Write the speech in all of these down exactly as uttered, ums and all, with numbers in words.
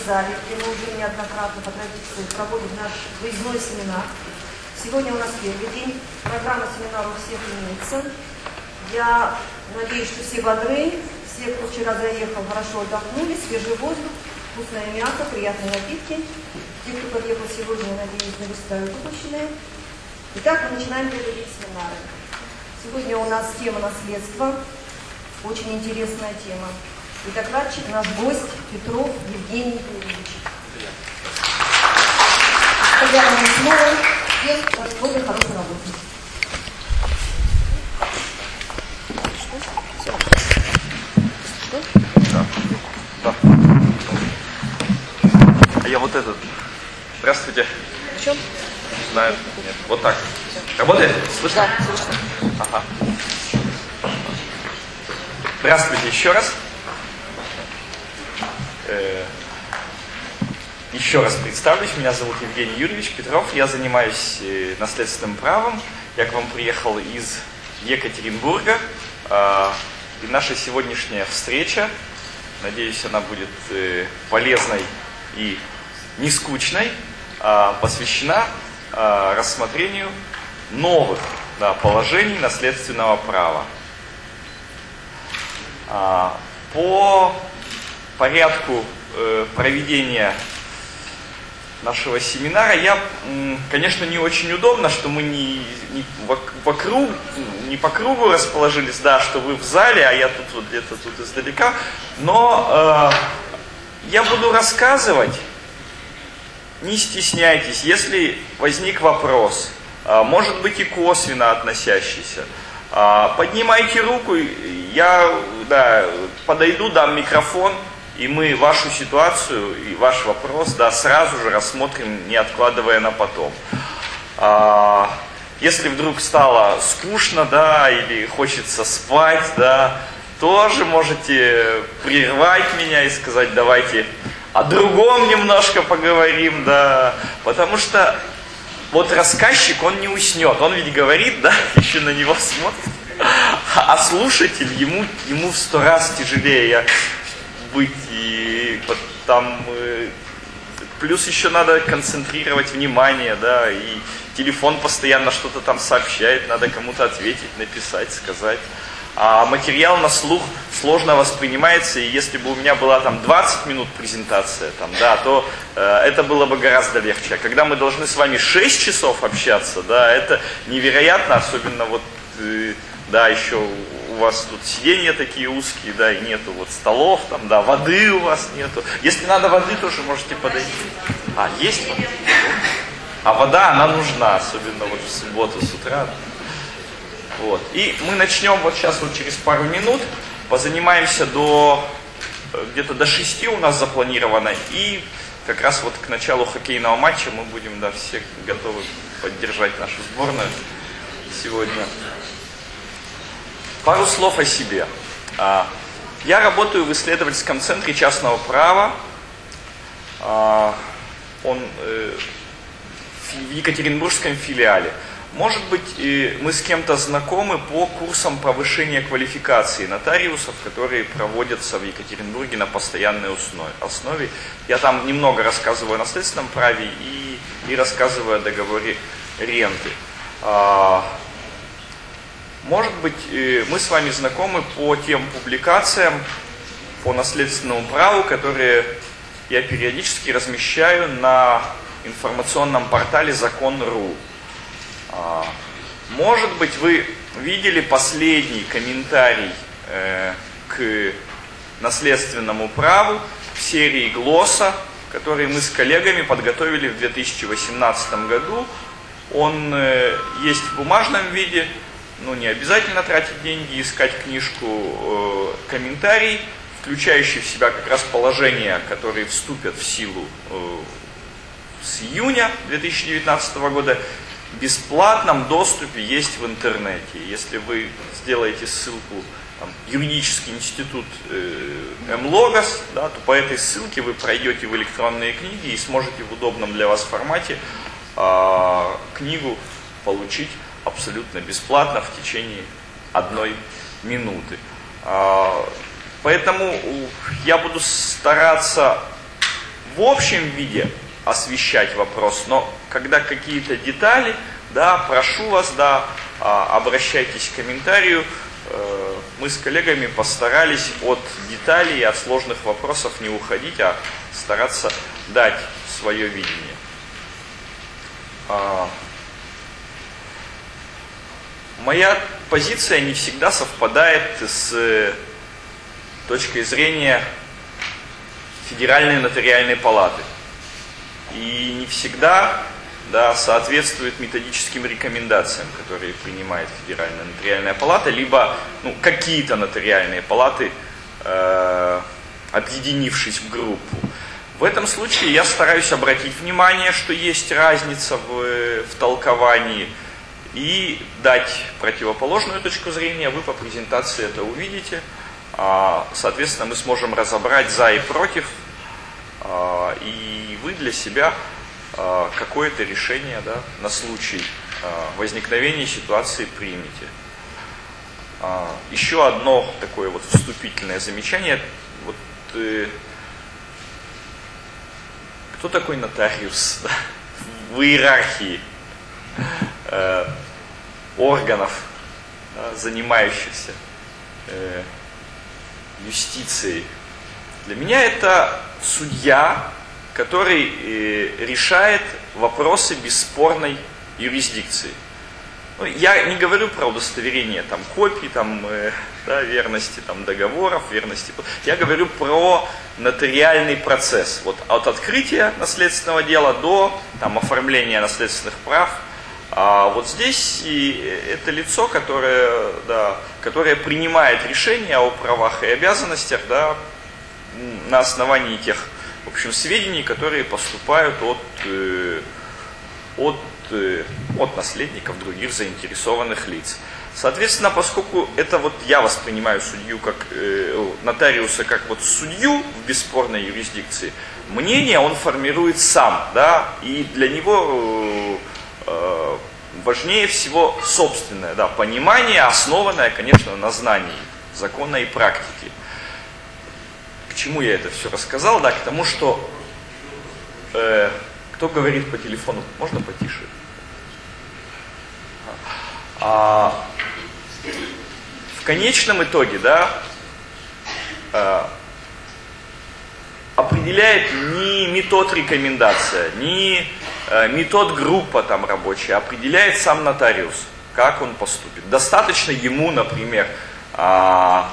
зале, где мы уже неоднократно по традиции проводим наш выездной семинар. Сегодня у нас первый день. Программа семинара у всех имеется. Я надеюсь, что все бодры, все, кто вчера заехал, хорошо отдохнули, свежий воздух, вкусное мясо, приятные напитки. Те, кто подъехал сегодня, я надеюсь, наверстают упущенные. Итак, мы начинаем первый день семинара. Сегодня у нас тема наследства. Очень интересная тема. И докладчик наш гость Петров Евгений Юрьевич. Приятного слова. Всем спокойной, хорошей работы. Да. Да. А я вот этот. Здравствуйте. В чем? Не знаю. Нет. Вот так. Работает? Слышно? Да, слышно. Ага. Здравствуйте еще раз. Э, еще раз представлюсь. Меня зовут Евгений Юрьевич Петров. Я занимаюсь э, наследственным правом. Я к вам приехал из Екатеринбурга. Э, и наша сегодняшняя встреча, надеюсь, она будет э, полезной и не скучной, э, посвящена э, рассмотрению новых да, положений наследственного права. Э, по порядку э, проведения нашего семинара я, конечно, не очень удобно, что мы не, не, вокруг, не по кругу расположились, да, что вы в зале, а я тут вот где-то тут издалека, но э, я буду рассказывать, не стесняйтесь, если возник вопрос, э, может быть и косвенно относящийся, э, поднимайте руку, я да, подойду, дам микрофон, и мы вашу ситуацию и ваш вопрос да, сразу же рассмотрим, не откладывая на потом. А, если вдруг стало скучно, да, или хочется спать, да, тоже можете прервать меня и сказать, давайте о другом немножко поговорим, да, потому что вот рассказчик, он не уснет, он ведь говорит, да, еще на него смотрит, а слушатель, ему, ему в сто раз тяжелее быть, и вот там э, плюс еще надо концентрировать внимание, да, и телефон постоянно что-то там сообщает, надо кому-то ответить, написать, сказать. А материал на слух сложно воспринимается, и если бы у меня была там двадцать минут презентация, там, да, то э, это было бы гораздо легче. А когда мы должны с вами шесть часов общаться, да, это невероятно, особенно вот, э, да, еще у вас тут сиденья такие узкие, да, и нету вот столов, там, да, воды у вас нету. Если надо воды, тоже можете подойти. А, есть вода? А вода, она нужна, особенно вот в субботу с утра. Вот. И мы начнем вот сейчас вот через пару минут, позанимаемся до, где-то до шести у нас запланировано, и как раз вот к началу хоккейного матча мы будем, да, все готовы поддержать нашу сборную сегодня. Пару слов о себе. Я работаю в исследовательском центре частного права. Он в екатеринбургском филиале. Может быть, мы с кем-то знакомы по курсам повышения квалификации нотариусов, которые проводятся в Екатеринбурге на постоянной основе. Я там немного рассказываю о наследственном праве и, и рассказываю о договоре ренты. Может быть, мы с вами знакомы по тем публикациям по наследственному праву, которые я периодически размещаю на информационном портале закон точка ру. Может быть, вы видели последний комментарий к наследственному праву в серии «Глосса», который мы с коллегами подготовили в две тысячи восемнадцатом году. Он есть в бумажном виде. Ну, не обязательно тратить деньги, искать книжку, э, комментарий, включающий в себя как раз положения, которые вступят в силу э, с июня две тысячи девятнадцатого года. В бесплатном доступе есть в интернете. Если вы сделаете ссылку там, юридический институт э, МЛОГОС, да, то по этой ссылке вы пройдете в электронные книги и сможете в удобном для вас формате э, книгу получить абсолютно бесплатно в течение одной минуты. Поэтому я буду стараться в общем виде освещать вопрос, но когда какие-то детали, да, прошу вас, да, обращайтесь к комментарию. Мы с коллегами постарались от деталей и от сложных вопросов не уходить, а стараться дать свое видение. Моя позиция не всегда совпадает с точкой зрения Федеральной нотариальной палаты. И не всегда, да, соответствует методическим рекомендациям, которые принимает Федеральная нотариальная палата, либо ну, какие-то нотариальные палаты, э, объединившись в группу. В этом случае я стараюсь обратить внимание, что есть разница в, в толковании, и дать противоположную точку зрения. Вы по презентации это увидите. Соответственно, мы сможем разобрать за и против, и вы для себя какое-то решение, да, на случай возникновения ситуации примете. Еще одно такое вот вступительное замечание. Вот, кто такой нотариус, да, в иерархии э, органов, да, занимающихся э, юстицией? Для меня это судья, который э, решает вопросы бесспорной юрисдикции. Ну, я не говорю про удостоверение там, копий, там, э, да, верности там, договоров, верности. Я говорю про нотариальный процесс. Вот, от открытия наследственного дела до там, оформления наследственных прав. А вот здесь и это лицо, которое, да, которое принимает решения о правах и обязанностях, да, на основании тех, в общем, сведений, которые поступают от, э, от от наследников других заинтересованных лиц. Соответственно, поскольку это вот я воспринимаю судью как э, нотариуса как вот судью в бесспорной юрисдикции, мнение он формирует сам, да, и для него э, э, важнее всего собственное, да, понимание, основанное, конечно, на знании закона и практики. К чему я это все рассказал? Да, к тому, что э, кто говорит по телефону, можно потише? А, в конечном итоге, да, а, определяет не метод рекомендация, не а, метод группа там рабочая, определяет сам нотариус, как он поступит. Достаточно ему, например, а,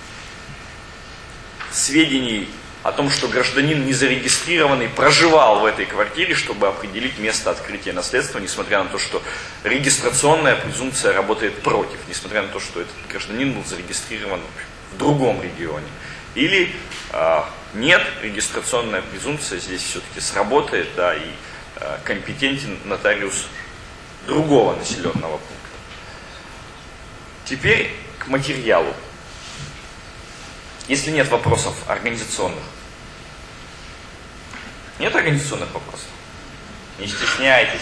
сведений о том, что гражданин незарегистрированный проживал в этой квартире, чтобы определить место открытия наследства, несмотря на то, что регистрационная презумпция работает против, несмотря на то, что этот гражданин был зарегистрирован в другом регионе. Или э, нет, регистрационная презумпция здесь все-таки сработает, да, и э, компетентен нотариус другого населенного пункта. Теперь к материалу. Если нет вопросов организационных. Нет организационных вопросов? Не стесняйтесь.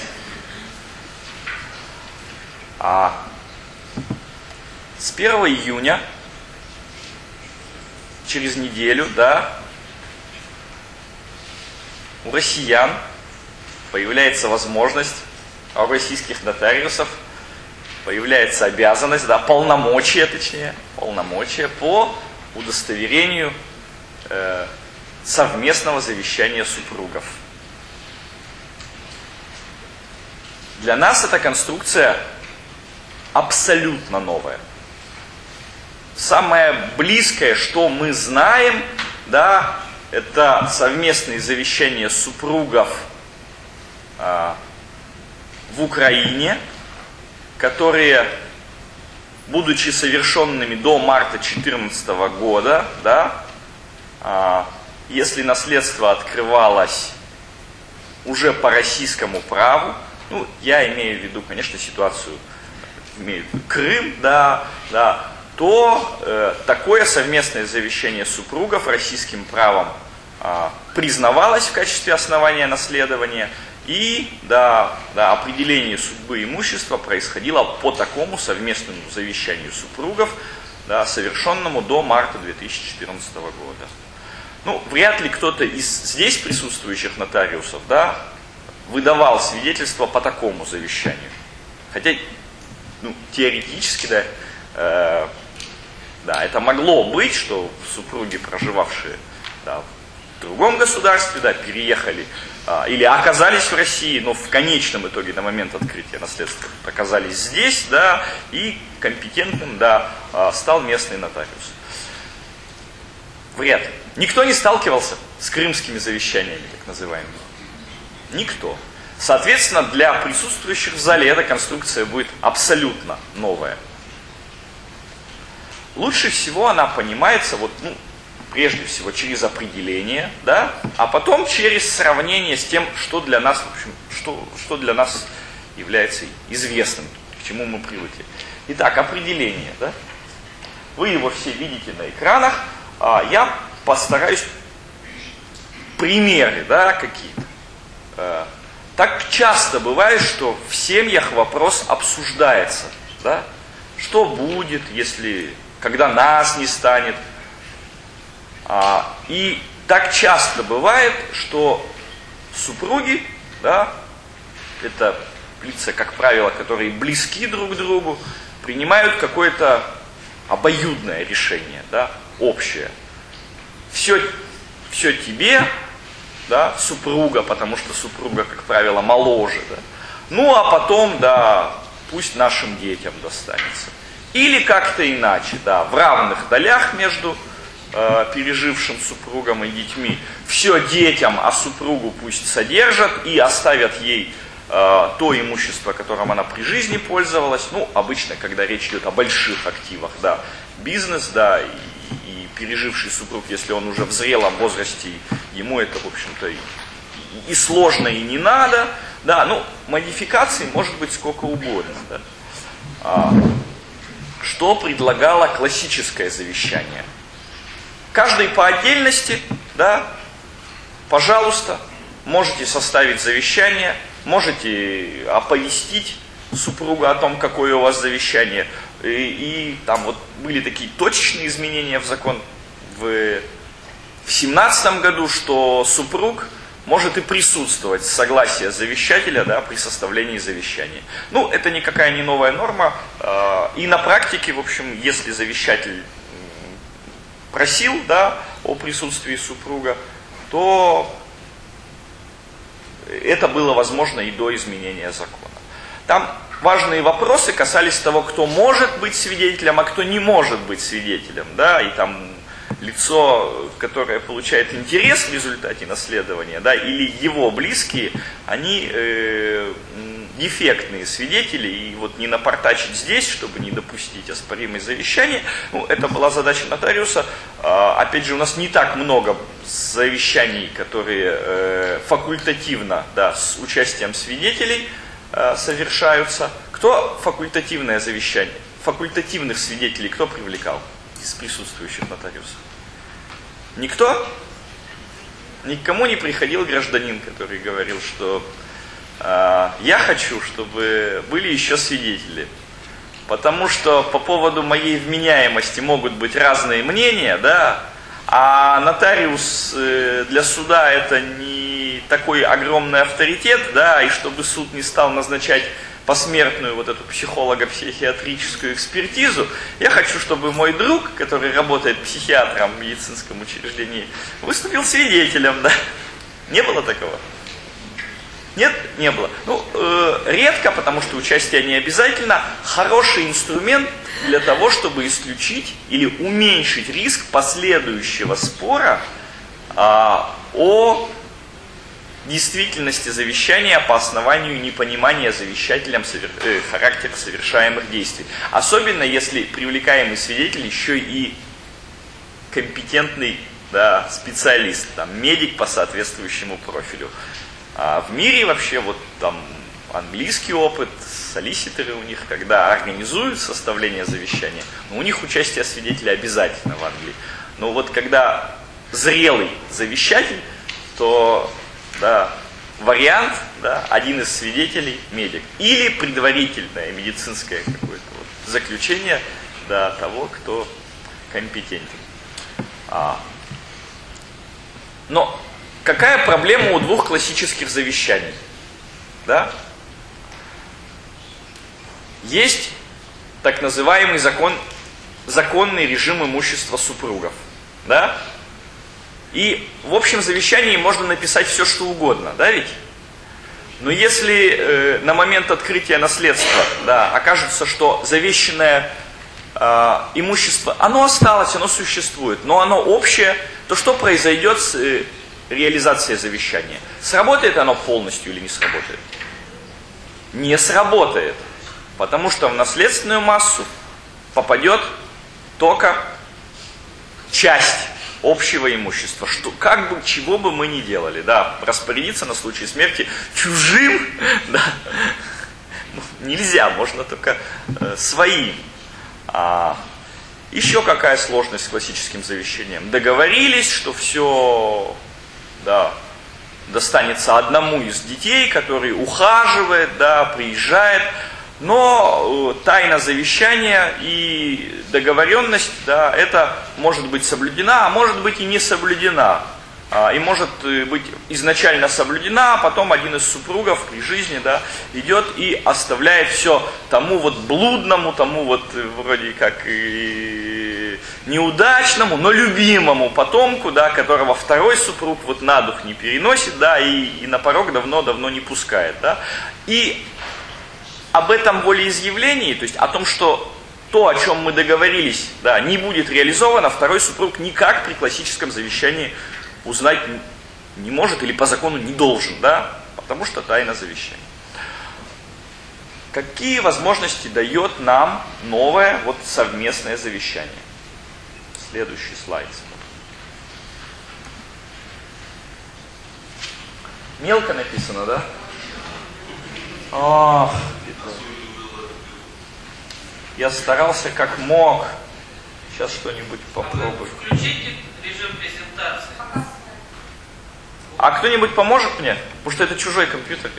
А с первого июня, через неделю, да, у россиян появляется возможность, а у российских нотариусов появляется обязанность, да, полномочия, точнее, полномочия по удостоверению э, совместного завещания супругов. Для нас эта конструкция абсолютно новая. Самое близкое, что мы знаем, да, это совместные завещания супругов э, в Украине, которые, будучи совершенными до марта две тысячи четырнадцатого года, да, а, если наследство открывалось уже по российскому праву, ну, я имею в виду, конечно, ситуацию, имею в виду Крым, да, да, то э, такое совместное завещание супругов российским правом э, признавалось в качестве основания наследования, и да, да, определение судьбы имущества происходило по такому совместному завещанию супругов, да, совершенному до марта две тысячи четырнадцатого года. Ну, вряд ли кто-то из здесь присутствующих нотариусов, да, выдавал свидетельство по такому завещанию. Хотя, ну, теоретически, да, э, да, это могло быть, что супруги, проживавшие, да, в другом государстве, да, переехали а, или оказались в России, но в конечном итоге на момент открытия наследства оказались здесь, да, и компетентным, да, а, стал местный нотариус. Вряд ли. Никто не сталкивался с крымскими завещаниями, так называемыми. Никто. Соответственно, для присутствующих в зале эта конструкция будет абсолютно новая. Лучше всего она понимается, вот, ну, прежде всего через определение, да, а потом через сравнение с тем, что для нас, в общем, что, что для нас является известным, к чему мы привыкли. Итак, определение, да. Вы его все видите на экранах, а я постараюсь примеры, да, какие-то. Так часто бывает, что в семьях вопрос обсуждается, да, что будет, если, когда нас не станет. А, и так часто бывает, что супруги, да, это лица, как правило, которые близки друг к другу, принимают какое-то обоюдное решение, да, общее. Все, все тебе, да, супруга, потому что супруга, как правило, моложе, да. Ну, а потом, да, пусть нашим детям достанется. Или как-то иначе, да, в равных долях между э, пережившим супругом и детьми. Все детям, а супругу пусть содержат и оставят ей э, то имущество, которым она при жизни пользовалась. Ну, обычно, когда речь идет о больших активах, да, бизнес, да, и, и переживший супруг, если он уже в зрелом возрасте, ему это, в общем-то, и, и сложно, и не надо. Да, ну, модификаций может быть сколько угодно, да. А, что предлагало классическое завещание? Каждый по отдельности, да, пожалуйста, можете составить завещание, можете оповестить супруга о том, какое у вас завещание. И, и там вот были такие точечные изменения в закон в семнадцатом году, что супруг может и присутствовать с согласия завещателя, да, при составлении завещания. Ну, это никакая не новая норма. И на практике, в общем, если завещатель просил, да, о присутствии супруга, то это было возможно и до изменения закона. Там важные вопросы касались того, кто может быть свидетелем, а кто не может быть свидетелем, да, и там лицо, которое получает интерес в результате наследования, да, или его близкие, они э, дефектные свидетели, и вот не напортачить здесь, чтобы не допустить оспоримое завещание, ну, это была задача нотариуса. А, опять же, у нас не так много завещаний, которые э, факультативно, да, с участием свидетелей э, совершаются. Кто факультативное завещание? Факультативных свидетелей кто привлекал из присутствующих нотариусов? Никто? Никому не приходил гражданин, который говорил, что э, я хочу, чтобы были еще свидетели, потому что по поводу моей вменяемости могут быть разные мнения, да, а нотариус э, для суда это не такой огромный авторитет, да, и чтобы суд не стал назначать посмертную вот эту психолого-психиатрическую экспертизу, я хочу, чтобы мой друг, который работает психиатром в медицинском учреждении, выступил свидетелем, да. Не было такого? Нет? Не было. Ну, э, редко, потому что участие не обязательно. Хороший инструмент для того, чтобы исключить или уменьшить риск последующего спора а, о действительности завещания по основанию непонимания завещателем совер... э, характера совершаемых действий. Особенно если привлекаемый свидетель еще и компетентный, да, специалист, там, медик по соответствующему профилю. А в мире вообще вот там английский опыт, солиситоры у них, когда организуют составление завещания, ну, у них участие свидетеля обязательно в Англии. Но вот когда зрелый завещатель, то да, вариант, да, один из свидетелей медик. Или предварительное медицинское какое-то вот заключение, да, того, кто компетентен. А. Но какая проблема у двух классических завещаний? Да? Есть так называемый закон, законный режим имущества супругов. Да? И в общем завещании можно написать все, что угодно, да ведь? Но если э, на момент открытия наследства, да, окажется, что завещанное э, имущество, оно осталось, оно существует, но оно общее, то что произойдет с э, реализацией завещания? Сработает оно полностью или не сработает? Не сработает, потому что в наследственную массу попадет только часть общего имущества, что как бы, чего бы мы ни делали, да, распорядиться на случай смерти чужим, да, нельзя, можно только э, своим. А, еще какая сложность с классическим завещанием? Договорились, что все, да, достанется одному из детей, который ухаживает, да, приезжает, но э, тайна завещания и договоренность, да, это может быть соблюдена, а может быть и не соблюдена. А, и может быть изначально соблюдена, а потом один из супругов при жизни, да, идет и оставляет все тому вот блудному, тому вот вроде как и неудачному, но любимому потомку, да, которого второй супруг вот на дух не переносит, да, и, и на порог давно-давно не пускает. Да. И об этом волеизъявлении, то есть о том, что то, о чем мы договорились, да, не будет реализовано, второй супруг никак при классическом завещании узнать не может или по закону не должен, да, потому что тайна завещания. Какие возможности дает нам новое вот совместное завещание? Следующий слайд. Мелко написано, да? Ах, я старался как мог. Сейчас что-нибудь попробую. Включите режим презентации. А кто-нибудь поможет мне? Потому что это чужой компьютер.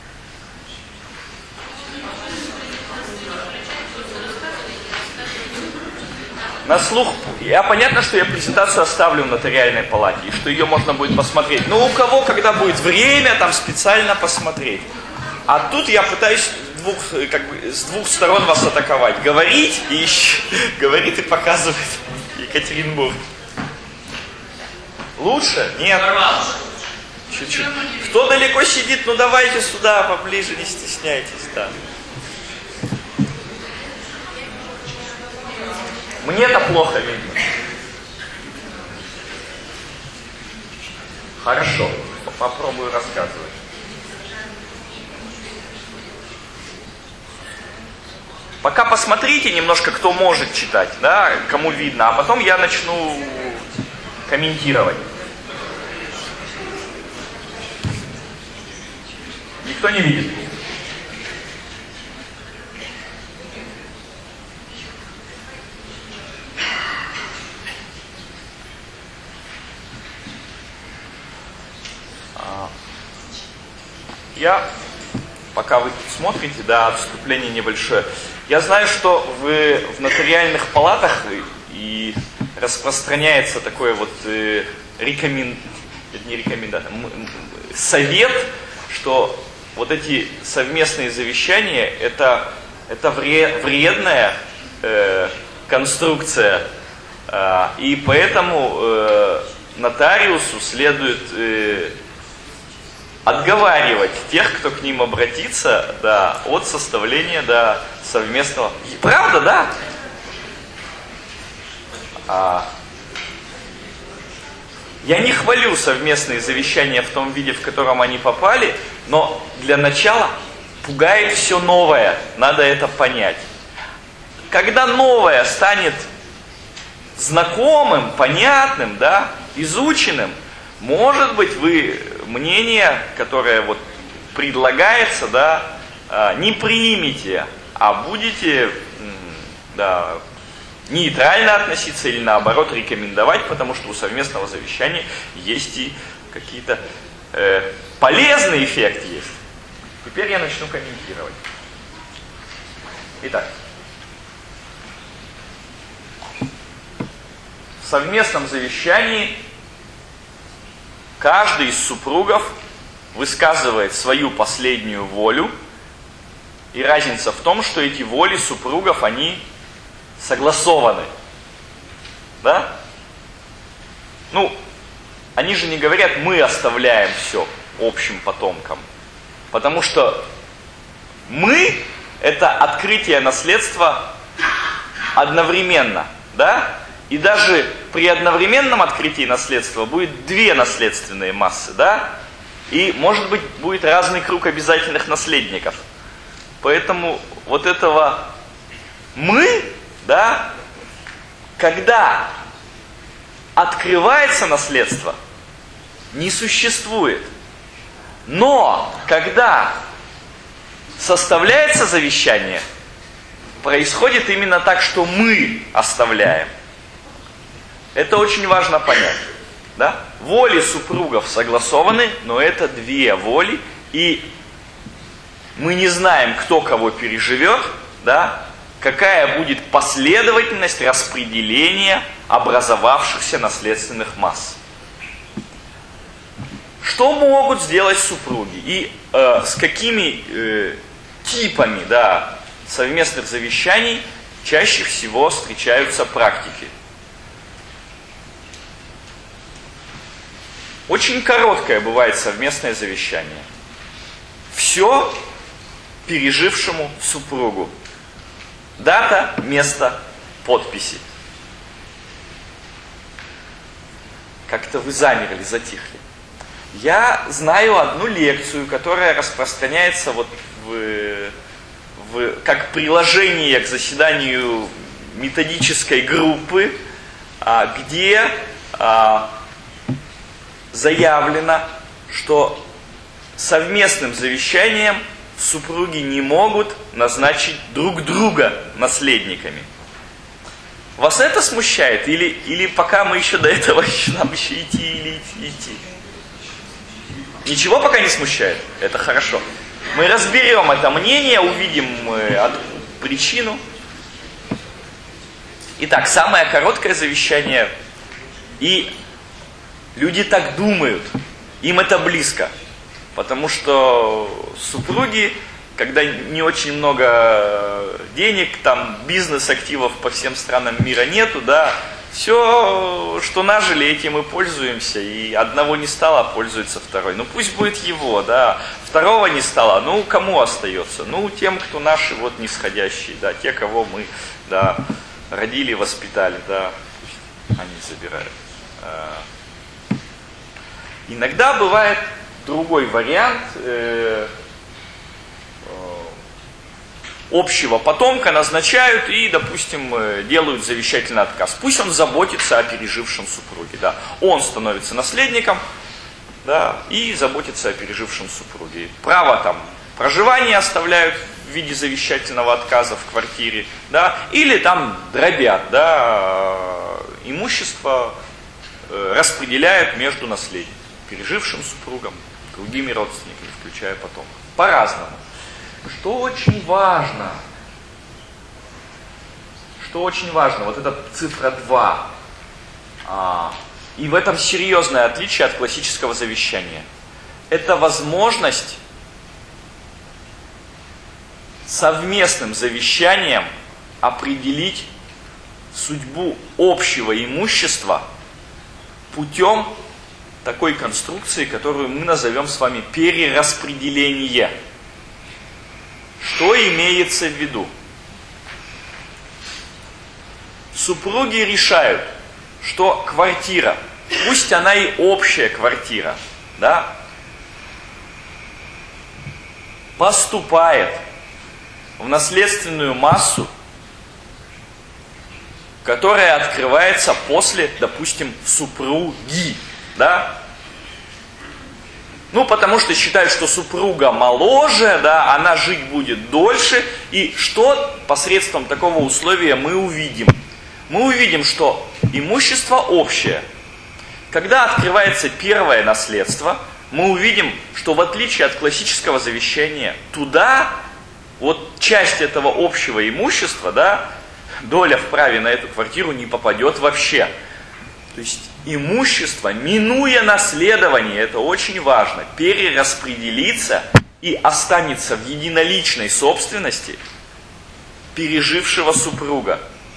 На слух, я понятно, что я презентацию оставлю в нотариальной палате, и что ее можно будет посмотреть. Но у кого, когда будет время, там специально посмотреть. А тут я пытаюсь двух, как бы, с двух сторон вас атаковать. Говорить и говорит и показывает Екатеринбург. Лучше? Нет. Чуть-чуть. Кто далеко сидит, ну давайте сюда, поближе, не стесняйтесь, да. Мне-то плохо видно. Хорошо, попробую рассказывать. Пока посмотрите немножко, кто может читать, да, кому видно, а потом я начну комментировать. Никто не видит? Я, пока вы тут смотрите, да, отступление небольшое. Я знаю, что вы в нотариальных палатах и распространяется такой вот э, рекомен... не рекомендация, совет, что вот эти совместные завещания это, это вредная э, конструкция, э, и поэтому э, нотариусу следует э, отговаривать тех, кто к ним обратится, да, от составления, да, совместного. И правда, да? А, я не хвалю совместные завещания в том виде, в котором они попали, но для начала пугает все новое, надо это понять. Когда новое станет знакомым, понятным, да, изученным, может быть, вы мнение, которое вот предлагается, да, не примете, а будете, да, нейтрально относиться или наоборот рекомендовать, потому что у совместного завещания есть и какие-то э, полезный эффект есть. Теперь я начну комментировать. Итак, в совместном завещании каждый из супругов высказывает свою последнюю волю, и разница в том, что эти воли супругов, они согласованы. Да? Ну, они же не говорят, мы оставляем все общим потомкам. Потому что мы – это открытие наследства одновременно. Да? И даже при одновременном открытии наследства будет две наследственные массы. Да? И, может быть, будет разный круг обязательных наследников. Поэтому вот этого «мы», да, когда открывается наследство, не существует. Но когда составляется завещание, происходит именно так, что мы оставляем. Это очень важно понять. Да? Воли супругов согласованы, но это две воли, и мы не знаем, кто кого переживет, да? Какая будет последовательность распределения образовавшихся наследственных масс. Что могут сделать супруги и э, с какими э, типами, да, совместных завещаний чаще всего встречаются практики? Очень короткое бывает совместное завещание. Все пережившему супругу. Дата, место, подписи. Как-то вы замерли, затихли. Я знаю одну лекцию, которая распространяется вот в, в, как приложение к заседанию методической группы, а, где а, заявлено, что совместным завещанием супруги не могут назначить друг друга наследниками. Вас это смущает? Или, или пока мы еще до этого, еще, нам еще идти или идти, идти? Ничего пока не смущает? Это хорошо. Мы разберем это мнение, увидим э, причину. Итак, самое короткое завещание. И люди так думают. Им это близко. Потому что супруги, когда не очень много денег, там бизнес-активов по всем странам мира нету, да, все, что нажили, этим и пользуемся. И одного не стало, пользуется второй. Ну пусть будет его, да. Второго не стало, ну кому остается? Ну тем, кто наши вот нисходящие, да, те, кого мы, да, родили, воспитали, да, пусть они забирают. Иногда бывает другой вариант э, э, общего потомка назначают и, допустим, э, делают завещательный отказ. Пусть он заботится о пережившем супруге. Да. Он становится наследником, да, и заботится о пережившем супруге. Право там проживания оставляют в виде завещательного отказа в квартире, да, или там дробят, да, имущество э, распределяют между наследниками, пережившим супругом, другими родственниками, включая потомков. По-разному. Что очень важно, что очень важно, вот эта цифра два, а, и в этом серьезное отличие от классического завещания. Это возможность совместным завещанием определить судьбу общего имущества путем такой конструкции, которую мы назовем с вами перераспределение. Что имеется в виду? Супруги решают, что квартира, пусть она и общая квартира, да, поступает в наследственную массу, которая открывается после, допустим, супруги. Да? Ну, потому что считают, что супруга моложе, да, она жить будет дольше. И что посредством такого условия мы увидим? Мы увидим, что имущество общее. Когда открывается первое наследство, мы увидим, что в отличие от классического завещания, туда вот часть этого общего имущества, да, доля в праве на эту квартиру не попадет вообще. То есть имущество, минуя наследование, это очень важно, перераспределится и останется в единоличной собственности пережившего супруга.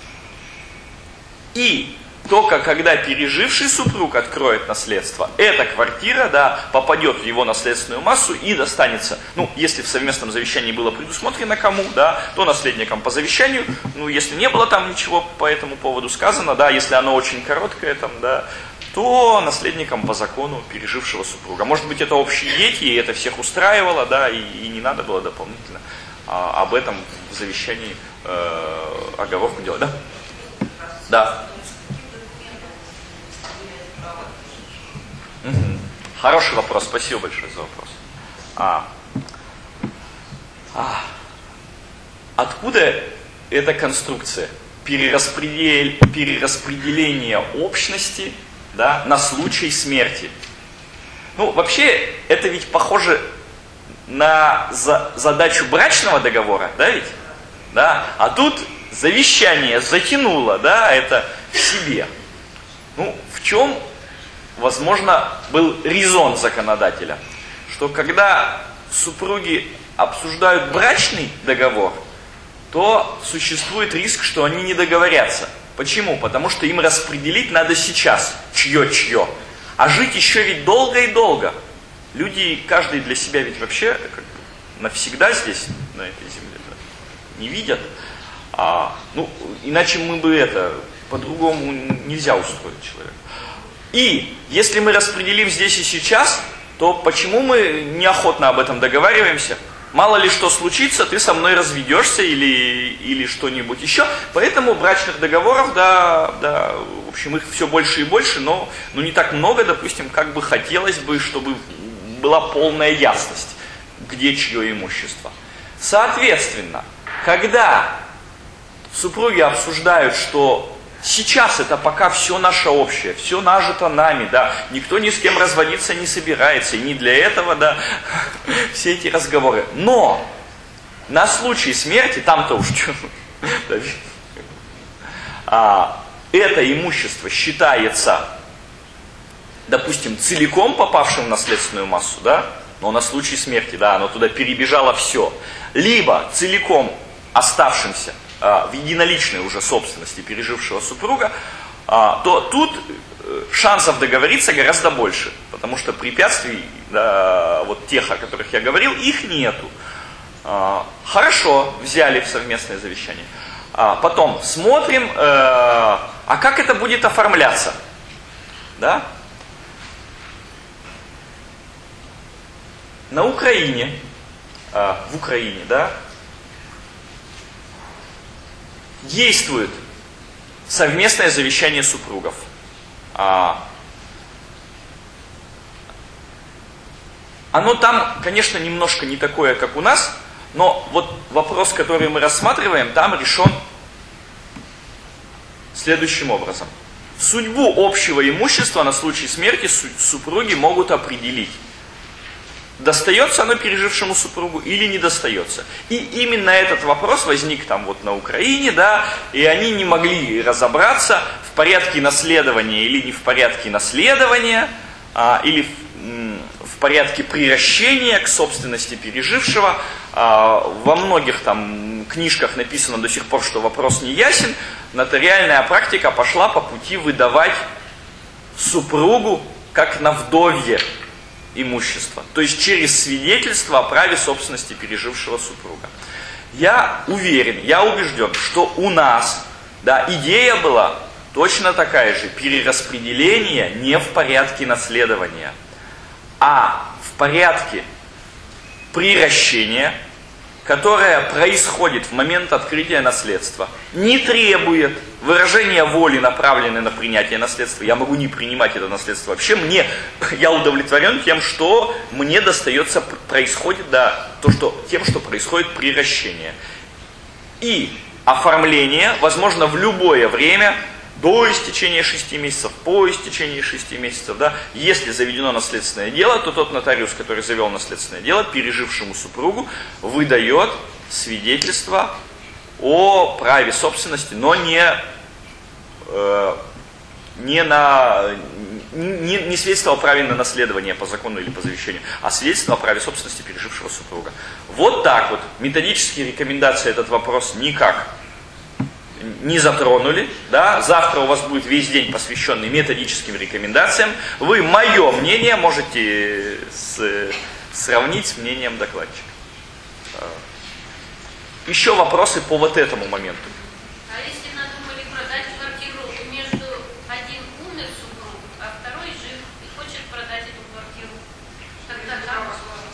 И только когда переживший супруг откроет наследство, эта квартира, да, попадет в его наследственную массу и достанется, ну, если в совместном завещании было предусмотрено кому, да, то наследникам по завещанию, ну, если не было там ничего по этому поводу сказано, да, если оно очень короткое там, да, то наследникам по закону пережившего супруга. Может быть, это общие дети, и это всех устраивало, да, и, и не надо было дополнительно а, об этом в завещании э, оговорку делать, да? Да. Угу. Хороший вопрос, спасибо большое за вопрос. А. А. Откуда эта конструкция? Перераспредель... Перераспределение общности, да, на случай смерти. Ну, вообще, это ведь похоже на за... задачу брачного договора, да ведь? Да? А тут завещание затянуло, да, это в себе. Ну, в чем, возможно, был резон законодателя? Что когда супруги обсуждают брачный договор, то существует риск, что они не договорятся. Почему? Потому что им распределить надо сейчас, чье-чье. А жить еще ведь долго и долго. Люди, каждый для себя ведь вообще как бы навсегда здесь, на этой земле, да, не видят. А, ну, иначе мы бы это, по-другому нельзя устроить человека. И если мы распределим здесь и сейчас, то почему мы неохотно об этом договариваемся? Мало ли что случится, ты со мной разведешься или, или что-нибудь еще. Поэтому брачных договоров, да, да, в общем, их все больше и больше, но ну, не так много, допустим, как бы хотелось бы, чтобы была полная ясность, где чье имущество. Соответственно, когда супруги обсуждают, что сейчас это пока все наше общее, все нажито нами, да, никто ни с кем разводиться не собирается, и не для этого, да, все эти разговоры. Но на случай смерти, там-то уж что, а, это имущество считается, допустим, целиком попавшим в наследственную массу, да, но на случай смерти, да, оно туда перебежало все, либо целиком оставшимся в единоличной уже собственности пережившего супруга, то тут шансов договориться гораздо больше, потому что препятствий, да, вот тех, о которых я говорил, их нету. Хорошо, взяли в совместное завещание. Потом смотрим, а как это будет оформляться? Да? На Украине, в Украине, да, действует совместное завещание супругов. А, оно там, конечно, немножко не такое, как у нас, но вот вопрос, который мы рассматриваем, там решен следующим образом. Судьбу общего имущества на случай смерти супруги могут определить. Достается оно пережившему супругу или не достается. И именно этот вопрос возник там вот на Украине, да, и они не могли разобраться, в порядке наследования или не в порядке наследования, а, или в, м, в порядке приращения к собственности пережившего. А, во многих там книжках написано до сих пор, что вопрос не ясен. Нотариальная практика пошла по пути выдавать супругу как на вдовье имущество, то есть через свидетельство о праве собственности пережившего супруга. Я уверен, я убежден, что у нас, да, идея была точно такая же, перераспределение не в порядке наследования, а в порядке приращения, которое происходит в момент открытия наследства, не требует выражения воли, направленной на принятие наследства. Я могу не принимать это наследство вообще. Мне, я удовлетворен тем, что мне достается, происходит, да, то, что, тем, что происходит приращение. И оформление возможно в любое время, до истечения шести месяцев, по истечении шести месяцев, да, если заведено наследственное дело, то тот нотариус, который завел наследственное дело, пережившему супругу, выдает свидетельство о праве собственности, но не, э, не, на, не, не свидетельство о праве на наследование по закону или по завещанию, а свидетельство о праве собственности пережившего супруга. Вот так вот методические рекомендации этот вопрос никак не затронули. Да? Завтра у вас будет весь день посвященный методическим рекомендациям. Вы мое мнение можете с, сравнить с мнением докладчика. Еще вопросы по вот этому моменту. А если надумали продать квартиру между один умер супруг, а второй жив и хочет продать эту квартиру, тогда как?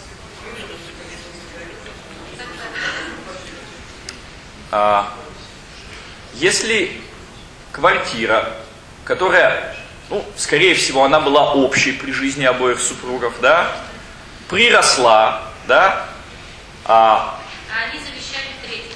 А, если квартира, которая, ну, скорее всего, она была общей при жизни обоих супругов, да, приросла, да, а, А они завещали третьему.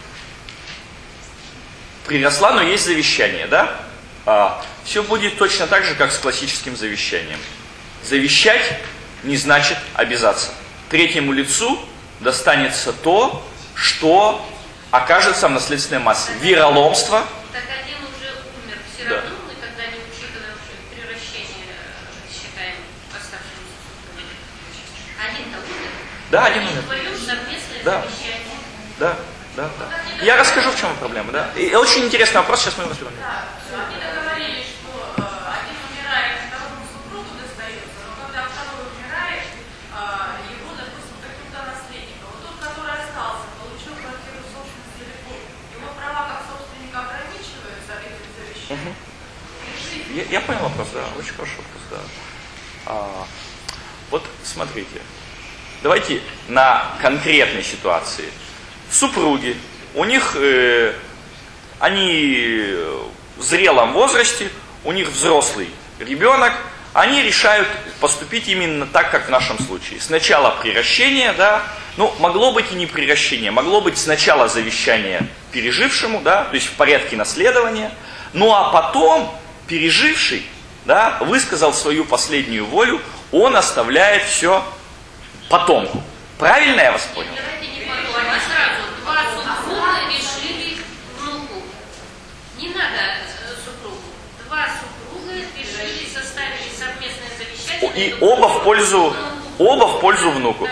приросла, но есть завещание, да, а, все будет точно так же, как с классическим завещанием. Завещать не значит обязаться. Третьему лицу достанется то, что окажется в наследственной массе. Вероломство. Так один уже умер. Все Да. равно мы тогда не учитываем, что превращение считаем оставшимся супругом. Один-то умер. Да, один И умер. вдвоем совместное Да. завещание. Да, да, да. Я расскажу, в чем проблема, да. И очень интересный вопрос, сейчас мы его разберем. Они договорились, что э, один умирает, второму супругу достается, но когда второй умирает, э, его, допустим, каким-то наследником. Вот тот, который остался, получил квартиру собственности целиком, его права как собственника ограничиваются этим завещанием? Я, я понял вопрос, да, очень хороший вопрос, да. А, вот смотрите, давайте на конкретной ситуации. Супруги, у них, э, они в зрелом возрасте, у них взрослый ребенок, они решают поступить именно так, как в нашем случае. Сначала приращение, да, ну, могло быть и не приращение, могло быть сначала завещание пережившему, да, то есть в порядке наследования, ну а потом переживший, да, высказал свою последнюю волю, он оставляет все потомку. Правильно я вас понял? Давайте не потом, а сразу. Два супруга решили внуку. Не надо э, супругу. Два супруга решили, составили совместное завещание. И оба в пользу, оба в пользу внуку.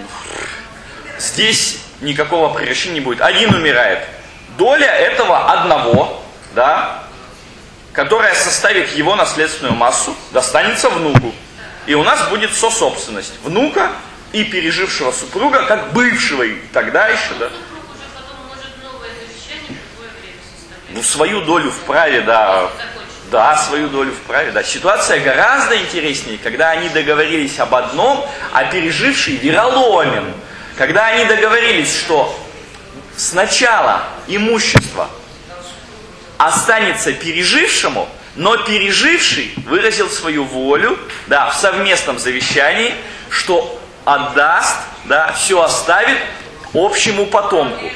Здесь никакого приращения не будет. Один умирает. Доля этого одного, да, которая составит его наследственную массу, достанется внуку. И у нас будет сособственность внука и пережившего супруга, как бывшего и тогда еще, да. Супруг уже потом может новое завещание в любое время составлять. Ну, свою долю вправе, да. Да, свою долю вправе, да. Ситуация гораздо интереснее, когда они договорились об одном, а переживший вероломен. Когда они договорились, что сначала имущество останется пережившему, но переживший выразил свою волю, да, в совместном завещании, что отдаст, да, все оставит общему потомку.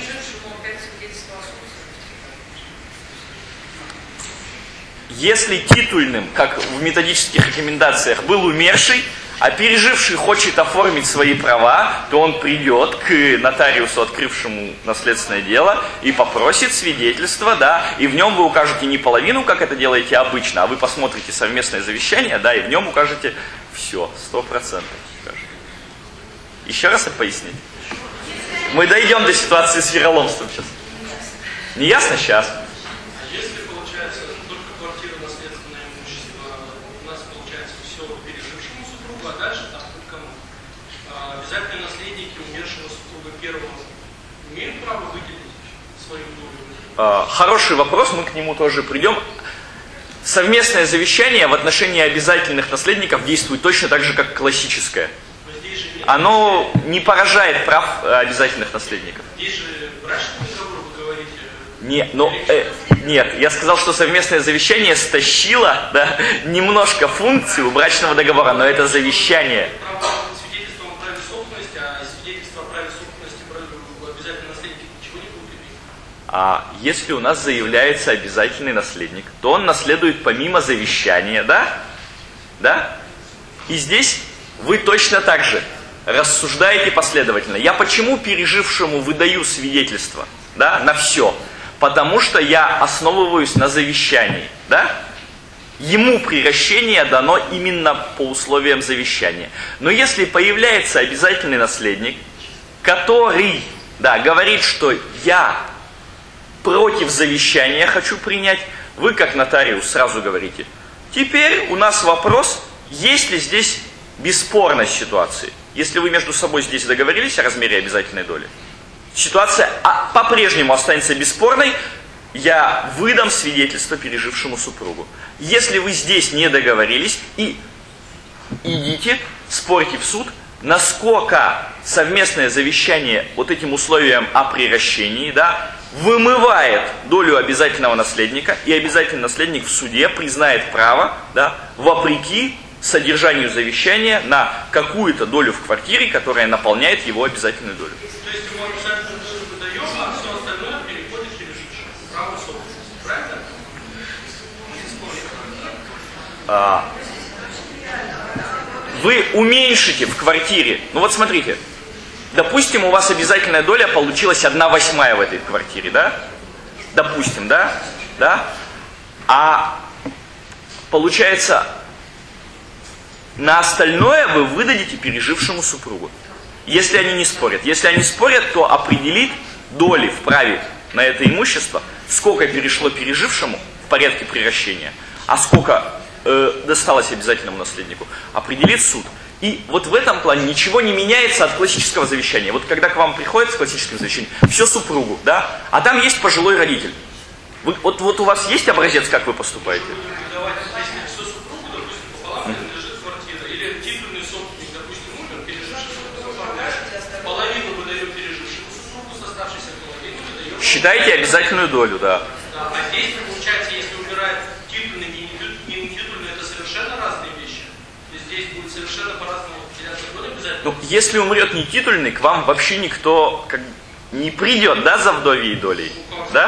Если титульным, как в методических рекомендациях, был умерший, а переживший хочет оформить свои права, то он придет к нотариусу, открывшему наследственное дело, и попросит свидетельство, да, и в нем вы укажете не половину, как это делаете обычно, а вы посмотрите совместное завещание, да, и в нем укажете все, сто процентов. Еще раз это пояснить. Мы дойдем до ситуации с вероломством сейчас. Не ясно сейчас? Если, получается, только квартира, наследственное имущество, у нас, получается, все пережившему супругу, а дальше там кому? А, обязательно наследники умершего супруга первого имеют право выделить свою долю? А, хороший вопрос, мы к нему тоже придем. Совместное завещание в отношении обязательных наследников действует точно так же, как классическое. Но здесь же нет. Оно не поражает прав обязательных наследников. Здесь же брачный договор, вы говорите. Не, но, э, нет, я сказал, что совместное завещание стащило, да, немножко функцию брачного договора, но это завещание. Право свидетельством о праве собственности, а свидетельство о праве собственности у обязательных наследников ничего не будет иметь. А если у нас заявляется обязательный наследник, то он наследует помимо завещания, да? Да? И здесь вы точно так же рассуждаете последовательно. Я почему пережившему выдаю свидетельство, да, на все? Потому что я основываюсь на завещании, да? ему приращение дано именно по условиям завещания. Но если появляется обязательный наследник, который, да, говорит, что я против завещания хочу принять, вы как нотариус сразу говорите: теперь у нас вопрос, есть ли здесь бесспорность ситуации. Если вы между собой здесь договорились о размере обязательной доли, ситуация по-прежнему останется бесспорной, я выдам свидетельство пережившему супругу. Если вы здесь не договорились, и идите, спорьте в суд, насколько совместное завещание вот этим условиям о приращении, да, вымывает долю обязательного наследника, и обязательный наследник в суде признает право, да, вопреки содержанию завещания на какую-то долю в квартире, которая наполняет его обязательную долю. То есть ему обязательную долю выдаем, а все остальное переходит пережившему. Право собственности. Правильно? А, вы уменьшите в квартире, ну вот смотрите, допустим, у вас обязательная доля получилась одна восьмая в этой квартире, да? Допустим, да? Да? А получается, на остальное вы выдадите пережившему супругу. Если они не спорят. Если они спорят, то определит доли в праве на это имущество, сколько перешло пережившему в порядке приращения, а сколько э, досталось обязательному наследнику, определит суд. И вот в этом плане ничего не меняется от классического завещания. Вот когда к вам приходит с классическим завещанием, все супругу, да, а там есть пожилой родитель. Вы, вот, вот у вас есть образец, как вы поступаете? Давайте, если все супругу, допустим, пополам принадлежит квартира, или титульный собственник, допустим, умер, переживший супругу оформляет, половину выдаем пережившему супругу, с оставшейся половину выдаем... Считайте обязательную долю, да. Да, а здесь, получается, если умирает титульный, не, не титульный, это совершенно разные вещи. И здесь будет совершенно по-разному теряться доля обязательно. Ну, если умрет не титульный, к вам вообще никто как, не придет, да, за вдовьей долей, да?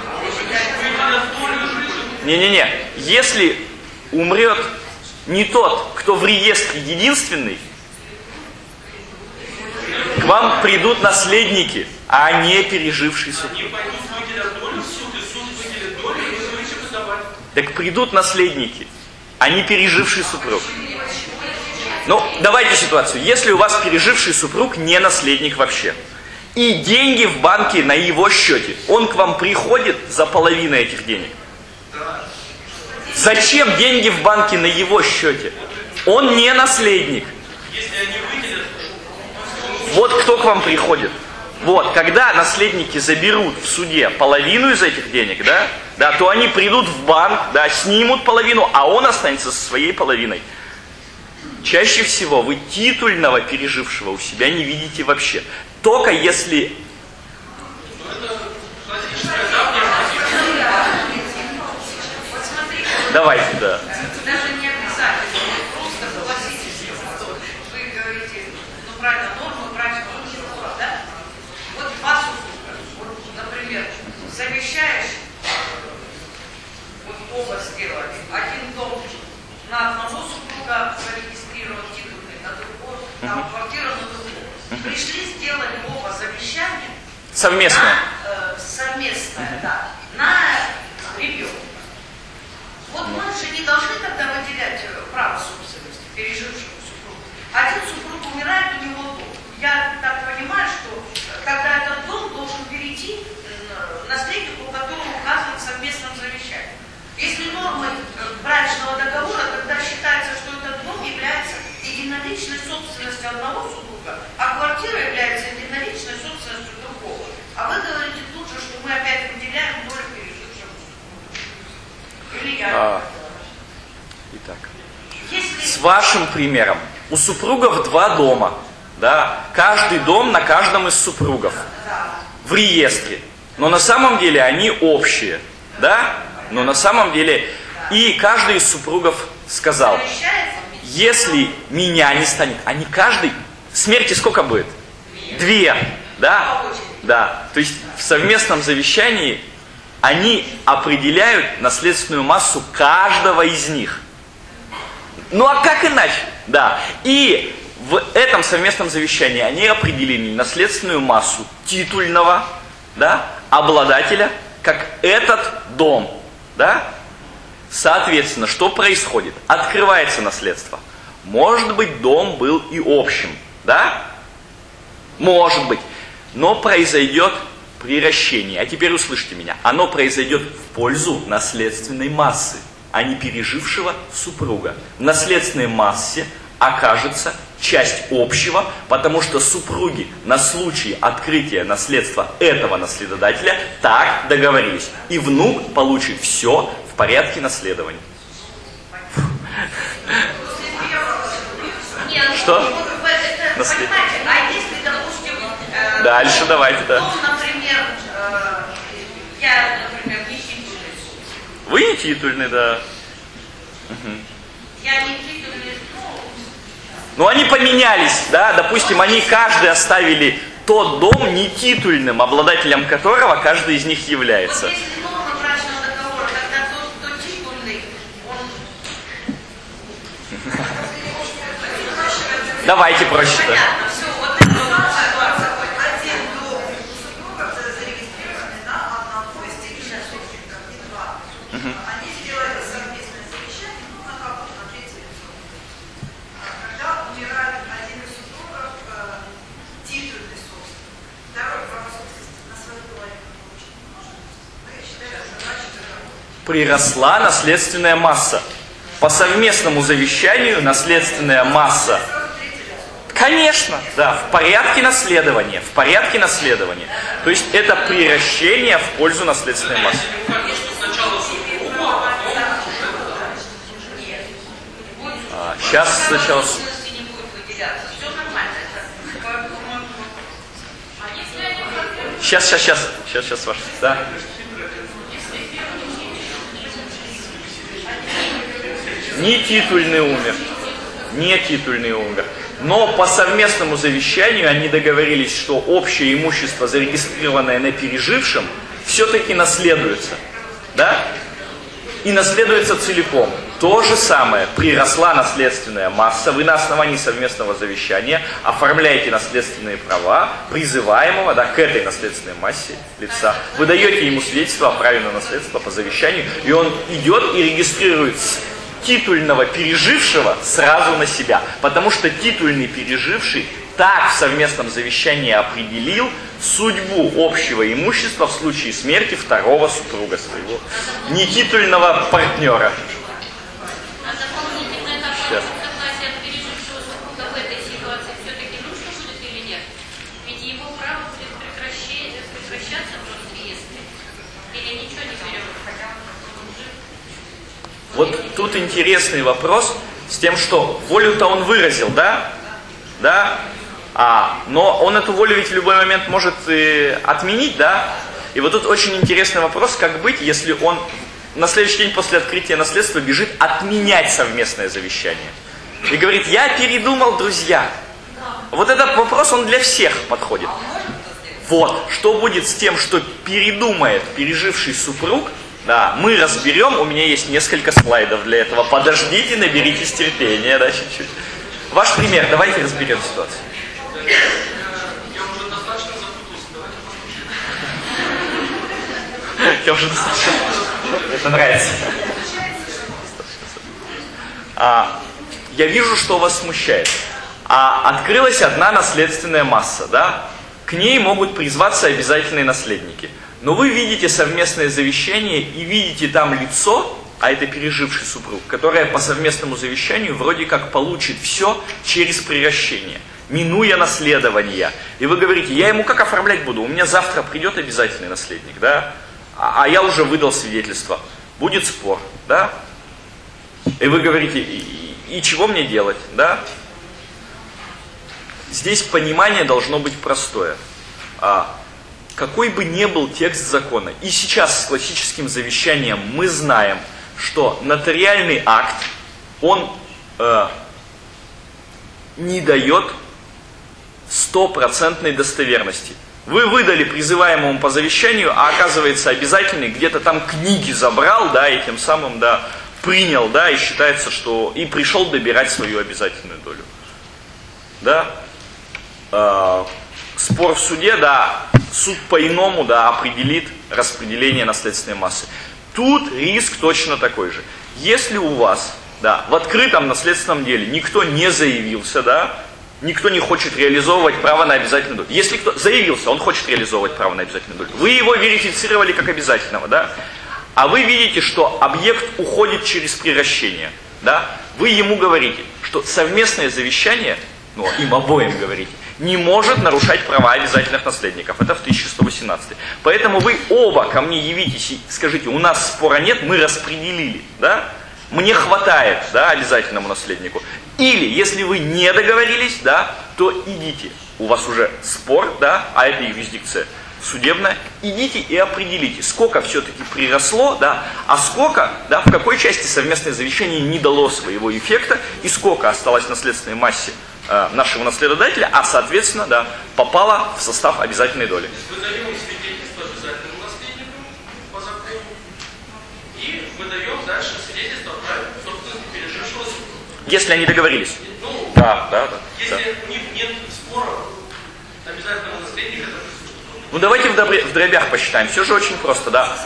Не-не-не, если умрет не тот, кто в реестре единственный, к вам придут наследники, а не переживший супруг. Они пойдут, выделят долю в суд, и суд выделит долю, и вы будете выдавать. Так придут наследники, а не переживший супруг. Ну, давайте ситуацию. Если у вас переживший супруг не наследник вообще, и деньги в банке на его счете, он к вам приходит за половину этих денег. Зачем деньги в банке на его счете? Он не наследник. Если они выделят, Вот кто к вам приходит. Вот, когда наследники заберут в суде половину из этих денег, да, да, то они придут в банк, да, снимут половину, а он останется со своей половиной. Чаще всего вы титульного пережившего у себя не видите вообще. Только если... Давайте, да. Даже не обязательно, просто согласитесь, что вы говорите, ну правильно, нормы брачного договора, да? Вот два супруга, вот, например, завещаешь, вот оба сделали, один дом на одного супруга зарегистрирован титульный, на другого, там квартира на другого. Пришли, сделали оба завещания. Совместно. На, э, совместное, да, на ребенка. Вот мы же не должны тогда выделять право собственности пережившему супругу. Один супруг умирает, у него дом. Я так понимаю, что тогда этот дом должен перейти наследнику, который указан в совместном завещании. Если нормы брачного договора, тогда считается, что этот дом является единоличной собственностью одного супруга, а квартира является единоличной собственностью другого. А вы говорите тут же, что мы опять выделяем долю пережившему супругу. Или я... А, итак, Если... с вашим примером, у супругов два дома, да, каждый дом на каждом из супругов в реестре, но на самом деле они общие, да, но на самом деле и каждый из супругов сказал, если меня не станет, а не каждый, смерти сколько будет? Две, да, да, то есть в совместном завещании они определяют наследственную массу каждого из них. Ну а как иначе? Да. И в этом совместном завещании они определили наследственную массу титульного, да, обладателя, как этот дом. Да? Соответственно, что происходит? Открывается наследство. Может быть, дом был и общим, да? Может быть. Но произойдет приращение. А теперь услышьте меня. Оно произойдет в пользу наследственной массы, а не пережившего супруга. В наследственной массе окажется часть общего, потому что супруги на случай открытия наследства этого наследодателя так договорились. И внук получит все в порядке наследования. Что? Наслед... А если, допустим, э, Дальше давайте, да. ну, например, э, я, например, не титульный суд. Вы не титульный, да. Угу. Я не титульный, ну, Но они поменялись, да, допустим, они каждый оставили тот дом не титульным, обладателем которого каждый из них является. вот если норма брачного договора, тогда тот, кто титульный, он... Давайте проще. Да. Понятно, все, вот это вот ситуация. Один дом супругов зарегистрированы на одного из титульных собственников, не два. Они сделали совместное завещание, ну, на кого-то, на третье лицо. А когда умирает один из супругов, э, титульный собственник, второй право собственности на свою половину получить не может, мы считаем, что значит это. Приросла наследственная масса. По совместному завещанию наследственная масса. Конечно, да, в порядке наследования, в порядке наследования. То есть это приращение в пользу наследственной массы. Конечно, сначала супругу, а потом А, сейчас сначала... Собственности не будет выделяться. Все нормально. Это, по-моему, А если они хотят Сейчас, сейчас, сейчас, сейчас, сейчас, ваш, да. Не титульный умер, не титульный умер. Но по совместному завещанию они договорились, что общее имущество, зарегистрированное на пережившем, все-таки наследуется. Да? И наследуется целиком. То же самое. Приросла наследственная масса. Вы на основании совместного завещания оформляете наследственные права призываемого, да, к этой наследственной массе лица. Вы даете ему свидетельство о праве на наследство по завещанию, и он идет и регистрирует титульного пережившего сразу на себя. Потому что титульный переживший так в совместном завещании определил судьбу общего имущества в случае смерти второго супруга своего, нетитульного партнера. А дополнительное Сейчас. согласие пережившего супруга в этой ситуации все-таки нужно будет или нет? Ведь его право будет прекращать, прекращаться просто если. Или ничего не берем, хотя он жив. Вот тут интересный вопрос с тем, что волю-то он выразил, да? Да? А, но он эту волю ведь в любой момент может и отменить, да? И вот тут очень интересный вопрос, как быть, если он на следующий день после открытия наследства бежит отменять совместное завещание. И говорит, я передумал, друзья. Вот этот вопрос, он для всех подходит. Вот, что будет с тем, что передумает переживший супруг, да, мы разберем, у меня есть несколько слайдов для этого. Подождите, наберитесь терпения, да, чуть-чуть. Ваш пример, давайте разберем ситуацию. я уже достаточно запутался. Давайте послушаем. Я уже достаточно... Это нравится. А, я вижу, что вас смущает. А открылась одна наследственная масса, да? К ней могут призваться обязательные наследники. Но вы видите совместное завещание и видите там лицо, а это переживший супруг, которое по совместному завещанию вроде как получит все через приращение, минуя наследование. И вы говорите, я ему как оформлять буду? У меня завтра придет обязательный наследник, да? А, а я уже выдал свидетельство. Будет спор, да? И вы говорите, и, и, и чего мне делать, да? Здесь понимание должно быть простое. А, какой бы ни был текст закона, и сейчас с классическим завещанием мы знаем, что нотариальный акт, он э, не дает стопроцентной достоверности. Вы выдали призываемому по завещанию, а оказывается обязательный где-то там книги забрал, да, и тем самым, да, принял, да, и считается, что и пришел добирать свою обязательную долю. Да? Э, спор в суде, да, суд по-иному, да, определит распределение наследственной массы. Тут риск точно такой же. Если у вас, да, в открытом наследственном деле никто не заявился, да, никто не хочет реализовывать право на обязательную долю. Если кто заявился, он хочет реализовывать право на обязательную долю. Вы его верифицировали как обязательного, да, а вы видите, что объект уходит через приращение, да, вы ему говорите, что совместное завещание, ну, им обоим говорите, не может нарушать права обязательных наследников. Это в тысяча сто восемнадцатом. Поэтому вы оба ко мне явитесь и скажите, у нас спора нет, мы распределили, да? Мне хватает, да, обязательному наследнику. Или, если вы не договорились, да, то идите. У вас уже спор, да, а это юрисдикция судебная. Идите и определите, сколько все-таки приросло, да, а сколько, да, в какой части совместное завещание не дало своего эффекта, и сколько осталось в наследственной массе э, нашего наследодателя, а, соответственно, да, попало в состав обязательной доли. Выдаем свидетельство обязательному наследнику по закону и выдаем дальше свидетельство о праве собственности пережившего супруга. Если они договорились. Ну, да, да, да. Если да. у них нет спора, обязательного наследника, это ну давайте в, добре, в дробях посчитаем. Все же очень просто, да.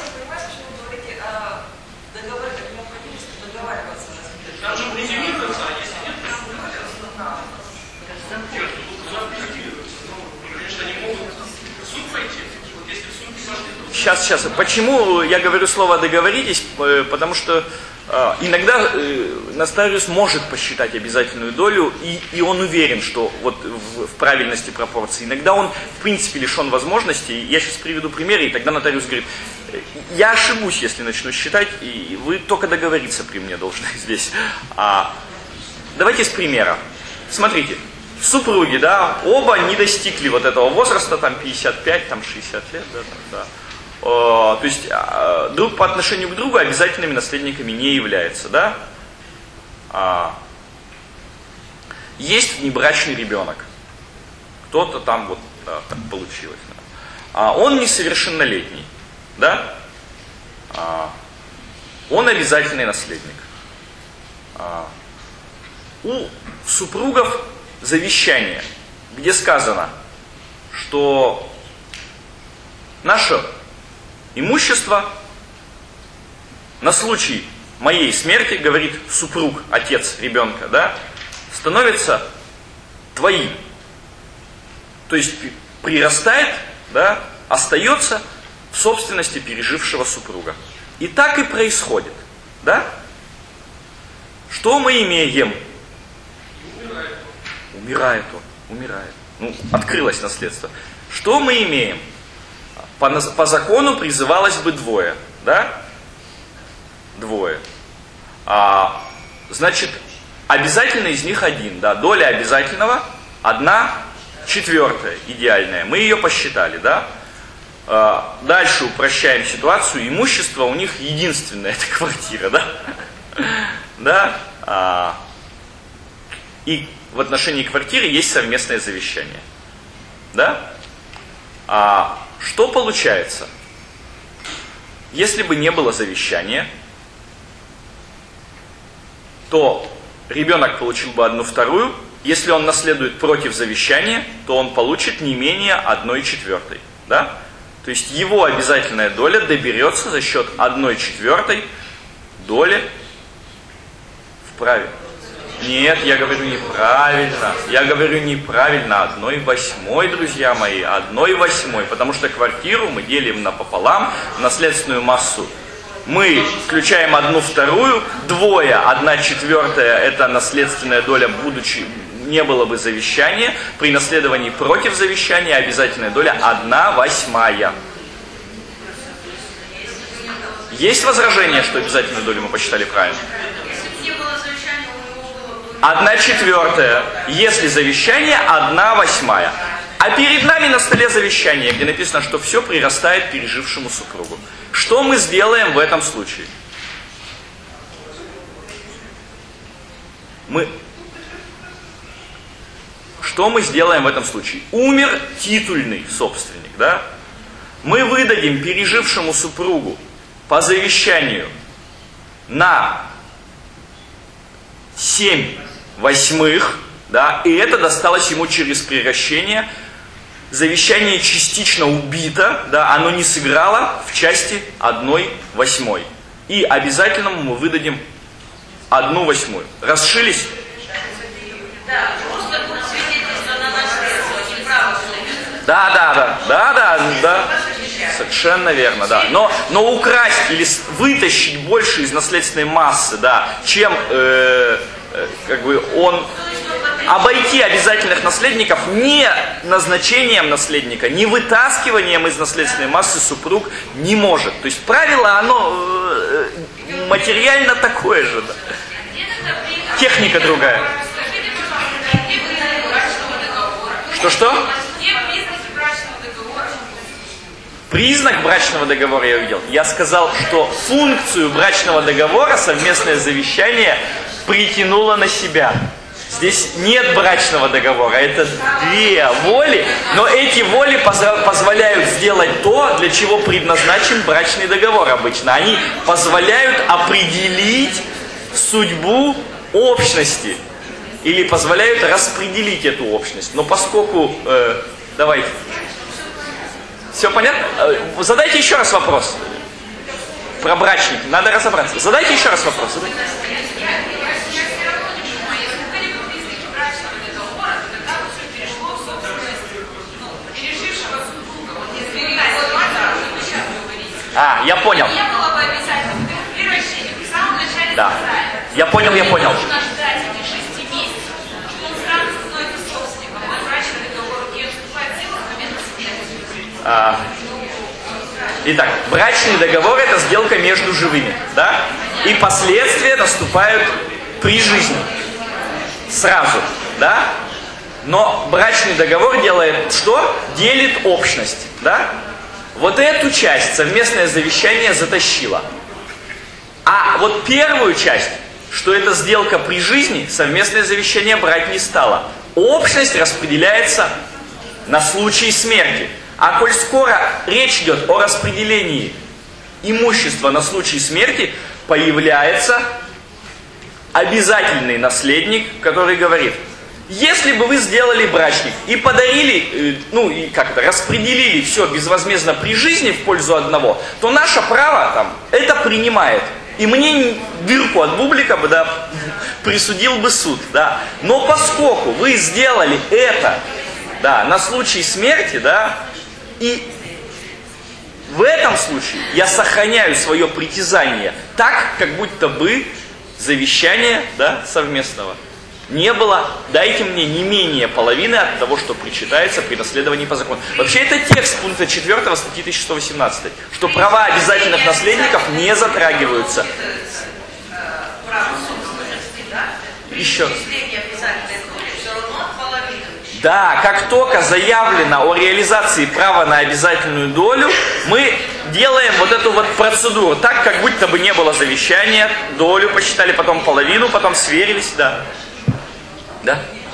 Там же презюмируется, а если нет, конечно, они могут в суд пойти. Вот если в суд не пошли, то... Сейчас, сейчас. Почему я говорю слово «договоритесь»? Потому что э, иногда э, нотариус может посчитать обязательную долю, и, и он уверен, что вот в, в правильности пропорций. Иногда он, в принципе, лишен возможности. Я сейчас приведу примеры, и тогда нотариус говорит, я ошибусь, если начну считать, и вы только договориться при мне должны здесь. А, давайте с примера. Смотрите, супруги, да, оба не достигли вот этого возраста, там пятьдесят пять, там шестьдесят лет, да, там, да. О, то есть а, друг по отношению к другу обязательными наследниками не является, да. А, есть внебрачный ребенок, кто-то там вот да, так получилось, да. А он несовершеннолетний, да, а, он обязательный наследник. А, у супругов завещание, где сказано, что наше имущество на случай моей смерти, говорит супруг, отец ребенка, да, становится твоим. То есть прирастает, да, остается в собственности пережившего супруга. И так и происходит, да? Что мы имеем? Умирает. Умирает он, умирает. Ну, открылось наследство. Что мы имеем? По, по закону призывалось бы двое, да? Двое. А, значит, обязательно из них один, да? Доля обязательного одна четвертая, идеальная. Мы ее посчитали, да? А, дальше упрощаем ситуацию. Имущество у них единственное, это квартира, да? Да? А, и в отношении квартиры есть совместное завещание. Да? А, что получается? Если бы не было завещания, то ребенок получил бы одну вторую. Если он наследует против завещания, то он получит не менее одной четвертой. Да? То есть его обязательная доля доберется за счет одной четвертой доли в праве. Нет, я говорю неправильно. Я говорю неправильно. Одной восьмой, друзья мои. Одной восьмой. Потому что квартиру мы делим напополам, наследственную массу. Мы включаем одну вторую, двое, одна четвертая, это наследственная доля, будучи, не было бы завещания. При наследовании против завещания обязательная доля одна восьмая. Есть возражение, что обязательную долю мы посчитали правильно? Одна четвертая. Если завещание, одна восьмая. А перед нами на столе завещание, где написано, что все прирастает пережившему супругу. Что мы сделаем в этом случае? Мы... Что мы сделаем в этом случае? Умер титульный собственник, да? Мы выдадим пережившему супругу по завещанию на семь восьмых, да, и это досталось ему через приращение. Завещание частично убито, да, оно не сыграло в части одной восьмой. и обязательному мы выдадим одну восьмую. Расшились? Да, просто будет свидетельство на наследство, не право служить. Да, да, да, да, да, да. Совершенно верно, да. Но, но украсть или вытащить больше из наследственной массы, да, чем э, э, как бы он обойти обязательных наследников не назначением наследника, не вытаскиванием из наследственной массы супруг не может. То есть правило, оно э, материально такое же, да. Техника другая. Что-что? Признак брачного договора я увидел. Я сказал, что функцию брачного договора совместное завещание притянуло на себя. Здесь нет брачного договора, это две воли, но эти воли позволяют сделать то, для чего предназначен брачный договор обычно. Они позволяют определить судьбу общности или позволяют распределить эту общность. Но поскольку... Э, давайте. Все понятно? Задайте еще раз вопрос. Про брачники. Надо разобраться. Задайте еще раз вопрос. Задайте. А, я понял. Не было бы обязательно превращения. В самом начале Да. Я понял, я понял. нужно ждать этих шести месяцев, что он сразу становится собственником, а брачный договор не вступает в силу в момент смерти. А, итак, брачный договор — это сделка между живыми, да? И последствия наступают при жизни. Сразу, да? Но брачный договор делает что? Делит общность, да? Вот эту часть совместное завещание затащило. А вот первую часть, что это сделка при жизни, совместное завещание брать не стало. Общность распределяется на случай смерти. А коль скоро речь идет о распределении имущества на случай смерти, появляется обязательный наследник, который говорит: если бы вы сделали брачник и подарили, ну и как это, распределили все безвозмездно при жизни в пользу одного, то наше право там это принимает. И мне дырку от бублика бы, да, присудил бы суд, да. Но поскольку вы сделали это, да, на случай смерти, да, и в этом случае я сохраняю свое притязание так, как будто бы завещания, да, совместного не было, дайте мне не менее половины от того, что причитается при наследовании по закону. Вообще это текст пункта четвёртого статьи тысяча сто восемнадцать, что права обязательных наследников не затрагиваются. Еще. Да, как только заявлено о реализации права на обязательную долю, мы делаем вот эту вот процедуру, так, как будто бы не было завещания, долю посчитали, потом половину, потом сверились, да. Да?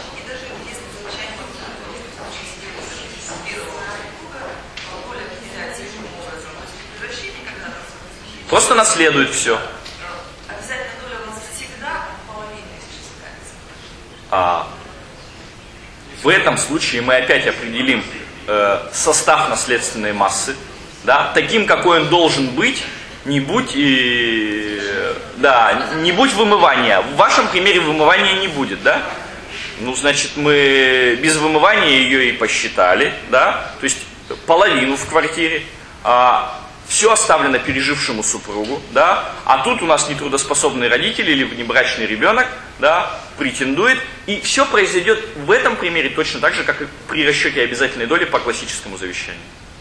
Просто наследует все. Обязательно доля у нас всегда половина считается. А в этом случае мы опять определим э, состав наследственной массы, да, таким, какой он должен быть, не будь, и, да, не будь вымывания. В вашем примере вымывания не будет, да? Ну, значит, мы без вымывания ее и посчитали, да, то есть половину в квартире, а все оставлено пережившему супругу, да, а тут у нас нетрудоспособный родитель или внебрачный ребенок, да, претендует, и все произойдет в этом примере точно так же, как и при расчете обязательной доли по классическому завещанию.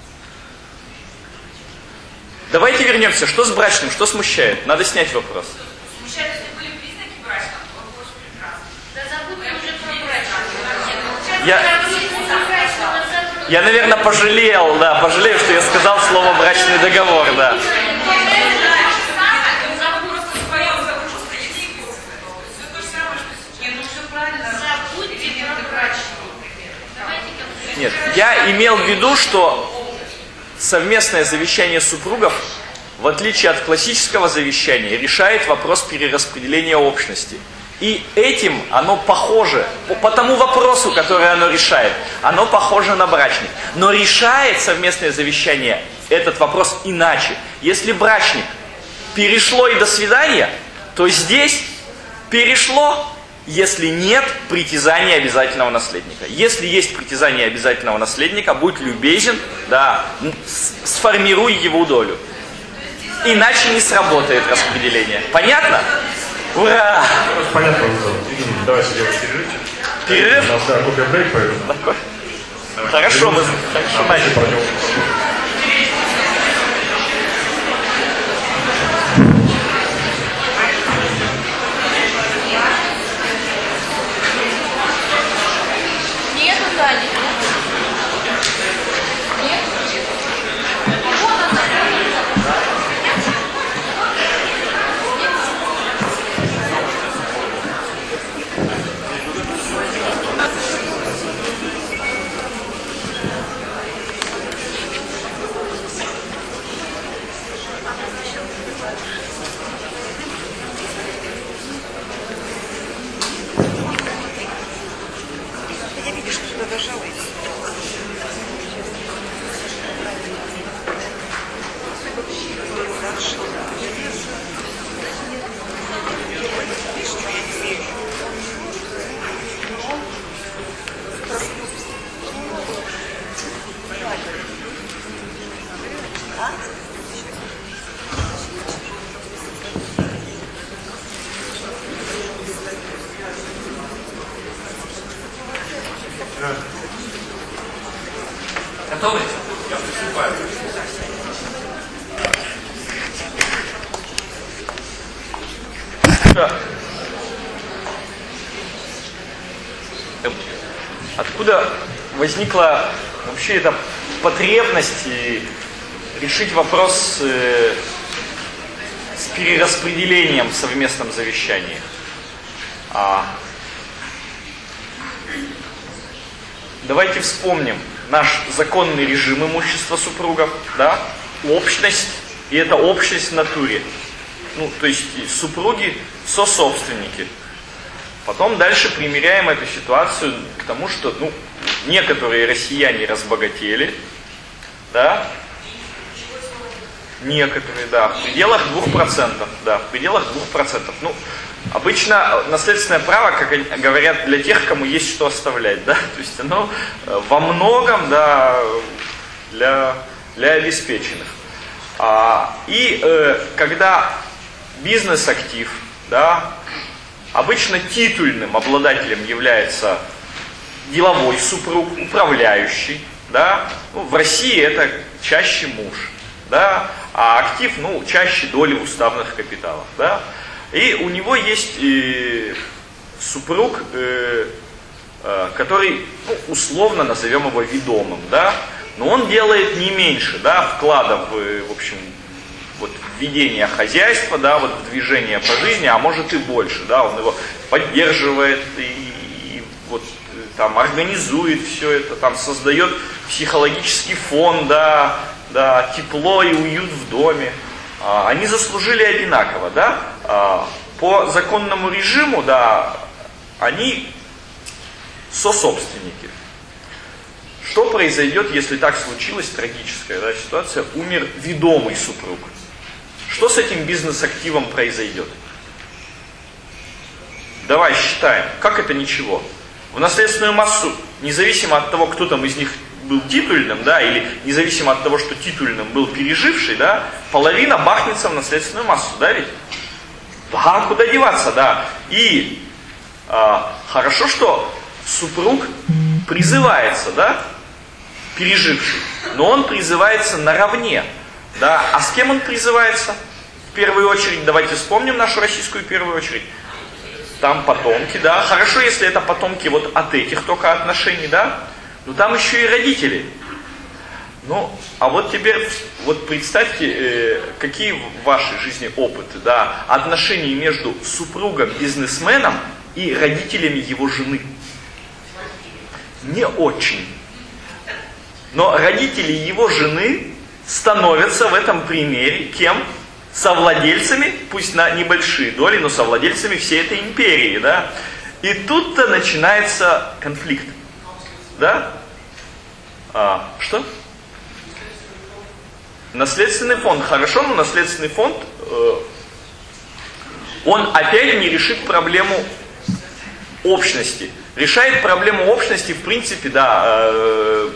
Давайте вернемся, что с брачным, что смущает? Надо снять вопрос. Смущает, если были признаки брачного, то больше прекрасно. Да забудьте уже про брачного. Я, я, наверное, пожалел, да, пожалею, что я сказал слово брачный договор, да. Нет, я имел в виду, что совместное завещание супругов, в отличие от классического завещания, решает вопрос перераспределения общности. И этим оно похоже, по, по тому вопросу, который оно решает, оно похоже на брачник. Но решает совместное завещание этот вопрос иначе. Если брачник перешло и до свидания, то здесь перешло, если нет притязания обязательного наследника. Если есть притязание обязательного наследника, будь любезен, да, сформируй его долю. Иначе не сработает распределение. Понятно? Ура! Понятно. Давайте сделаем перерывчик. Перерыв? У нас, да, кофе-брейк, поэтому. Такой? Хорошо, мы хорошо начали. Нету Дани, нет? Готовы? Я приступаю. Да. Откуда возникла вообще эта потребность решить вопрос э, с перераспределением в совместном завещании? А, давайте вспомним наш законный режим имущества супругов, да, общность, и это общность в натуре. Ну, то есть супруги сособственники. Потом дальше примеряем эту ситуацию к тому, что, ну, некоторые россияне разбогатели, да, некоторые, да, в пределах двух процентов, да, в пределах двух процентов. Ну, обычно наследственное право, как говорят, для тех, кому есть что оставлять, да, то есть оно во многом, да, для, для обеспеченных. А, и э, когда бизнес-актив, да, обычно титульным обладателем является деловой супруг, управляющий, да, ну, в России это чаще муж, да, а актив, ну, чаще доли в уставных капиталах, да, и у него есть э, супруг, э, э, который, ну, условно назовем его ведомым, да, но он делает не меньше, да, вкладов, э, в общем, вот ведение хозяйства, да, вот движение по жизни, а может и больше, да, он его поддерживает и, и вот там организует все это, там создает психологический фон, да, да, тепло и уют в доме. А, они заслужили одинаково, да, а, по законному режиму, да, они сособственники. Что произойдет, если так случилась трагическая, да, ситуация, умер ведомый супруг? Что с этим бизнес-активом произойдет? Давай считаем. Как это ничего? В наследственную массу, независимо от того, кто там из них был титульным, да, или независимо от того, что титульным был переживший, да, половина бахнется в наследственную массу, да ведь? Да, куда деваться, да. И а, хорошо, что супруг призывается, да, переживший, но он призывается наравне. Да, а с кем он призывается? В первую очередь, давайте вспомним нашу российскую первую очередь. Там потомки, да. Хорошо, если это потомки вот от этих только отношений, да. Но там еще и родители. Ну, а вот теперь, вот представьте, э, какие в вашей жизни опыты, да, отношений между супругом-бизнесменом и родителями его жены. Не очень. Но родители его жены становятся в этом примере кем? Совладельцами, пусть на небольшие доли, но совладельцами всей этой империи, да? И тут-то начинается конфликт, да? А, что? Наследственный фонд, хорошо, но наследственный фонд э, он опять не решит проблему общности. Решает проблему общности, в принципе, да, э,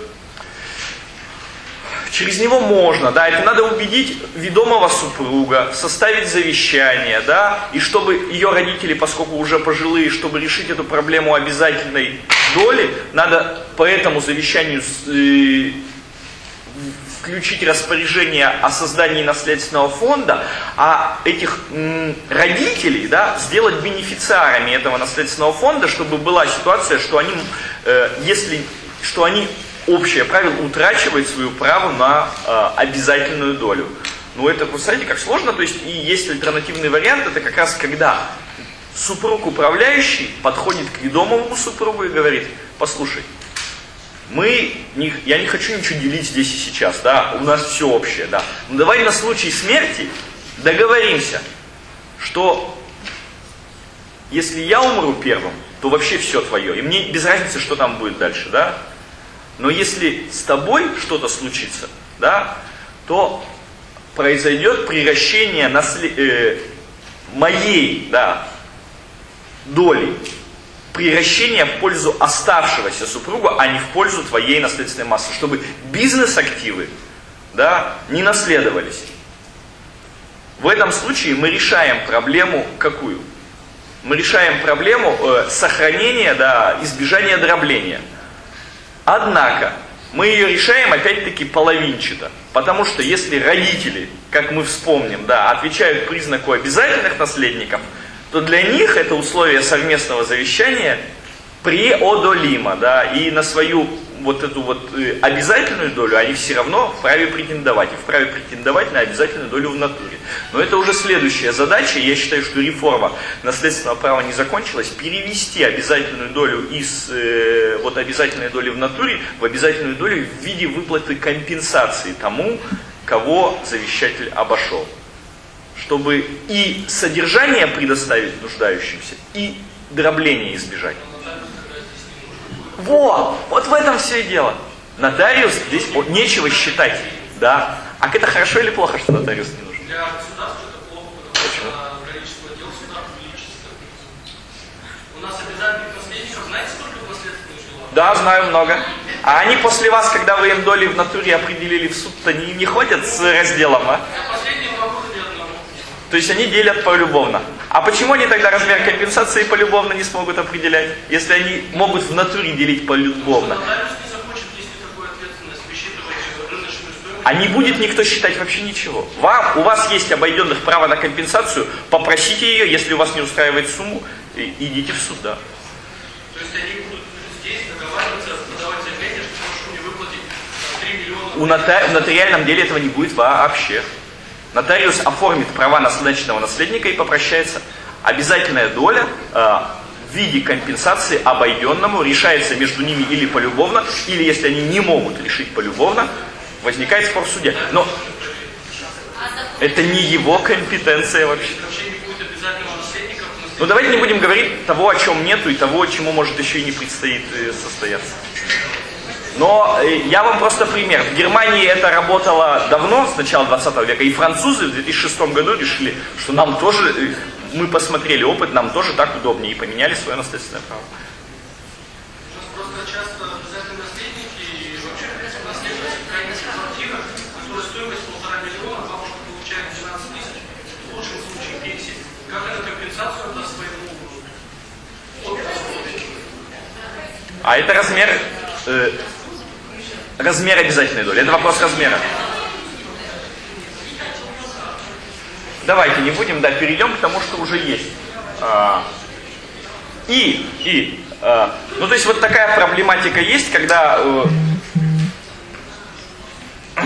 через него можно, да, это надо убедить ведомого супруга, составить завещание, да, и чтобы ее родители, поскольку уже пожилые, чтобы решить эту проблему обязательной доли, надо по этому завещанию э, включить распоряжение о создании наследственного фонда, а этих м, родителей, да, сделать бенефициарами этого наследственного фонда, чтобы была ситуация, что они, э, если, что они общее правило утрачивает свое право на э, обязательную долю. Ну это, вы знаете, как сложно, то есть и есть альтернативный вариант, это как раз когда супруг управляющий подходит к ведомому супругу и говорит: послушай, мы не, я не хочу ничего делить здесь и сейчас, да, у нас все общее, да. Но давай на случай смерти договоримся, что если я умру первым, то вообще все твое, и мне без разницы, что там будет дальше, да. Но если с тобой что-то случится, да, то произойдет приращение наслед... э, моей, да, доли, приращение в пользу оставшегося супруга, а не в пользу твоей наследственной массы, чтобы бизнес-активы, да, не наследовались. В этом случае мы решаем проблему какую? Мы решаем проблему э, сохранения, да, избежания дробления. Однако, мы ее решаем опять-таки половинчато. Потому что если родители, как мы вспомним, да, отвечают признаку обязательных наследников, то для них это условие совместного завещания преодолимо. Да, и на свою вот эту вот обязательную долю они все равно вправе претендовать. И вправе претендовать на обязательную долю в натуре. Но это уже следующая задача. Я считаю, что реформа наследственного права не закончилась. Перевести обязательную долю из э, вот обязательной доли в натуре в обязательную долю в виде выплаты компенсации тому, кого завещатель обошел. Чтобы и содержание предоставить нуждающимся, и дробление избежать. Вот, вот в этом все и дело. Нотариус здесь нечего считать, да. А это хорошо или плохо, что нотариус не нужен? Для государства это плохо, потому Почему? Что количество дел суда увеличится. У нас обязательных наследников, знаете, сколько наследственных дел? Да, знаю, много. А они после вас, когда вы им доли в натуре определили в суд-то, не, не ходят с разделом, а? Я последние два года ни одного. То есть они делят полюбовно. А почему они тогда размер компенсации полюбовно не смогут определять, если они могут в натуре делить полюбовно? Нотариус не захочет, если такую ответственность высчитывать рыночную стоимость. А не будет никто считать вообще ничего. Вам, у вас есть обойденных право на компенсацию, попросите ее, если у вас не устраивает сумму, и, идите в суд, да. То есть они будут здесь договариваться, подавать заявление, что прошу мне выплатить три миллиона. У нота... В нотариальном деле этого не будет вообще. Нотариус оформит права наследственного наследника и попрощается. Обязательная доля э, в виде компенсации обойденному решается между ними или полюбовно, или если они не могут решить полюбовно, возникает спор в суде. Но это не его компетенция вообще. Ну давайте не будем говорить того, о чем нету, и того, чему может еще и не предстоит состояться. Но я вам просто пример. В Германии это работало давно, с начала двадцатого века, и французы в две тысячи шестом году решили, что нам тоже, мы посмотрели опыт, нам тоже так удобнее, и поменяли свое наследственное право. У нас просто часто обязательные наследники и вообще наследуются крайне квартира, которая стоимость полтора миллиона, бабушка получает двенадцать тысяч, в лучшем случае пенсии. Как эту компенсацию даст своему опыту? А это размер... Э, Размер обязательной доли. Это вопрос размера. Давайте не будем, да, перейдем к тому, что уже есть. А, и, и, а, ну то есть вот такая проблематика есть, когда э,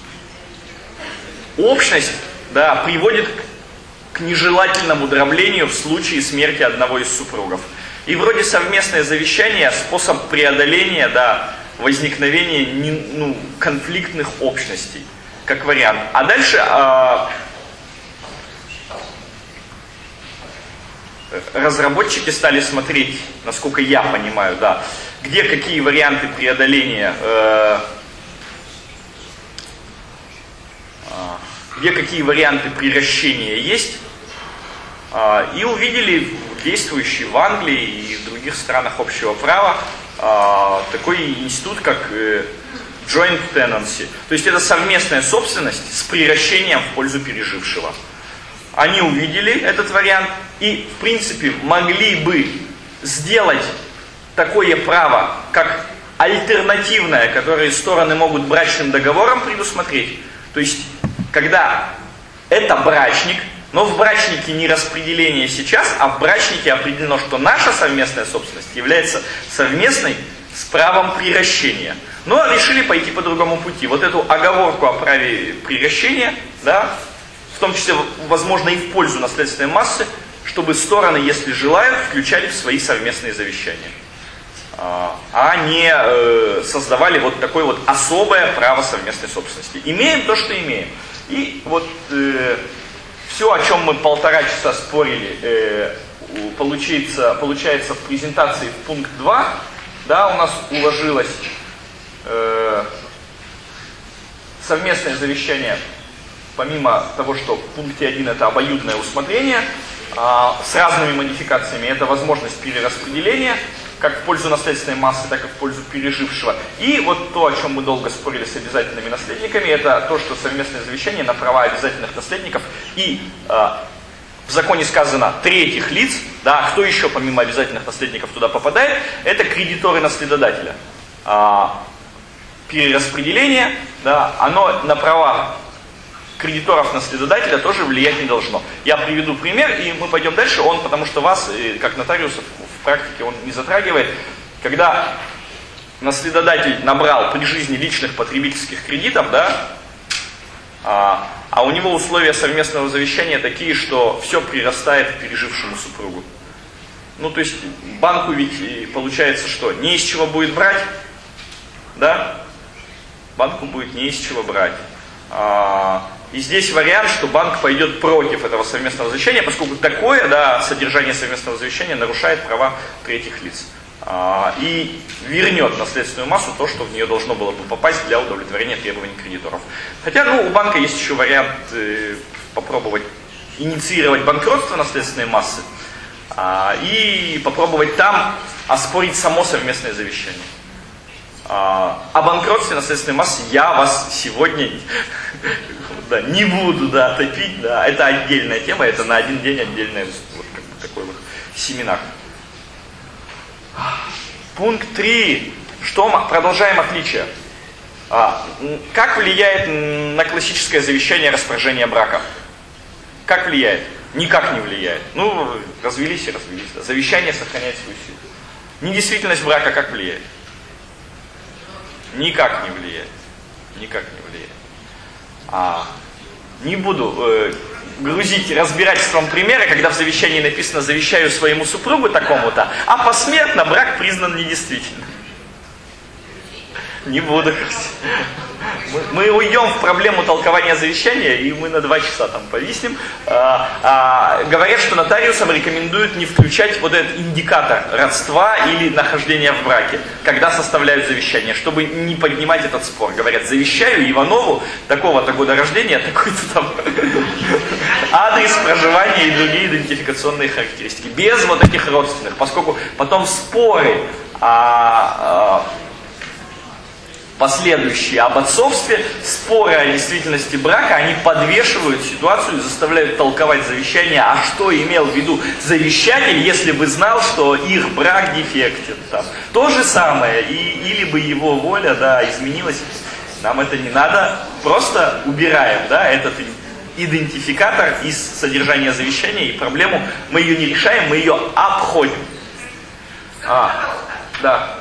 общность, да, приводит к, к нежелательному дроблению в случае смерти одного из супругов. И вроде совместное завещание способ преодоления, да, возникновение не, ну, конфликтных общностей, как вариант. А дальше а, разработчики стали смотреть, насколько я понимаю, да, где какие варианты преодоления э, где какие варианты приращения есть, и увидели действующий в Англии и в других странах общего права такой институт, как joint tenancy. То есть это совместная собственность с приращением в пользу пережившего. Они увидели этот вариант и, в принципе, могли бы сделать такое право, как альтернативное, которое стороны могут брачным договором предусмотреть. То есть, когда это брачник, но в брачнике не распределение сейчас, а в брачнике определено, что наша совместная собственность является совместной с правом приращения. Но решили пойти по другому пути. Вот эту оговорку о праве приращения, да, в том числе, возможно, и в пользу наследственной массы, чтобы стороны, если желают, включали в свои совместные завещания. А не э, создавали вот такое вот особое право совместной собственности. Имеем то, что имеем. И вот э, все, о чем мы полтора часа спорили, э, получается, получается в презентации в пункт два, да, у нас уложилось э, совместное завещание, помимо того, что в пункте один это обоюдное усмотрение, э, с разными модификациями, это возможность перераспределения, как в пользу наследственной массы, так и в пользу пережившего. И вот то, о чем мы долго спорили с обязательными наследниками, это то, что совместное завещание на права обязательных наследников и э, в законе сказано третьих лиц, да, кто еще помимо обязательных наследников туда попадает, это кредиторы наследодателя. А, перераспределение, да, оно на права кредиторов наследодателя тоже влиять не должно. Я приведу пример, и мы пойдем дальше. Он, потому что вас, как нотариусов, в практике он не затрагивает. Когда наследодатель набрал при жизни личных потребительских кредитов, да, а, а у него условия совместного завещания такие, что все прирастает к пережившему супругу. Ну, то есть банку ведь получается что? Не из чего будет брать, да? Банку будет не из чего брать. А, и здесь вариант, что банк пойдет против этого совместного завещания, поскольку такое, да, содержание совместного завещания нарушает права третьих лиц. А, и вернет наследственную массу то, что в нее должно было бы попасть для удовлетворения требований кредиторов. Хотя, ну, у банка есть еще вариант э, попробовать инициировать банкротство наследственной массы а, и попробовать там оспорить само совместное завещание. А, о банкротстве наследственной массы я вас сегодня да, не буду да, топить. Да. Это отдельная тема, это на один день отдельный вот, как бы, такой вот семинар. Пункт три. Что мы, продолжаем отличия. А, как влияет на классическое завещание расторжение брака? Как влияет? Никак не влияет. Ну, развелись и развелись. Да. Завещание сохраняет свою силу. Недействительность брака как влияет? Никак не влияет. Никак не влияет. А, не буду э, грузить разбирательством примера, когда в завещании написано «завещаю своему супругу такому-то», а посмертно брак признан недействительным. Не буду. Мы, мы уйдем в проблему толкования завещания, и мы на два часа там повиснем. А, а, говорят, что нотариусам рекомендуют не включать вот этот индикатор родства или нахождения в браке, когда составляют завещание, чтобы не поднимать этот спор. Говорят, завещаю Иванову такого-то года рождения, такой-то там адрес проживания и другие идентификационные характеристики. Без вот этих родственных, поскольку потом споры о... последующие об отцовстве, споры о действительности брака, они подвешивают ситуацию и заставляют толковать завещание, а что имел в виду завещатель, если бы знал, что их брак дефектен. Там. То же самое, и, или бы его воля да, изменилась. Нам это не надо, просто убираем да, этот идентификатор из содержания завещания, и проблему мы ее не решаем, мы ее обходим. А, да.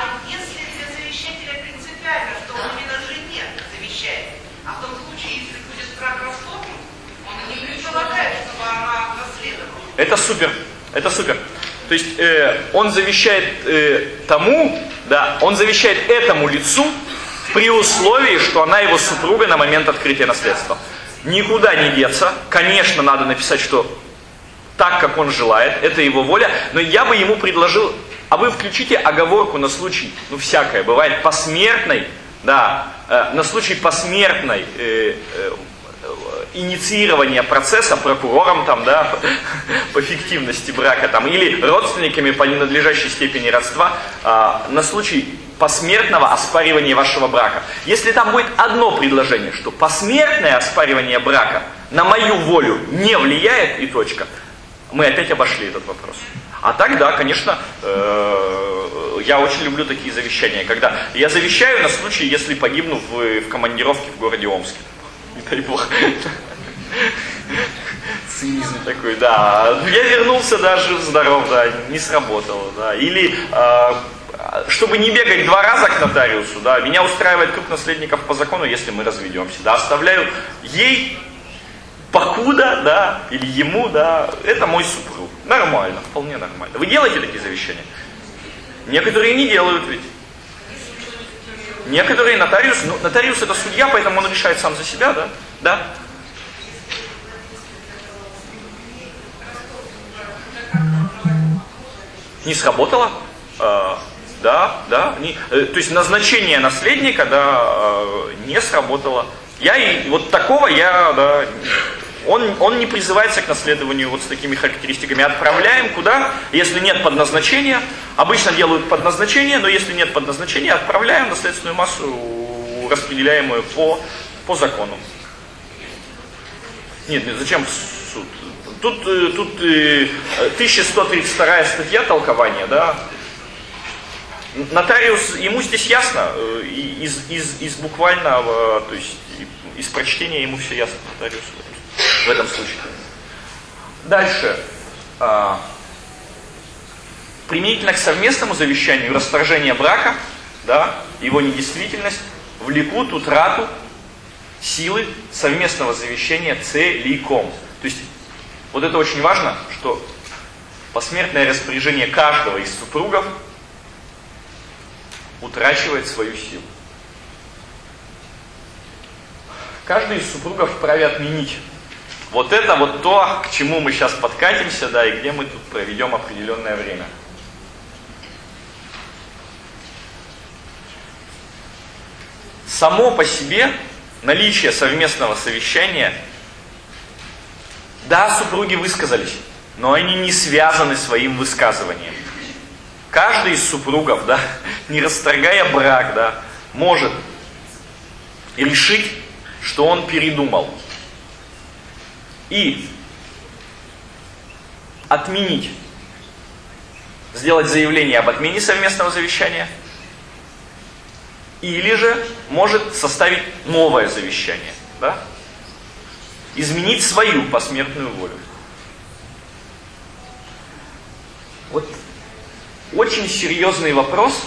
Что он именно жене завещает. А в том случае, если будет брак расторгнут, он не предполагает, чтобы она наследовала. Это супер. Это супер. То есть э, он завещает э, тому, да, он завещает этому лицу при условии, что она его супруга на момент открытия наследства. Никуда не деться. Конечно, надо написать, что так, как он желает, это его воля. Но я бы ему предложил, а вы включите оговорку на случай, ну всякое, бывает посмертной, да, э, на случай посмертной э, э, инициирования процесса прокурором там, да, по фиктивности брака там, или родственниками по ненадлежащей степени родства а, на случай посмертного оспаривания вашего брака. Если там будет одно предложение, что посмертное оспаривание брака на мою волю не влияет и точка, мы опять обошли этот вопрос. А так, да, конечно, э, я очень люблю такие завещания, когда я завещаю на случай, если погибну в, в командировке в городе Омске. Не дай бог. Цинизм такой, да. Я вернулся даже здоров, да, не сработало, да. Или, э, чтобы не бегать два раза к нотариусу, да, меня устраивает круг наследников по закону, если мы разведемся, да, оставляю ей, покуда, да, или ему, да, это мой супруг. Нормально, вполне нормально. Вы делаете такие завещания? Некоторые не делают ведь. Некоторые нотариус, ну, нотариус это судья, поэтому он решает сам за себя, да? Да. Не сработало? А, да, да. Не, э, то есть назначение наследника, да, э, не сработало. Я и вот такого я, да, он, он не призывается к наследованию вот с такими характеристиками. Отправляем куда? Если нет подназначения, обычно делают подназначение, но если нет подназначения, отправляем наследственную массу, распределяемую по, по закону. Нет, нет, зачем суд? Тут, тут тысяча сто тридцать вторая статья толкования, да. Нотариус, ему здесь ясно, из, из, из буквального, то есть из прочтения ему все ясно, нотариусу в этом случае. Дальше. Применительно к совместному завещанию расторжение брака, да, его недействительность влекут утрату силы совместного завещания целиком. То есть вот это очень важно, что посмертное распоряжение каждого из супругов утрачивает свою силу. Каждый из супругов вправе отменить. Вот это вот то, к чему мы сейчас подкатимся, да, и где мы тут проведем определенное время. Само по себе наличие совместного совещания, да, супруги высказались, но они не связаны своим высказыванием. Каждый из супругов, да, не расторгая брак, да, может решить, что он передумал. И отменить, сделать заявление об отмене совместного завещания, или же может составить новое завещание, да? Изменить свою посмертную волю. Вот очень серьезный вопрос,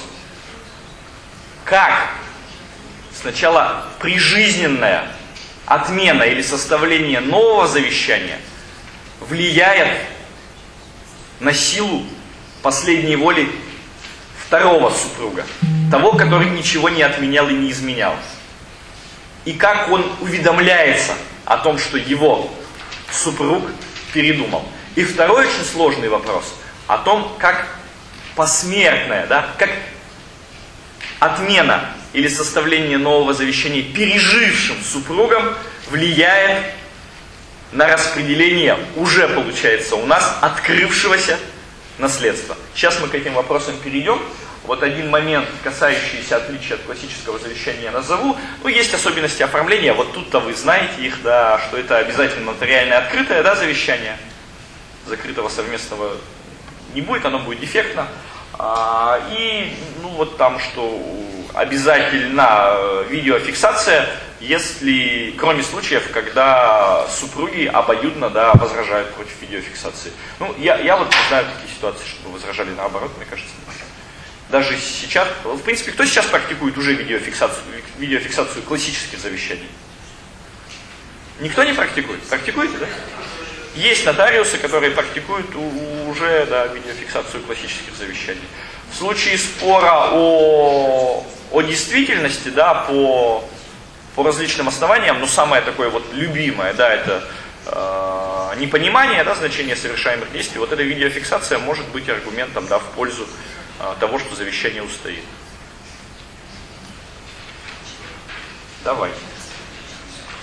как сначала прижизненная отмена или составление нового завещания влияет на силу последней воли второго супруга, того, который ничего не отменял и не изменял. И как он уведомляется о том, что его супруг передумал. И второй очень сложный вопрос о том, как посмертная, да, как отмена или составление нового завещания пережившим супругам влияет на распределение уже, получается, у нас открывшегося наследства. Сейчас мы к этим вопросам перейдем. Вот один момент, касающийся отличия от классического завещания, я назову. Ну, есть особенности оформления. Вот тут-то вы знаете их, да, что это обязательно нотариальное открытое, да, завещание. Закрытого совместного не будет, оно будет дефектно. А, и, ну, вот там, что обязательно видеофиксация, если, кроме случаев, когда супруги обоюдно, да, возражают против видеофиксации. Ну, я, я вот не знаю такие ситуации, чтобы возражали наоборот, мне кажется. Даже сейчас, в принципе, кто сейчас практикует уже видеофиксацию, видеофиксацию классических завещаний? Никто не практикует? Практикуете, да? Есть нотариусы, которые практикуют уже, да, видеофиксацию классических завещаний. В случае спора о, о действительности, да, по, по различным основаниям, но самое такое вот любимое, да, это э, непонимание, да, значения совершаемых действий. Вот эта видеофиксация может быть аргументом, да, в пользу э, того, что завещание устоит. Давайте.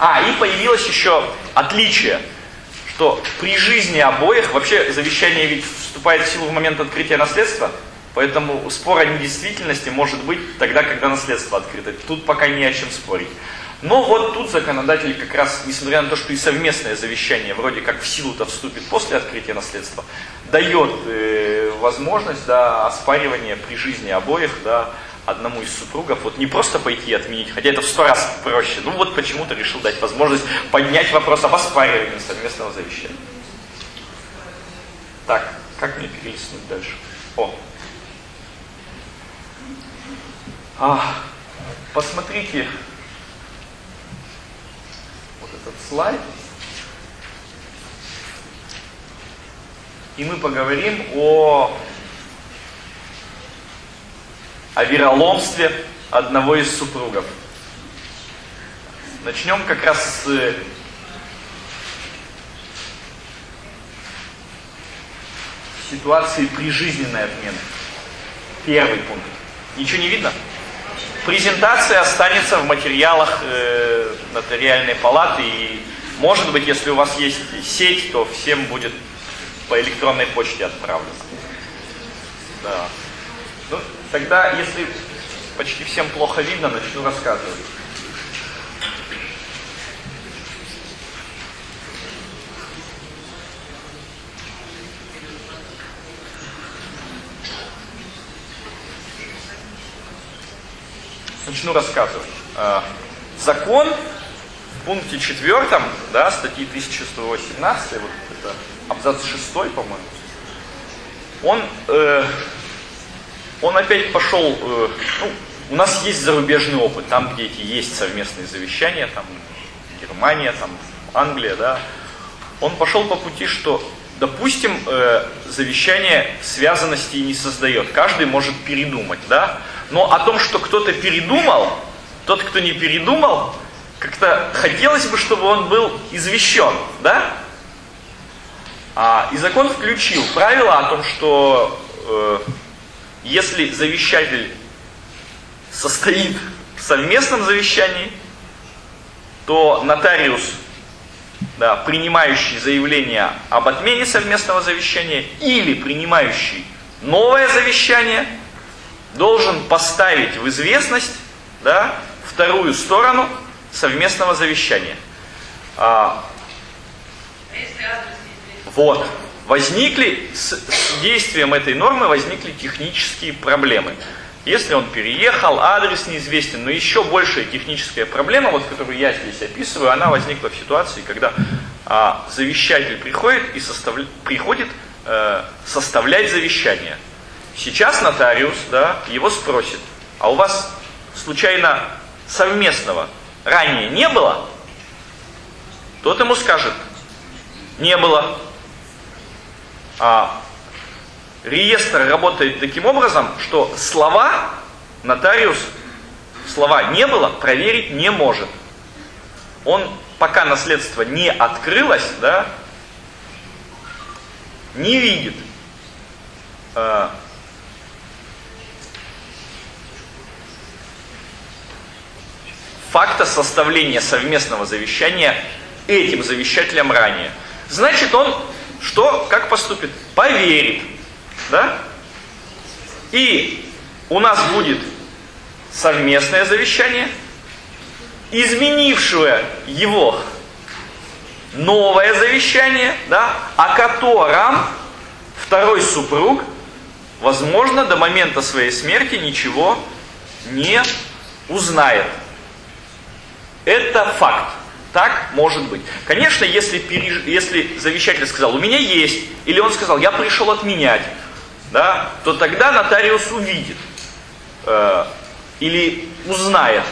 А, и появилось еще отличие, что при жизни обоих, вообще завещание ведь вступает в силу в момент открытия наследства, поэтому спор о недействительности может быть тогда, когда наследство открыто. Тут пока не о чем спорить. Но вот тут законодатель как раз, несмотря на то, что и совместное завещание вроде как в силу-то вступит после открытия наследства, дает э, возможность, да, оспаривания при жизни обоих, да, одному из супругов, вот не просто пойти и отменить, хотя это в сто раз проще, ну вот почему-то решил дать возможность поднять вопрос об оспаривании совместного завещания. Так, как мне перелистнуть дальше? О! А, посмотрите вот этот слайд, и мы поговорим о, о вероломстве одного из супругов. Начнем как раз с ситуации прижизненной отмены. Первый пункт. Ничего не видно? Презентация останется в материалах э, нотариальной палаты, и, может быть, если у вас есть сеть, то всем будет по электронной почте отправлено. Да. Ну, тогда, если почти всем плохо видно, начну рассказывать. Начну рассказывать. Закон в пункте четвертом, да, статьи тысяча сто восемнадцать, вот это абзац шестой, по-моему, он, э, он опять пошел, э, ну, у нас есть зарубежный опыт, там, где эти есть совместные завещания, там Германия, там Англия, да, он пошел по пути, что, допустим, э, завещание связанности не создает, каждый может передумать, да, но о том, что кто-то передумал, тот, кто не передумал, как-то хотелось бы, чтобы он был извещен, да? А, и закон включил правило о том, что э, если завещатель состоит в совместном завещании, то нотариус, да, принимающий заявление об отмене совместного завещания или принимающий новое завещание, должен поставить в известность, да, вторую сторону совместного завещания. А, вот. Возникли, с, с действием этой нормы возникли технические проблемы. Если он переехал, адрес неизвестен, но еще большая техническая проблема, вот, которую я здесь описываю, она возникла в ситуации, когда а, завещатель приходит, и составля, приходит э, составлять завещание. Сейчас нотариус, да, его спросит, а у вас случайно совместного ранее не было? Тот ему скажет, не было. А реестр работает таким образом, что слова нотариус, слова не было, проверить не может. Он, пока наследство не открылось, да, не видит э, факта составления совместного завещания этим завещателем ранее. Значит, он что, как поступит? Поверит, да? И у нас будет совместное завещание, изменившее его новое завещание, да, о котором второй супруг, возможно, до момента своей смерти ничего не узнает. Это факт. Так может быть. Конечно, если, переж... если завещатель сказал, у меня есть, или он сказал, я пришел отменять, да, то тогда нотариус увидит э, или узнает,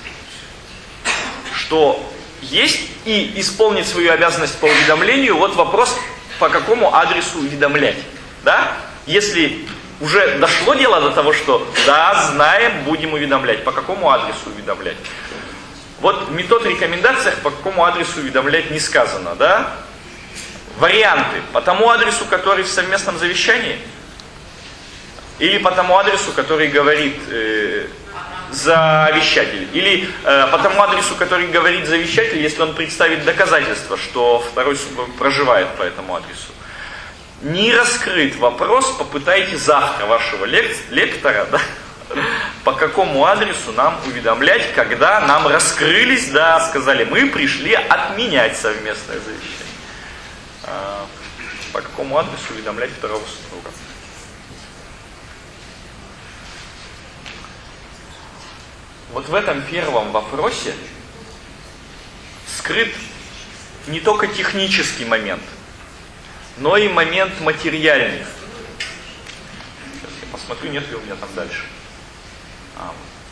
что есть, и исполнит свою обязанность по уведомлению. Вот вопрос, по какому адресу уведомлять. Да? Если уже дошло дело до того, что да, знаем, будем уведомлять, по какому адресу уведомлять. Вот в метод рекомендациях, по какому адресу уведомлять не сказано, да? Варианты. По тому адресу, который в совместном завещании? Или по тому адресу, который говорит э, завещатель. Или э, по тому адресу, который говорит завещатель, если он представит доказательства, что второй супруг проживает по этому адресу. Не раскрыт вопрос, попытайте завтра вашего лек- лектора, да, по какому адресу нам уведомлять, когда нам раскрылись, да, сказали, мы пришли отменять совместное завещание. А, по какому адресу уведомлять второго супруга. Вот в этом первом вопросе скрыт не только технический момент, но и момент материальный. Сейчас я посмотрю, нет ли у меня там дальше. А.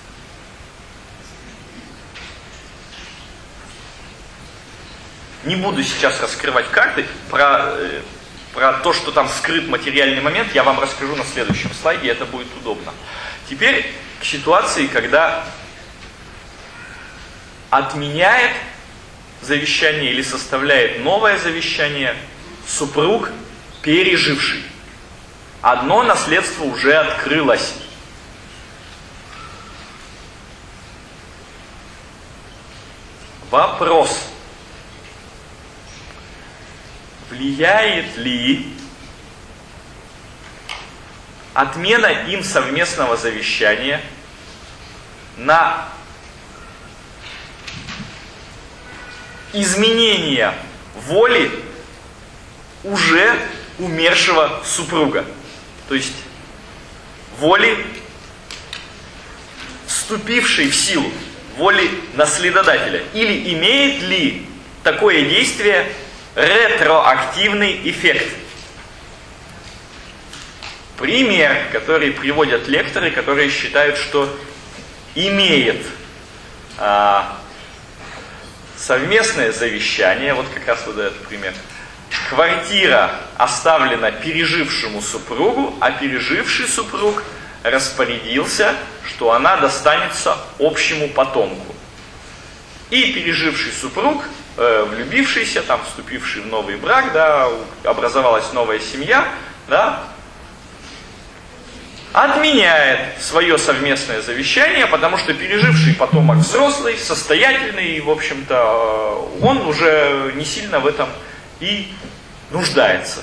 Не буду сейчас раскрывать карты. Про, э, про то, что там скрыт материальный момент, я вам расскажу на следующем слайде, и это будет удобно. Теперь к ситуации, когда отменяет завещание или составляет новое завещание супруг, переживший. Одно наследство уже открылось. Вопрос. Влияет ли отмена им совместного завещания на изменение воли уже умершего супруга? То есть воли, вступившей в силу, воли наследодателя. Или имеет ли такое действие ретроактивный эффект? Пример, который приводят лекторы, которые считают, что имеет а, совместное завещание, вот как раз вот этот пример. Квартира оставлена пережившему супругу, а переживший супруг распорядился, что она достанется общему потомку. И переживший супруг, э, влюбившийся, там, вступивший в новый брак, да, образовалась новая семья, да, отменяет свое совместное завещание, потому что переживший потомок взрослый, состоятельный, и, в общем-то, он уже не сильно в этом и нуждается.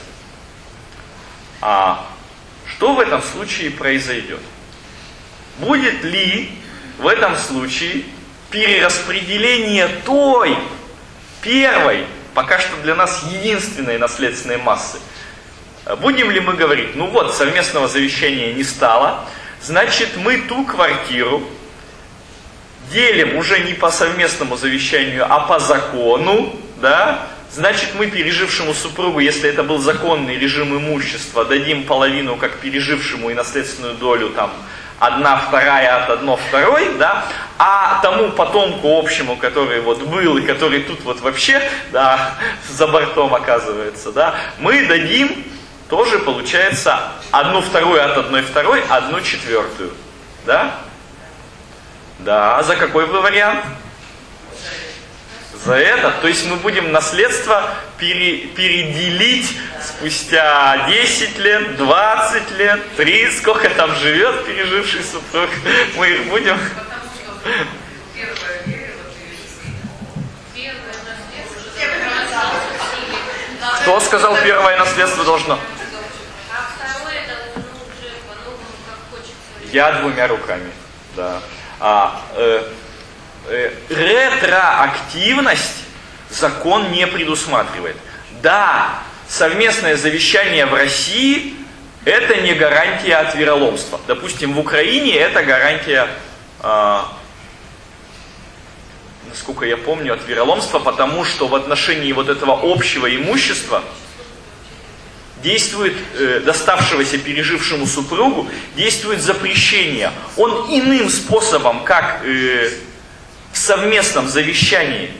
А что в этом случае произойдет? Будет ли в этом случае перераспределение той первой, пока что для нас единственной наследственной массы? Будем ли мы говорить, ну вот, совместного завещания не стало, значит мы ту квартиру делим уже не по совместному завещанию, а по закону, да? Значит, мы пережившему супругу, если это был законный режим имущества, дадим половину как пережившему и наследственную долю, там, одна вторая от одно второй, да, а тому потомку общему, который вот был и который тут вот вообще, да, за бортом оказывается, да, мы дадим тоже, получается, одну вторую от одной второй, одну четвертую, да? Да, за какой вы вариант? За этот. То есть мы будем наследство пере, переделить спустя десять лет, двадцать лет, тридцать, сколько там живет переживший супруг. Мы их будем... Кто сказал, первое наследство должно? А второе должно уже по-новому, как хочется. Я двумя руками, да. А, э, э, ретроактивность закон не предусматривает. Да, совместное завещание в России – это не гарантия от вероломства. Допустим, в Украине это гарантия, э, насколько я помню, от вероломства, потому что в отношении вот этого общего имущества действует, э, доставшегося пережившему супругу, действует запрещение. Он иным способом, как э, в совместном завещании,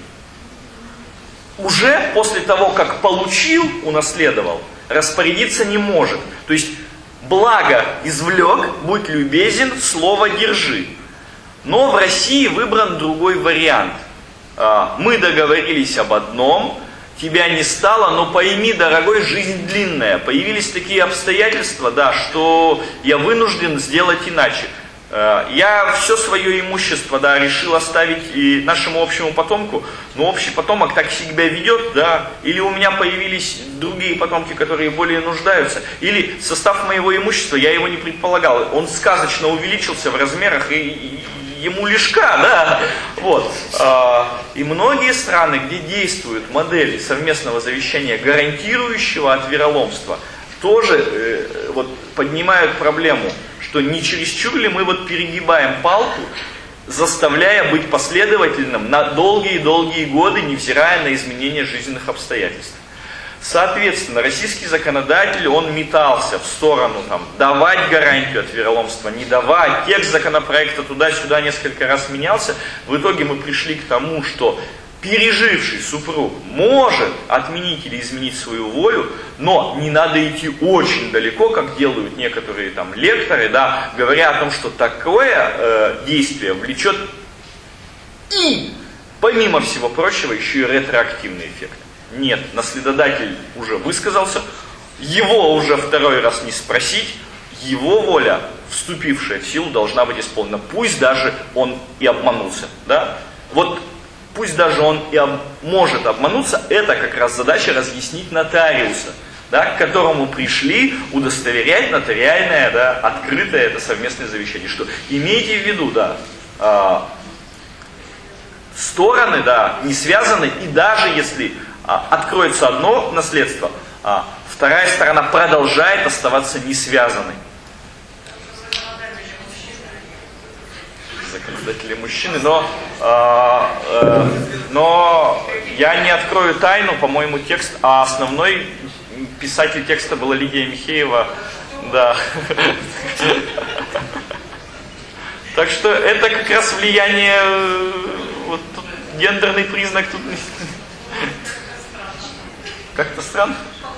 уже после того, как получил, унаследовал, распорядиться не может. То есть, благо извлек, будь любезен, слово держи. Но в России выбран другой вариант. Мы договорились об одном, тебя не стало, но пойми, дорогой, жизнь длинная. Появились такие обстоятельства, да, что я вынужден сделать иначе. Я все свое имущество, да, решил оставить и нашему общему потомку, но общий потомок так себя ведет, да, или у меня появились другие потомки, которые более нуждаются, или состав моего имущества, я его не предполагал, он сказочно увеличился в размерах, и, и ему лишка, да, вот. И многие страны, где действуют модели совместного завещания, гарантирующего от вероломства, тоже вот поднимают проблему, что не чересчур ли мы вот перегибаем палку, заставляя быть последовательным на долгие-долгие годы, невзирая на изменения жизненных обстоятельств. Соответственно, российский законодатель, он метался в сторону там, давать гарантию от вероломства, не давать. Текст законопроекта туда-сюда несколько раз менялся. В итоге мы пришли к тому, что переживший супруг может отменить или изменить свою волю, но не надо идти очень далеко, как делают некоторые там лекторы, да, говоря о том, что такое э, действие влечет и, помимо всего прочего, еще и ретроактивный эффект. Нет, наследодатель уже высказался, его уже второй раз не спросить, его воля, вступившая в силу, должна быть исполнена. Пусть даже он и обманулся, да, вот. Пусть даже он и об, может обмануться, это как раз задача разъяснить нотариуса, да, к которому пришли удостоверять нотариальное, да, открытое это совместное завещание. Что имейте в виду, да, э, стороны, да, не связаны, и даже если э, откроется одно наследство, э, вторая сторона продолжает оставаться не связанной. Законодатели мужчины, но, э, э, но я не открою тайну, по-моему, текст, а основной писатель текста была Лидия Михеева, да. Так что это как раз влияние, вот тут гендерный признак тут как-то странно.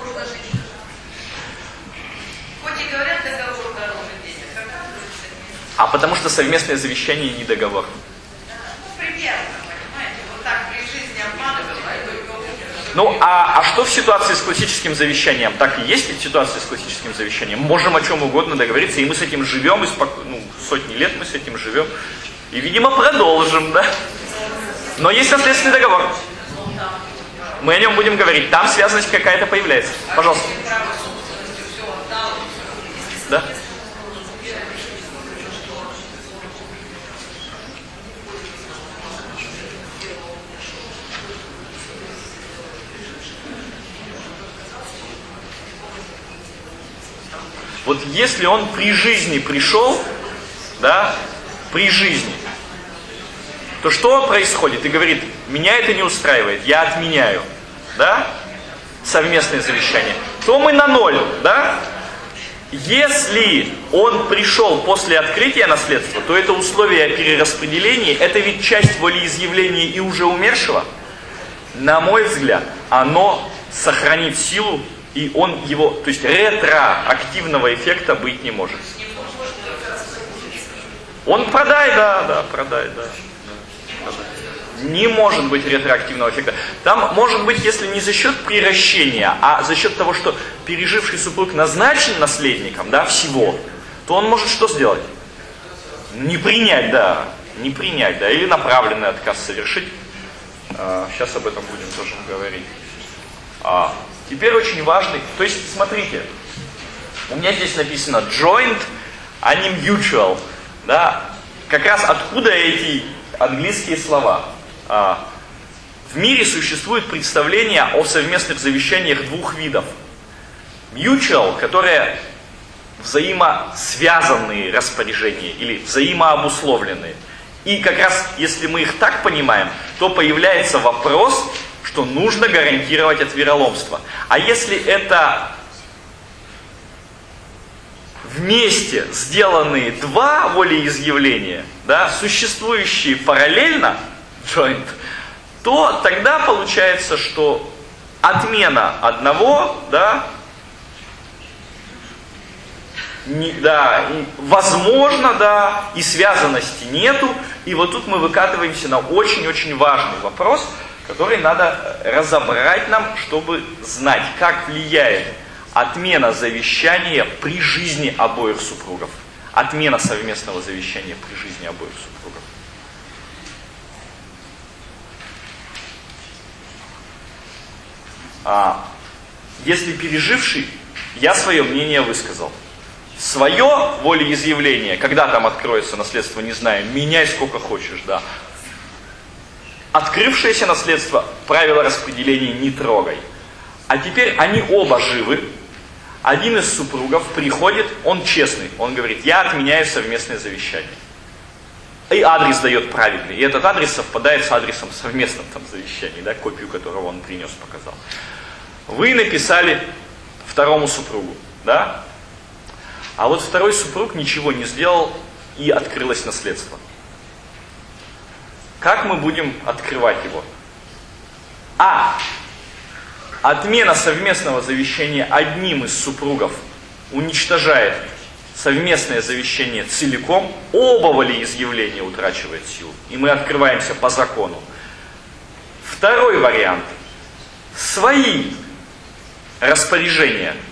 Хоть и говорят, договор дороже денег, как раз. А потому что совместное завещание не договор. Ну, примерно, понимаете, вот так при жизни обманывать, а только Ну, а, а что в ситуации с классическим завещанием? Так и есть ведь ситуация с классическим завещанием. Можем о чем угодно договориться, и мы с этим живем, и споко... ну, сотни лет мы с этим живем. И, видимо, продолжим, да? Но есть наследственный договор. Мы о нем будем говорить. Там связанность какая-то появляется. Пожалуйста. Да? Вот если он при жизни пришел, да, при жизни, то что происходит? И говорит, меня это не устраивает, я отменяю, да, совместное завещание, то мы на ноль, да. Если он пришел после открытия наследства, то это условие о перераспределении, это ведь часть волеизъявления и уже умершего. На мой взгляд, оно сохранит силу, и он его, то есть ретроактивного эффекта быть не может. Он продай, да, да, продай, да. Не может быть ретроактивного эффекта. Там может быть, если не за счет приращения, а за счет того, что переживший супруг назначен наследником, да, всего, то он может что сделать? Не принять, да, не принять, да, или направленный отказ совершить. А, сейчас об этом будем тоже говорить. А, теперь очень важный, то есть, смотрите, у меня здесь написано joint, а не mutual, да, как раз откуда эти английские слова. А, в мире существует представление о совместных завещаниях двух видов. Mutual, которые взаимосвязанные распоряжения или взаимообусловленные. И как раз, если мы их так понимаем, то появляется вопрос, что нужно гарантировать от вероломства. А если это вместе сделанные два волеизъявления, да, существующие параллельно, joint, то тогда получается, что отмена одного, да, не, да, возможно, да, и связанности нету. И вот тут мы выкатываемся на очень-очень важный вопрос, который надо разобрать нам, чтобы знать, как влияет отмена завещания при жизни обоих супругов. отмена совместного завещания при жизни обоих супругов. А, если переживший, я свое мнение высказал. Свое волеизъявление, когда там откроется наследство, не знаю, меняй сколько хочешь, да. Открывшееся наследство, правила распределения не трогай. А теперь они оба живы. Один из супругов приходит, он честный, он говорит, я отменяю совместное завещание. И адрес дает правильный. И этот адрес совпадает с адресом в совместном там завещании, да, копию которого он принес, показал. Вы написали второму супругу, да? А вот второй супруг ничего не сделал, и открылось наследство. Как мы будем открывать его? А. Отмена совместного завещания одним из супругов уничтожает совместное завещание целиком, оба волеизъявления утрачивает силу, и мы открываемся по закону. Второй вариант. Свои распоряжения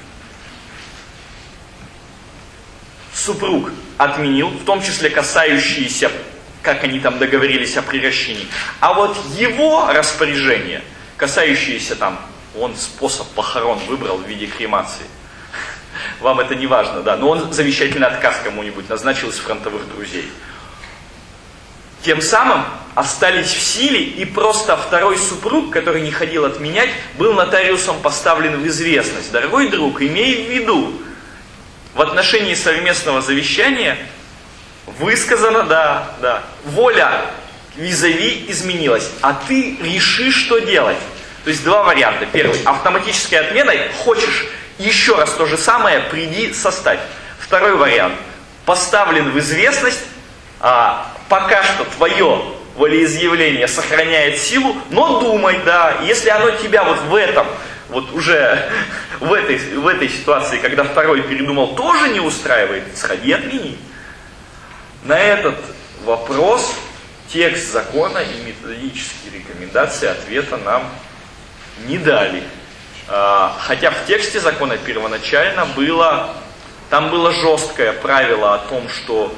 супруг отменил, в том числе касающиеся, как они там договорились о приращении. А вот его распоряжение, касающиеся там, он способ похорон выбрал в виде кремации. Вам это не важно, да, но он завещательный отказ кому-нибудь назначил из фронтовых друзей. Тем самым остались в силе, и просто второй супруг, который не ходил отменять, был нотариусом поставлен в известность. Дорогой друг, имей в виду, в отношении совместного завещания высказано, да, да, воля визави изменилась, а ты решишь, что делать. То есть два варианта. Первый, автоматической отменой, хочешь еще раз то же самое, приди, составь. Второй вариант, поставлен в известность, а, пока что твое волеизъявление сохраняет силу, но думай, да, если оно тебя вот в этом, вот уже в этой, в этой ситуации, когда второй передумал, тоже не устраивает, сходи отмени. На этот вопрос текст закона и методические рекомендации ответа нам не дали. Хотя в тексте закона первоначально было, там было жесткое правило о том, что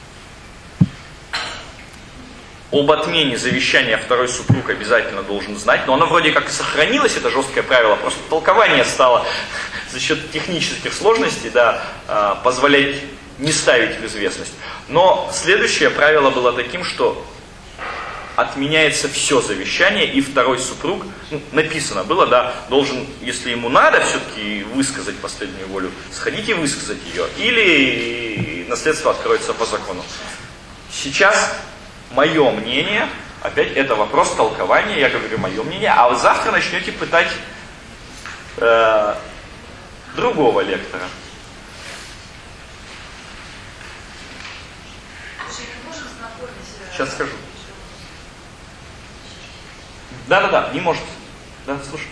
об отмене завещания второй супруг обязательно должен знать, но оно вроде как и сохранилось, это жесткое правило, просто толкование стало за счет технических сложностей, да, позволять не ставить в известность. Но следующее правило было таким, что отменяется все завещание, и второй супруг, ну, написано было, да, должен, если ему надо все-таки высказать последнюю волю, сходить и высказать ее, или наследство откроется по закону. Сейчас мое мнение, опять это вопрос толкования, я говорю мое мнение, а вот завтра начнете пытать э, другого лектора. Сейчас скажу. Да-да-да, не может. Да, слушай.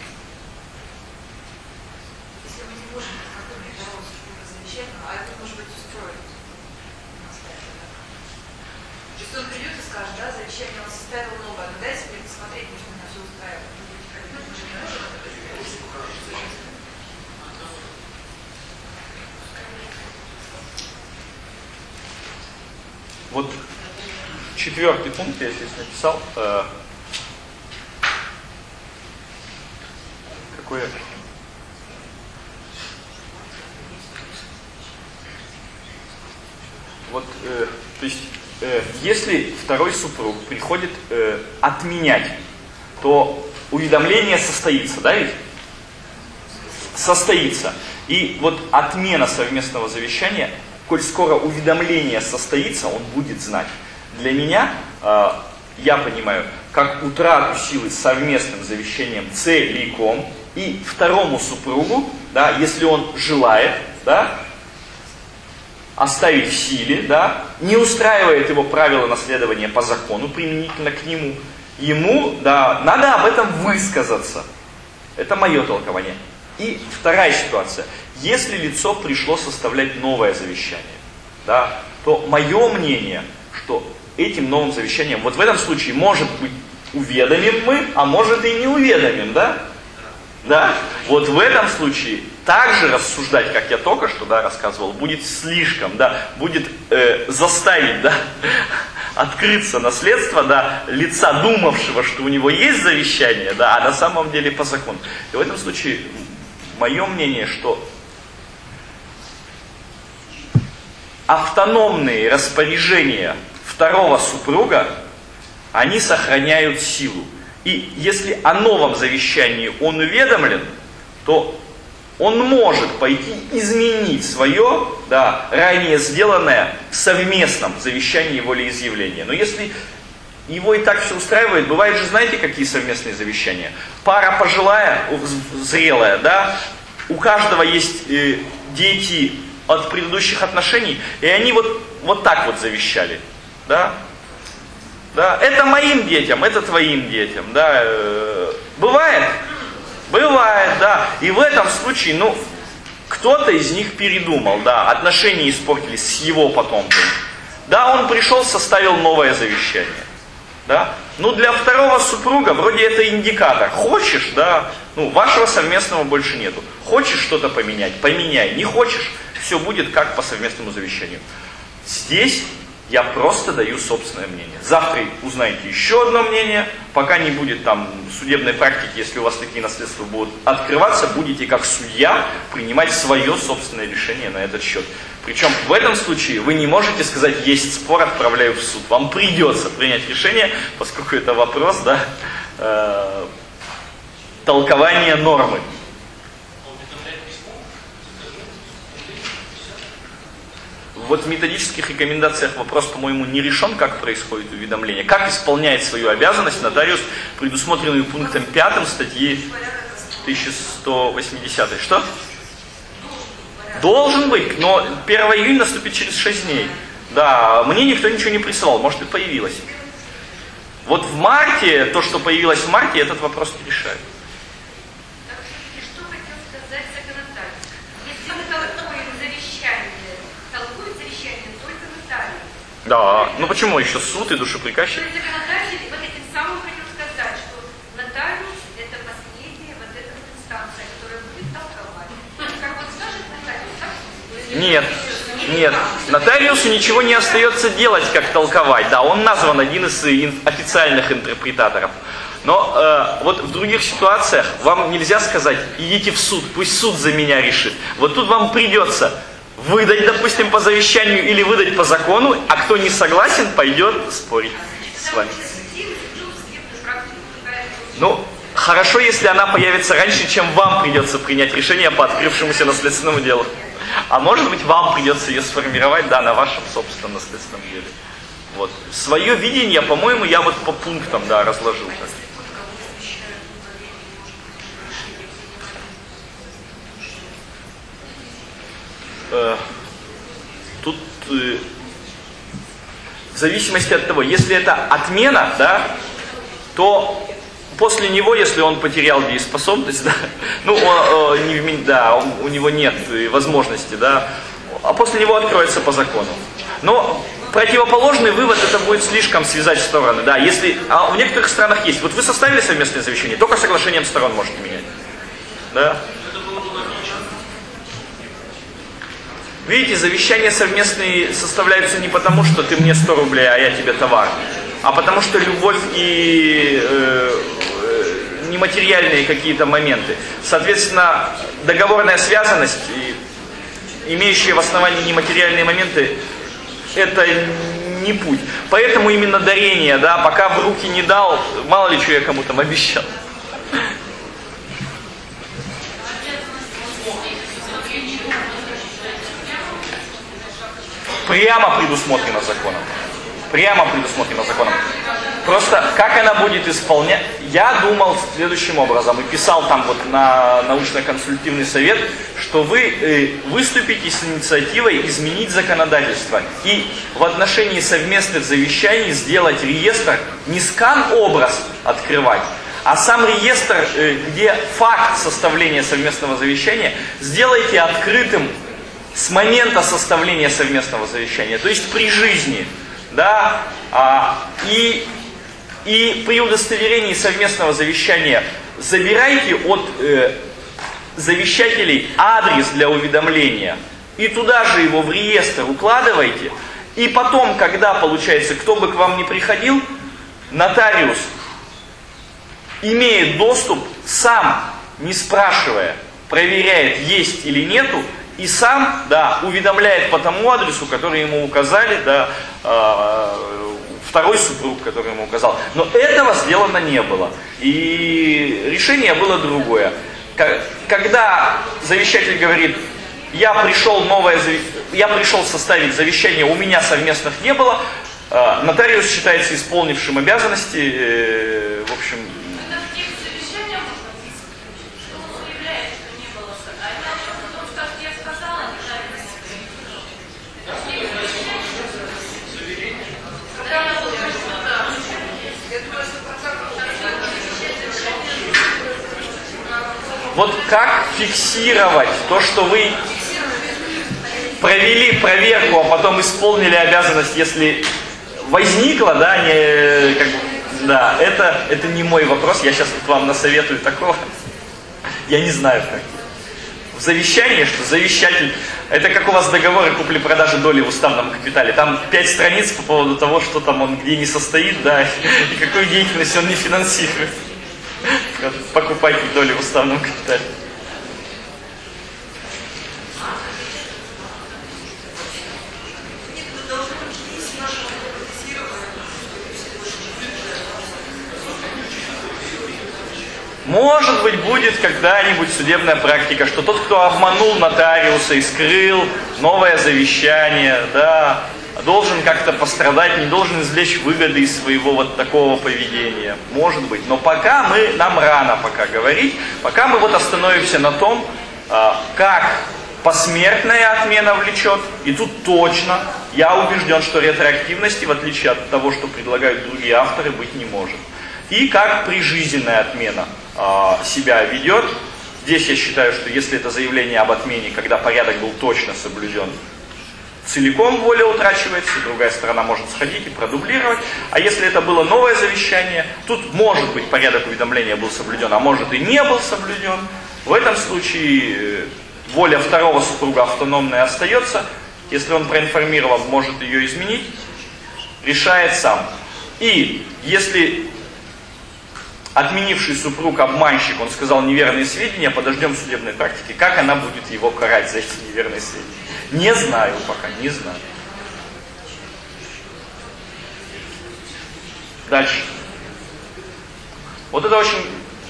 Если мы не можем познакомить второго супруга завещательного, а это может быть устроено. То есть он придет и скажет, да, завещание он составил новое, но дайте мне посмотреть, может, меня все устраивает. Мы же не можем это сделать. Вот четвертый пункт я здесь написал. Э, какое? Вот, э, то есть, э, если второй супруг приходит э, отменять, то уведомление состоится, да ведь? Состоится. И вот отмена совместного завещания, коль скоро уведомление состоится, он будет знать. Для меня, э, я понимаю, как утрату силы совместным завещанием целиком, и второму супругу, да, если он желает, да, оставить в силе, да, не устраивает его правила наследования по закону применительно к нему, ему, да, надо об этом высказаться. Это мое толкование. И вторая ситуация. Если лицо пришло составлять новое завещание, да, то мое мнение, что этим новым завещанием, вот в этом случае, может быть, уведомим мы, а может и не уведомим, да? Да? Вот в этом случае так же рассуждать, как я только что, да, рассказывал, будет слишком, да, будет э, заставить, да, открыться наследство, да, лица, думавшего, что у него есть завещание, да, а на самом деле по закону. И в этом случае мое мнение, что автономные распоряжения второго супруга, они сохраняют силу. И если о новом завещании он уведомлен, то он может пойти изменить свое, да, ранее сделанное в совместном завещании волеизъявления. Но если его и так все устраивает, бывает же, знаете, какие совместные завещания? Пара пожилая, зрелая, да, у каждого есть э, дети от предыдущих отношений, и они вот, вот так вот завещали, да. Да, это моим детям, это твоим детям, да, э, бывает? Бывает, да, и в этом случае, ну, кто-то из них передумал, да, отношения испортились с его потомками, да, он пришел, составил новое завещание, да, ну, для второго супруга вроде это индикатор, хочешь, да, ну, вашего совместного больше нету, хочешь что-то поменять, поменяй, не хочешь, все будет как по совместному завещанию. Здесь я просто даю собственное мнение. Завтра узнаете еще одно мнение. Пока не будет там судебной практики, если у вас такие наследства будут открываться, будете как судья принимать свое собственное решение на этот счет. Причем в этом случае вы не можете сказать, есть спор, отправляю в суд. Вам придется принять решение, поскольку это вопрос, да, э, толкования нормы. Вот в методических рекомендациях вопрос, по-моему, не решен, как происходит уведомление. Как исполняет свою обязанность нотариус, предусмотренную пунктом пятым статьи тысяча сто восьмидесятой. Что? Должен быть, но первого июня наступит через шесть дней. Да, мне никто ничего не присылал, может и появилось. Вот в марте, то, что появилось в марте, этот вопрос не решает. Да, ну почему еще суд и душеприказчик? Законодатель вот этим самым хотел сказать, что нотариус это последняя вот эта вот инстанция, которая будет толковать. Как вот скажет нотариус, так? Нет, нет. Нотариусу ничего не остается делать, как толковать. Да, он назван один из официальных интерпретаторов. Но э, вот в других ситуациях вам нельзя сказать, идите в суд, пусть суд за меня решит. Вот тут вам придется выдать, допустим, по завещанию или выдать по закону, а кто не согласен, пойдет спорить с вами. Ну, хорошо, если она появится раньше, чем вам придется принять решение по открывшемуся наследственному делу. А может быть, вам придется ее сформировать, да, на вашем собственном наследственном деле. Вот. Свое видение, по-моему, я вот по пунктам, да, разложил. Тут э, в зависимости от того, если это отмена, да, то после него, если он потерял дееспособность, да, ну, он, э, не, да, он, у него нет возможности, да, а после него откроется по закону. Но противоположный вывод, это будет слишком связать стороны, да, если, а в некоторых странах есть, вот вы составили совместное завещание, только соглашением сторон можете менять, да. Видите, завещания совместные составляются не потому, что ты мне сто рублей, а я тебе товар, а потому что любовь и э, э, нематериальные какие-то моменты. Соответственно, договорная связанность, и имеющие в основании нематериальные моменты, это не путь. Поэтому именно дарение, да, пока в руки не дал, мало ли что я кому там обещал. Прямо предусмотрено законом. Прямо предусмотрено законом. Просто как она будет исполнять, я думал следующим образом, и писал там вот на научно-консультативный совет, что вы э, выступите с инициативой изменить законодательство и в отношении совместных завещаний сделать реестр, не скан-образ открывать, а сам реестр, э, где факт составления совместного завещания, сделайте открытым с момента составления совместного завещания, то есть при жизни, да, а, и, и при удостоверении совместного завещания забирайте от э, завещателей адрес для уведомления. И туда же его в реестр укладывайте. И потом, когда, получается, кто бы к вам ни приходил, нотариус имеет доступ, сам, не спрашивая, проверяет, есть или нету, и сам, да, уведомляет по тому адресу, который ему указали, да, э, второй супруг, который ему указал. Но этого сделано не было. И решение было другое. Когда завещатель говорит, я пришел, новое, я пришел составить завещание, у меня совместных не было, э, нотариус считается исполнившим обязанности, э, в общем... Вот как фиксировать то, что вы провели проверку, а потом исполнили обязанность, если возникла, да, не, как бы, да, это, это не мой вопрос, я сейчас вот вам насоветую такого, я не знаю как. В завещании, что завещатель, это как у вас договоры купли-продажи доли в уставном капитале, там пять страниц по поводу того, что там он где не состоит, да, и какую деятельность он не финансирует. Покупать доли в уставном капитале. Может быть, будет когда-нибудь судебная практика, что тот, кто обманул нотариуса и скрыл новое завещание, да, должен как-то пострадать, не должен извлечь выгоды из своего вот такого поведения. Может быть. Но пока мы, нам рано пока говорить, пока мы вот остановимся на том, как посмертная отмена влечет. И тут точно я убежден, что ретроактивности, в отличие от того, что предлагают другие авторы, быть не может. И как прижизненная отмена себя ведет. Здесь я считаю, что если это заявление об отмене, когда порядок был точно соблюден, целиком воля утрачивается, другая сторона может сходить и продублировать. А если это было новое завещание, тут может быть порядок уведомления был соблюден, а может и не был соблюден. В этом случае воля второго супруга автономная остается. Если он проинформирован, может ее изменить, решает сам. И если отменивший супруг обманщик, он сказал неверные сведения, подождем судебной практики, как она будет его карать за эти неверные сведения. Не знаю пока, не знаю. Дальше. Вот это очень...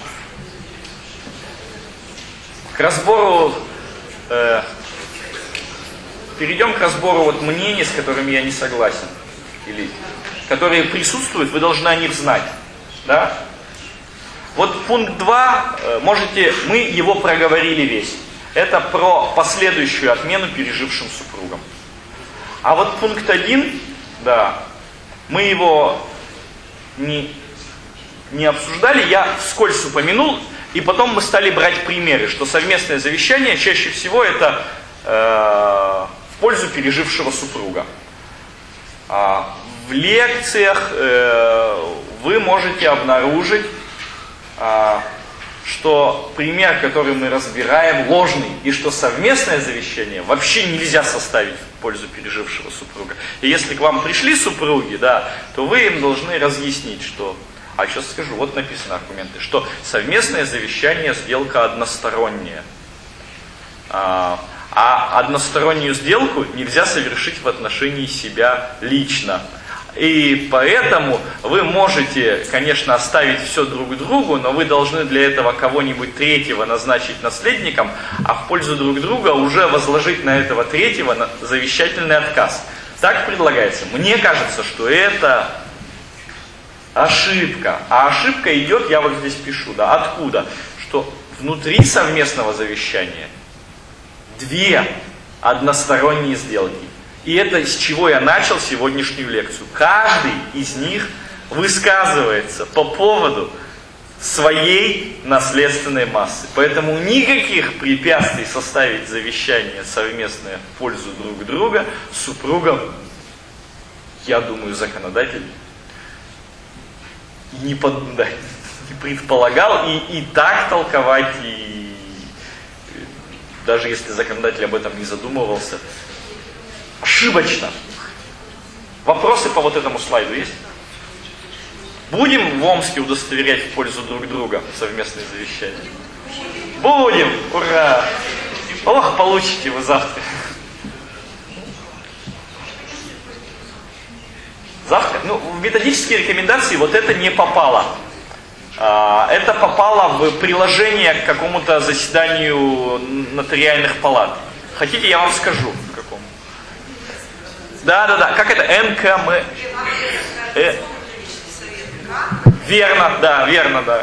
К разбору... Э, перейдем к разбору вот мнений, с которыми я не согласен. Или которые присутствуют, вы должны о них знать. Да? Вот пункт два, э, можете... Мы его проговорили весь. Это про последующую отмену пережившим супругам. А вот пункт один, да, мы его не, не обсуждали, я вскользь упомянул, и потом мы стали брать примеры, что совместное завещание чаще всего это э, в пользу пережившего супруга. А в лекциях э, вы можете обнаружить, э, что пример, который мы разбираем, ложный, и что совместное завещание вообще нельзя составить в пользу пережившего супруга. И если к вам пришли супруги, да, то вы им должны разъяснить, что... А сейчас скажу, вот написаны аргументы, что совместное завещание сделка односторонняя. А, а одностороннюю сделку нельзя совершить в отношении себя лично. И поэтому вы можете, конечно, оставить все друг другу, но вы должны для этого кого-нибудь третьего назначить наследником, а в пользу друг друга уже возложить на этого третьего завещательный отказ. Так предлагается. Мне кажется, что это ошибка. А ошибка идет, я вот здесь пишу, да, откуда? Что внутри совместного завещания две односторонние сделки. И это с чего я начал сегодняшнюю лекцию. Каждый из них высказывается по поводу своей наследственной массы. Поэтому никаких препятствий составить завещание совместное в пользу друг друга супругам, я думаю, законодатель не, под, да, не предполагал и, и так толковать, и даже если законодатель об этом не задумывался. Ошибочно. Вопросы по вот этому слайду есть? Будем в Омске удостоверять в пользу друг друга совместные завещания? Будем! Ура! Ох, получите вы завтра. Завтра? Ну, в методические рекомендации вот это не попало. Это попало в приложение к какому-то заседанию нотариальных палат. Хотите, я вам скажу, к какому? Да, да, да. Как это? эн ка эм. Э... Верно, да, верно, да.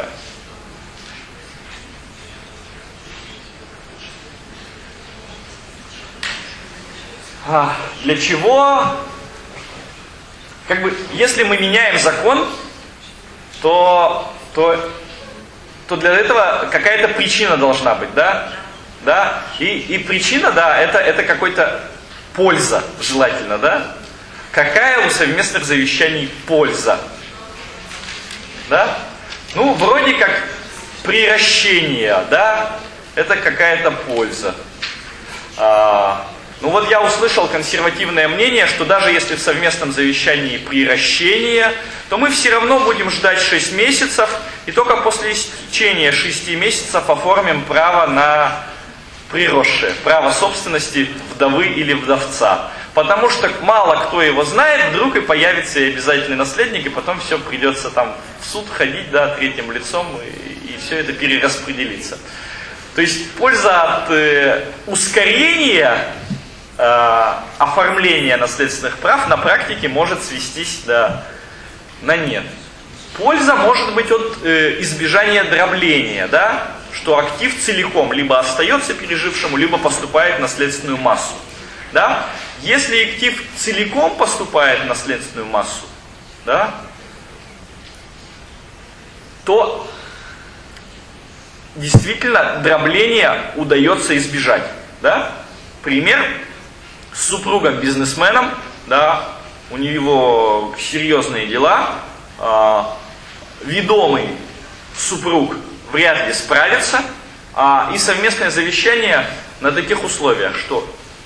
А, для чего? Как бы, если мы меняем закон, то, то, то для этого какая-то причина должна быть, да? Да? И, и причина, да, это, это какой-то польза, желательно, да? Какая у совместных завещаний польза? Да? Ну, вроде как приращение, да? Это какая-то польза. А, ну вот я услышал консервативное мнение, что даже если в совместном завещании приращение, то мы все равно будем ждать шесть месяцев, и только после истечения шести месяцев оформим право на приросшее, право собственности вдовы или вдовца. Потому что мало кто его знает, вдруг и появится и обязательный наследник, и потом все придется там в суд ходить, да, третьим лицом, и, и все это перераспределится. То есть польза от э, ускорения э, оформления наследственных прав на практике может свестись до, на нет. Польза может быть от э, избежания дробления, да, что актив целиком либо остается пережившему, либо поступает в наследственную массу. Да? Если актив целиком поступает в наследственную массу, да, то действительно дробление удается избежать. Да? Пример с супругом-бизнесменом, да, у него серьезные дела, э, ведомый супруг вряд ли справится, а, и совместное завещание на таких условиях, что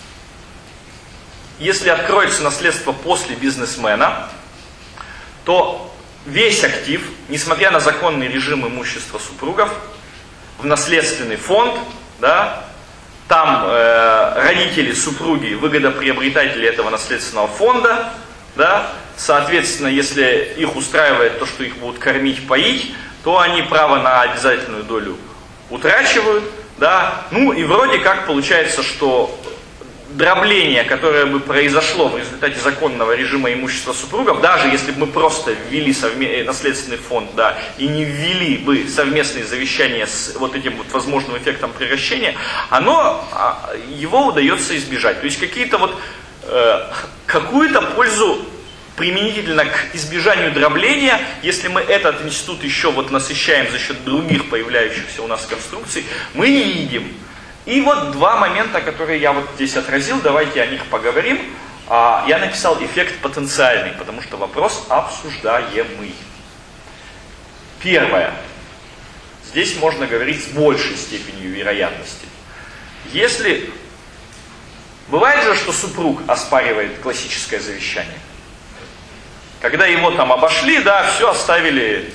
если откроется наследство после бизнесмена, то весь актив, несмотря на законный режим имущества супругов, в наследственный фонд, да, там э, родители, супруги, выгодоприобретатели этого наследственного фонда, да, соответственно, если их устраивает то, что их будут кормить, поить, то они право на обязательную долю утрачивают, да, ну и вроде как получается, что дробление, которое бы произошло в результате законного режима имущества супругов, даже если бы мы просто ввели совме... наследственный фонд, да, и не ввели бы совместные завещания с вот этим вот возможным эффектом приращения, оно, его удается избежать. То есть какие-то вот, э, какую-то пользу применительно к избежанию дробления, если мы этот институт еще вот насыщаем за счет других появляющихся у нас конструкций, мы не видим. И вот два момента, которые я вот здесь отразил, давайте о них поговорим. Я написал эффект потенциальный, потому что вопрос обсуждаемый. Первое. Здесь можно говорить с большей степенью вероятности. Если... Бывает же, что супруг оспаривает классическое завещание. Когда его там обошли, да, все оставили...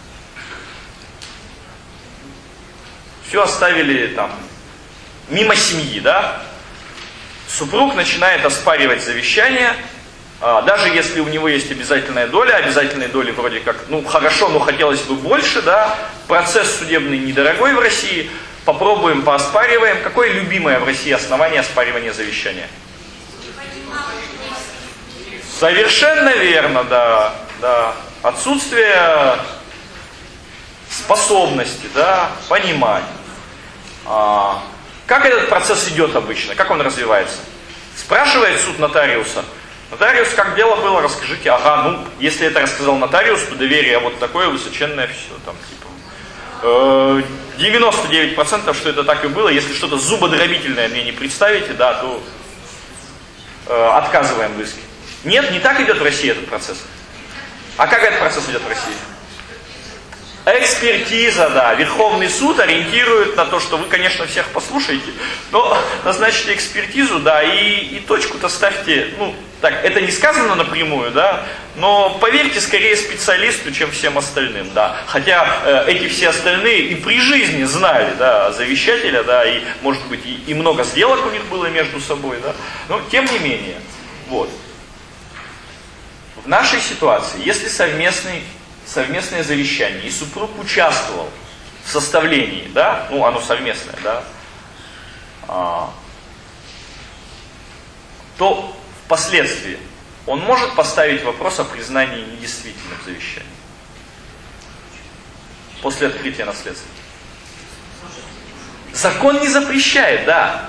Все оставили там... мимо семьи, да, супруг начинает оспаривать завещание, а, даже если у него есть обязательная доля, обязательной доли вроде как, ну хорошо, но хотелось бы больше, да, процесс судебный недорогой в России, попробуем, пооспариваем. Какое любимое в России основание оспаривания завещания? Совершенно верно, да, да, отсутствие способности, да, понимать. А, Как этот процесс идет обычно? Как он развивается? Спрашивает суд нотариуса. Нотариус, как дело было, расскажите. Ага, ну, если это рассказал нотариус, то доверие вот такое высоченное все. Там, типа, девяносто девять процентов, что это так и было. Если что-то зубодробительное мне не представите, да, то э, отказываем в иске. Нет, не так идет в России этот процесс. А как этот процесс идет в России? Экспертиза, да. Верховный суд ориентирует на то, что вы, конечно, всех послушаете, но назначите экспертизу, да, и, и точку-то ставьте, ну, так, это не сказано напрямую, да, но поверьте скорее специалисту, чем всем остальным, да. Хотя э, эти все остальные и при жизни знали, да, завещателя, да, и, может быть, и, и много сделок у них было между собой, да, но тем не менее, вот. В нашей ситуации, если совместный совместное завещание, и супруг участвовал в составлении, да, ну оно совместное, да, а, то впоследствии он может поставить вопрос о признании недействительным завещанием после открытия наследства. Закон не запрещает, да,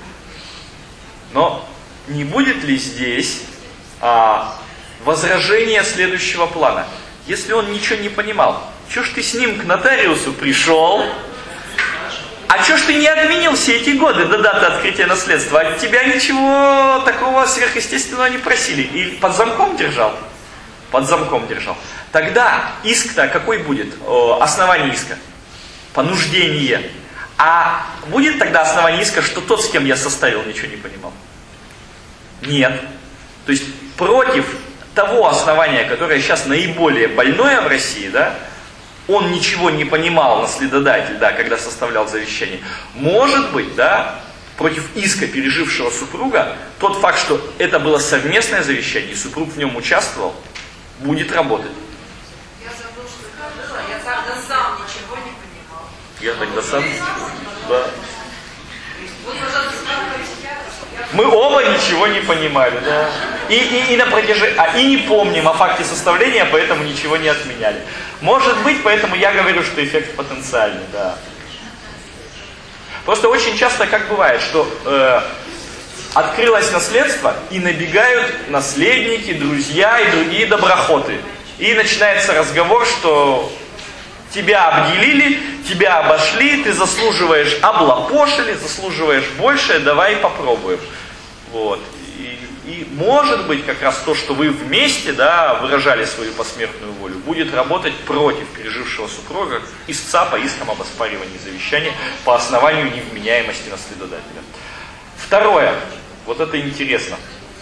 но не будет ли здесь а, возражения следующего плана? Если он ничего не понимал, чё ж ты с ним к нотариусу пришел, а чё ж ты не отменил все эти годы до даты открытия наследства? От тебя ничего такого сверхъестественного не просили. И под замком держал? Под замком держал. Тогда иск-то какой будет? Основание иска? Понуждение. А будет тогда основание иска, что тот, с кем я составил, ничего не понимал? Нет. То есть против того основания, которое сейчас наиболее больное в России, да, он ничего не понимал, наследодатель, да, когда составлял завещание. Может быть, да, против иска пережившего супруга, тот факт, что это было совместное завещание, и супруг в нем участвовал, будет работать. Я забыл, что это было. Я тогда сам ничего не понимал. Я тогда сам, да. Мы оба ничего не понимали, да. И, и, и на протяжении, а, и не помним о факте составления, поэтому ничего не отменяли. Может быть, поэтому я говорю, что эффект потенциальный, да. Просто очень часто как бывает, что э, открылось наследство, и набегают наследники, друзья и другие доброхоты. И начинается разговор, что тебя обделили, тебя обошли, ты заслуживаешь, облапошили, заслуживаешь большее, давай попробуем. Вот. И, и может быть как раз то, что вы вместе, да, выражали свою посмертную волю, будет работать против пережившего супруга истца по искам об оспаривании завещания по основанию невменяемости наследодателя. Второе. Вот это интересно.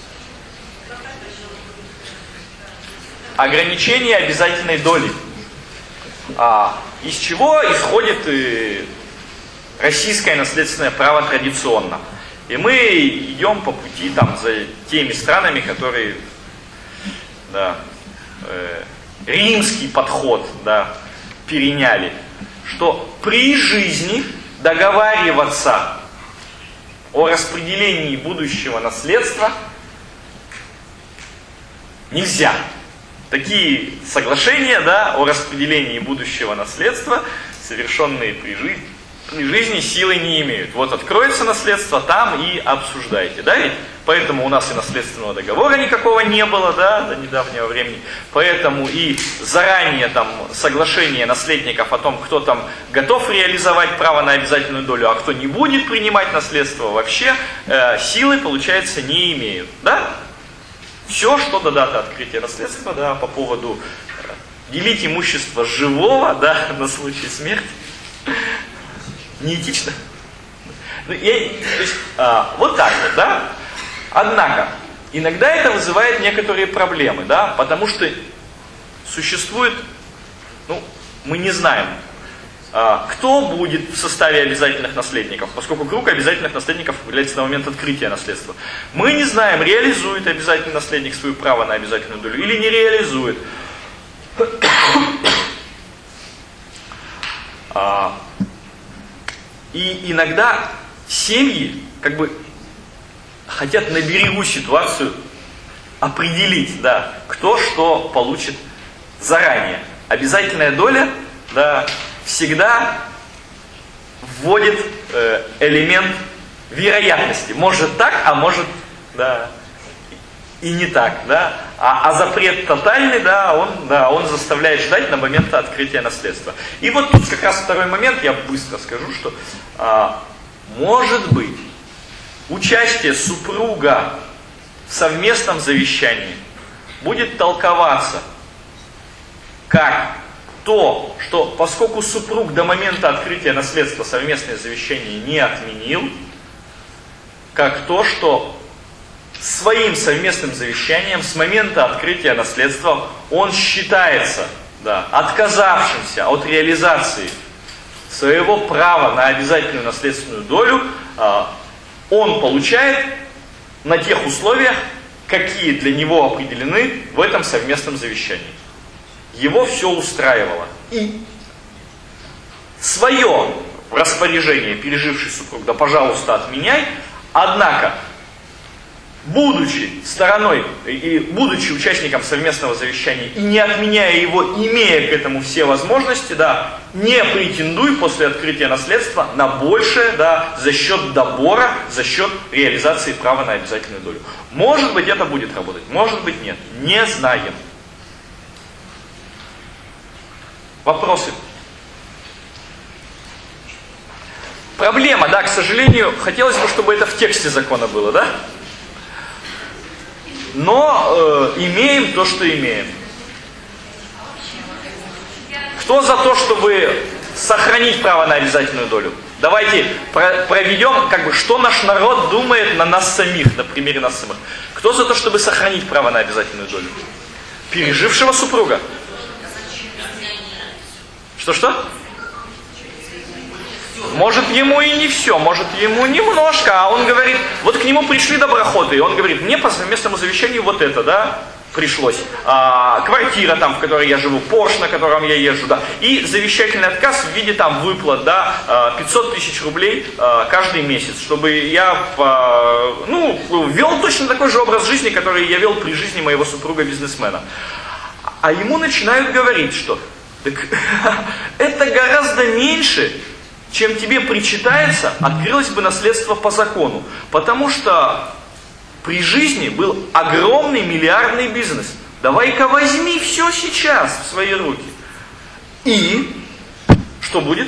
Ограничение обязательной доли. А, из чего исходит и российское наследственное право традиционно. И мы идем по пути там, за теми странами, которые, да, э, римский подход, да, переняли, что при жизни договариваться о распределении будущего наследства нельзя. Такие соглашения, да, о распределении будущего наследства, совершенные при жизни, при жизни силы не имеют. Вот откроется наследство, там и обсуждайте, да, ведь? Поэтому у нас и наследственного договора никакого не было, да, до недавнего времени. Поэтому и заранее там соглашение наследников о том, кто там готов реализовать право на обязательную долю, а кто не будет принимать наследство, вообще э, силы, получается, не имеют, да? Все, что до даты открытия наследства, да, по поводу э, делить имущество живого, да, на случай смерти, неэтично. Ну, я, то есть, а, вот так вот, да. Однако, иногда это вызывает некоторые проблемы, да, потому что существует, ну, мы не знаем, а, кто будет в составе обязательных наследников, поскольку круг обязательных наследников определяется на момент открытия наследства. Мы не знаем, реализует обязательный наследник свое право на обязательную долю или не реализует. А, и иногда семьи как бы хотят на берегу ситуацию определить, да, кто что получит заранее. Обязательная доля, да, всегда вводит э, элемент вероятности. Может так, а может, да, и не так, да. А, а запрет тотальный, да, он, да, он заставляет ждать на момент открытия наследства. И вот тут как раз второй момент, я быстро скажу, что а, может быть участие супруга в совместном завещании будет толковаться как то, что поскольку супруг до момента открытия наследства совместное завещание не отменил, как то, что своим совместным завещанием с момента открытия наследства он считается, да, отказавшимся от реализации своего права на обязательную наследственную долю, он получает на тех условиях, какие для него определены в этом совместном завещании. Его все устраивало. И свое распоряжение переживший супруг, да пожалуйста, отменяй, однако, будучи стороной и будучи участником совместного завещания и не отменяя его, имея к этому все возможности, да, не претендуй после открытия наследства на большее, да, за счет добора, за счет реализации права на обязательную долю. Может быть, это будет работать, может быть, нет. Не знаем. Вопросы? Проблема, да, к сожалению, хотелось бы, чтобы это в тексте закона было, да? Но э, имеем то, что имеем. Кто за то, чтобы сохранить право на обязательную долю? Давайте про проведем, как бы, что наш народ думает на нас самих, на примере нас самих. Кто за то, чтобы сохранить право на обязательную долю? Пережившего супруга. Что-что? Может, ему и не все, может, ему немножко, а он говорит, вот к нему пришли доброходы, и он говорит, мне по совместному завещанию вот это, да, пришлось. А, квартира там, в которой я живу, Порш, на котором я езжу, да, и завещательный отказ в виде там выплат, да, пятьсот тысяч рублей а, каждый месяц, чтобы я, а, ну, вел точно такой же образ жизни, который я вел при жизни моего супруга-бизнесмена. А ему начинают говорить, что так, это гораздо меньше, чем тебе причитается, открылось бы наследство по закону. Потому что при жизни был огромный миллиардный бизнес. Давай-ка возьми все сейчас в свои руки. И что будет?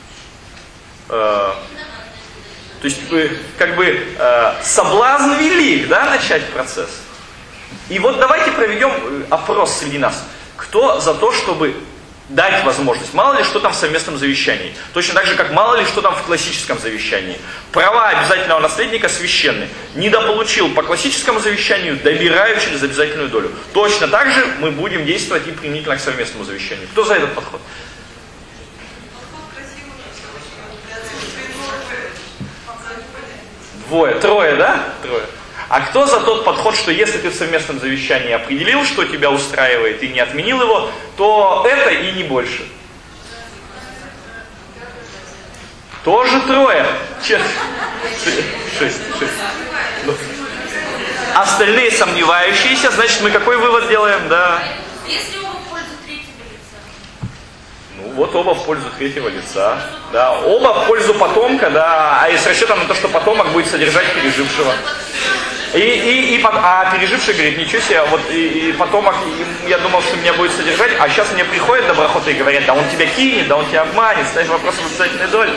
Э, то есть, как бы, э, соблазн велик, да, начать процесс. И вот давайте проведем опрос среди нас. Кто за то, чтобы дать возможность. Мало ли, что там в совместном завещании. Точно так же, как мало ли, что там в классическом завещании. Права обязательного наследника священны. Недополучил по классическому завещанию, добираю через обязательную долю. Точно так же мы будем действовать и применительно к совместному завещанию. Кто за этот подход? Двое, трое, да? Трое. А кто за тот подход, что если ты в совместном завещании определил, что тебя устраивает, и не отменил его, то это и не больше? Тоже трое. Шесть. Шесть. Шесть. Остальные сомневающиеся, значит, мы какой вывод делаем? Да. Если оба в пользу третьего лица. Ну вот оба в пользу третьего лица. Да. Оба в пользу потомка, да, а и с расчетом на то, что потомок будет содержать пережившего. И, и, и, а переживший говорит, ничего себе, вот и, и потомок, и, я думал, что меня будет содержать, а сейчас мне приходят доброхоты и говорят, да он тебя кинет, да он тебя обманет, ставишь вопрос об обязательной доле.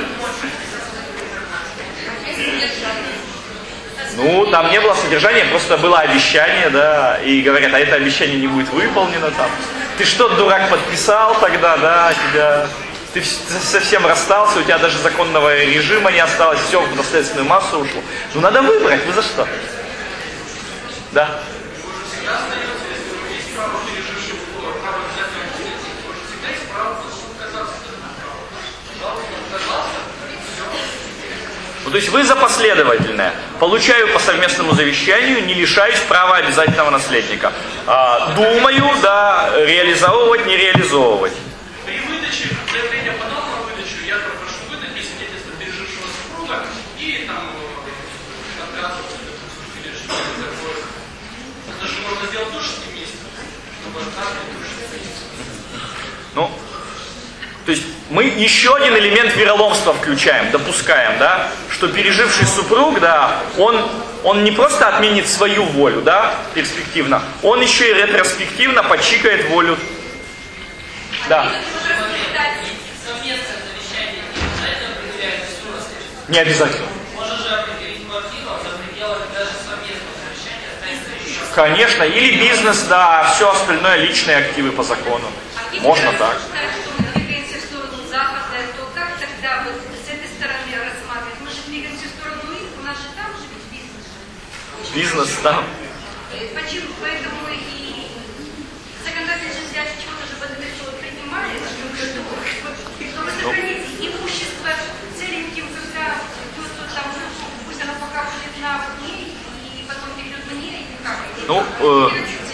Ну, там не было содержания, просто было обещание, да, и говорят, а это обещание не будет выполнено там. Ты что, дурак, подписал тогда, да, тебя... Ты совсем расстался, у тебя даже законного режима не осталось, все в наследственную массу ушло. Ну, надо выбрать, вы за что? Да. Ну, то есть вы за последовательное. Получаю по совместному завещанию, не лишаюсь права обязательного наследника. А, думаю, да, реализовывать, не реализовывать. При выдаче, заявление подал на выдачу, я прошу выдать для свидетельства пережившего супруга и там отказываться или что-то такое. Это же можно сделать тоже с ним вместе, чтобы отказывать. Ну, то есть мы еще один элемент вероломства включаем, допускаем, да, что переживший супруг, да, он, он не просто отменит свою волю, да, перспективно, он еще и ретроспективно подчикает волю. Да. Не обязательно. Можно же определить квартиру за пределами даже совместного завещания. Конечно, или бизнес, да, все остальное личные активы по закону. Можно так. бизнес там. Почему? Поэтому и законодательная связь чего-то же под это принимает, чтобы сохранить имущество целеньким, когда там, пусть она пока будет на мне, и потом придет мне, и как. Ну, э,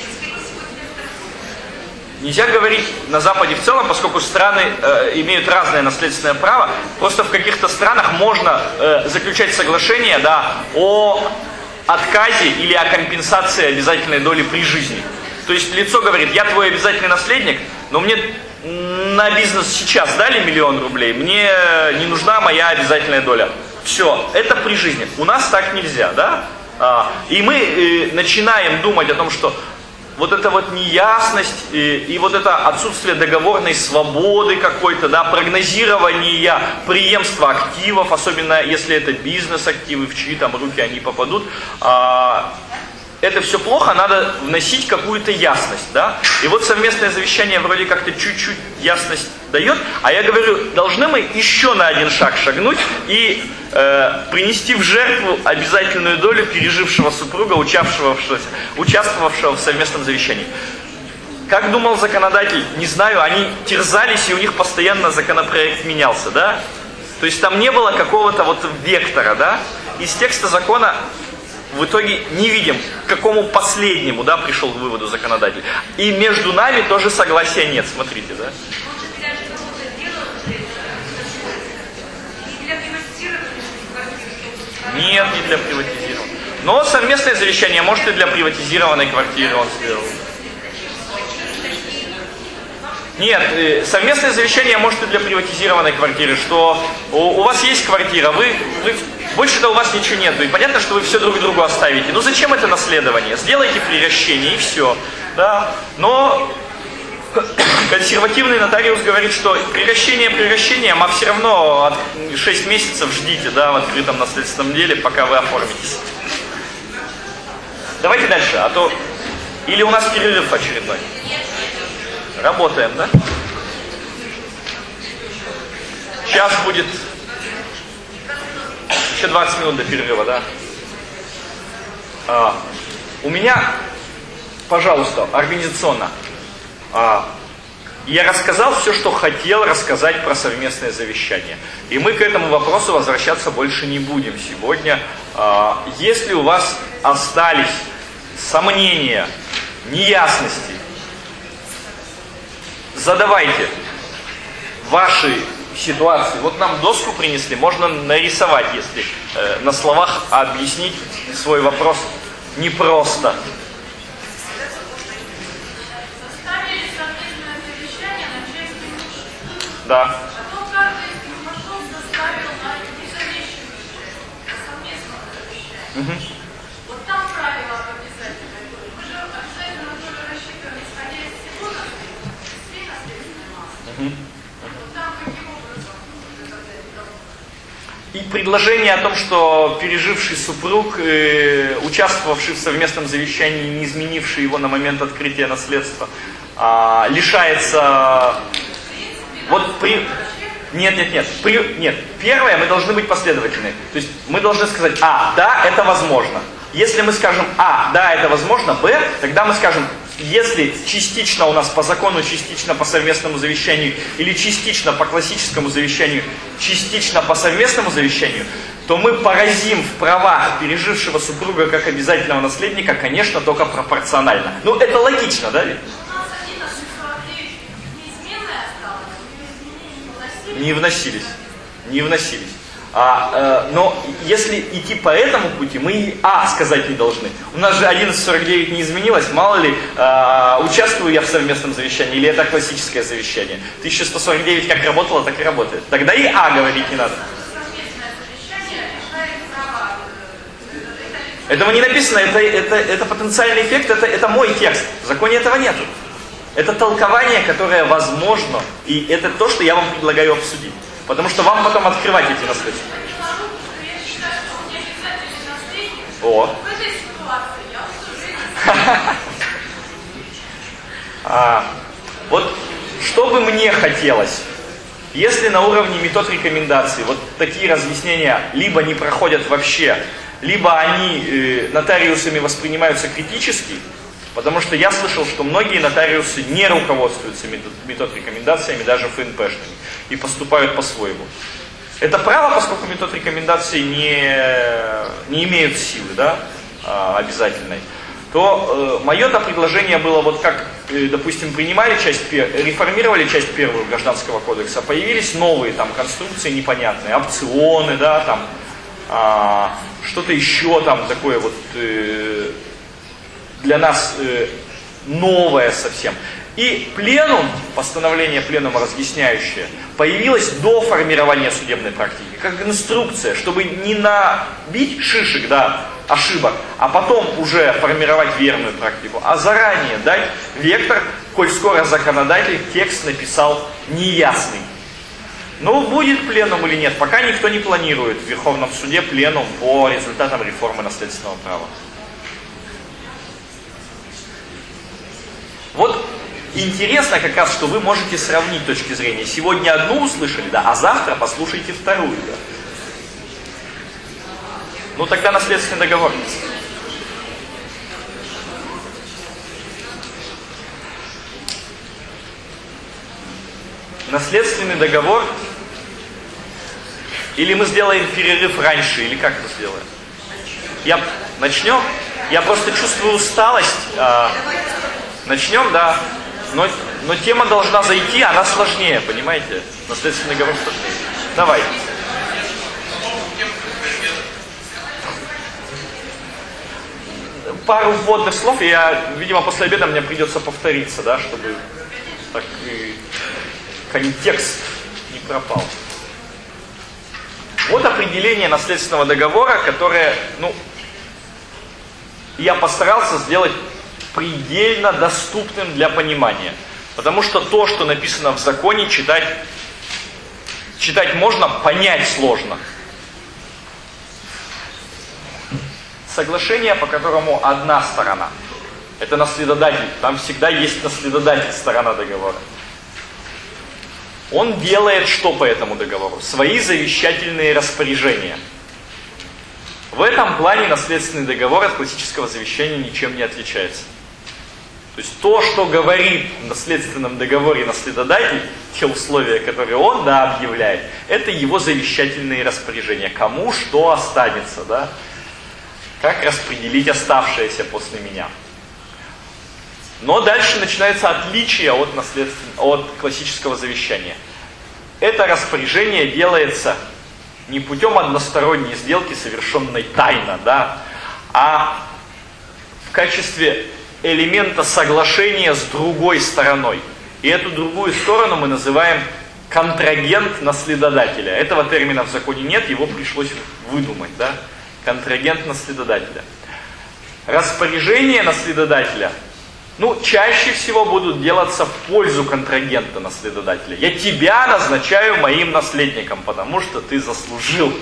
нельзя говорить на Западе в целом, поскольку страны э, имеют разное наследственное право. Просто в каких-то странах можно э, заключать соглашение, да, о отказе или о компенсации обязательной доли при жизни. То есть лицо говорит: я твой обязательный наследник, но мне на бизнес сейчас дали миллион рублей, мне не нужна моя обязательная доля. Все, это при жизни. У нас так нельзя, да? А, и мы э, начинаем думать о том, что вот эта вот неясность и, и вот это отсутствие договорной свободы какой-то, да, прогнозирования преемства активов, особенно если это бизнес-активы, в чьи там руки они попадут, а, это все плохо, надо вносить какую-то ясность, да. И вот совместное завещание вроде как-то чуть-чуть ясность дает, а я говорю, должны мы еще на один шаг шагнуть и э, принести в жертву обязательную долю пережившего супруга, участвовавшего, участвовавшего в совместном завещании. Как думал законодатель, не знаю, они терзались, и у них постоянно законопроект менялся, да. То есть там не было какого-то вот вектора, да. Из текста закона в итоге не видим, к какому последнему, да, пришел к выводу законодатель. И между нами тоже согласия нет, смотрите, да. Нет, не для приватизированной. Но совместное завещание, может, и для приватизированной квартиры он сделал. Нет, совместное завещание может и для приватизированной квартиры, что у, у вас есть квартира, вы, вы больше-то у вас ничего нету, и понятно, что вы все друг другу оставите. Ну зачем это наследование? Сделайте приращение и все. Да? Но консервативный нотариус говорит, что приращение приращением, а все равно шесть месяцев ждите, да, в открытом наследственном деле, пока вы оформитесь. Давайте дальше, а то... Или у нас перерыв очередной? Работаем, да? Сейчас будет еще двадцать минут до перерыва, да? А, у меня, пожалуйста, организационно. А, я рассказал все, что хотел рассказать про совместное завещание. И мы к этому вопросу возвращаться больше не будем сегодня. А, если у вас остались сомнения, неясности, задавайте ваши ситуации. Вот нам доску принесли, можно нарисовать, если э, на словах объяснить свой вопрос непросто. Составили совместное завещание на часть имущества. Да. Потом каждый из них пошел, составил на независимую часть, на совместное завещание. Угу. Вот там правило об обязательной доле. Мы же обязательно долю рассчитываем, исходя из всего наследства, всей наследственной массы. Угу. Вот там каким образом это определено? И предложение о том, что переживший супруг, э, участвовавший в совместном завещании, не изменивший его на момент открытия наследства, э, лишается... Вот при... Нет, нет, нет. При... Нет. Первое, мы должны быть последовательны. То есть мы должны сказать: А, да, это возможно. Если мы скажем: А, да, это возможно, Б, тогда мы скажем: если частично у нас по закону, частично по совместному завещанию, или частично по классическому завещанию, частично по совместному завещанию, то мы поразим в правах пережившего супруга как обязательного наследника, конечно, только пропорционально. Ну, это логично, да? У нас одиннадцать сорок девять неизменное осталось, изменения не вносили. Не вносились. Не вносились. А, э, но если идти по этому пути, мы и А сказать не должны. У нас же одиннадцать сорок девять не изменилось, мало ли, э, участвую я в совместном завещании, или это классическое завещание. тысяча сто сорок девять как работало, так и работает. Тогда и А говорить не надо. Совместное завещание решает права. Этого не написано, это, это, это потенциальный эффект, это, это мой текст. В законе этого нету. Это толкование, которое возможно, и это то, что я вам предлагаю обсудить. Потому что вам потом открывать эти наследства. Я считаю, что он не обязательный наследник. О. В этой ситуации я уже не знаю. а, Вот что бы мне хотелось, если на уровне метод рекомендаций вот такие разъяснения либо не проходят вообще, либо они э, нотариусами воспринимаются критически, потому что я слышал, что многие нотариусы не руководствуются метод рекомендациями, даже эф эн пэ-шными, и поступают по-своему. Это право, поскольку метод рекомендаций не, не имеют силы, да, обязательной, то э, мое-то предложение было, вот как, э, допустим, принимали часть, реформировали часть первую Гражданского кодекса, появились новые там конструкции непонятные, опционы, да, там, а, что-то еще там такое вот э, для нас э, новое совсем. И пленум, постановление пленума разъясняющее, появилось до формирования судебной практики, как инструкция, чтобы не набить шишек, да, ошибок, а потом уже формировать верную практику, а заранее дать вектор, коль скоро законодатель текст написал неясный. Ну, будет пленум или нет, пока никто не планирует в Верховном суде пленум по результатам реформы наследственного права. Вот интересно как раз, что вы можете сравнить точки зрения. Сегодня одну услышали, да, а завтра послушайте вторую, да. Ну тогда наследственный договор. Наследственный договор. Или мы сделаем перерыв раньше, или как мы сделаем? Я начнем. Я просто чувствую усталость. А, начнем, да. Но, но тема должна зайти, она сложнее, понимаете? Наследственный договор сложнее. Давай. Пару вводных слов, и я, видимо, после обеда мне придется повториться, да, чтобы так и контекст не пропал. Вот определение наследственного договора, которое, ну, я постарался сделать предельно доступным для понимания. Потому что то, что написано в законе, читать, читать можно, понять сложно. Соглашение, по которому одна сторона, это наследодатель, там всегда есть наследодатель, сторона договора. Он делает что по этому договору? Свои завещательные распоряжения. В этом плане наследственный договор от классического завещания ничем не отличается. То есть то, что говорит в наследственном договоре наследодатель, те условия, которые он, да, объявляет, это его завещательные распоряжения. Кому что останется, да? Как распределить оставшееся после меня. Но дальше начинается отличие от, от классического завещания. Это распоряжение делается не путем односторонней сделки, совершенной тайно, да, а в качестве элемента соглашения с другой стороной. И эту другую сторону мы называем контрагент наследодателя. Этого термина в законе нет, его пришлось выдумать, да? Контрагент наследодателя. Распоряжения наследодателя, ну, чаще всего будут делаться в пользу контрагента наследодателя. Я тебя назначаю моим наследником, потому что ты заслужил.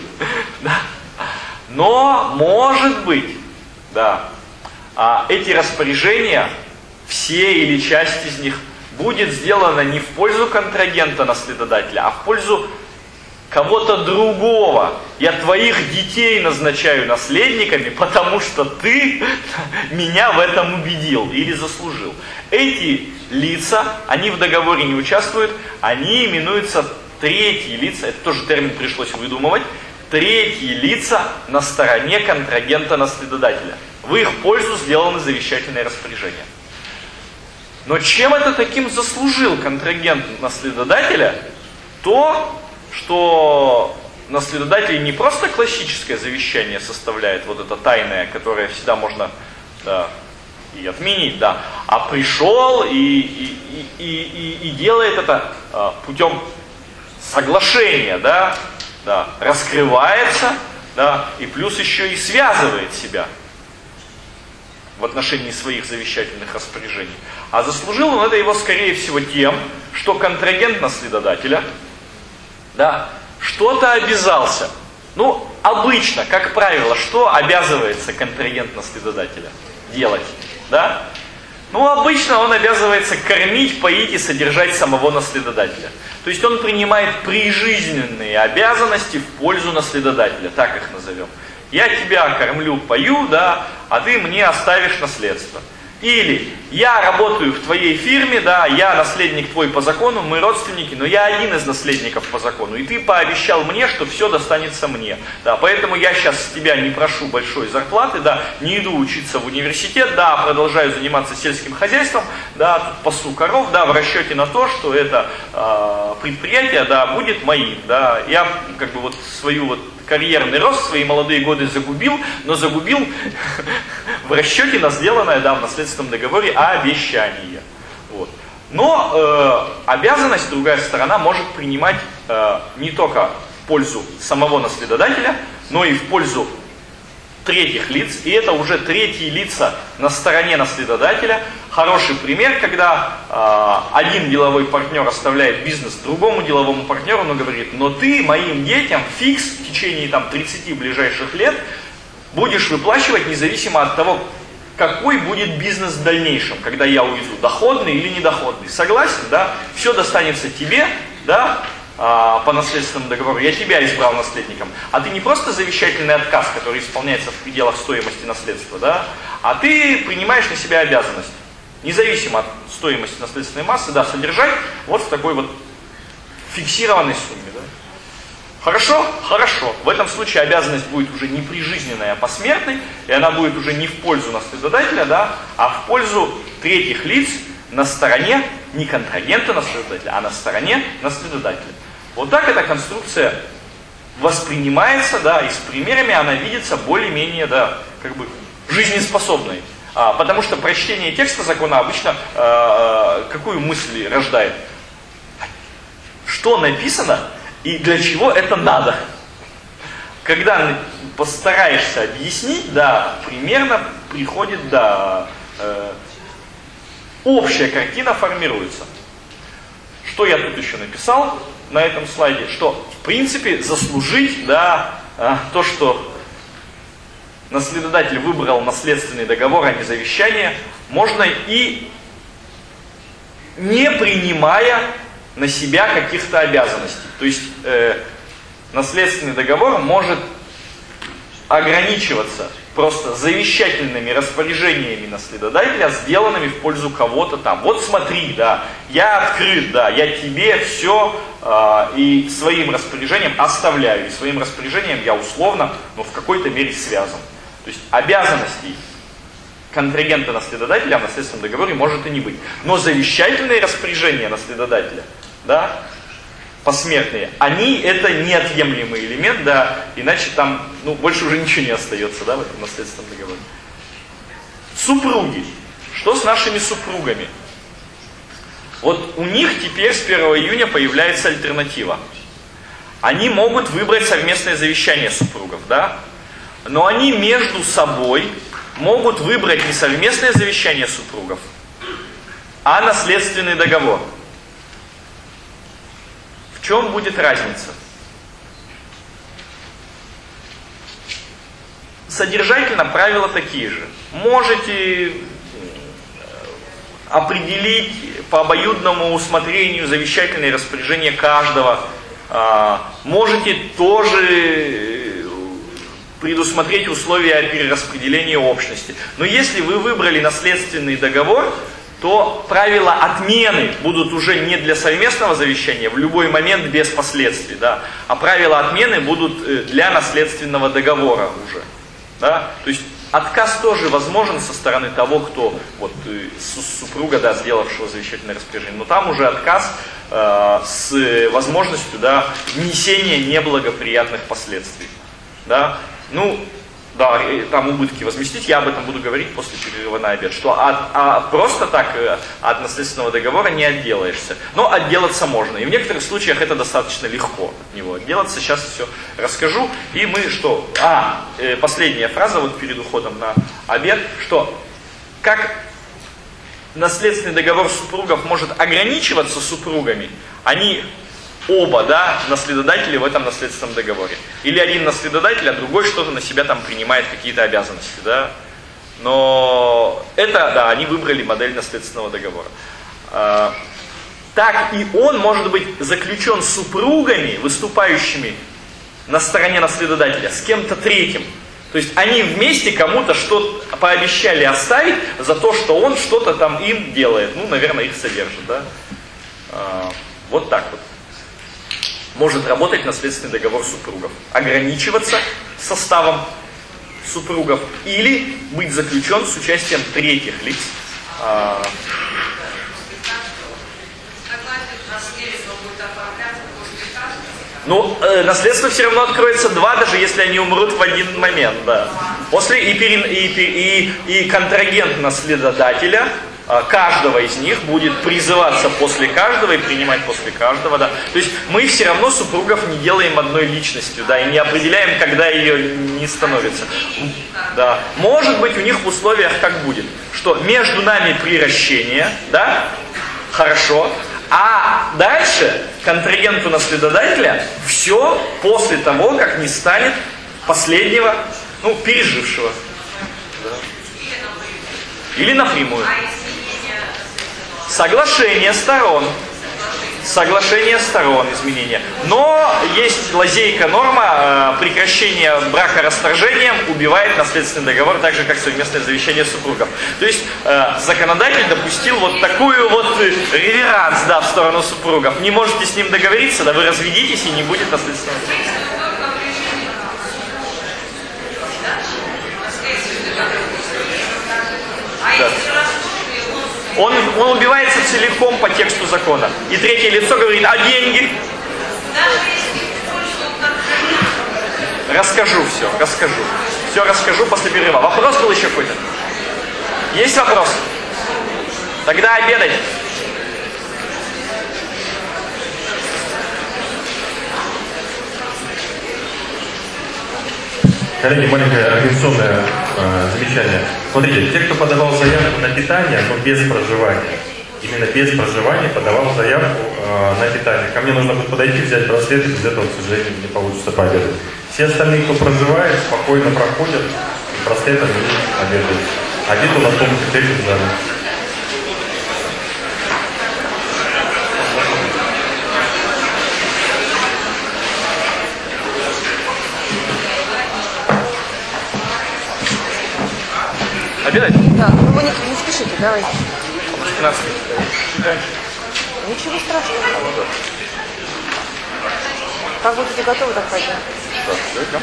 Но, может быть, да, эти распоряжения, все или часть из них, будет сделано не в пользу контрагента наследодателя, а в пользу кого-то другого. Я твоих детей назначаю наследниками, потому что ты меня в этом убедил или заслужил. Эти лица, они в договоре не участвуют, они именуются третьи лица, это тоже термин пришлось выдумывать, третьи лица на стороне контрагента наследодателя. В их пользу сделаны завещательные распоряжения. Но чем это таким заслужил контрагент наследодателя? То, что наследодатель не просто классическое завещание составляет, вот это тайное, которое всегда можно, да, и отменить, да, а пришел и, и, и, и, и делает это а, путем соглашения, да, да, раскрывается, да, и плюс еще и связывает себя в отношении своих завещательных распоряжений. А заслужил он это его, скорее всего, тем, что контрагент наследодателя, да, что-то обязался. Ну, обычно, как правило, что обязывается контрагент наследодателя делать? Да? Ну, обычно он обязывается кормить, поить и содержать самого наследодателя. То есть он принимает прижизненные обязанности в пользу наследодателя, так их назовем. Я тебя кормлю, пою, да, а ты мне оставишь наследство. Или я работаю в твоей фирме, да, я наследник твой по закону, мы родственники, но я один из наследников по закону, и ты пообещал мне, что все достанется мне. Да, поэтому я сейчас с тебя не прошу большой зарплаты, да, не иду учиться в университет, да, продолжаю заниматься сельским хозяйством, да, пасу коров, да, в расчете на то, что это э, предприятие, да, будет моим, да. Я как бы вот свою вот карьерный рост, свои молодые годы загубил, но загубил в расчете на сделанное, да, в наследственном договоре обещание. Вот. Но э, обязанность другая сторона может принимать э, не только в пользу самого наследодателя, но и в пользу третьих лиц, и это уже третьи лица на стороне наследодателя. Хороший пример, когда э, один деловой партнер оставляет бизнес другому деловому партнеру, но говорит: но ты моим детям фикс в течение там, тридцати ближайших лет будешь выплачивать независимо от того, какой будет бизнес в дальнейшем, когда я уйду, доходный или недоходный. Согласен, да? Все достанется тебе, да? По наследственному договору, я тебя избрал наследником, а ты не просто завещательный отказ, который исполняется в пределах стоимости наследства, да, а ты принимаешь на себя обязанность, независимо от стоимости наследственной массы, да, содержать вот в такой вот фиксированной сумме. Да. Хорошо? Хорошо. В этом случае обязанность будет уже не прижизненная, а посмертной, и она будет уже не в пользу наследодателя, да, а в пользу третьих лиц на стороне не контрагента наследодателя, а на стороне наследодателя. Вот так эта конструкция воспринимается, да, и с примерами она видится более-менее, да, как бы жизнеспособной. А, потому что прочтение текста закона обычно а, какую мысль рождает? Что написано и для чего это надо? Когда постараешься объяснить, да, примерно приходит, да, э, общая картина формируется. Что я тут еще написал на этом слайде? Что, в принципе, заслужить, да, то, что наследодатель выбрал наследственный договор, а не завещание, можно и не принимая на себя каких-то обязанностей. То есть э, наследственный договор может ограничиваться просто завещательными распоряжениями наследодателя, сделанными в пользу кого-то там. Вот смотри, да, я открыт, да, я тебе все э, и своим распоряжением оставляю, и своим распоряжением я условно, но в какой-то мере связан. То есть обязанностей контрагента наследодателя в наследственном договоре может и не быть. Но завещательные распоряжения наследодателя, да, посмертные, они это неотъемлемый элемент, да, иначе там, ну, больше уже ничего не остается, да, в этом наследственном договоре. Супруги. Что с нашими супругами? Вот у них теперь с первого июня появляется альтернатива. Они могут выбрать совместное завещание супругов, да, но они между собой могут выбрать не совместное завещание супругов, а наследственный договор. В чем будет разница? Содержательно правила такие же. Можете определить по обоюдному усмотрению завещательные распоряжения каждого. Можете тоже предусмотреть условия о перераспределении общности. Но если вы выбрали наследственный договор, то правила отмены будут уже не для совместного завещания, в любой момент без последствий, да, а правила отмены будут для наследственного договора уже. Да? То есть отказ тоже возможен со стороны того, кто, вот, супруга, да, сделавшего завещательное распоряжение, но там уже отказ э, с возможностью, да, несения неблагоприятных последствий. Да? Ну, да, там убытки возместить, я об этом буду говорить после перерыва на обед, что от, а просто так от наследственного договора не отделаешься. Но отделаться можно, и в некоторых случаях это достаточно легко от него отделаться. Сейчас все расскажу. И мы что? А, э, последняя фраза вот перед уходом на обед, что как наследственный договор супругов может ограничиваться супругами, они... Оба, да, наследодатели в этом наследственном договоре. Или один наследодатель, а другой что-то на себя там принимает, какие-то обязанности, да. Но это, да, они выбрали модель наследственного договора. А, так и он может быть заключен с супругами, выступающими на стороне наследодателя, с кем-то третьим. То есть они вместе кому-то что-то пообещали оставить за то, что он что-то там им делает. Ну, наверное, их содержит, да? А, вот так вот. Может работать наследственный договор супругов. Ограничиваться составом супругов или быть заключен с участием третьих лиц. А, Ну, э, наследство все равно откроется два, даже если они умрут в один момент, да. После и, пере, и, и, и контрагент наследодателя, э, каждого из них будет призываться после каждого и принимать после каждого, да. То есть мы все равно супругов не делаем одной личностью, да, и не определяем, когда ее не становится. Да. Может быть, у них в условиях как будет, что между нами приращение, да, хорошо. А дальше контрагенту наследодателя все после того, как не станет последнего, ну, пережившего. Да. Или напрямую. Соглашение сторон. Соглашение сторон изменения. Но есть лазейка норма, э, прекращение брака расторжением убивает наследственный договор, так же как совместное завещание супругов. То есть э, законодатель допустил вот такую вот э, реверанс, да, в сторону супругов. Не можете с ним договориться, да, вы разведитесь и не будет наследственного договора. Да. Он, он убивается целиком по тексту закона. И третье лицо говорит, а деньги? Расскажу все, расскажу. Все расскажу после перерыва. Вопрос был еще какой-то? Есть вопрос? Тогда обедать. Коллеги, маленькое организационное э, замечание. Смотрите, те, кто подавал заявку на питание, но без проживания, именно без проживания подавал заявку э, на питание. Ко мне нужно будет подойти, взять браслет, и без этого, к сожалению, не получится пообедать. Все остальные, кто проживает, спокойно проходят, и браслетом не обедают. Обед у нас в том третьем зале. Обедать? Да, ну вы не, не спешите, давайте. пятнадцать. Ничего страшного. Как будете готовы, так пойдем. Да, все, идем.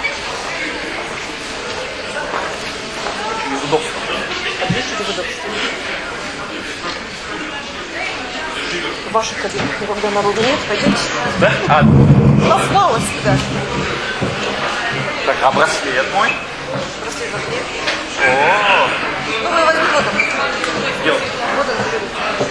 Без удобства. Отлично, без удобства. В ваших кабинах никогда народу нет, пойдемте. Да? А, Осталось, да. так, а браслет мой? Браслет браслет. О, Ну, вы возьмите вот он. где он? Вот он, заберите.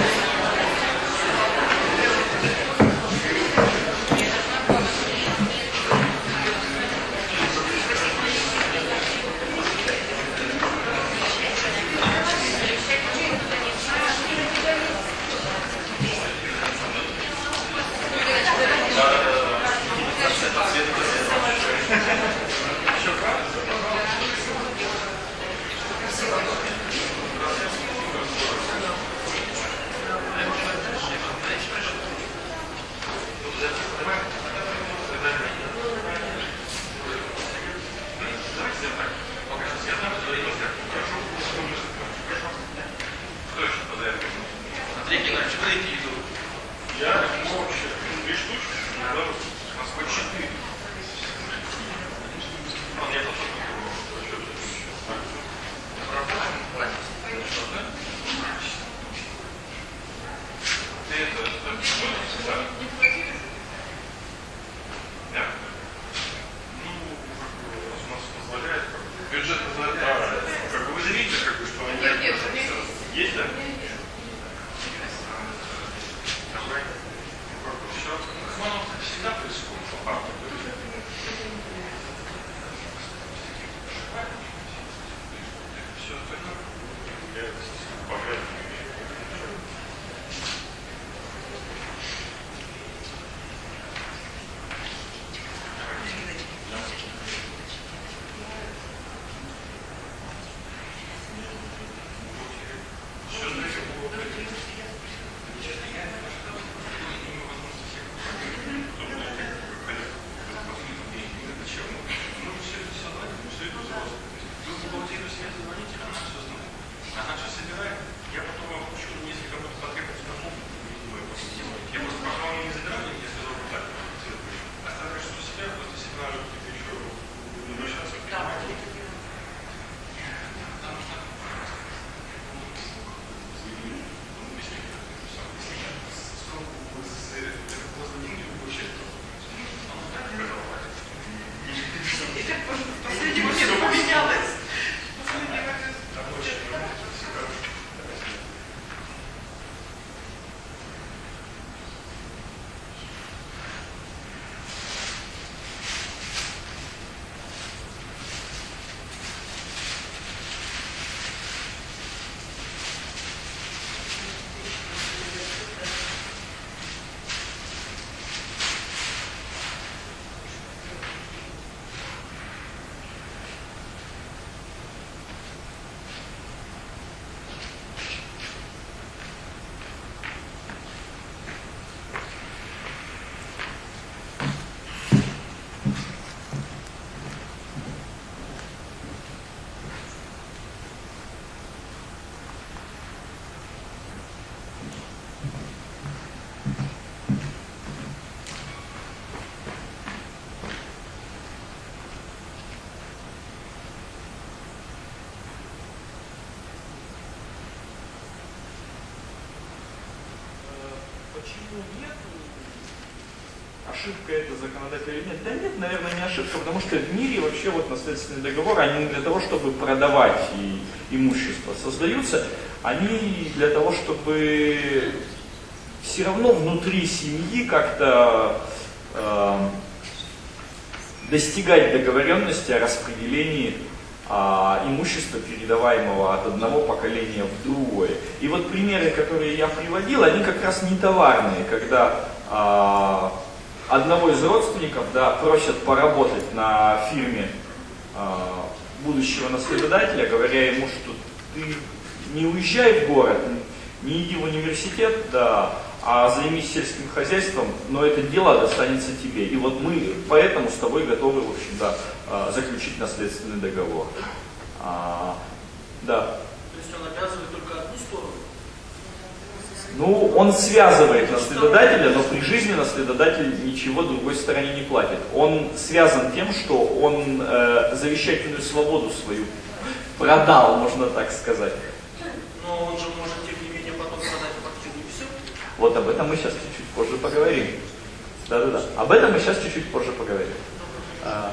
ошибка это законодателя или нет? Да нет, наверное, не ошибка, потому что в мире вообще вот наследственные договоры, они не для того, чтобы продавать и имущество создаются, они для того, чтобы все равно внутри семьи как-то э, достигать договоренности о распределении а, имущества, передаваемого от одного поколения в другое. И вот примеры, которые я приводил, они как раз не товарные, когда а, одного из родственников, да, просят поработать на фирме а, будущего наследодателя, говоря ему, что ты не уезжай в город, не иди в университет, да, а займись сельским хозяйством, но это дело достанется тебе. И вот мы поэтому с тобой готовы, в общем, да, заключить наследственный договор. А, да. То есть он обязывает только одну сторону? Ну, он связывает наследодателя, но при жизни наследодатель ничего другой стороне не платит. Он связан тем, что он э, завещательную свободу свою продал, можно так сказать. Но он же может, тем не менее, потом продать квартиру и все. Вот об этом мы сейчас чуть-чуть позже поговорим. Да-да-да. Об этом мы сейчас чуть-чуть позже поговорим. А,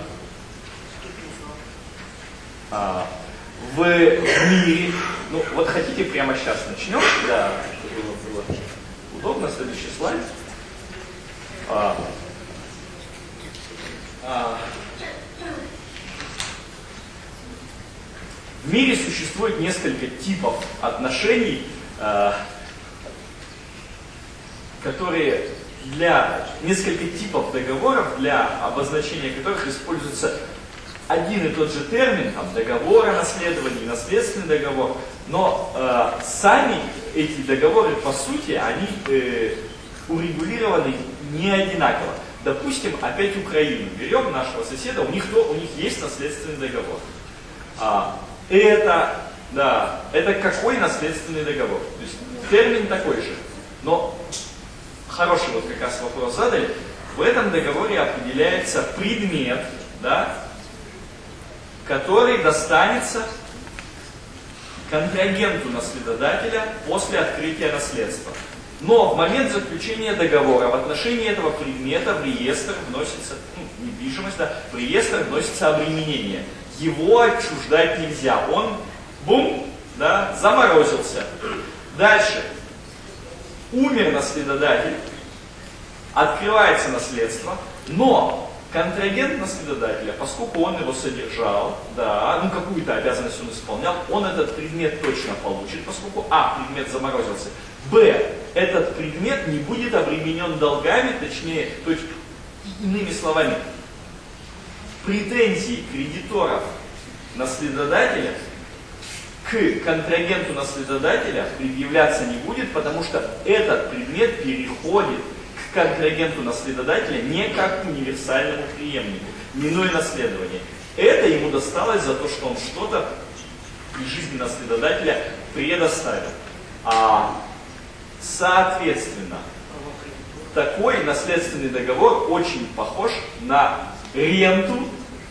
а, в мире, ну вот хотите прямо сейчас начнем, да, чтобы было, было удобно. Следующий слайд. А, а, в мире существует несколько типов отношений, а, которые для несколько типов договоров, для обозначения которых используется один и тот же термин, там, договор о наследовании, наследственный договор, но э, сами эти договоры, по сути, они э, урегулированы не одинаково. Допустим, опять Украину берем, нашего соседа, у них, то, у них есть наследственный договор. А, это, да, это какой наследственный договор? То есть термин такой же, но хороший вот как раз вопрос задали. В этом договоре определяется предмет, да, который достанется контрагенту наследодателя после открытия наследства. Но в момент заключения договора в отношении этого предмета в реестр вносится, ну, недвижимость, да, в реестр вносится обременение. Его отчуждать нельзя. Он, бум, да, заморозился. Дальше. Умер наследодатель, открывается наследство, но контрагент наследодателя, поскольку он его содержал, да, ну какую-то обязанность он исполнял, он этот предмет точно получит, поскольку а, предмет заморозился, б, этот предмет не будет обременен долгами, точнее, то есть, иными словами, претензии кредиторов наследодателя к контрагенту наследодателя предъявляться не будет, потому что этот предмет переходит к контрагенту наследодателя не как к универсальному преемнику, минуя наследование. Это ему досталось за то, что он что-то при жизни наследодателя предоставил. А, соответственно, такой наследственный договор очень похож на ренту.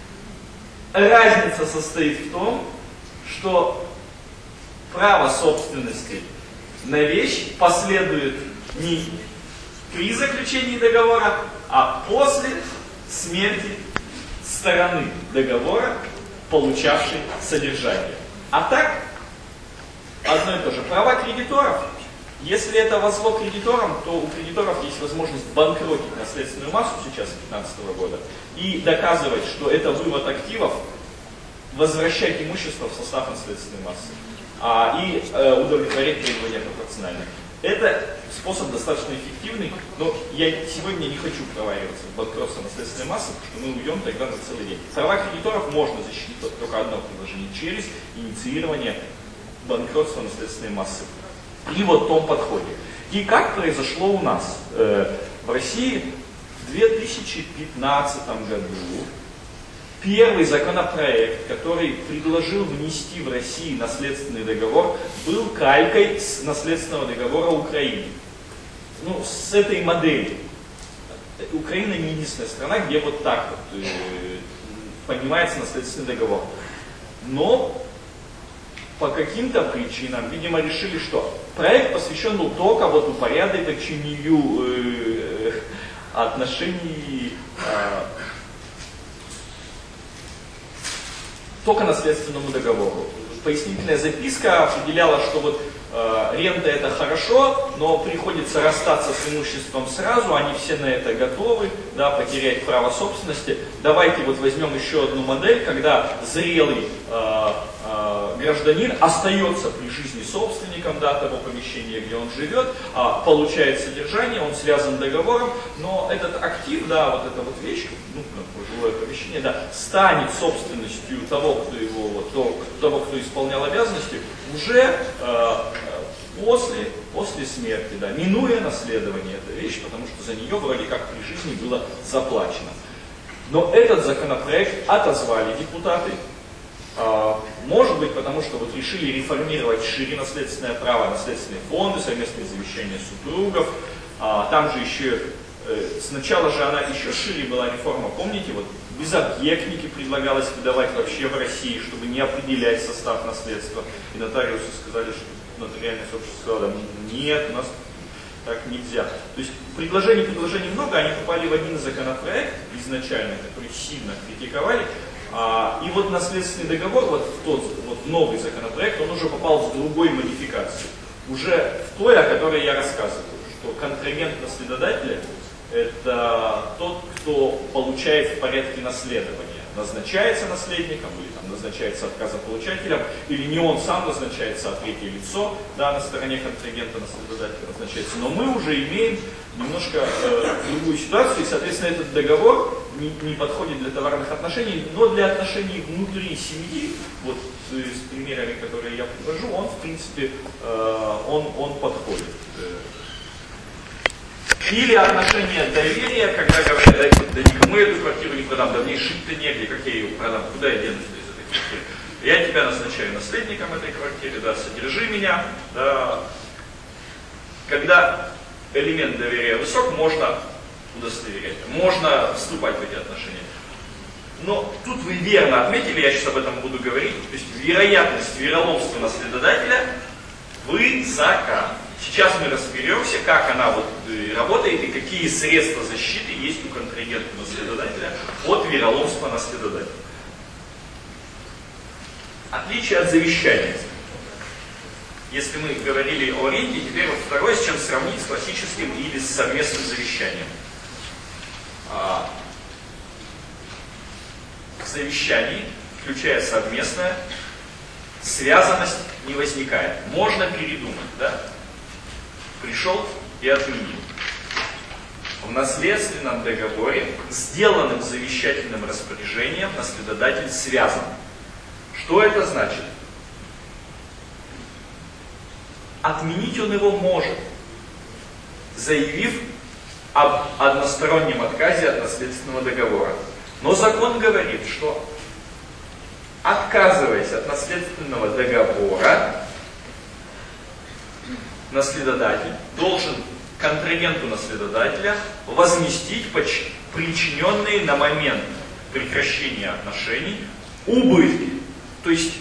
Разница состоит в том, что право собственности на вещь последует не при заключении договора, а после смерти стороны договора, получавшей содержание. А так, одно и то же. Права кредиторов, если это возло кредиторам, то у кредиторов есть возможность банкротить наследственную массу сейчас, с две тысячи пятнадцатого года, и доказывать, что это вывод активов, возвращать имущество в состав наследственной массы а, и э, удовлетворять требования пропорционально. Это способ достаточно эффективный, но я сегодня не хочу проваливаться в банкротство наследственной массы, потому что мы уйдем тогда на целый день. Права кредиторов можно защитить только одно предложение через инициирование банкротства наследственной массы. И вот в том подходе. И как произошло у нас? Э, в России в две тысячи пятнадцатом году первый законопроект, который предложил внести в России наследственный договор, был калькой с наследственного договора Украины. Ну, с этой модели. Украина не единственная страна, где вот так вот э, понимается наследственный договор. Но по каким-то причинам, видимо, решили, что проект посвящен был только вот упорядочению э, отношений э, только наследственному договору. Пояснительная записка определяла, что вот э, рента это хорошо, но приходится расстаться с имуществом сразу, они все на это готовы, да, потерять право собственности. Давайте вот возьмем еще одну модель, когда зрелый э, э, гражданин остается при жизни собственником, да, того помещения, где он живет, а получает содержание, он связан договором, но этот актив, да, вот эта вот вещь, ну, жилое помещение, да, станет собственностью того, кто его, вот, того, кто исполнял обязанности, уже э, после, после смерти, да, минуя наследование, эта вещь, потому что за нее вроде как при жизни было заплачено. Но этот законопроект отозвали депутаты, э, может быть, потому что вот решили реформировать шире наследственное право, наследственные фонды, совместные завещания супругов, а, там же еще сначала же она еще шире была реформа, помните, вот безобъектники предлагалось выдавать вообще в России, чтобы не определять состав наследства. И нотариусы сказали, что нотариальное сообщество сказало, нет, у нас так нельзя. То есть предложений, предложений много, они попали в один законопроект изначально, который сильно критиковали. А, и вот наследственный договор, вот в тот вот новый законопроект, он уже попал с другой модификацией. Уже в той, о которой я рассказываю, что контрагент наследодателя это тот, кто получает в порядке наследования. Назначается наследником, или там, назначается отказополучателем, или не он сам назначается, а третье лицо, да, на стороне контрагента наследодателя назначается. Но мы уже имеем немножко э, другую ситуацию, и, соответственно, этот договор не, не подходит для товарных отношений, но для отношений внутри семьи, вот с примерами, которые я привожу, он, в принципе, э, он, он подходит. Или отношения доверия, когда говорят, да, да никому я эту квартиру не продам, да мне шить-то негде, как я ее продам, куда я денусь из этой квартиры. Я тебя назначаю наследником этой квартиры, да, содержи меня, да. Когда элемент доверия высок, можно удостоверять, можно вступать в эти отношения. Но тут вы верно отметили, я сейчас об этом буду говорить, то есть вероятность вероломства наследодателя высока. Сейчас мы разберемся, как она вот работает и какие средства защиты есть у контрагента наследодателя от вероломства наследодателя. Отличие от завещания. Если мы говорили о ренте, теперь вот второе, с чем сравнить, с классическим или с совместным завещанием. В завещании, включая совместное, связанность не возникает. Можно передумать, да? Пришел и отменил. В наследственном договоре, сделанным завещательным распоряжением, наследодатель связан. Что это значит? Отменить он его может, заявив об одностороннем отказе от наследственного договора. Но закон говорит, что, отказываясь от наследственного договора, наследодатель должен контрагенту наследодателя возместить причиненные на момент прекращения отношений убытки. То есть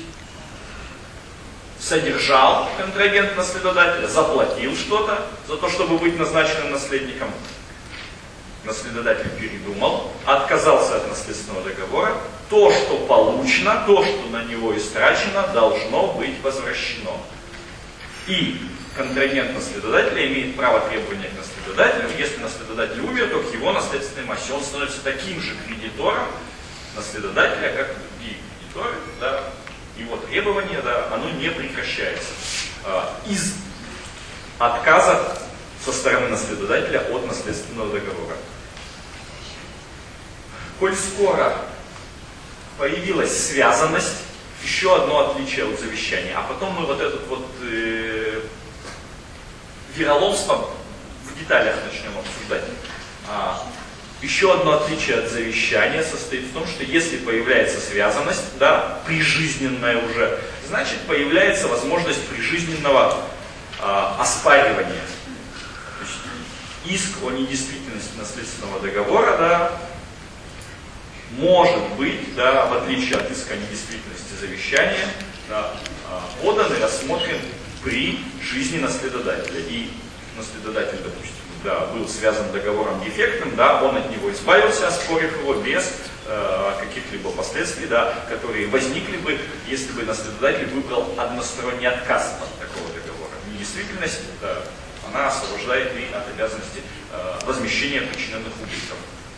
содержал контрагент наследодателя, заплатил что-то за то, чтобы быть назначенным наследником. Наследодатель передумал, отказался от наследственного договора. То, что получено, то, что на него истрачено, должно быть возвращено. И контрагент наследодателя имеет право требования к наследодателю. Если наследодатель умер, то к его наследственной массе он становится таким же кредитором наследодателя, как и другие кредиторы. Да, его требование, да, оно не прекращается а, из отказа со стороны наследодателя от наследственного договора. Коль скоро появилась связанность, еще одно отличие от завещания, а потом мы вот этот вот э, вероломство в деталях начнем обсуждать. А, еще одно отличие от завещания состоит в том, что если появляется связанность, да, прижизненная уже, значит появляется возможность прижизненного а, оспаривания. То есть иск о недействительности наследственного договора, да, может быть, да, в отличие от иска о недействительности завещания, да, подан и рассмотрен при жизни наследодателя. И наследодатель, допустим, да, был связан договором дефектным, да, он от него избавился, оспорив его без э, каких-либо последствий, да, которые возникли бы, если бы наследодатель выбрал односторонний отказ от такого договора. Недействительность, да, она освобождает и от обязанности э, возмещения причиненных убытков.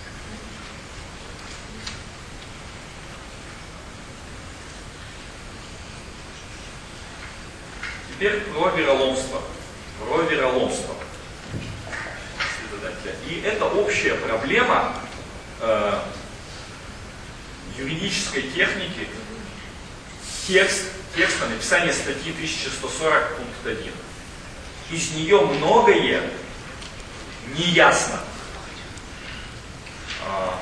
Теперь про вероломство. Про вероломство. И это общая проблема э, юридической техники, текст, текста написания статьи тысяча сто сорок пункт один. Из нее многое неясно. А,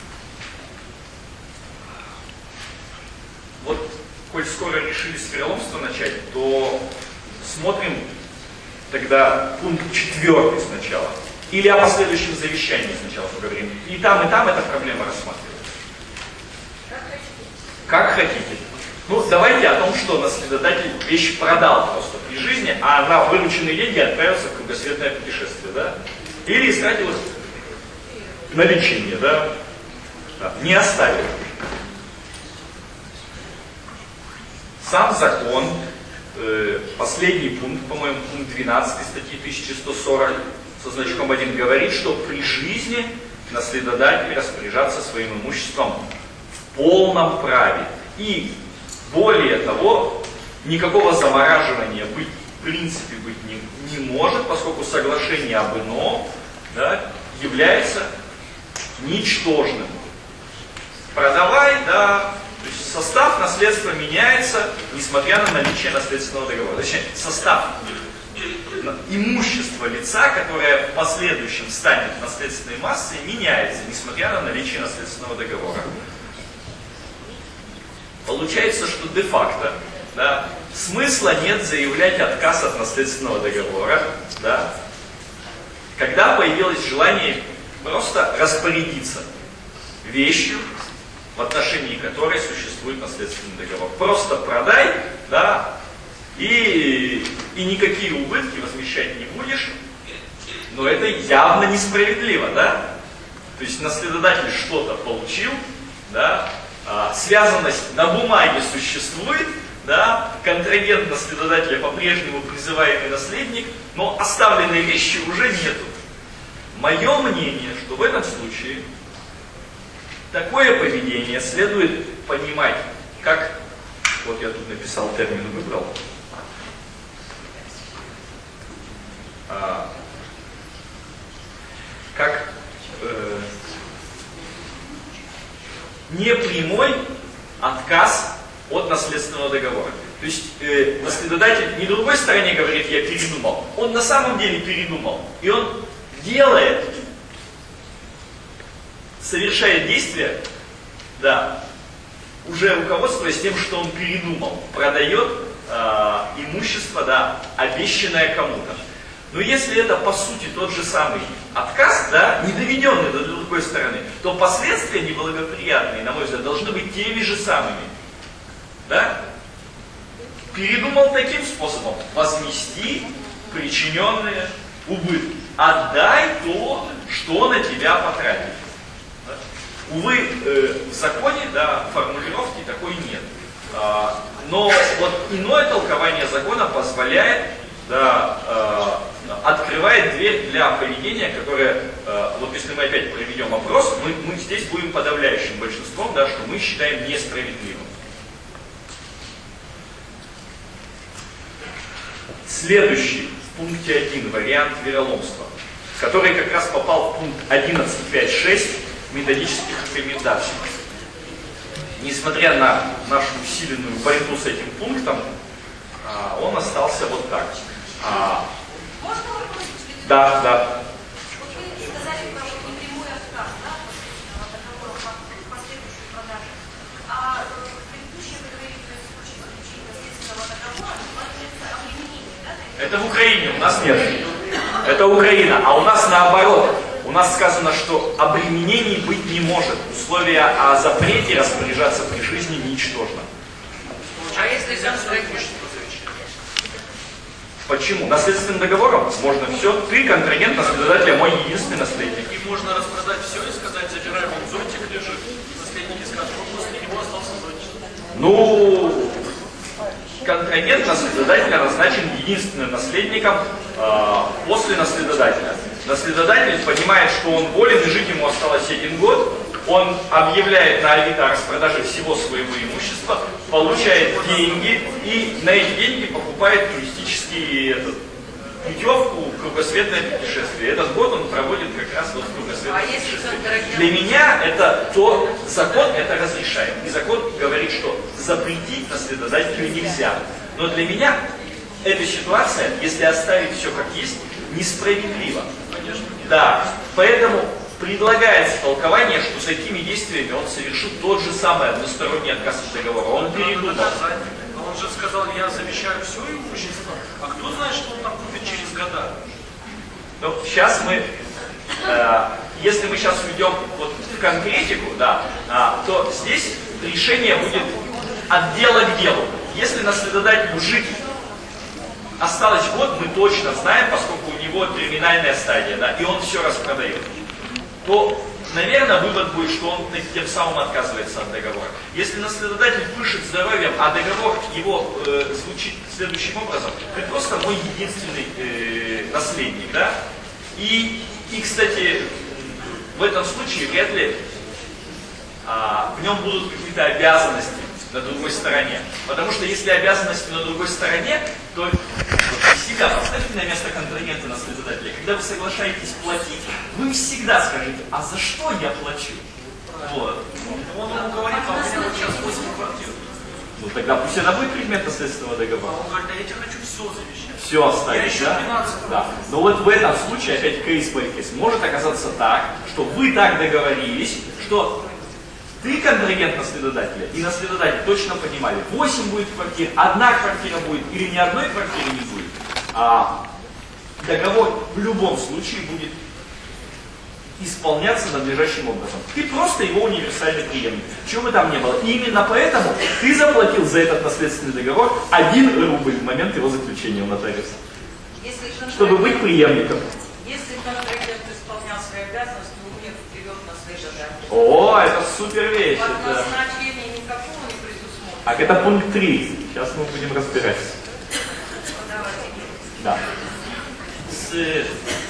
вот, коль скоро решили с вероломства начать, то смотрим тогда пункт четвертый сначала. Или о последующем завещании сначала поговорим. И там, и там эта проблема рассматривается. Как хотите. Ну, давайте о том, что наследодатель вещь продал просто при жизни, а на вырученные деньги отправился в кругосветное путешествие, да? Или истратил их на лечение, да? Да. Не оставил. Сам закон, э, последний пункт, по-моему, пункт двенадцатый статьи тысяча сто сорок со значком один говорит, что при жизни наследодатель распоряжаться своим имуществом в полном праве. И более того, никакого замораживания быть, в принципе быть не, не может, поскольку соглашение об ином, да, является ничтожным. Продавай, да, то есть состав наследства меняется, несмотря на наличие наследственного договора. Точнее, состав имущество лица, которое в последующем станет наследственной массой, меняется, несмотря на наличие наследственного договора. Получается, что де-факто, да, смысла нет заявлять отказ от наследственного договора, да, когда появилось желание просто распорядиться вещью, в отношении которой существует наследственный договор. Просто продай, да, И, и никакие убытки возмещать не будешь, но это явно несправедливо, да? То есть наследодатель что-то получил, да? А, связанность на бумаге существует, да? Контрагент наследодателя по-прежнему призываемый наследник, но оставленной вещи уже нету. Мое мнение, что в этом случае такое поведение следует понимать, как, вот я тут написал термин, выбрал, как э, непрямой отказ от наследственного договора. То есть э, наследодатель не другой стороне говорит, я передумал. Он на самом деле передумал. И он делает, совершает действия, да, уже руководствуясь тем, что он передумал, продает э, имущество, да, обещанное кому-то. Но если это по сути тот же самый отказ, да, не доведенный до другой стороны, то последствия неблагоприятные, на мой взгляд, должны быть теми же самыми. Да? Передумал таким способом: возмести причиненные убытки. Отдай то, что на тебя потратили. Да? Увы, э, в законе, да, формулировки такой нет. А, но вот иное толкование закона позволяет, да, э, открывает дверь для поведения, которое, э, вот если мы опять проведем опрос, мы, мы здесь будем подавляющим большинством, да, что мы считаем несправедливым. Следующий, в пункте один, вариант вероломства, который как раз попал в пункт одиннадцать точка пять точка шесть методических рекомендаций. Несмотря на нашу усиленную борьбу с этим пунктом, э, он остался вот так. А, Можно вопрос? да, да. Вот вы сказали про вот непрямой отказ, да, от договора по последующей продаже. А предыдущее вы говорили, то есть в случае заключения наследственного договора, откладывается обременение, да? Это в Украине, у нас нет. Это Украина, а у нас наоборот. У нас сказано, что обременений быть не может. Условия о запрете распоряжаться при жизни ничтожно. А А если Нельзя там все сказать? имущество завещать. Почему? Наследственным договором можно все. Ты контрагент наследодателя, мой единственный наследник. И можно распродать все и сказать, забирай, вон зонтик лежит. Наследники скажут, ну, после него остался зонтик. Ну, контрагент наследодателя назначен единственным наследником э, после наследодателя. Наследодатель понимает, что он болен и жить ему осталось один год. Он объявляет на Авито о распродаже всего своего имущества, получает деньги и на эти деньги покупает туристический этот, путевку, кругосветное путешествие. Этот год он проводит как раз вот в кругосветном А если путешествии. контрагент? Для меня это то, закон это разрешает. И закон говорит, что запретить наследодателю нельзя. Но для меня эта ситуация, если оставить все как есть, несправедлива. Да, поэтому предлагается толкование, что с такими действиями он совершит тот же самый односторонний отказ от договора. Он передумал. Но он же сказал, я завещаю все имущество. А кто знает, что он там купит через года? Ну, сейчас мы, э, если мы сейчас уйдем вот в конкретику, да, а, то здесь решение будет от дела к делу. Если наследодателю жить осталось год, мы точно знаем, поскольку у него терминальная стадия, да, и он все распродает, то, наверное, вывод будет, что он тем самым отказывается от договора. Если наследодатель пышет здоровьем, а договор его э, звучит следующим образом: ты просто мой единственный э, наследник, да? И, и, кстати, в этом случае вряд ли а, в нем будут какие-то обязанности на другой стороне. Потому что если обязанности на другой стороне, то вот, себя поставьте на место контрагента наследодателя. Когда вы соглашаетесь платить, вы всегда скажете, а за что я плачу? Вот. Он ему говорит, а у меня вот сейчас восемь квартир. Ну тогда пусть это будет предмет наследственного А договора. он говорит, а я тебе хочу все завещать. Все оставить, Я еще да? двенадцать. Да. Но вот в этом случае, опять кейс by кейс, может оказаться так, что вы так договорились, что ты контрагент наследодателя и наследодатель точно понимали, восемь будет квартир, одна квартира будет или ни одной квартиры не будет. А договор в любом случае будет исполняться надлежащим образом. Ты просто его универсальный преемник. Чего бы там ни было. И именно поэтому ты заплатил за этот наследственный договор один рубль в момент его заключения у нотариуса. Если Чтобы быть преемником. Если контрагент исполнял свои обязанности, умер вперед наследодатель. О, это супер вещь. Под Это... назначение никакого не предусмотрено. А это пункт три. Сейчас мы будем разбирать. Да. С...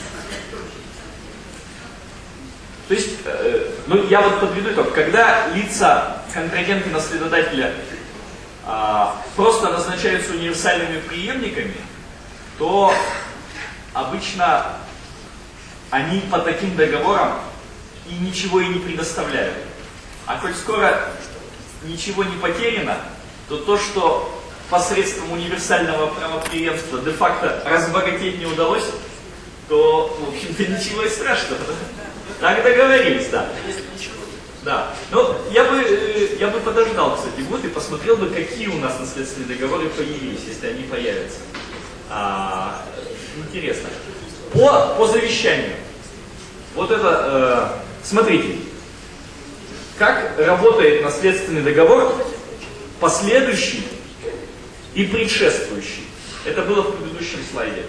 То есть, э, ну я вот подведу итог, когда лица контрагенты наследодателя э, просто назначаются универсальными преемниками, то обычно они по таким договорам и ничего и не предоставляют. А коль скоро ничего не потеряно, то то, что посредством универсального правопреемства де-факто разбогатеть не удалось, то, в общем-то, ничего и страшного. Так договорились, да. Да. Ну, я бы, э, я бы подождал, кстати, вот и посмотрел бы, какие у нас наследственные договоры появились, если они появятся. А, интересно. По, по завещанию. Вот это, э, смотрите, как работает наследственный договор, последующий и предшествующий. Это было в предыдущем слайде.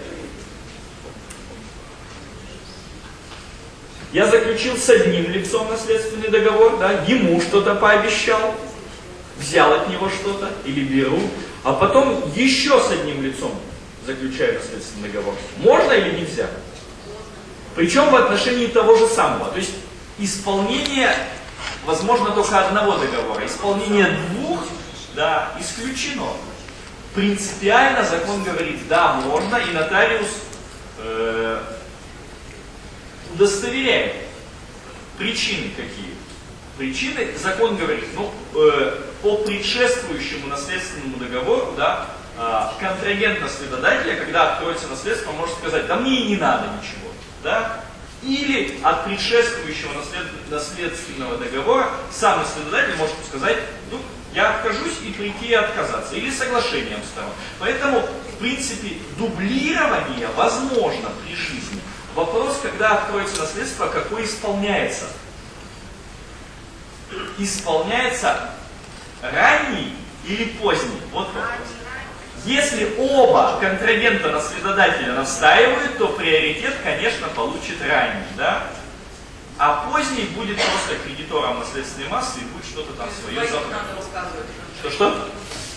Я заключил с одним лицом наследственный договор, да, ему что-то пообещал, взял от него что-то или беру, а потом еще с одним лицом заключаю наследственный договор. Можно или нельзя? Причем в отношении того же самого. То есть исполнение возможно только одного договора. Исполнение двух, да, исключено. Принципиально закон говорит, да, можно, и нотариус э, удостоверяет. Причины какие? Причины, закон говорит, ну, э, по предшествующему наследственному договору, да, э, контрагент наследодателя, когда откроется наследство, может сказать, да мне и не надо ничего, да? Или от предшествующего наслед, наследственного договора сам наследодатель может сказать, ну, я откажусь и прийти и отказаться, или соглашением сторон. Поэтому, в принципе, дублирование возможно при жизни. Вопрос, когда откроется наследство, какое исполняется. Исполняется ранний или поздний? Вот вопрос. Если оба контрагента наследодателя настаивают, то приоритет, конечно, получит ранний, да? А поздний будет просто кредитором наследственной массы и будет что-то там свое забыть. Что-что?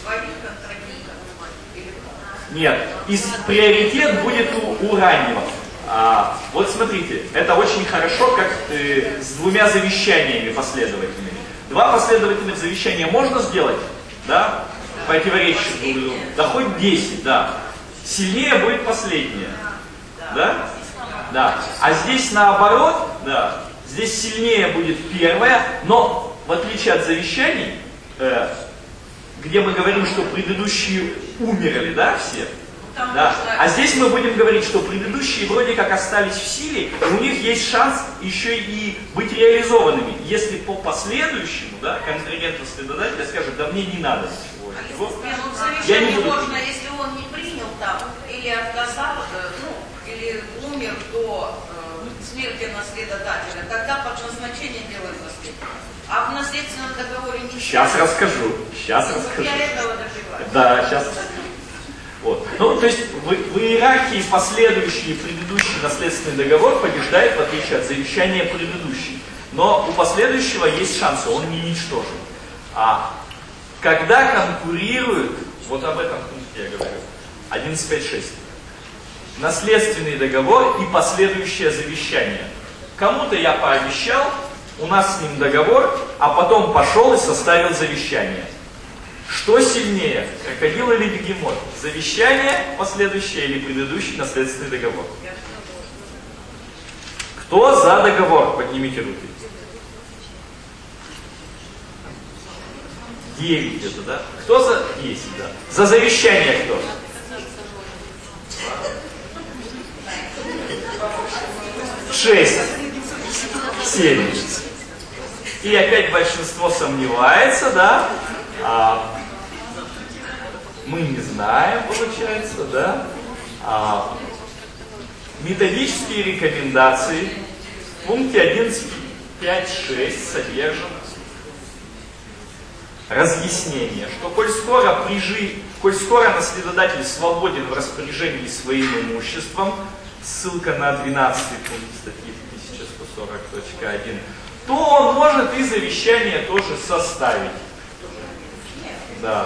Нет, из приоритет будет у, у раннего. А, вот смотрите, это очень хорошо, как э, с двумя завещаниями последовательными. Два последовательных завещания можно сделать, да, противоречащих друг другу, да хоть десять, да. Сильнее будет последнее, да, да. А здесь наоборот, да, здесь сильнее будет первое, но в отличие от завещаний, э, где мы говорим, что предыдущие умерли, да, все. Да. А здесь мы будем говорить, что предыдущие вроде как остались в силе, и у них есть шанс еще и быть реализованными. Если по последующему, да, контрагент наследодателя скажет, да мне не надо ничего. А ничего. Если, Я не буду. можно, если он не принял там, или отказал, ну, или умер до э, смерти наследодателя, тогда под назначение делает наследник. А в наследственном договоре не... Сейчас расскажу, сейчас ну, расскажу. Я этого добиваюсь. Да, сейчас. Вот. Ну, то есть в, в иерархии последующий и предыдущий наследственный договор побеждает, в отличие от завещания, предыдущий. Но у последующего есть шансы, он не ничтожен. А когда конкурируют, вот об этом пункте я говорю, одиннадцать пять шесть, наследственный договор и последующее завещание. Кому-то я пообещал, у нас с ним договор, а потом пошел и составил завещание. Что сильнее, крокодил или бегемот? Завещание последующее или предыдущий наследственный договор? Кто за договор? Поднимите руки. Девять где-то, да? Кто за... Есть, да. За завещание кто? Шесть. Семь. И опять большинство сомневается, да? А, мы не знаем, получается, да? А, методические рекомендации в пункте одиннадцать пять шесть содержат разъяснение, что коль скоро, прижи, коль скоро наследодатель свободен в распоряжении своим имуществом, ссылка на двенадцатый пункт статьи тысяча сто сорок точка один, то он может и завещание тоже составить. Да.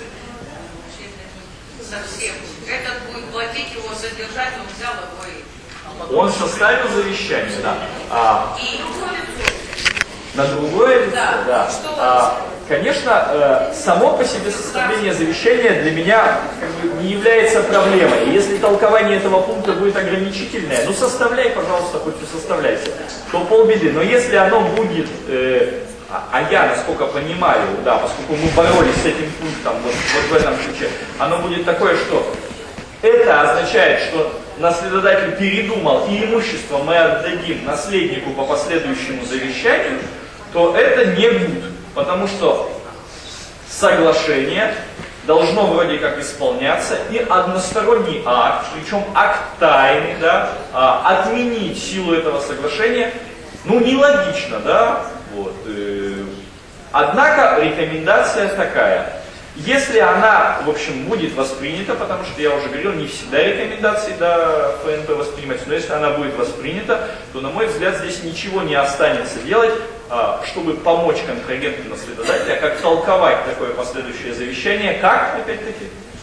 Совсем. Этот будет платить его, содержать, он взял его и... Он составил завещание, да. А, И на другое лицо, да. да. Что А, конечно, э, само по себе составление завещания для меня как бы не является проблемой. И если толкование этого пункта будет ограничительное, ну составляй, пожалуйста, хоть и составляйте, то полбеды. Но если оно будет... Э, А, а я, насколько понимаю, да, поскольку мы боролись с этим пунктом вот, вот в этом ключе, оно будет такое, что это означает, что наследодатель передумал и имущество мы отдадим наследнику по последующему завещанию, то это не будет, потому что соглашение должно вроде как исполняться и односторонний акт, причем акт тайны, да, отменить силу этого соглашения, ну нелогично, да. Вот. Однако рекомендация такая. Если она, в общем, будет воспринята, потому что я уже говорил, не всегда рекомендации до ФНП воспринимать, но если она будет воспринята, то, на мой взгляд, здесь ничего не останется делать, чтобы помочь контрагенту наследодателя, как толковать такое последующее завещание, как, опять-таки?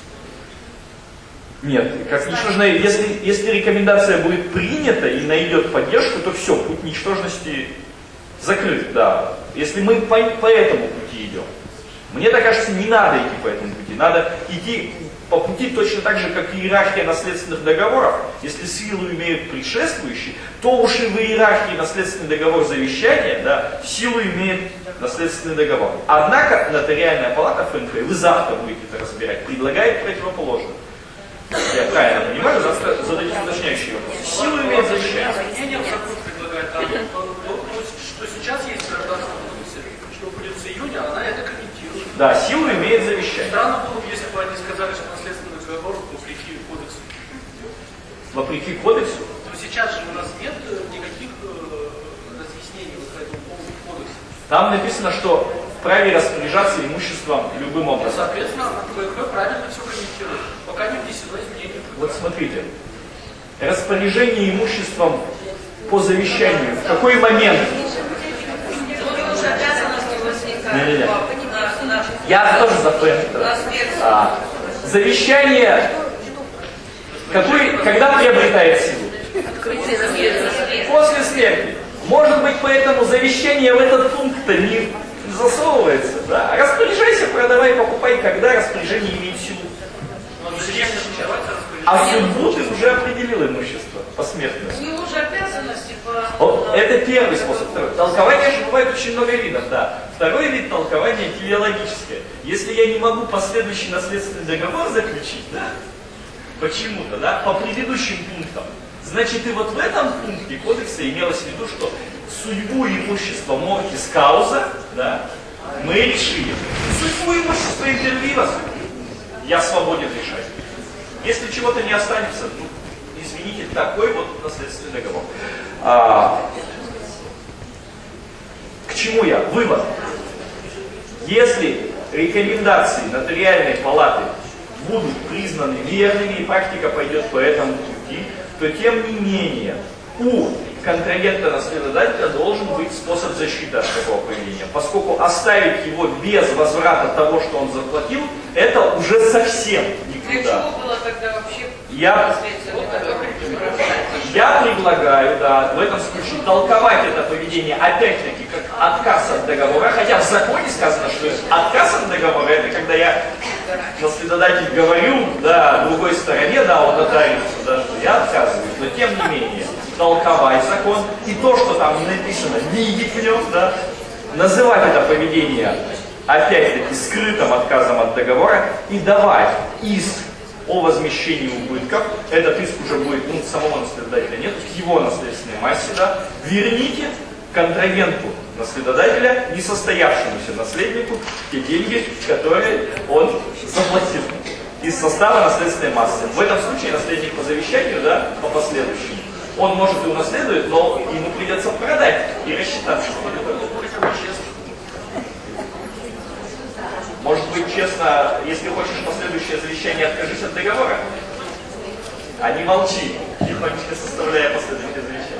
Нет, как ничтожно, если, если рекомендация будет принята и найдет поддержку, то все, путь ничтожности закрыт, да. Если мы по, по этому пути идем. Мне так кажется, не надо идти по этому пути. Надо идти по пути точно так же, как и иерархия наследственных договоров. Если силу имеют предшествующие, то уж и в иерархии наследственный договор завещания, да, силу имеет наследственный договор. Однако нотариальная палата ФНП, вы завтра будете это разбирать, предлагает противоположно. Я правильно понимаю, завтра зададите уточняющие вопросы. Силу имеет завещание. Изменения в закон предлагает, а что сейчас есть гражданская позиция, что будет с июня, она это комментирует. Да, силу имеет завещание. Странно было бы, если бы они сказали, что наследственный договор вопреки кодексу. Вопреки кодексу? Но сейчас же у нас нет никаких э, разъяснений вот по этому поводу кодекса. Там написано, что вправе распоряжаться имуществом любым образом. Соответственно, КП правильно все комментирует. Пока не внесено изменения. Вот смотрите, распоряжение имуществом по завещанию. В какой момент? Уже обязанности возникают. Не-не-не. На- на- Я тоже за П. А, завещание, какой, когда приобретает силу? После смерти. Может быть, поэтому завещание в этот пункт не засовывается. Да? Распоряжайся, продавай, покупай, когда распоряжение имеет силу. А судьбу ты уже определил имущество посмертно. У него уже обязанности по... Вот, это первый способ. Второй. Толкование же бывает очень много видов, да. Второй вид толкования телеологическое. Если я не могу последующий наследственный договор заключить, да, почему-то, да, по предыдущим пунктам, значит и вот в этом пункте кодекса имелось в виду, что судьбу имущества мортис кауза, да, мы решили. Судьбу имущества интервива я свободен решать. Если чего-то не останется, ну, извините, такой вот наследственный договор. А, к чему я? Вывод. Если рекомендации нотариальной палаты будут признаны верными, и практика пойдет по этому пути, то тем не менее у контрагента-наследодателя должен быть способ защиты от такого поведения, поскольку оставить его без возврата того, что он заплатил, это уже совсем Для никуда. чего было тогда вообще... Я, я предлагаю, да, в этом случае толковать это поведение опять-таки как отказ от договора, хотя в законе сказано, что отказ от договора это когда я наследодатель говорю, да, другой стороне, да, он нотариусу, да, что я отказываюсь, но тем не менее толковать закон и то, что там не написано, видеть в нем, да, называть это поведение опять-таки скрытым отказом от договора и давать иск о возмещении убытков. Этот иск уже будет, ну, самого наследодателя нет, к его наследственной массе, да, верните контрагенту наследодателя, несостоявшемуся наследнику, те деньги, которые он заплатил из состава наследственной массы. В этом случае наследник по завещанию, да, по последующему, он может и унаследует, но ему придется продать и рассчитаться. Может быть, честно, если хочешь последующее завещание, откажись от договора, а не молчи, тихонечко составляя последующее завещание.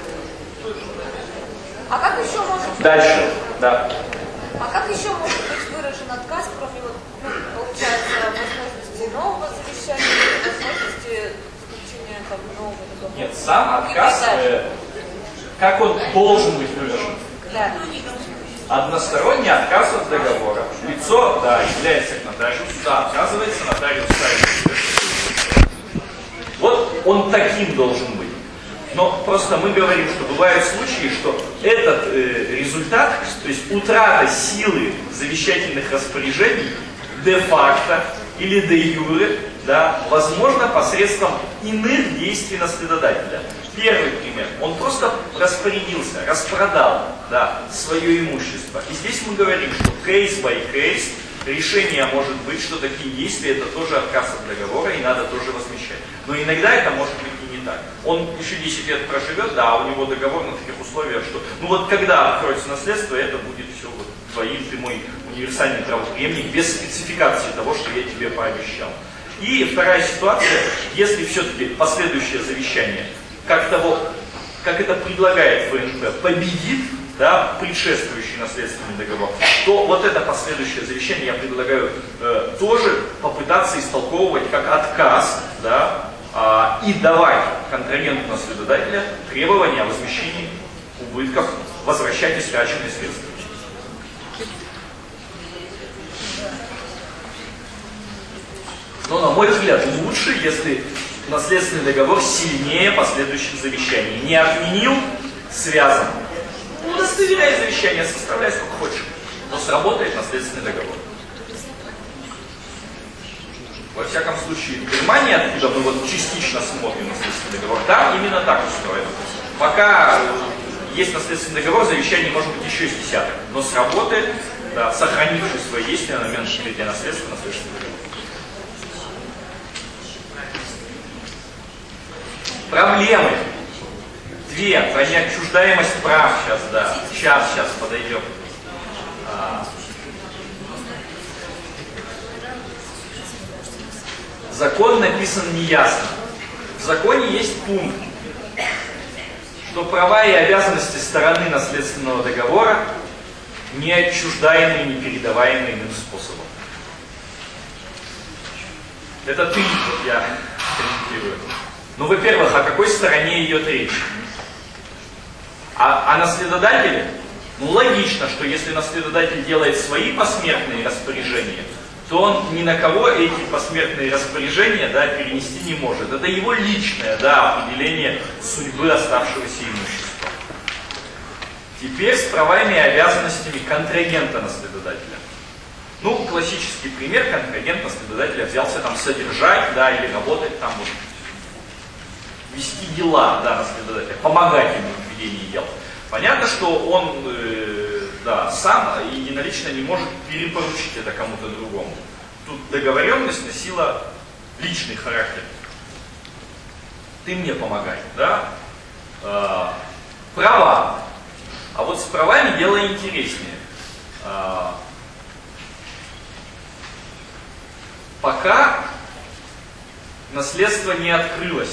А как еще может быть, Дальше, да. а как еще может быть выражен отказ, кроме вот, ну, получается, возможности нового завещания, возможности заключения там, нового договора? Нет, сам отказ, э, как он должен быть выражен? Да. Односторонний отказ от договора. Лицо, да, является к нотариусу, да, отказывается, нотариус ставит. Вот он таким должен быть. Но просто мы говорим, что бывают случаи, что этот э, результат, то есть утрата силы завещательных распоряжений де-факто или де-юре, да, возможно посредством иных действий наследодателя. Первый пример. Он просто распорядился, распродал, да, свое имущество. И здесь мы говорим, что case by case решение может быть, что такие действия это тоже отказ от договора и надо тоже возмещать. Но иногда это может быть и не так. Он еще десять лет проживет, да, у него договор на таких условиях, что ну вот когда откроется наследство, это будет все вот твоим, ты мой универсальный правопреемник без спецификации того, что я тебе пообещал. И вторая ситуация, если все-таки последующее завещание, как того, как это предлагает ФНП, победит, да, предшествующий наследственный договор, то вот это последующее завещание я предлагаю э, тоже попытаться истолковывать как отказ, да, э, и давать контрагенту наследодателя требования о возмещении убытков, возвращать истраченные средства. Но, на мой взгляд, лучше, если наследственный договор сильнее последующих завещаний. Не отменил, связан. Удостоверяй завещание, составляй сколько хочешь. Но сработает наследственный договор. Во всяком случае, в Германии, откуда мы вот частично смотрим наследственный договор, там именно так устроено. Пока есть наследственный договор, завещание может быть еще из десяток. Но сработает, да, сохранивший свои действия на момент открытия наследства наследственный договор. Проблемы. Две. Про неотчуждаемость прав сейчас, да. Сейчас, сейчас подойдем. А, закон написан неясно. В законе есть пункт, что права и обязанности стороны наследственного договора не отчуждаемые, не передаваемые иным способом. Это ты, вот я комментирую. Ну, во-первых, о какой стороне идет речь? А о наследодателе? Ну, логично, что если наследодатель делает свои посмертные распоряжения, то он ни на кого эти посмертные распоряжения, да, перенести не может. Это его личное, да, определение судьбы оставшегося имущества. Теперь с правами и обязанностями контрагента наследодателя. Ну, классический пример: контрагент наследодателя взялся там содержать, да, или работать там, вот, вести дела, да, наследодателя, помогать ему в ведении дел. Понятно, что он, э, да, сам единолично не может перепоручить это кому-то другому. Тут договоренность носила личный характер. Ты мне помогай, да? Э, права. А вот с правами дело интереснее. Э, пока наследство не открылось,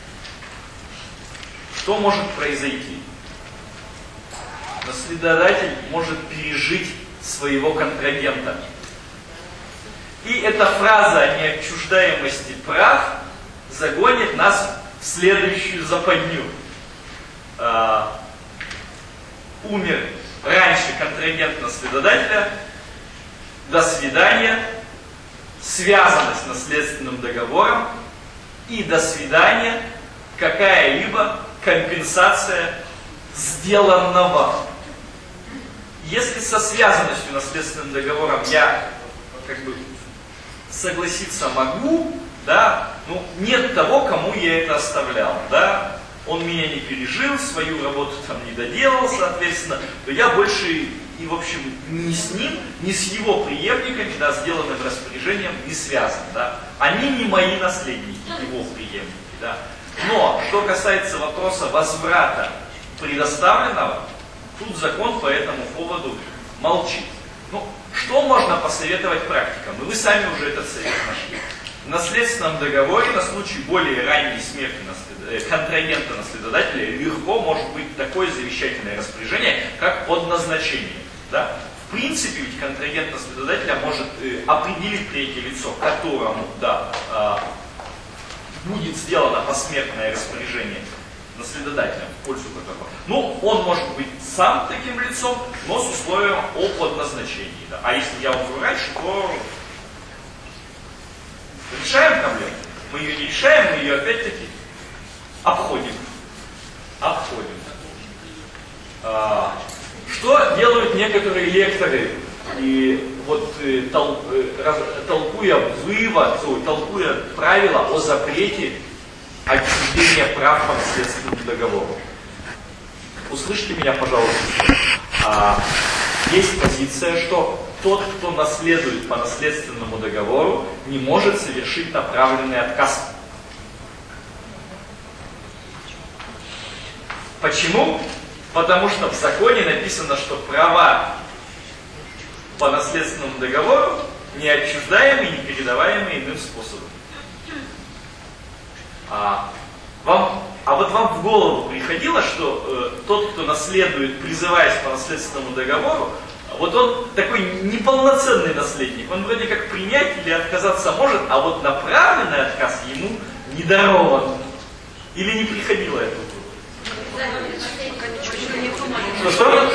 что может произойти? Наследодатель может пережить своего контрагента. И эта фраза о неотчуждаемости прав загонит нас в следующую западню. А, умер раньше контрагент наследодателя, до свидания, связанность наследственным договором, и до свидания какая-либо компенсация сделанного. Если со связанностью наследственным договором я как бы согласиться могу, да, ну нет того, кому я это оставлял, да, он меня не пережил, свою работу там не доделал, соответственно, то я больше и, в общем, ни с ним, ни с его преемниками, да, сделанным распоряжением не связан, да. Они не мои наследники, его преемники, да. Но, что касается вопроса возврата предоставленного, тут закон по этому поводу молчит. Ну, что можно посоветовать практикам? Ну, вы сами уже этот совет нашли. В наследственном договоре на случай более ранней смерти наслед... контрагента наследодателя легко может быть такое завещательное распоряжение, как под назначение. Да? В принципе, ведь контрагент наследодателя может э, определить третье лицо, которому, да, э, будет сделано посмертное распоряжение наследодателем в пользу которого. Ну, он может быть сам таким лицом, но с условием о подназначении. Да. А если я умру раньше, то решаем проблему. Мы ее не решаем, мы ее опять-таки обходим. Обходим. А, что делают некоторые лекторы, и вот э, тол, э, раз, толкуя вывод, толкуя правила о запрете отчуждения прав по наследственному договору. Услышьте меня, пожалуйста. А, есть позиция, что тот, кто наследует по наследственному договору, не может совершить направленный отказ. Почему? Потому что в законе написано, что права по наследственному договору не отчуждаемые, не передаваемые иным способом. А, вам, а вот вам в голову приходило, что э, тот, кто наследует, призываясь по наследственному договору, вот он такой неполноценный наследник, он вроде как принять или отказаться может, а вот направленный отказ ему не дарован. Или не приходило это? Что, что?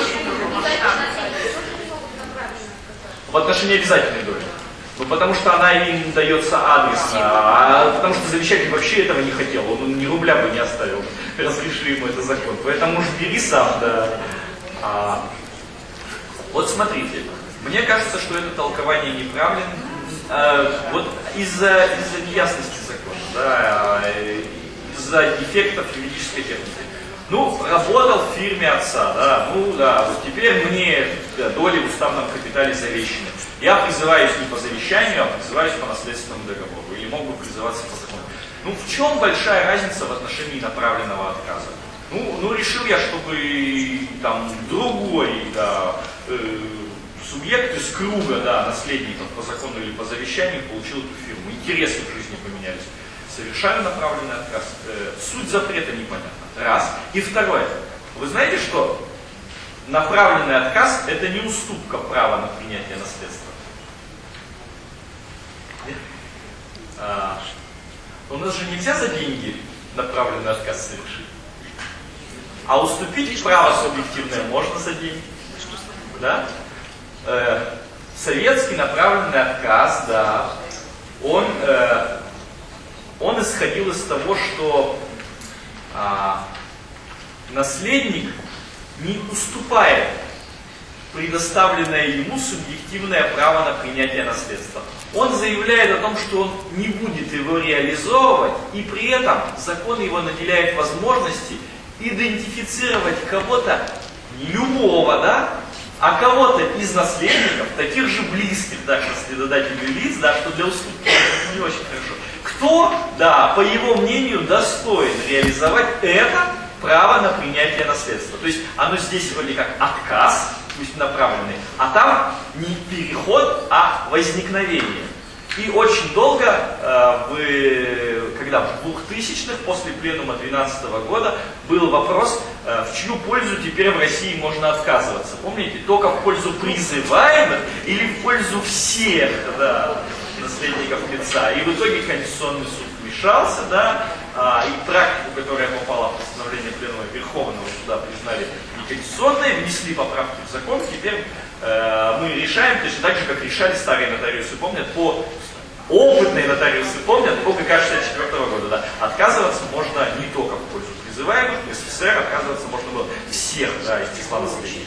В отношении обязательной доли. Ну, потому что она им дается адресно, а потому что завещатель вообще этого не хотел, он ни рубля бы не оставил, разрешили ему это закон. Поэтому уж бери сам, да. А, вот смотрите, мне кажется, что это толкование неправильно, а, вот из-за из-за неясности закона, да, из-за дефектов юридической техники. Ну, работал в фирме отца, да, ну да, вот теперь мне да, доли в уставном капитале завещены. Я призываюсь не по завещанию, а призываюсь по наследственному договору. Или мог бы призываться по закону. Ну, в чем большая разница в отношении направленного отказа? Ну, ну решил я, чтобы там другой, да, э, субъект из круга, да, наследников по закону или по завещанию получил эту фирму. Интересы в жизни поменялись. Совершаю направленный отказ. Э, суть запрета непонятна. Раз. И второе. Вы знаете, что направленный отказ – это не уступка права на принятие наследства. А, у нас же нельзя за деньги направленный отказ совершить. А уступить право субъективное можно за деньги. Да? Э, советский направленный отказ, да, он, э, он исходил из того, что а, наследник не уступает предоставленное ему субъективное право на принятие наследства. Он заявляет о том, что он не будет его реализовывать, и при этом закон его наделяет возможности идентифицировать кого-то, не любого, да, а кого-то из наследников, таких же близких, да, к наследодателю лиц, да, что для уступки это не очень хорошо. Кто, да, по его мнению, достоин реализовать это право на принятие наследства. То есть оно здесь вроде как отказ, пусть направленный, а там не переход, а возникновение. И очень долго, э, вы, когда в двухтысячных, после пленума две тысячи двенадцатого года, был вопрос, э, в чью пользу теперь в России можно отказываться. Помните, только в пользу призываемых или в пользу всех, да, наследников лица. И в итоге Конституционный суд вмешался, да, а, и практику, которая попала в постановление пленума Верховного суда, признали неконституционной, внесли поправки в закон. Теперь э, мы решаем, точно так же, как решали старые нотариусы, помнят, по опытные нотариусы помнят, по ГК шестьдесят четвёртого года, да, отказываться можно не только в пользу призываемых, в СССР отказываться можно было всех, да, из числа наследников.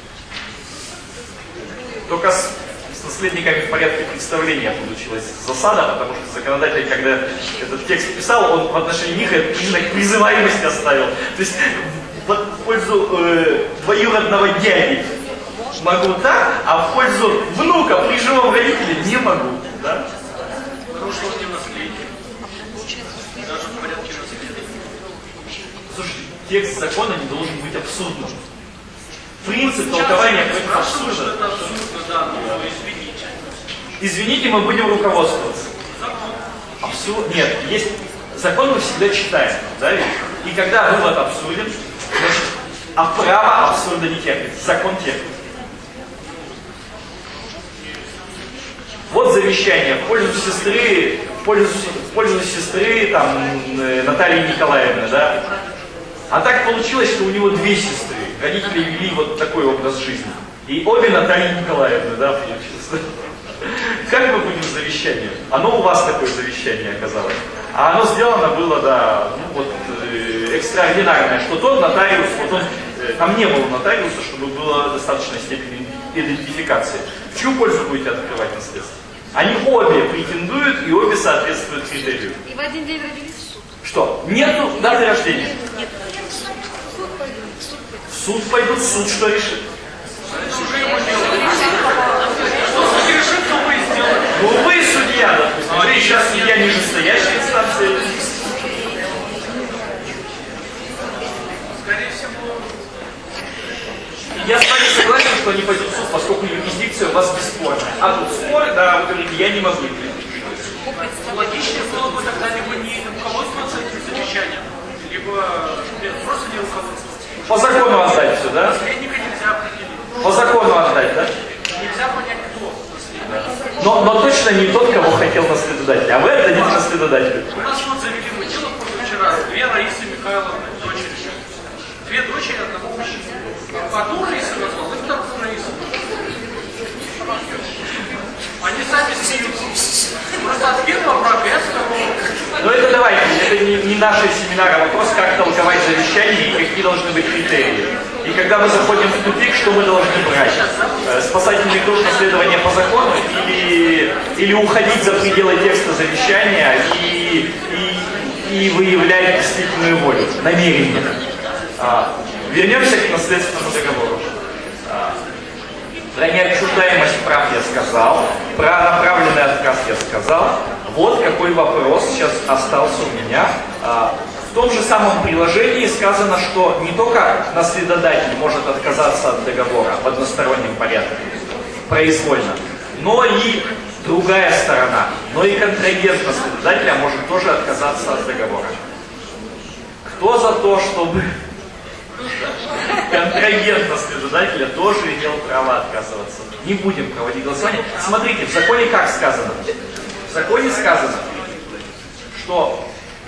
Только с С наследниками в порядке представления получилась засада, потому что законодатель, когда этот текст писал, он в отношении них именно к призываемости оставил. То есть в, в пользу э, двоюродного дяди могу так, а в пользу внука при живом родителе не могу. Да? Нарушил не наследие. Даже в порядке наследия. Слушайте, текст закона не должен быть абсурдным. Принцип толкования против абсурда. Это абсурдно, да, но извините. Извините, мы будем руководствоваться. Абсурд... Нет, есть... Закон мы всегда читаем, да, ведь? И когда вывод абсурден, значит, а право абсурда не терпит, закон терпит. Вот завещание в пользу сестры, в пользу, в пользу сестры, там, Натальи Николаевны, да. А так получилось, что у него две сестры. Родители вели вот такой образ жизни. И обе Натальи Николаевны, да, получилось. Как мы будем с завещанием? Оно у вас такое завещание оказалось. А оно сделано было, да, ну вот, э, экстраординарное, что тот нотариус, вот он, э, там не было нотариуса, чтобы была достаточная степень идентификации. В чью пользу будете открывать наследство? Они обе претендуют и обе соответствуют критерию. И в один день родились в суд. Что? Нету даты рождения? Нет, нет, в суд, в суд пойдут. В суд пойдут. В суд пойдут, суд что решит? Что суд решит, то вы сделаете. Ну вы судья, допустим. Вы сейчас судья нижестоящей инстанции. Скорее всего. Я с вами согласен, что они пойдут в суд, поскольку юрисдикция у вас бесспорная. А тут спор, да, вы говорите, я не могу. Логичнее было бы тогда либо не руководствоваться этим завещанием, либо просто не руководствоваться. По закону отдать все, да? Наследника нельзя определить. По закону отдать, да? Нельзя понять, кто наследник. Но, но точно не тот, кого хотел наследодатель. А вы отдадите наследодателю. У нас вот завели мы дело позавчера. Две Раисы Михайловны, дочери. Две дочери одного мужчины. Одну Раису назвал, и вторую Раису. Они сами смеются. Просто от первого брака я второго. Но это давайте, это не, не наши семинары, а вопрос, как толковать завещание и какие должны быть критерии. И когда мы заходим в тупик, что мы должны брать? Спасательный круг наследования по закону или, или уходить за пределы текста завещания и, и, и выявлять действительную волю, намерение. А, вернемся к наследственному договору. А, про неотчуждаемость прав я сказал, про направленный отказ я сказал. Вот какой вопрос сейчас остался у меня. А, В том же самом приложении сказано, что не только наследодатель может отказаться от договора в одностороннем порядке, произвольно. Но и другая сторона, но и контрагент наследодателя может тоже отказаться от договора. Кто за то, чтобы контрагент наследодателя тоже имел право отказываться? Не будем проводить голосование. Смотрите, в законе как сказано? В законе сказано, что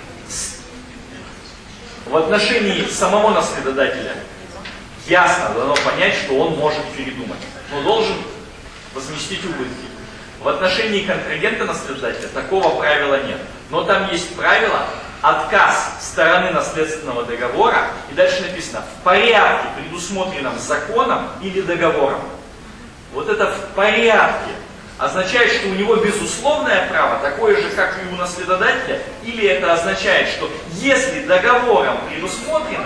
в отношении самого наследодателя ясно дано понять, что он может передумать, но должен возместить убытки. В отношении контрагента наследодателя такого правила нет. Но там есть правило отказ стороны наследственного договора, и дальше написано в порядке, предусмотренном законом или договором. Вот это в порядке означает, что у него безусловное право, такое же, как и у наследодателя, или это означает, что если договором предусмотрено,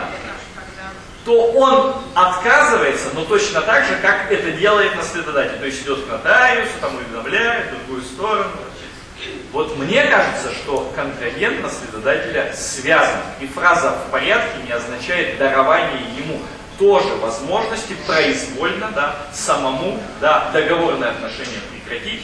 то он отказывается, но точно так же, как это делает наследодатель. То есть идет к нотариусу, там уведомляет в другую сторону. Вот мне кажется, что контрагент наследодателя связан. И фраза «в порядке» не означает дарование ему тоже возможности произвольно, да, самому, да, договорные отношения прекратить.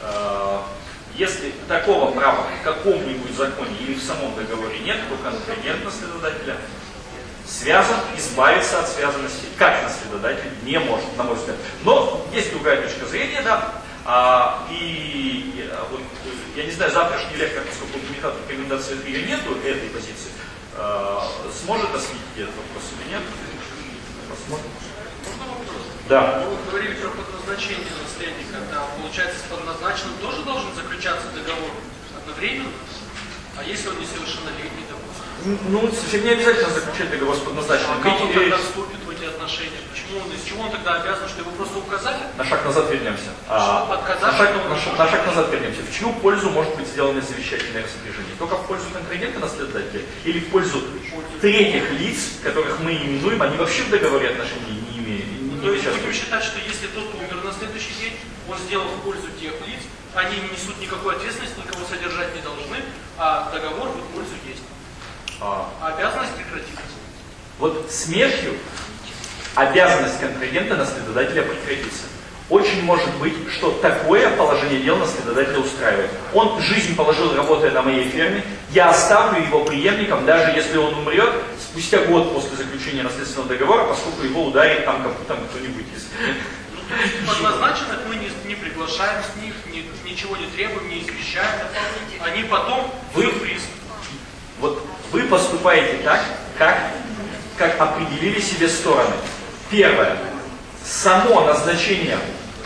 Если такого права в каком-нибудь законе или в самом договоре нет, то контрагент наследодателя связан, избавиться от связанности, как наследодатель, не может, на мой взгляд. Но есть другая точка зрения, да, а, и а, вот, я не знаю, завтрашний лектор, поскольку у меня рекомендации или нету этой позиции, а, сможет осветить этот вопрос или нет? Посмотрим. Можно вопрос? Да. Вы говорили про предназначение наследника, да, получается, с подназначенным тоже должен заключаться договор одновременно? А если он несовершеннолетний, допустим? Ну, совсем не обязательно заключать договор с подназначенным. А как он тогда вступит в эти отношения? Почему он, из чего он тогда обязан, что его просто указали? На шаг назад вернемся. А, на, шаг, на, шаг, на шаг назад вернемся. В чью пользу может быть сделано завещательное распоряжение? Только в пользу контрагента наследодателя или в пользу третьих лиц, которых мы именуем, они вообще в договоре отношений не имеют? Не, То есть не будем считать, что если тот умер на следующий день, он сделал в пользу тех лиц, они не несут никакой ответственности, никого содержать не должны, а договор в их пользу есть. А, а обязанность прекратится. Вот смертью обязанность контрагента наследодателя прекратится. Очень может быть, что такое положение дел наследодателя устраивает. Он жизнь положил, работая на моей ферме, я оставлю его преемником, даже если он умрет спустя год после заключения наследственного договора, поскольку его ударит там, там кто-нибудь из... Подназначенных мы не, не приглашаем с них, ни, ничего не требуем, не извещаем. Они потом сюрприз. Вот вы поступаете так, как, как определили себе стороны. Первое. Само назначение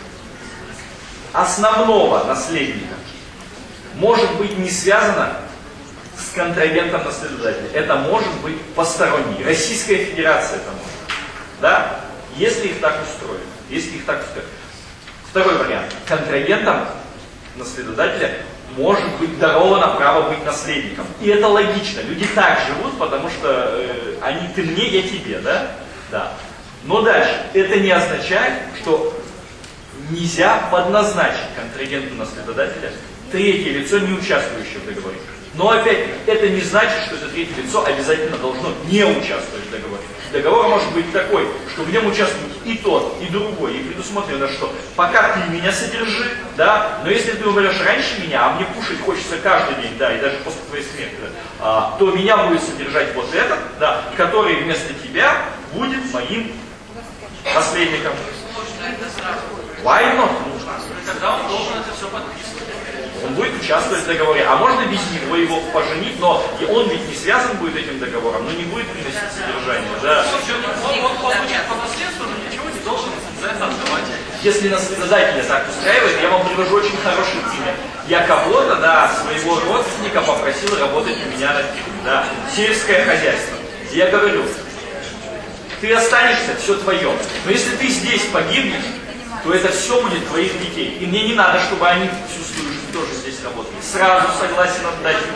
основного наследника может быть не связано с контрагентом наследодателя. Это может быть посторонний. Российская Федерация это может. Да? Если их так устроено. Если их так устроено. Второй вариант. Контрагентом наследодателя может быть даровано право быть наследником. И это логично. Люди так живут, потому что э, они, ты мне, я тебе, да? Да. Но дальше. Это не означает, что нельзя подназначить контрагенту наследодателя третье лицо, не участвующее в договоре. Но опять-таки, это не значит, что это третье лицо обязательно должно не участвовать в договоре. Договор может быть такой, что в нем участвует и тот, и другой, и предусмотрено, что пока ты меня содержи, да, но если ты умрешь раньше меня, а мне кушать хочется каждый день, да, и даже после твоей смерти, да, а, то меня будет содержать вот этот, да, который вместо тебя будет моим наследником. Why not? Тогда он должен это все подписывать. Он будет участвовать в договоре, а можно без него его поженить, но и он ведь не связан будет этим договором, но не будет приносить содержание. Да. Он, он получит по наследству, но ничего не должен за это отдавать. Если наследодателя так устраивает, я вам привожу очень хороший пример. Я кого-то, да, своего родственника попросил работать у меня на фирме, да, сельское хозяйство. И я говорю, ты останешься, все твое, но если ты здесь погибнешь, то это все будет твоих детей. И мне не надо, чтобы они всю свою жизнь тоже здесь работали. Сразу согласен отдать им.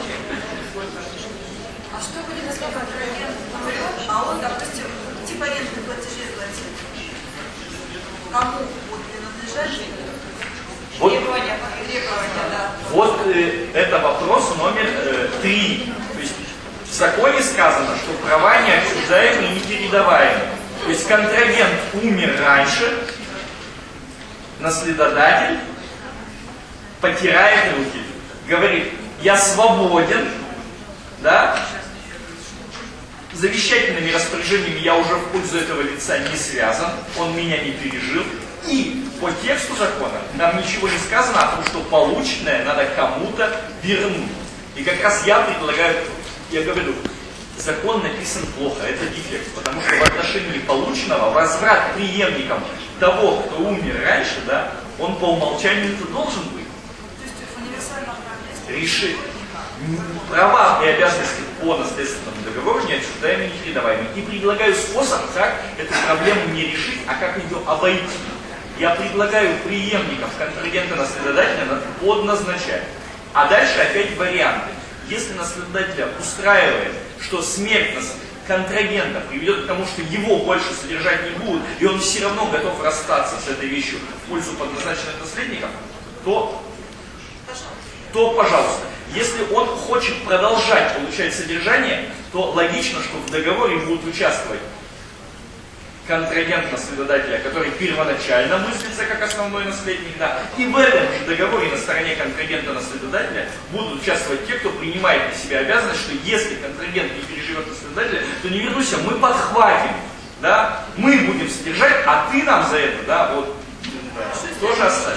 А что будет, если контрагент умрет, а он, допустим, типа арендные платежи платит? Кому будет принадлежать? Вот, требования, требования, да. Вот э, это вопрос номер э, три. То есть в законе сказано, что права неотчуждаемы и непередаваемы. То есть контрагент умер раньше, наследодатель потирает руки, говорит: я свободен, да? Завещательными распоряжениями я уже в пользу этого лица не связан, он меня не пережил. И по тексту закона нам ничего не сказано о том, что полученное надо кому-то вернуть. И как раз я предлагаю, я говорю, закон написан плохо, это дефект, потому что в отношении полученного возврат преемникам того, кто умер раньше, да, он по умолчанию должен быть. То есть универсально Решить. Права и обязанности по наследственному договору не отчуждаемы, не передаваемы. И предлагаю способ, как эту проблему не решить, а как ее обойти. Я предлагаю преемников контрагента наследодателя подназначать. А дальше опять варианты. Если наследодателя устраивает, что смерть контрагента приведет к тому, что его больше содержать не будут, и он все равно готов расстаться с этой вещью в пользу подназначенных наследников, то, то пожалуйста. Если он хочет продолжать получать содержание, то логично, что в договоре будут участвовать контрагент наследодателя, который первоначально мыслится как основной наследник, да, и в этом же договоре на стороне контрагента наследодателя будут участвовать те, кто принимает на себя обязанность, что если контрагент не переживет наследодателя, то не вернуйся, мы подхватим, да, мы будем содержать, а ты нам за это, да, вот, да, тоже оставим.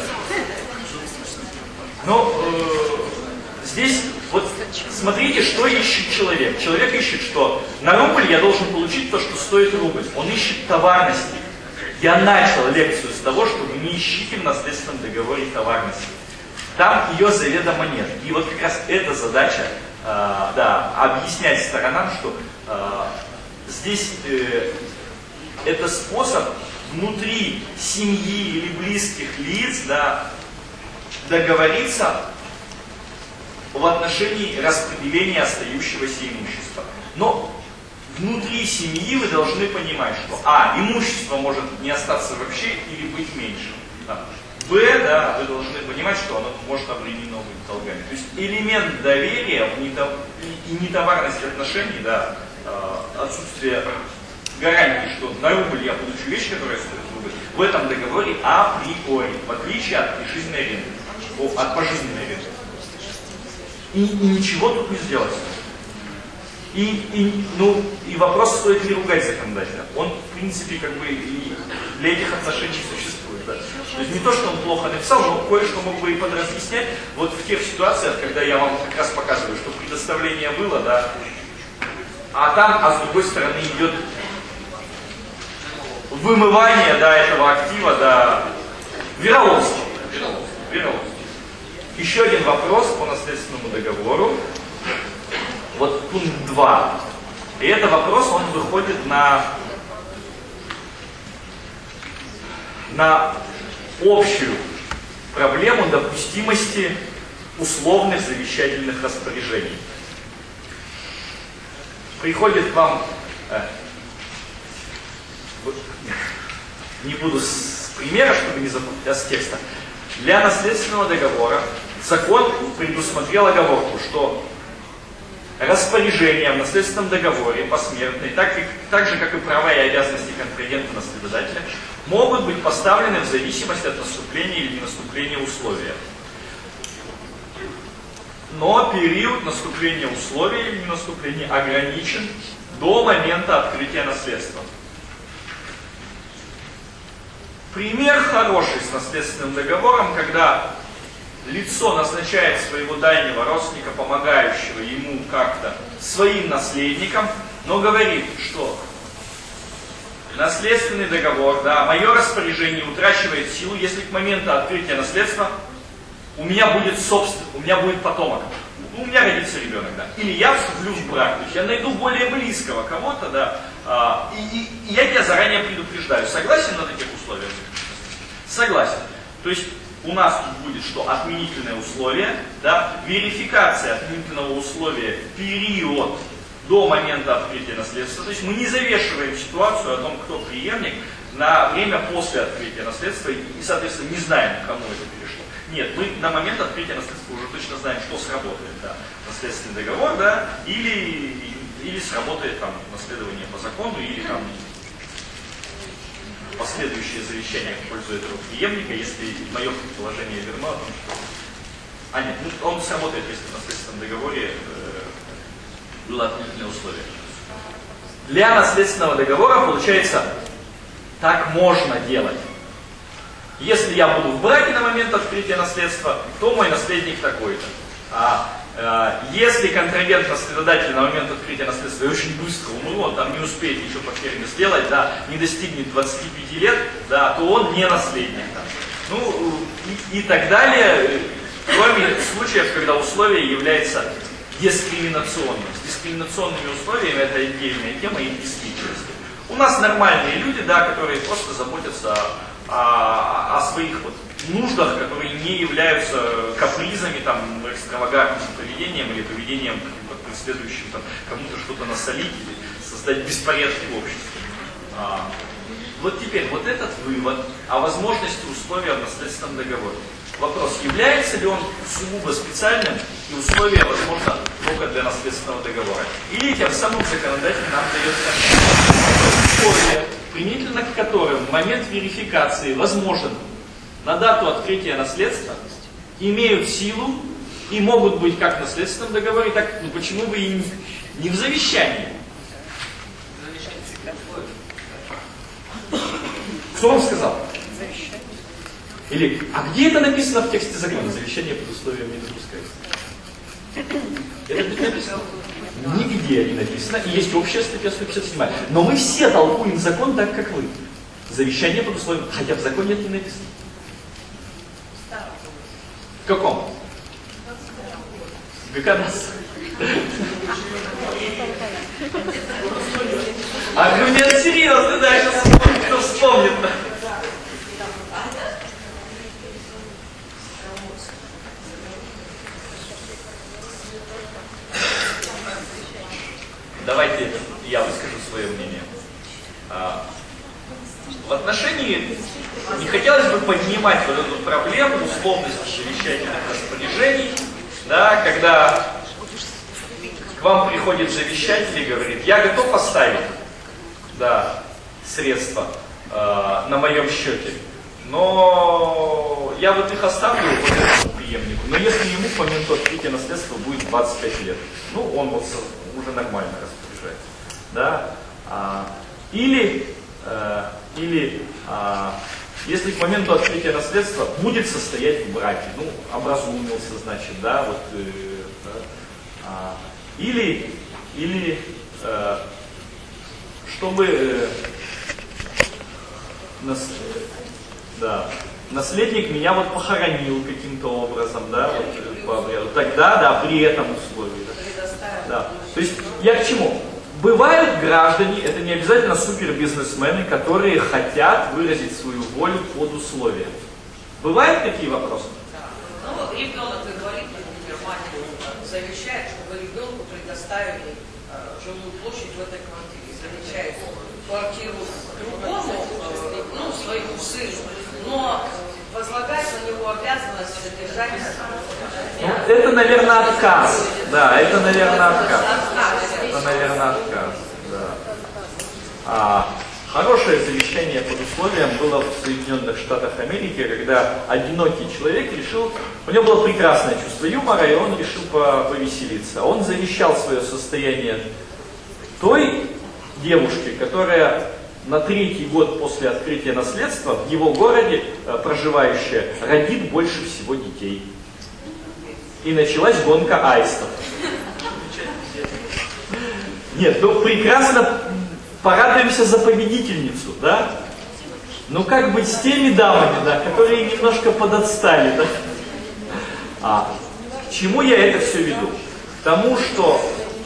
Но э, здесь вот смотрите, что ищет человек. Человек ищет, что на рубль я должен получить то, что стоит рубль. Он ищет товарности. Я начал лекцию с того, что вы не ищите в наследственном договоре товарности. Там ее заведомо нет. И вот как раз эта задача, э, да, объяснять сторонам, что э, здесь э, это способ внутри семьи или близких лиц, да, договориться в отношении распределения остающегося имущества. Но внутри семьи вы должны понимать, что а, имущество может не остаться вообще или быть меньше. Да. Б, да, вы должны понимать, что оно может обременено быть долгами. То есть элемент доверия и нетоварности отношений, да, отсутствие гарантии, что на рубль я получу вещь, которая стоит рубль, в этом договоре априори, в отличие от прижизненной ренты, от пожизненной ренты. И, и ничего тут не сделать. И, и, ну, и вопрос, стоит ли ругать законодателя. Он, в принципе, как бы и для этих отношений существует. Да. То есть не то, что он плохо написал, но кое-что мог бы и подразъяснять. Вот в тех ситуациях, когда я вам как раз показываю, что предоставление было, да, а там, а с другой стороны идет вымывание, да, этого актива, да, вероломство. Вероломство. Еще один вопрос по наследственному договору. Вот пункт два. И это вопрос, он выходит на, на общую проблему допустимости условных завещательных распоряжений. Приходит к вам, э, не буду с примера, чтобы не запутать, а с текста. Для наследственного договора закон предусмотрел оговорку, что распоряжения в наследственном договоре посмертные, так, так же, как и права и обязанности контрагента-наследодателя, могут быть поставлены в зависимости от наступления или ненаступления условия. Но период наступления условия или ненаступления ограничен до момента открытия наследства. Пример хороший с наследственным договором, когда лицо назначает своего дальнего родственника, помогающего ему как-то своим наследником, но говорит, что наследственный договор, да, мое распоряжение утрачивает силу, если к моменту открытия наследства у меня будет собственно, у меня будет потомок, у меня родится ребенок, да, или я вступлю в брак, то есть я найду более близкого кого-то, да, а, и, и, и я тебя заранее предупреждаю. Согласен на таких условиях? Согласен. То есть у нас тут будет что? Отменительное условие, да, верификация отменительного условия период до момента открытия наследства. То есть мы не завешиваем ситуацию о том, кто преемник, на время после открытия наследства и, соответственно, не знаем, кому это перешло. Нет, мы на момент открытия наследства уже точно знаем, что сработает, да, наследственный договор, да, или, или сработает там наследование по закону, или там последующее завещание в пользу этого преемника, если мое предположение верно о том, что... А нет, ну, он сработает, если в наследственном договоре э, было отменено условие. Для наследственного договора, получается, так можно делать. Если я буду в браке на момент открытия наследства, то мой наследник такой-то. А э, если контрагент наследодателя на момент открытия наследства и очень быстро умру, он там не успеет ничего по ферме сделать, да, не достигнет двадцати пяти лет, да, то он не наследник. Да. Ну и, и так далее, кроме случаев, когда условие является дискриминационным. С дискриминационными условиями это отдельная тема и действительность. У нас нормальные люди, да, которые просто заботятся о, о, о своих вот нуждах, которые не являются капризами, там, экстравагантным поведением или поведением, преследующим там, кому-то что-то насолить или создать беспорядки в обществе. А, вот теперь, вот этот вывод о возможности условия в наследственном договоре. Вопрос, является ли он сугубо специальным и условие возможно только для наследственного договора? Или тем самым законодатель нам дает условия, применительно к которым в момент верификации возможен на дату открытия наследства, имеют силу и могут быть как в наследственном договоре, так, ну почему бы и не, не в завещании? Кто вам сказал? Или, а где это написано в тексте закона? Завещание под условием не допускается. Это тут написано? Нигде не написано. И есть общая статья сто пятьдесят семь. Но мы все толкуем закон так, как вы. Завещание под условием, хотя в законе это не написано. В каком? В ГКНАС. Аргумент серьезный, да, сейчас кто вспомнит. Давайте я выскажу свое мнение. В отношении, не хотелось бы поднимать вот эту проблему условности завещательных распоряжений, да, когда к вам приходит завещатель и говорит, я готов оставить, да, средства э, на моем счете, но я вот их оставлю вот этому преемнику, но если ему к моменту открытия наследства будет двадцать пять лет, ну он вот уже нормально распоряжается, да, а, или, э, или а, если к моменту открытия наследства будет состоять в браке, ну, образумился, значит, да, вот, э, да, а, или, или э, чтобы э, нас, да, наследник меня вот похоронил каким-то образом, да, вот, по обряду, тогда, да, при этом условии, да, да. То есть я к чему? Бывают граждане, это не обязательно супербизнесмены, которые хотят выразить свою волю под условием. Бывают такие вопросы? Ну вот ребенок, вы говорите, например, мать завещает, чтобы ребенку предоставили э, жилую площадь в этой квартире. Завещает квартиру другому, э, ну, своему сыну, но возлагает на него обязанность содержать. Ну, это, наверное, отказ. Да, это, наверное, отказ. Это, наверное, отказ. Да. А, хорошее завещание под условием было в Соединенных Штатах Америки, когда одинокий человек решил, у него было прекрасное чувство юмора, и он решил повеселиться. Он завещал свое состояние той девушке, которая на третий год после открытия наследства в его городе э, проживающая родит больше всего детей. И началась гонка аистов. Нет, ну прекрасно порадуемся за победительницу, да? Ну как быть с теми дамами, да, которые немножко подотстали, да? А к чему я это все веду? К тому, что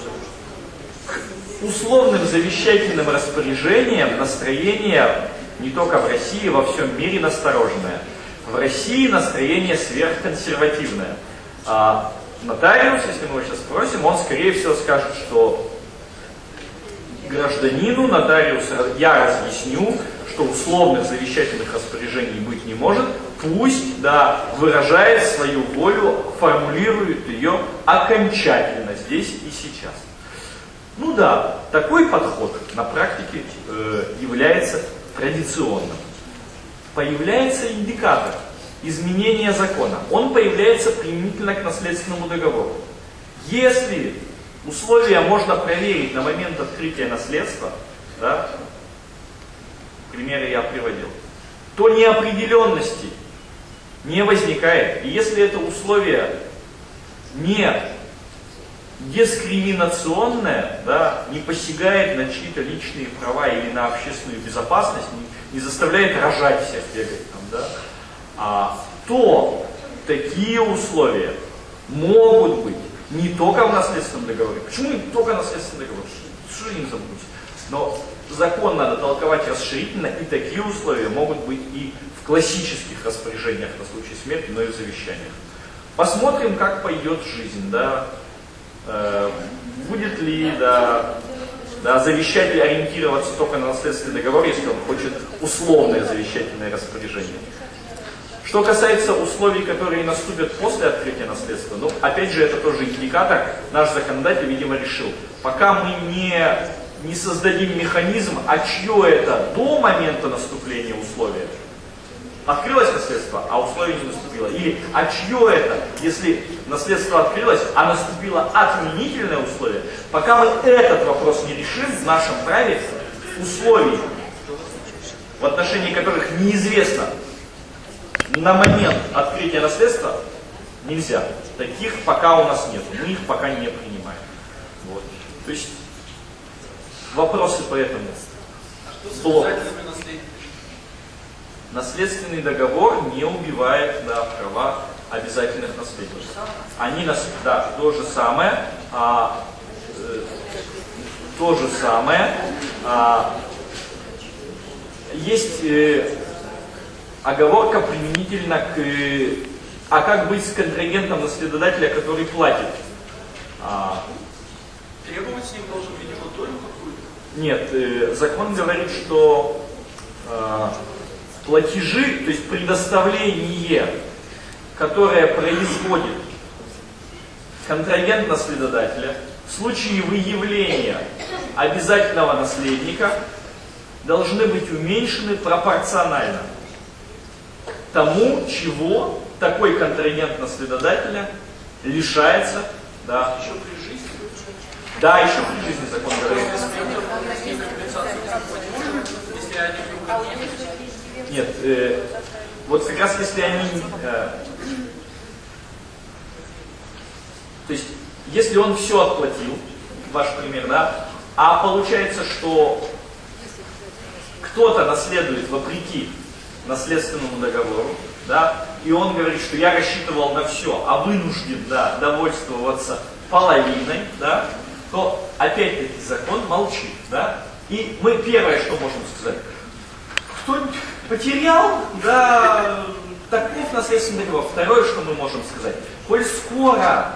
условным завещательным распоряжением настроение не только в России, во всем мире настороженное. В России настроение сверхконсервативное. А нотариус, если мы его сейчас спросим, он скорее всего скажет, что гражданину нотариус, я разъясню, что условных завещательных распоряжений быть не может, пусть, да, выражает свою волю, формулирует ее окончательно здесь и сейчас. Ну да, такой подход на практике э, является традиционно, появляется индикатор изменения закона. Он появляется применительно к наследственному договору. Если условия можно проверить на момент открытия наследства, да, примеры я приводил, то неопределенности не возникает. И если это условие не дискриминационное, да, не посягает на чьи-то личные права или на общественную безопасность, не, не заставляет рожать всех бегать там, да, а, то такие условия могут быть не только в наследственном договоре. Почему не только наследственный договор? Что же не забудь? Но закон надо толковать расширительно, и такие условия могут быть и в классических распоряжениях на случай смерти, но и в завещаниях. Посмотрим, как пойдет жизнь, да, э, будет ли, да, да, завещатель ориентироваться только на наследственный договор, если он хочет условное завещательное распоряжение. Что касается условий, которые наступят после открытия наследства, ну, опять же, это тоже индикатор, наш законодатель, видимо, решил, пока мы не, не создадим механизм, а чье это до момента наступления условия, открылось наследство, а условие не наступило, или а чье это, если наследство открылось, а наступило отменительное условие, пока мы этот вопрос не решим, в нашем праве условий, в отношении которых неизвестно, на момент открытия наследства нельзя. Таких пока у нас нет. Мы их пока не принимаем. Вот. То есть вопросы по этому блоку. Наследственный договор не убивает, да, права обязательных наследников. Они нас, да, то же самое, а, э, то же самое. А, есть э, оговорка применительно к... А как быть с контрагентом наследодателя, который платит? А, Требовать с ним должен, видимо, долю какую-то? Нет, э, закон говорит, что э, платежи, то есть предоставление, которое производит контрагент наследодателя, в случае выявления обязательного наследника, должны быть уменьшены пропорционально тому, чего такой контрагент наследодателя лишается, да. Еще при жизни? Да, еще при жизни закон говорит. Если они... Нет, э, вот как раз если они... Э, то есть, если он все отплатил, ваш пример, да, а получается, что кто-то наследует вопреки наследственному договору, да, и он говорит, что я рассчитывал на все, а вынужден, да, довольствоваться половиной, да, то опять-таки закон молчит, да, и мы первое, что можем сказать, кто-нибудь потерял, да, таков наследственный договор. Второе, что мы можем сказать, коль скоро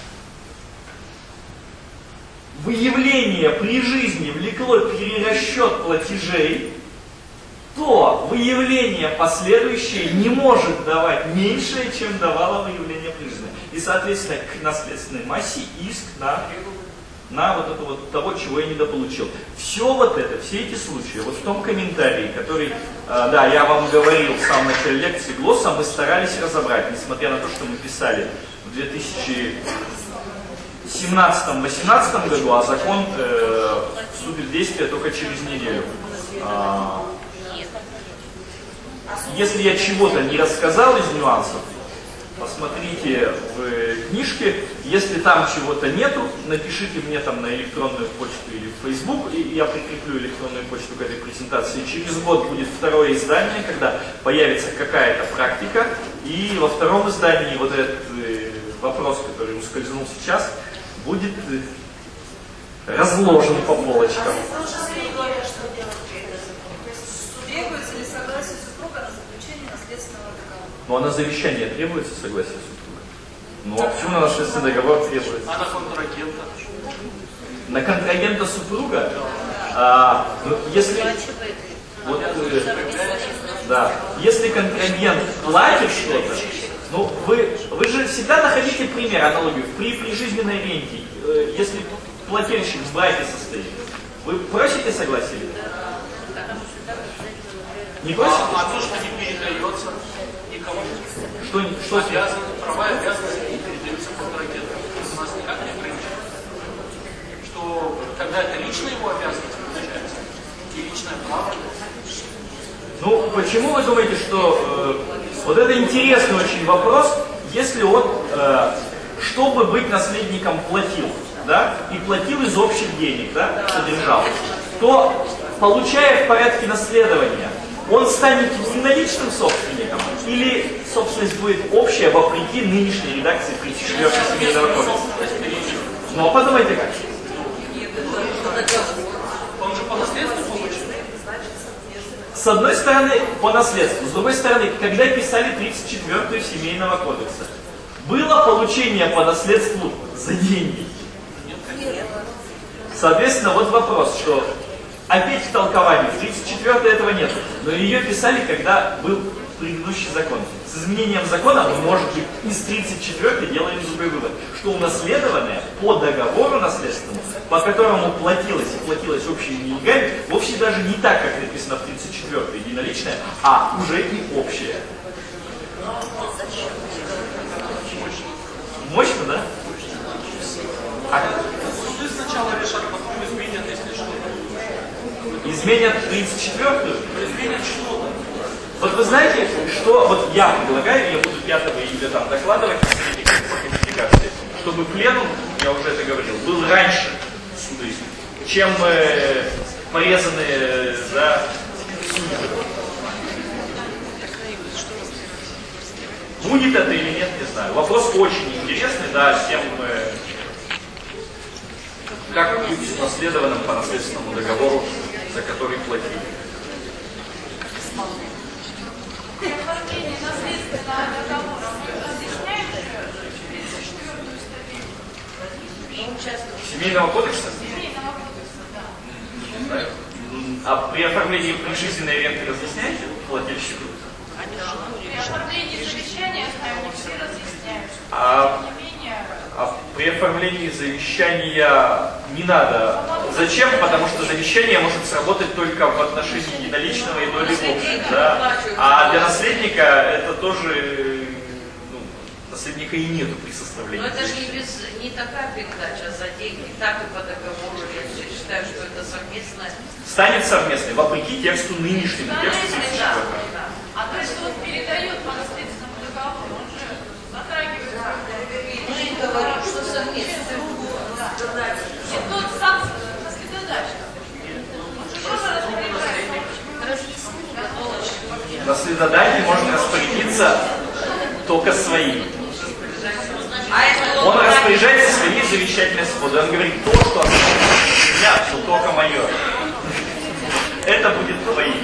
выявление при жизни влекло перерасчет платежей, то выявление последующее не может давать меньшее, чем давало выявление при жизни. И, соответственно, к наследственной массе иск на, на вот это вот того, чего я недополучил. Все вот это, все эти случаи, вот в том комментарии, который, э, да, я вам говорил в самом начале лекции ГЛОСа, мы старались разобрать, несмотря на то, что мы писали в две тысячи семнадцатом-восемнадцатом году, а закон э, вступит в действие только через неделю. А, если я чего-то не рассказал из нюансов, посмотрите в книжке. Если там чего-то нету, напишите мне там на электронную почту или в Facebook, и я прикреплю электронную почту к этой презентации. Через год будет второе издание, когда появится какая-то практика, и во втором издании вот этот э, вопрос, который ускользнул сейчас, будет э, разложен по полочкам. Требуется ли согласие супруга на заключение наследственного договора? Ну а на завещание требуется согласие супруга? Ну а почему на наследственный договор требуется? А на контрагента? На контрагента супруга? А, ну, если, вот, э, да, если контрагент платит что-то, ну вы, вы же всегда находите пример, аналогию. При прижизненной ренте, э, если плательщик в браке состоит, вы просите согласия? Не просит? А, а то, что не передается никому. Что, что обязаны, права и обязанности не передаются контрагенту. У нас никак не ограничено. Что когда это личная его обязанность получается, и личное право. Ну, почему вы думаете, что э, вот это интересный очень вопрос, если он, э, чтобы быть наследником, платил, да, и платил из общих денег, да, содержал, то, получая в порядке наследования, он станет единоличным собственником, или собственность будет общая вопреки нынешней редакции тридцать четвёртого Семейного кодекса? Ну, а подумайте как. Он же по наследству получил. С одной стороны, по наследству, с другой стороны, когда писали тридцать четвёртую Семейного кодекса, было получение по наследству за деньги? Соответственно, вот вопрос, что опять в толковании, в тридцать четвёртой этого нет, но ее писали, когда был предыдущий закон. С изменением закона мы, может быть, из тридцать четвёртой делаем другой вывод, что унаследованное по договору наследственному, по которому платилось и платилось общими деньгами, вовсе даже не так, как написано в тридцать четвёртой, единоличное, а уже и общее. Мощно, да? А Суды сначала решат, потом изменят, если что. изменят тридцать четвёртую? Изменят что-то. Вот вы знаете, что вот я предлагаю, я буду пятого июля там докладывать по коммуникации, чтобы пленум, я уже это говорил, был раньше суды, чем э, порезанные, да, судьи. Будет это или нет, не знаю. Вопрос очень интересный, да, с тем, э, как быть с унаследованным по наследственному договору, за который платили. При оформлении наследственного договора мы разъясняем тридцать четвёртую статью Семейного кодекса? Семейного кодекса, да. А при оформлении прижизненной ренты разъясняете плательщику? При оформлении завещания мы все разъясняем. А, Тем не менее, а при оформлении завещания не надо. Зачем? Потому что завещание может сработать только в отношении единоличного и доли в общем, да? А для наследника это тоже, ну, наследника и нету при составлении. Но это же не, без, не такая передача за деньги, так и по договору. Я считаю, что это совместное. Станет совместной, вопреки тексту нынешнему, тексту тридцать четвёртого. да. А то, что он передает по наследственному договору, он же затрагивает. Мы и говорим, что совместное. И тот сам наследодатель. Он же тоже распоряжается. Наследодатель может распорядиться только своим. Он распоряжается своей завещательной свободой. Он говорит, то, что останется у меня, все только мое. Это будет твоим.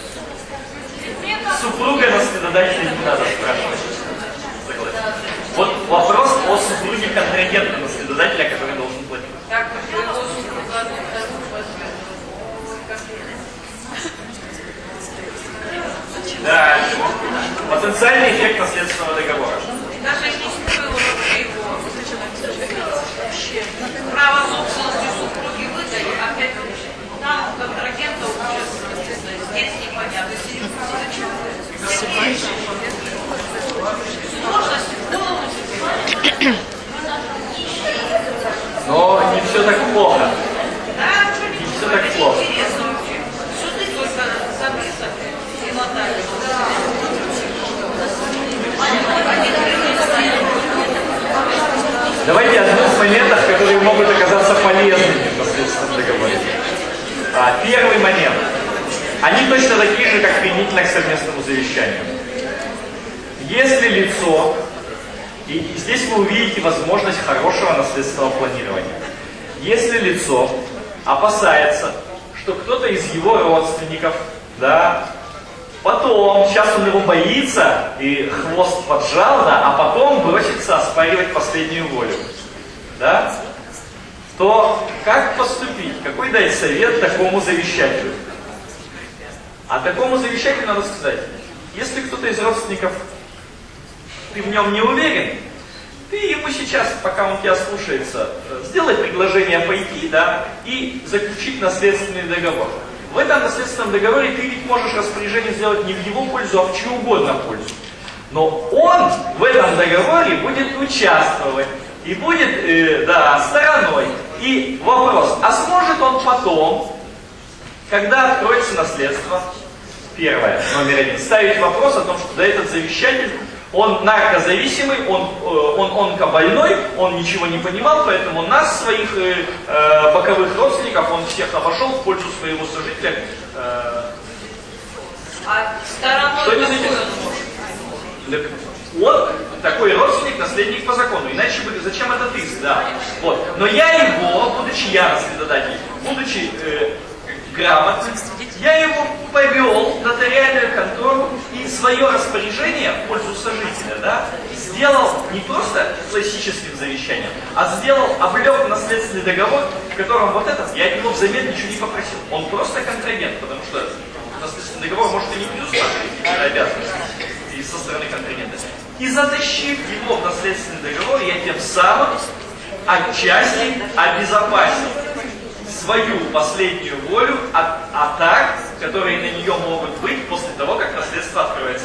Супруга наследодателя не надо спрашивать. Согласен. Вот вопрос о супруге контрагента наследодателя, который должен платить. Так, его супруга Дальше. Потенциальный эффект наследственного договора. даже если стоило вообще его право собственности супруги выдали, опять там у контрагента уже здесь непонятно. Сложности полностью. Но не все так плохо. Да, Не все так плохо. интересно вообще. Суды только записаны и нотариусы. Давайте о двух моментах, которые могут оказаться полезными в наследственном договоре. А, первый момент. Они точно такие же, как применительно к совместному завещанию. Если лицо, и здесь вы увидите возможность хорошего наследственного планирования. Если лицо опасается, что кто-то из его родственников, да, потом, сейчас он его боится и хвост поджал, да, а потом бросится оспаривать последнюю волю, да, то как поступить? Какой дать совет такому завещателю? А такому завещателю надо сказать, если кто-то из родственников, ты в нем не уверен, ты ему сейчас, пока он тебя слушается, сделай предложение пойти, да, и заключить наследственный договор. в этом наследственном договоре ты ведь можешь распоряжение сделать не в его пользу, а в чью угодно пользу. Но он в этом договоре будет участвовать и будет, э, да, стороной. И вопрос, а сможет он потом, когда откроется наследство, первое, номер один, ставить вопрос о том, что да, этот завещатель, он наркозависимый, он, он, он онкобольной, он ничего не понимал, поэтому нас, своих э, э, боковых родственников, он всех обошел в пользу своего сожителя. Э, А стороной что не какой зависит? он может? Он такой родственник, наследник по закону. Иначе бы зачем этот иск, да. Вот. Но я его, будучи я наследодатель, будучи э, грамотным, я его повел в нотариальную контору и свое распоряжение в пользу сожителя, да, сделал не просто классическим завещанием, а сделал, облег наследственный договор, в котором вот этот, я от него взамен ничего не попросил. Он просто контрагент, потому что наследственный договор может и не предусматривать какие-то обязанности и со стороны контрагента. И затащив его в наследственный договор, я тем самым отчасти обезопасил свою последнюю волю от атак, которые на нее могут быть после того, как наследство откроется.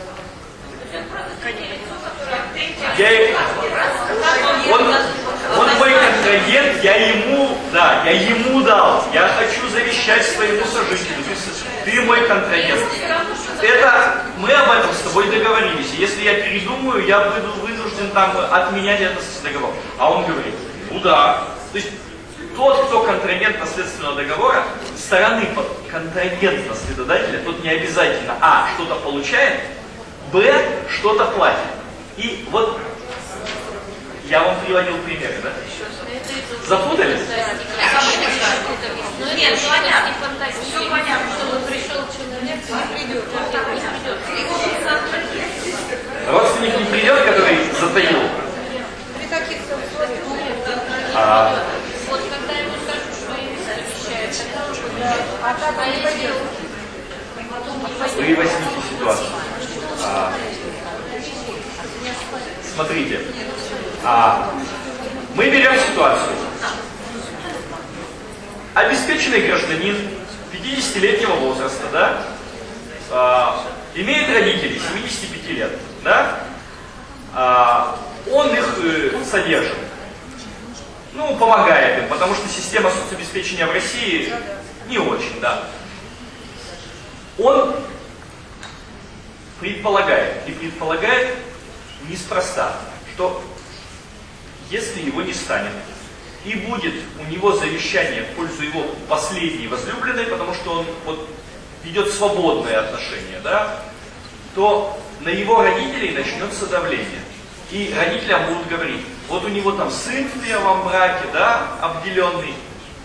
Я, он, он мой контрагент, я ему, да, я ему дал. Я хочу завещать своему сожителю. Ты, ты мой контрагент. Это мы об этом с тобой договорились. Если я передумаю, я буду вынужден там отменять этот договор. А он говорит, ну да. То есть тот, кто контрагент наследственного договора, стороны контрагент наследодателя, тот не обязательно а. что-то получает, б. что-то платит. И вот я вам приводил примеры, да? Запутались? Ну нет, понятно. Все понятно, что он пришел человек, не придет. Родственник не придет, который затаил. При каких-то условиях. А, Вот когда ему скажут, что ему завещают, тогда уже придет. А так он не пойдет. вы возьмите ситуацию. А, смотрите. А, мы берем ситуацию. Обеспеченный гражданин пятидесятилетнего возраста, да, а, имеет родителей семидесяти пяти лет, да, а, он их э, содержит, ну, помогает им, потому что система соцобеспечения в России не очень, да. Он предполагает, и предполагает неспроста, что если его не станет, и будет у него завещание в пользу его последней возлюбленной, потому что он вот ведет свободные отношения, да, то на его родителей начнется давление. И родителям будут говорить, вот у него там сын в первом браке, да, обделенный,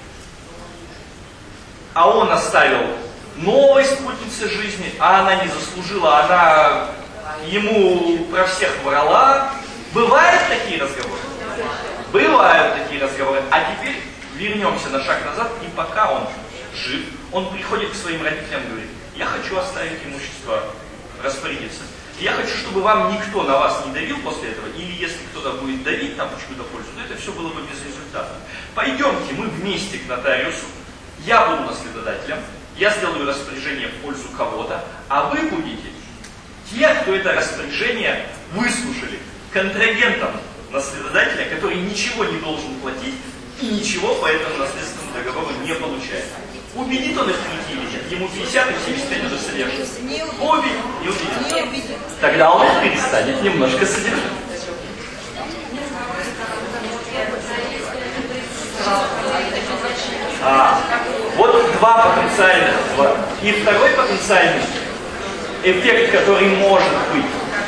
а он оставил новой спутнице жизни, а она не заслужила, она ему про всех врала. Бывают такие разговоры? Бывают такие разговоры. А теперь вернемся на шаг назад, и пока он жив, он приходит к своим родителям и говорит, я хочу оставить имущество, распорядиться. Я хочу, чтобы вам никто на вас не давил после этого, или если кто-то будет давить там в чью-то пользу, то это все было бы безрезультатно. Пойдемте мы вместе к нотариусу, я буду наследодателем, я сделаю распоряжение в пользу кого-то, а вы будете те, кто это распоряжение выслушали, контрагентом наследодателя, который ничего не должен платить и ничего по этому наследственному договору не получает. Убедит он их прийти или нет? Ему пятьдесят и семьдесят пять уже содержит. Не убедит. Убедит. Не убедит. Не убедит. Тогда он их перестанет немножко содержать. А, вот два потенциальных. И второй потенциальный эффект, который может быть,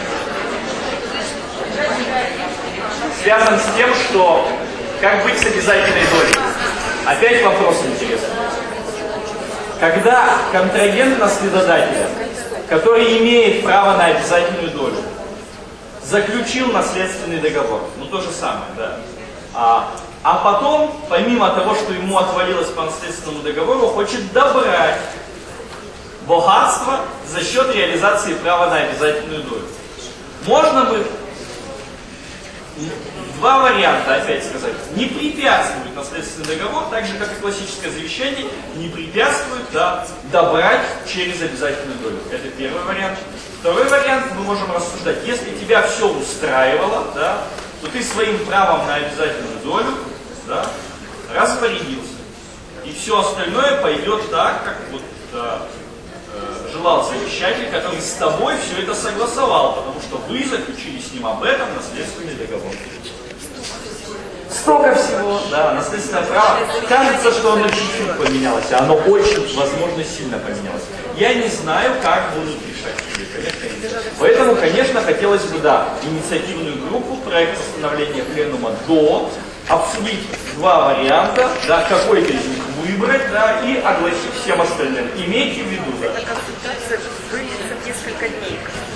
связан с тем, что как быть с обязательной долей. Опять вопрос интересный. Когда контрагент наследодателя, который имеет право на обязательную долю, заключил наследственный договор, ну то же самое, да, а, а потом, помимо того, что ему отвалилось по наследственному договору, хочет добрать богатство за счет реализации права на обязательную долю. Можно бы Два варианта, опять сказать. Не препятствует наследственный договор, так же, как и классическое завещание, не препятствует, да, добрать через обязательную долю. Это первый вариант. Второй вариант, мы можем рассуждать. Если тебя все устраивало, да, то ты своим правом на обязательную долю, да, распорядился. И все остальное пойдет так, как вот, да, э, желал завещатель, который с тобой все это согласовал, потому что вы заключили с ним об этом наследственный договор. Столько всего, да, наследственное право. Кажется, что оно чуть-чуть поменялось, а оно очень, возможно, сильно поменялось. Я не знаю, как будут решать люди, конечно. Поэтому, конечно, хотелось бы, да, инициативную группу, проект постановления пленума до, обсудить два варианта, да, какой-то из них выбрать, да, и огласить всем остальным. Имейте в виду, да. Эта консультация длится несколько дней.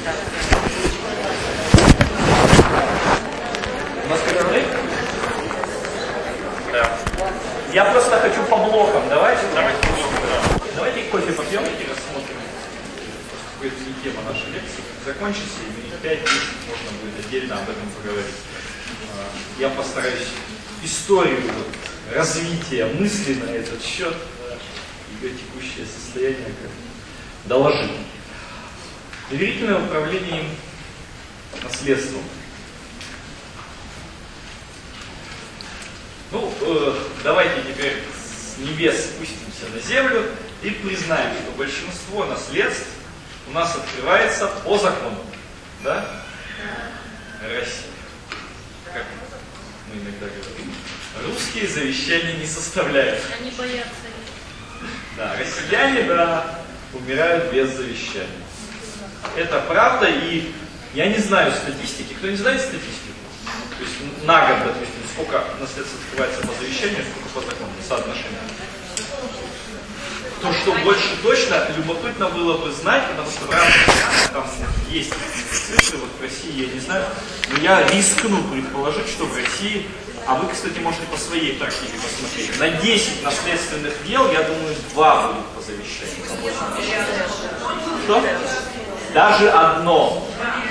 У нас какой? Да. Я просто хочу по блокам. Давайте. Давайте, да. Давайте кофе попьем и рассмотрим. Это не тема нашей лекции. Закончится, и минут пять-десять можно будет отдельно об этом поговорить. Я постараюсь историю развития мысли на этот счет, да, ее текущее состояние как доложить. Доверительное управление наследством. Ну, э, давайте теперь с небес спустимся на землю и признаем, что большинство наследств у нас открывается по закону. Да? Россия. Как мы иногда говорим. Русские завещания не составляют. Они боятся. Да, россияне, да, умирают без завещания. Это правда, и я не знаю статистики. Кто не знает статистику? То есть на год, допустим, сколько наследство открывается по завещанию, сколько по закону, соотношение. То, что больше точно, любопытно было бы знать, потому что в рамках там есть цифры, вот в России я не знаю, но я рискну предположить, что в России, а вы, кстати, можете по своей практике посмотреть, на десять наследственных дел, я думаю, два будут по завещанию. Что? Даже одно.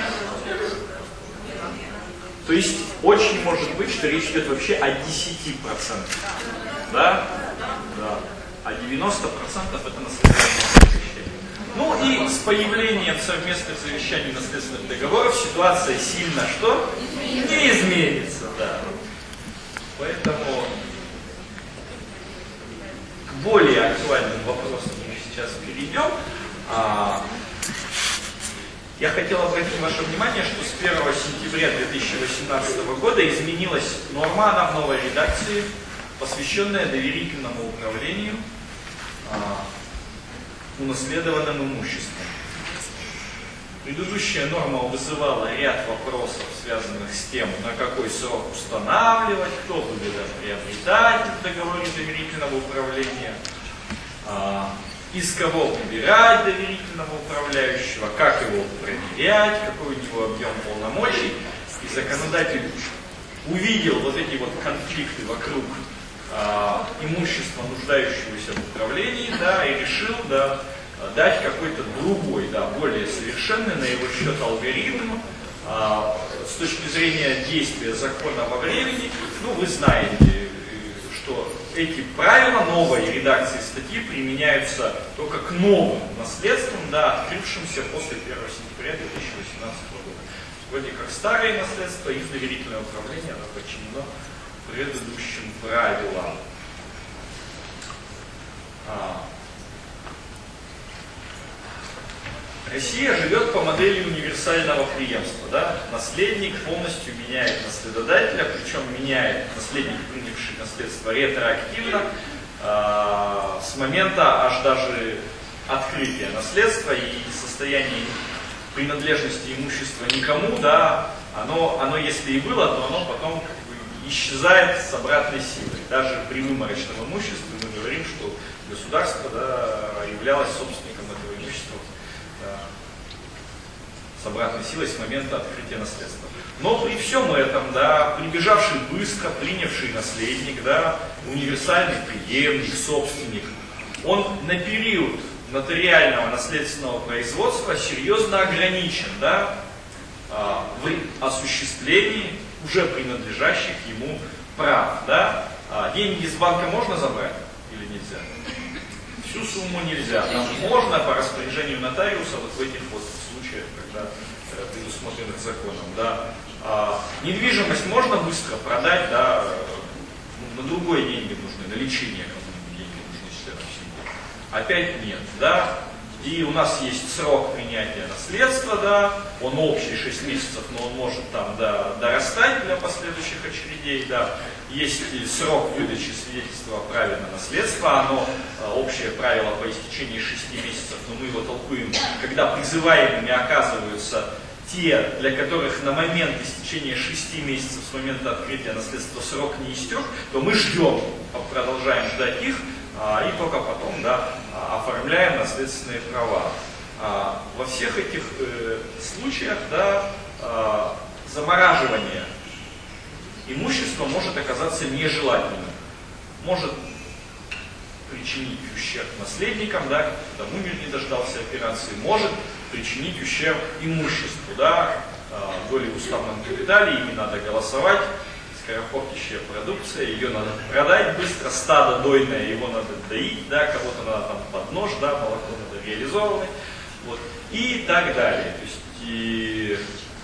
То есть очень может быть, что речь идет вообще о десяти процентах. Да? Да. А девяносто процентов это наследственное завещание. Ну и с появлением совместных завещаний наследственных договоров ситуация сильно что? Не изменится. Да. Поэтому к более актуальным вопросам мы сейчас перейдем. Я хотел обратить ваше внимание, что с первого сентября две тысячи восемнадцатого года изменилась норма, она в новой редакции, посвященная доверительному управлению а, унаследованным имуществом. Предыдущая норма вызывала ряд вопросов, связанных с тем, на какой срок устанавливать, кто будет приобретать в договоре доверительного управления, а, из кого выбирать доверительного управляющего, как его проверять, какой у него объем полномочий. И законодатель увидел вот эти вот конфликты вокруг а, имущества, нуждающегося в управлении, да, и решил, да, дать какой-то другой, да, более совершенный на его счет алгоритм а, с точки зрения действия закона во времени. Ну, вы знаете, что эти правила новой редакции статьи применяются только к новым наследствам, да, открывшимся после первого сентября две тысячи восемнадцатого года. Вроде как старые наследства, их доверительное управление, оно подчинено предыдущим правилам. А. Россия живет по модели универсального преемства. Да? Наследник полностью меняет наследодателя, причем меняет наследник, принявший наследство, ретроактивно, э, с момента аж даже открытия наследства и состояния принадлежности имущества никому, да, оно, оно если и было, то оно потом как бы исчезает с обратной силой. Даже при выморочном имуществе мы говорим, что государство, да, являлось собственником этого имущества с обратной силой с момента открытия наследства. Но при всем этом, да, прибежавший быстро, принявший наследник, да, универсальный преемник, собственник, он на период нотариального наследственного производства серьезно ограничен, да, в осуществлении уже принадлежащих ему прав. Да? Деньги из банка можно забрать или нельзя? Всю сумму нельзя. Там можно по распоряжению нотариуса вот в этих вот случаях, когда предусмотренных законом. Да. А, недвижимость можно быстро продать, да, на другой деньги нужны, на лечение кому-нибудь деньги нужны членам семьи. Опять нет, да. И у нас есть срок принятия наследства, да, он общий шесть месяцев, но он может там, да, дорастать для последующих очередей, да. Есть срок выдачи свидетельства о праве на наследство, оно общее правило по истечении шести месяцев, но мы его толкуем, когда призываемыми оказываются те, для которых на момент истечения шести месяцев с момента открытия наследства срок не истек, то мы ждем, продолжаем ждать их, и только потом, да, оформляем наследственные права. Во всех этих э, случаях, да, э, замораживание имущества может оказаться нежелательным. Может причинить ущерб наследникам, да, тому не дождался операции, может причинить ущерб имуществу, да, э, доли в уставном капитале, ими надо голосовать. Скоропортящая продукция, ее надо продать быстро, стадо дойное, его надо доить, да, кого-то надо там под нож, да, молоко надо реализовывать, вот, и так далее. То есть, и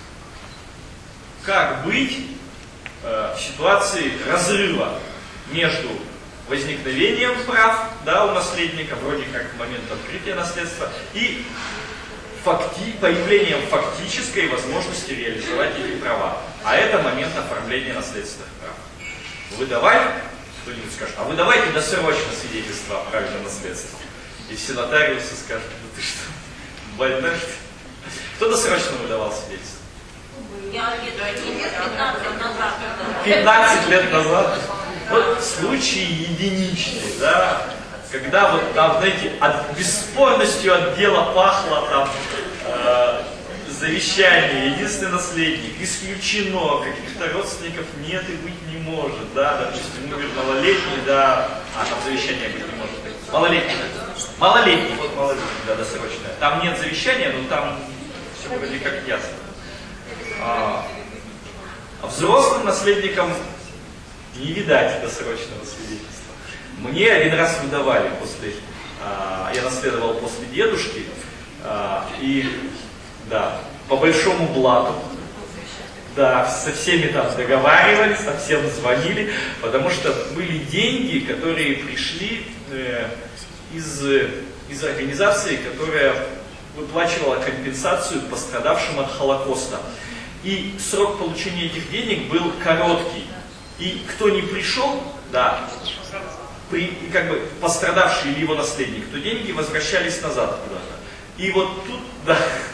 как быть э, в ситуации разрыва между возникновением прав, да, у наследника, вроде как в момент открытия наследства, и факти, появлением фактической возможности реализовать эти права. А это момент оформления наследственных прав. Выдавай, кто-нибудь скажет, а вы давайте досрочно свидетельство о праве на наследство. И все нотариусы скажут, ну ты что, больной что ли? Кто досрочно выдавал свидетельство? Я пятнадцать назад. пятнадцать лет назад. Вот случаи единичные, да. Когда вот там, знаете, от бесспорностью от дела пахло там э, завещание, единственный наследник, исключено, каких-то родственников нет и быть не может, да, допустим, умер малолетний, да, а там завещание быть не может. Малолетний, малолетний, вот малолетний, да, досрочное. Там нет завещания, но там все вроде как ясно. А, а взрослым наследникам не видать досрочного свидетельства. Мне один раз выдавали после, а, я наследовал после дедушки, а, и, да, по большому блату, да, со всеми там договаривались, со всем звонили, потому что были деньги, которые пришли э, из, из организации, которая выплачивала компенсацию пострадавшим от Холокоста. И срок получения этих денег был короткий. И кто не пришел, да, при, как бы пострадавший или его наследник, то деньги возвращались назад куда-то. И вот тут, да,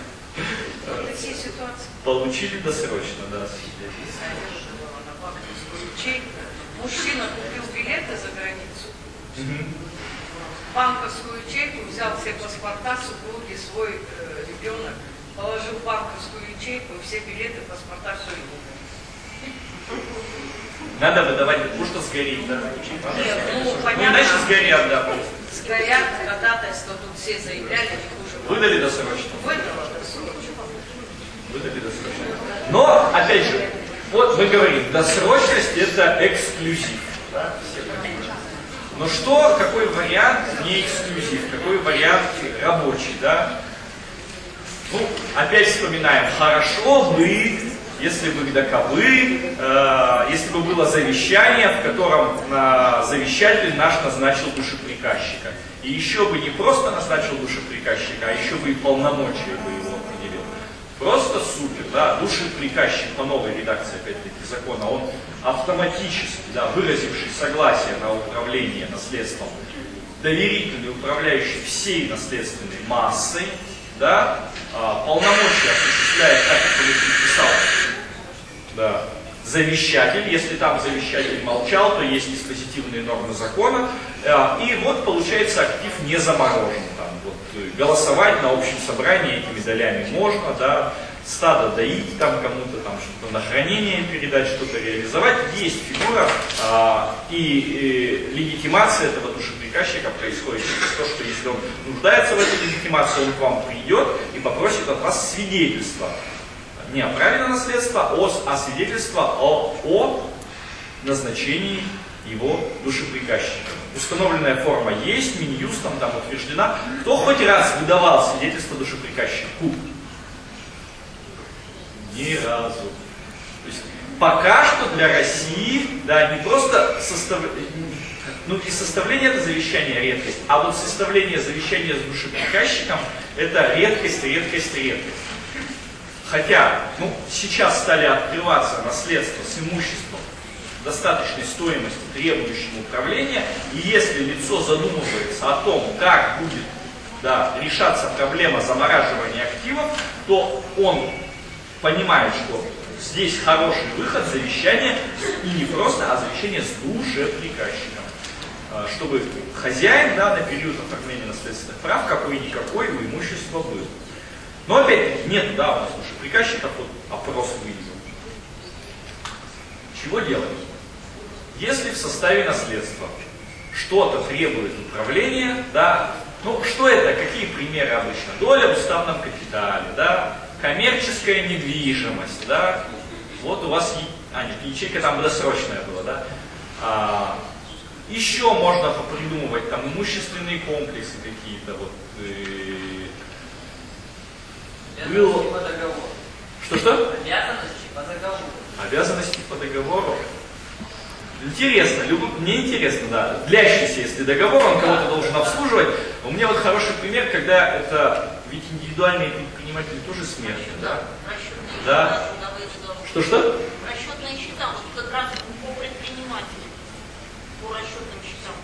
получили досрочно, да. Мужчина купил билеты за границу, Угу. банковскую ячейку, взял все паспорта, супруги, свой э, ребенок, положил в банковскую ячейку, все билеты, паспорта, все его. Надо выдавать, потому что сгорит, да? Нет, ну, Ну, понятно. иначе сгорят, да. Сгорят, ходатайство, тут все заявляли, не хуже. Выдали досрочно. Выдала досрочно. Выдали досрочно. Но, опять же, вот мы говорим, досрочность это эксклюзив. Да? Все понимают. Но что, какой вариант не эксклюзив, какой вариант рабочий, да? Ну, опять вспоминаем, хорошо бы, если бы таковы, э, если бы было завещание, в котором э, завещатель наш назначил душеприказчика. И еще бы не просто назначил душеприказчика, а еще бы и полномочия бы его определил. Просто супер, да, душеприказчик по новой редакции, опять-таки, закона, он автоматически, да, выразивший согласие на управление наследством, доверительный, управляющий всей наследственной массой, да, полномочия осуществляет так, как он предписал, да, завещатель. Если там завещатель молчал, то есть диспозитивные нормы закона. И вот получается актив не заморожен. Там, вот, голосовать на общем собрании этими долями можно, да, стадо доить, там кому-то там что-то на хранение передать, что-то реализовать. Есть фигура, а, и, и легитимация этого душеприказчика происходит через то, что если он нуждается в этой легитимации, он к вам придет и попросит от вас свидетельство не о праве на наследство, а, а свидетельство о, о назначении его душеприказчика. Установленная форма есть, Минюстом там утверждена. Кто хоть раз выдавал свидетельство душеприказчику? Ни разу. То есть, пока что для России, да, не просто состав... ну, и составление это завещания редкость, а вот составление завещания с душеприказчиком это редкость, редкость, редкость. Хотя, ну, сейчас стали открываться наследства с имуществом достаточной стоимости, требующим управления, и если лицо задумывается о том, как будет, да, решаться проблема замораживания активов, то он понимает, что здесь хороший выход завещания, и не просто, а завещание с душеприказчиком. Чтобы хозяин, да, на период оформления наследственных прав какой-никакой у имущества был. Но опять-таки нет, да, у нас душеприказчиков, вот опрос выведен. Чего делать? Если в составе наследства что-то требует управления, да, ну что это, какие примеры обычно? Доля в уставном капитале, да, коммерческая недвижимость, да, вот у вас, а нет, ячейка там досрочная была, да, а, еще можно попридумывать там имущественные комплексы какие-то, вот, э, Обязанности был... по договору. Что-что? Обязанности по договору. Обязанности по договору. Интересно, люб... мне интересно, да, длящийся, если договор, он кого-то должен обслуживать. У меня вот хороший пример, когда это, ведь индивидуальные предприниматели тоже смертны, да? Да. Что-что? Расчетные счета, вот как раз по предпринимателям, по расчетным счетам.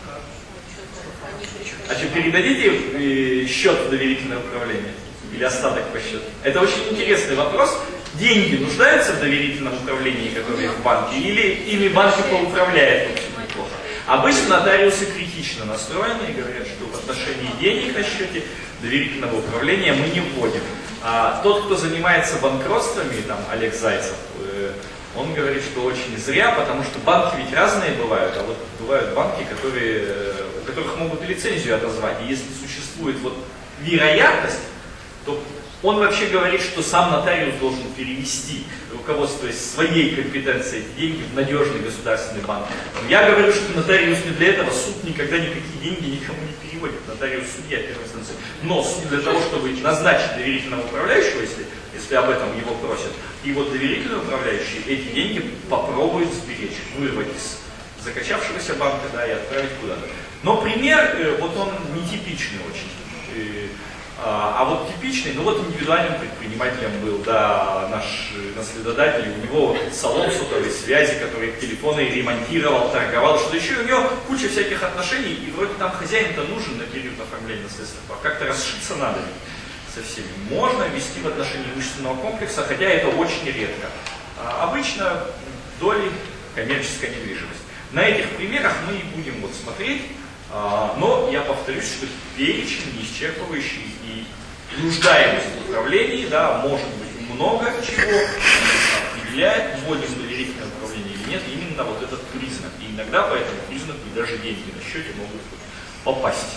А что, передадите счет в доверительное управление? Или остаток по счету? Это очень интересный вопрос. Деньги нуждаются в доверительном управлении, которые в банке, или ими банки поуправляют очень неплохо? Обычно нотариусы критично настроены и говорят, что в отношении денег на счете доверительного управления мы не вводим. А тот, кто занимается банкротствами, там Олег Зайцев, он говорит, что очень зря, потому что банки ведь разные бывают, а вот бывают банки, которые, у которых могут лицензию отозвать, и если существует вот вероятность, то он вообще говорит, что сам нотариус должен перевести, руководствуясь своей компетенцией, эти деньги в надежный государственный банк. Я говорю, что нотариус не для этого, суд никогда никакие деньги никому не переводит, нотариус судья первой инстанции. Но для того, чтобы назначить доверительного управляющего, если, если об этом его просят, и вот доверительный управляющий эти деньги попробует сберечь, вырвать из закачавшегося банка, да, и отправить куда-то. Но пример, вот он нетипичный очень. А вот типичный, ну вот индивидуальным предпринимателем был, да, наш наследодатель, у него салон сотовой связи, который телефоны ремонтировал, торговал, что еще у него куча всяких отношений, и вроде там хозяин-то нужен на период оформления наследственных прав, как-то расшиться надо со всеми. Можно ввести в отношении имущественного комплекса, хотя это очень редко. А обычно доли коммерческая недвижимость. На этих примерах мы и будем вот смотреть. Но я повторюсь, что перечень неисчерпывающий и нуждаемость в управлении, да, может быть много чего определяет, вводим доверительное управление или нет, именно вот этот признак. И иногда по этому признаку и даже деньги на счете могут попасть.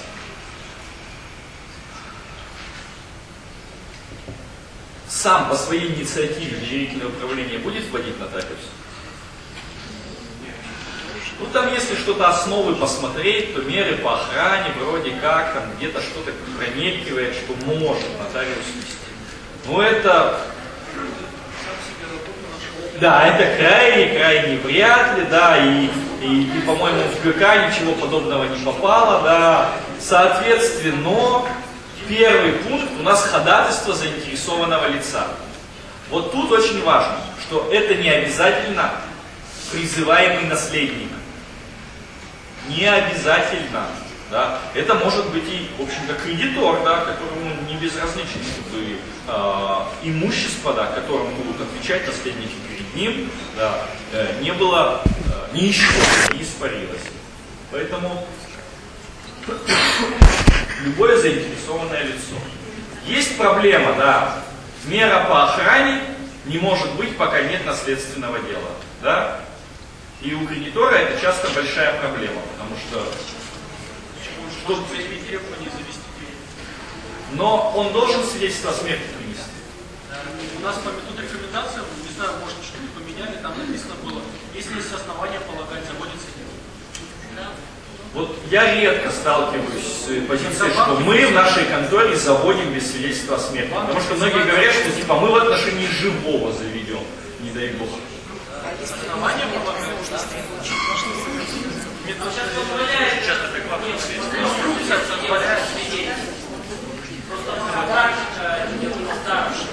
Сам по своей инициативе доверительное управление будет вводить нотариус? Ну там если что-то основы посмотреть, то меры по охране вроде как там где-то что-то промелькивает, что может нотариус вести. Но это, да, это крайне, крайне вряд ли, да, и, и, и по-моему в ГК ничего подобного не попало, да. Соответственно, первый пункт у нас ходатайство заинтересованного лица. Вот тут очень важно, что это не обязательно призываемый наследник. Не обязательно. Да. Это может быть и, в общем-то, кредитор, да, которому не безразлично, чтобы э, имущество, да, которым будут отвечать наследники перед ним, да, э, не было, э, не исчезло, не испарилось. Поэтому любое заинтересованное лицо. Есть проблема, да, мера по охране не может быть, пока нет наследственного дела. Да? И у кредитора это часто большая проблема, потому что... что но он должен свидетельство о смерти принести. У нас по методу рекомендации документация, не знаю, может, что-то поменяли, там написано было, если есть основания полагать, заводится дело. Вот я редко сталкиваюсь с позицией, что мы в нашей конторе заводим без свидетельства о смерти. Потому что многие говорят, что типа мы в отношении живого заведем, не дай бог. Основания полагать. Сейчас позволяет, Часто прикладывают инструкция позволяет свидетельствовать. Просто практика не уставшая.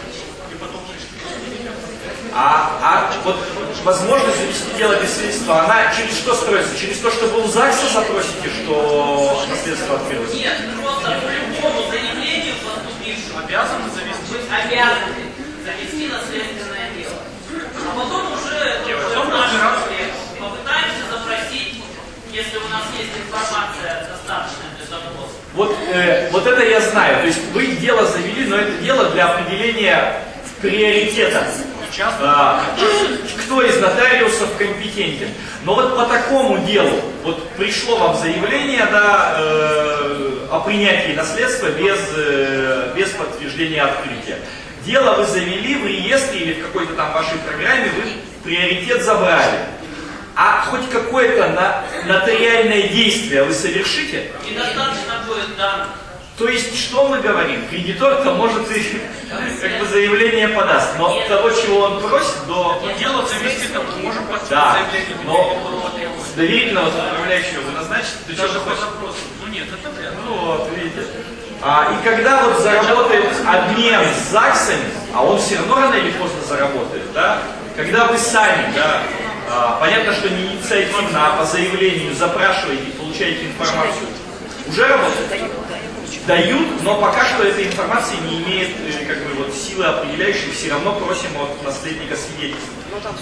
А, а вот возможность завести дело без свидетельства, она через что строится? Через то, что вы у ЗАГСа запросите, что наследство открылось? Нет, просто по любому заявлению поступившему обязаны завести. обязаны завести наследственное дело. А потом уже Потом в нашем разбираться. деле попытаемся запросить, если у нас есть информация достаточная для запроса. Вот, э, вот это я знаю. То есть вы дело завели, но это дело для определения приоритета. А, кто из нотариусов компетентен. Но вот по такому делу, вот пришло вам заявление, да, э, о принятии наследства без, э, без подтверждения открытия. Дело вы завели в реестре или в какой-то там вашей программе, вы приоритет забрали. А хоть какое-то на, нотариальное действие вы совершите? Недостаточно будет данных. То есть, что мы говорим? Кредитор-то может и как бы заявление подаст, но того, чего он просит, до... Дело завести, там мы можем поставить Да, заявление, но доверительного управляющего вы назначите, то даже что по хочешь? запросу. Ну нет, это вряд ли. Ну вот, видите. А, и когда вот заработает обмен с ЗАГСами, а он все равно рано или поздно заработает, да? Когда вы сами, да, а, понятно, что не инициативно, а по заявлению запрашиваете и получаете информацию, уже работает? Дают, но пока что эта информация не имеет э, как бы, вот, силы определяющей, все равно просим от наследника свидетельства.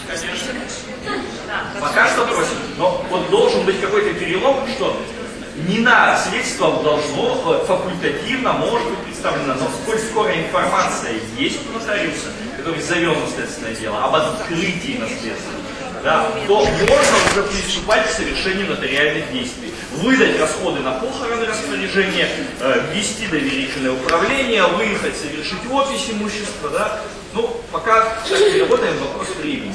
Пока что просим, но вот должен быть какой-то перелом, что не на свидетельство должно, факультативно может быть представлено, но сколь скоро информация есть у нотариуса, который завел наследственное дело, об открытии наследства, да, то можно уже приступать к совершению нотариальных действий. Выдать расходы на похороны распоряжения, э, ввести доверительное управление, выехать, совершить опись имущества, да. Ну, пока так не работаем, вопрос времени.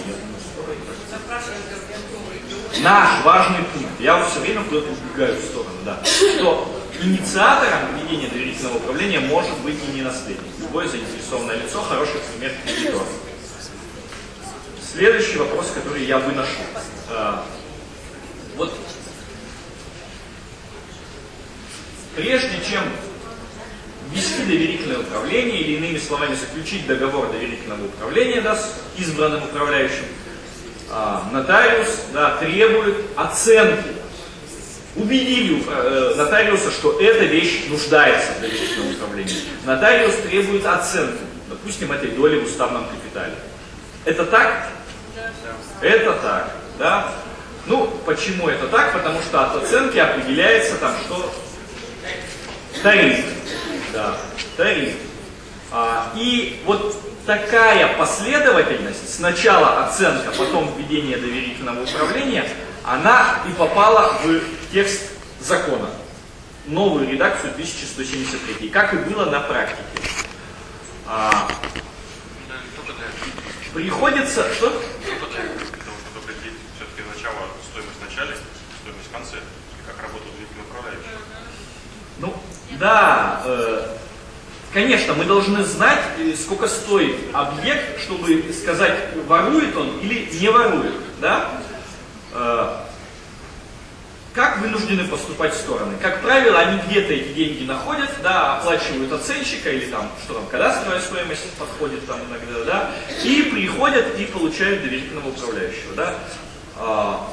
Наш важный пункт, я все время куда-то убегаю в сторону, да, что инициатором ведения доверительного управления может быть и не наследник. Любое заинтересованное лицо, хороший пример кредитора. Следующий вопрос, который я выношу. А, вот прежде чем ввести доверительное управление, или иными словами заключить договор доверительного управления, да, с избранным управляющим, а, нотариус, да, требует оценки. Убедили э, нотариуса, что эта вещь нуждается в доверительном управлении. Нотариус требует оценки, допустим, этой доли в уставном капитале. Это так? Это так, да? Ну, почему это так? Потому что от оценки определяется там, что тариф. Да, тариф. А, и вот такая последовательность, сначала оценка, потом введение доверительного управления, она и попала в текст закона. Новую редакцию тысяча сто семьдесят три, как и было на практике. А, приходится... Что? Все-таки начало, стоимость в начале, стоимость в конце. Как работает доверительный управляющий. Ну, да, э, конечно, мы должны знать, сколько стоит объект, чтобы сказать, ворует он или не ворует, да? Э, как вынуждены поступать стороны? Как правило, они где-то эти деньги находят, да, оплачивают оценщика или там, что там, кадастровая стоимость подходит там иногда, да, и приходят и получают доверительного управляющего, да. А,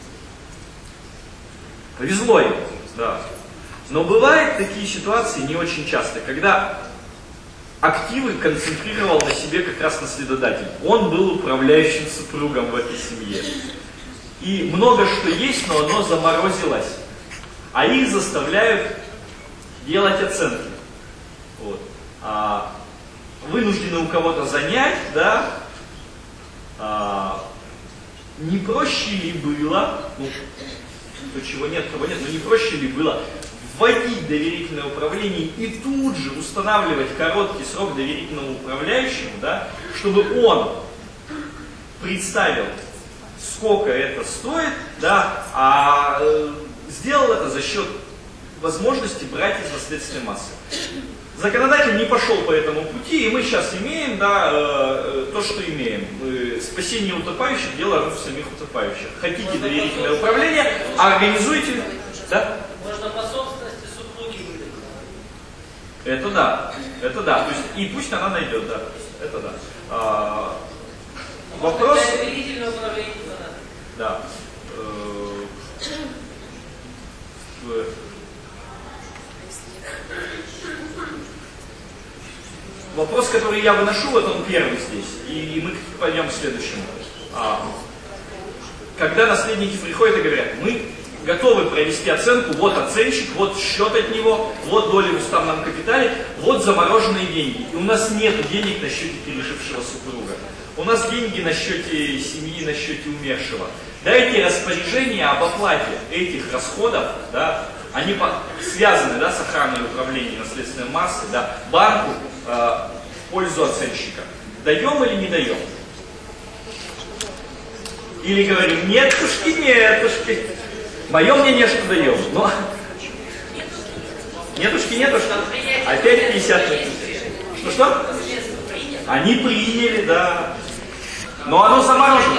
повезло им, да. Но бывают такие ситуации не очень часто, когда активы концентрировал на себе как раз наследодатель. Он был управляющим супругом в этой семье. И много что есть, но оно заморозилось. А их заставляют делать оценки. Вот. А, вынуждены у кого-то занять, да. А, не проще ли было, ну, то чего нет, того нет, но не проще ли было вводить доверительное управление и тут же устанавливать короткий срок доверительному управляющему, да, чтобы он представил, сколько это стоит, да, а э, сделал это за счет возможности брать из наследственной массы. Законодатель не пошел по этому пути, и мы сейчас имеем, да, э, то, что имеем. Э, спасение утопающих, дело рук самих утопающих. Хотите доверительное управление, организуйте, да? Можно по собственности супруги выдать. Это да, это да. То есть, и пусть она найдет, да. Это да. А, вопрос... Доверительное управление не надо. Да. Э, Вопрос, который я выношу, вот он первый здесь, и мы пойдем к следующему. А, когда наследники приходят и говорят, мы готовы провести оценку, вот оценщик, вот счет от него, вот доли в уставном капитале, вот замороженные деньги. И у нас нет денег на счете пережившего супруга. У нас деньги на счете семьи, на счете умершего. Дайте распоряжение об оплате этих расходов, да, они связаны, да, с охраной управления наследственной массы, да, банку э, в пользу оценщика. Даем или не даем? Или говорим, нетушки, нетушки. Мое мнение, что даем. Но... Нетушки, нетушки. Опять пятьдесят. Что-что? Они приняли, да. Но оно заморожено.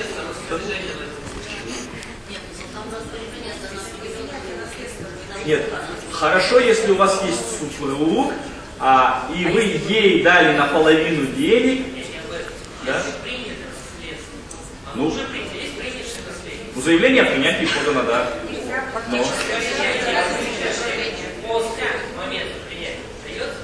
Нет, хорошо, если у вас есть супруг, а, и вы ей дали наполовину денег, да? Ну, ну, заявление о принятии подано, да. Но... После момента принятия дается?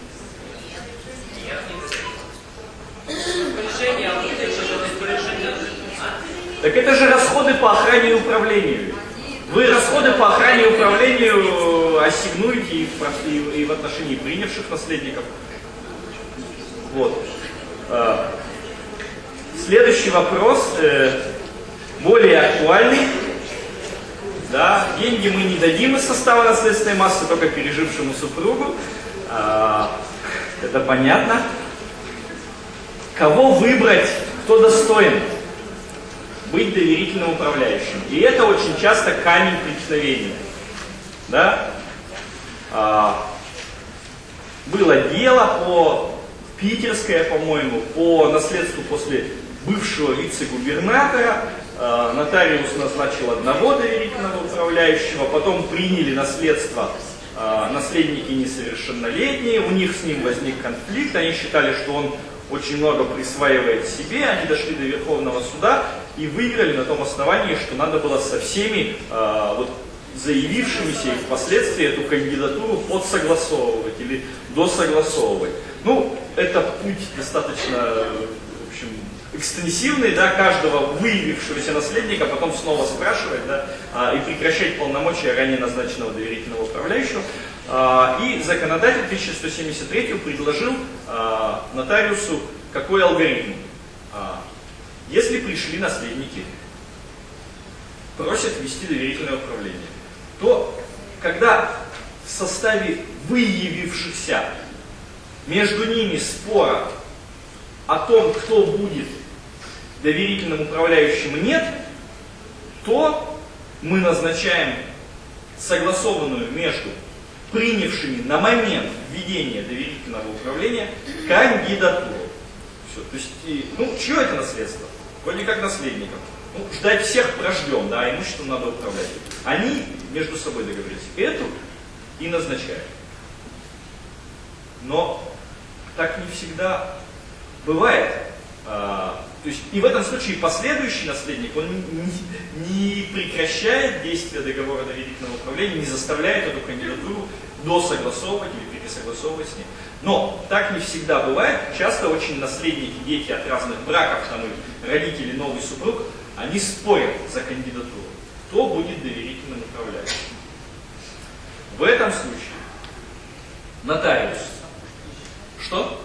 Распоряжение, а вот это же распоряжение. Так это же расходы по охране и управлению. Вы расходы по охране и управлению ассигнуете и в, и, и в отношении принявших наследников. Вот. Следующий вопрос, э, более актуальный. Да, деньги мы не дадим из состава наследственной массы только пережившему супругу. А, это понятно. Кого выбрать, кто достоин быть доверительным управляющим? И это очень часто камень преткновения. Да? А, было дело по питерское, по-моему, по наследству после бывшего вице-губернатора. А, нотариус назначил одного доверительного управляющего, потом приняли наследство а, наследники несовершеннолетние, у них с ним возник конфликт, они считали, что он очень много присваивает себе, они дошли до Верховного суда и выиграли на том основании, что надо было со всеми э, вот, заявившимися и впоследствии эту кандидатуру подсогласовывать или досогласовывать. Ну, это путь достаточно, в общем, экстенсивный, да, каждого выявившегося наследника потом снова спрашивать, да, э, и прекращать полномочия ранее назначенного доверительного управляющего. И законодатель тысяча сто семьдесят третьего предложил а, нотариусу какой алгоритм. А, если пришли наследники, просят ввести доверительное управление, то когда в составе выявившихся между ними спора о том, кто будет доверительным управляющим и нет, то мы назначаем согласованную между принявшими на момент введения доверительного управления кандидатуру. Все. То есть, и, ну, чье это наследство? Вроде как наследников. Ну, ждать всех прождем, да, имуществом надо управлять. Они между собой договорились. Эту и назначают. Но так не всегда бывает. А, то есть, и в этом случае последующий наследник, он не, не прекращает действие договора доверительного управления, не заставляет эту кандидатуру досогласовывать или пересогласовывать с ним. Но так не всегда бывает. Часто очень наследники, дети от разных браков, там, и родители, новый супруг, они спорят за кандидатуру. Кто будет доверительным управляющим? В этом случае нотариус что?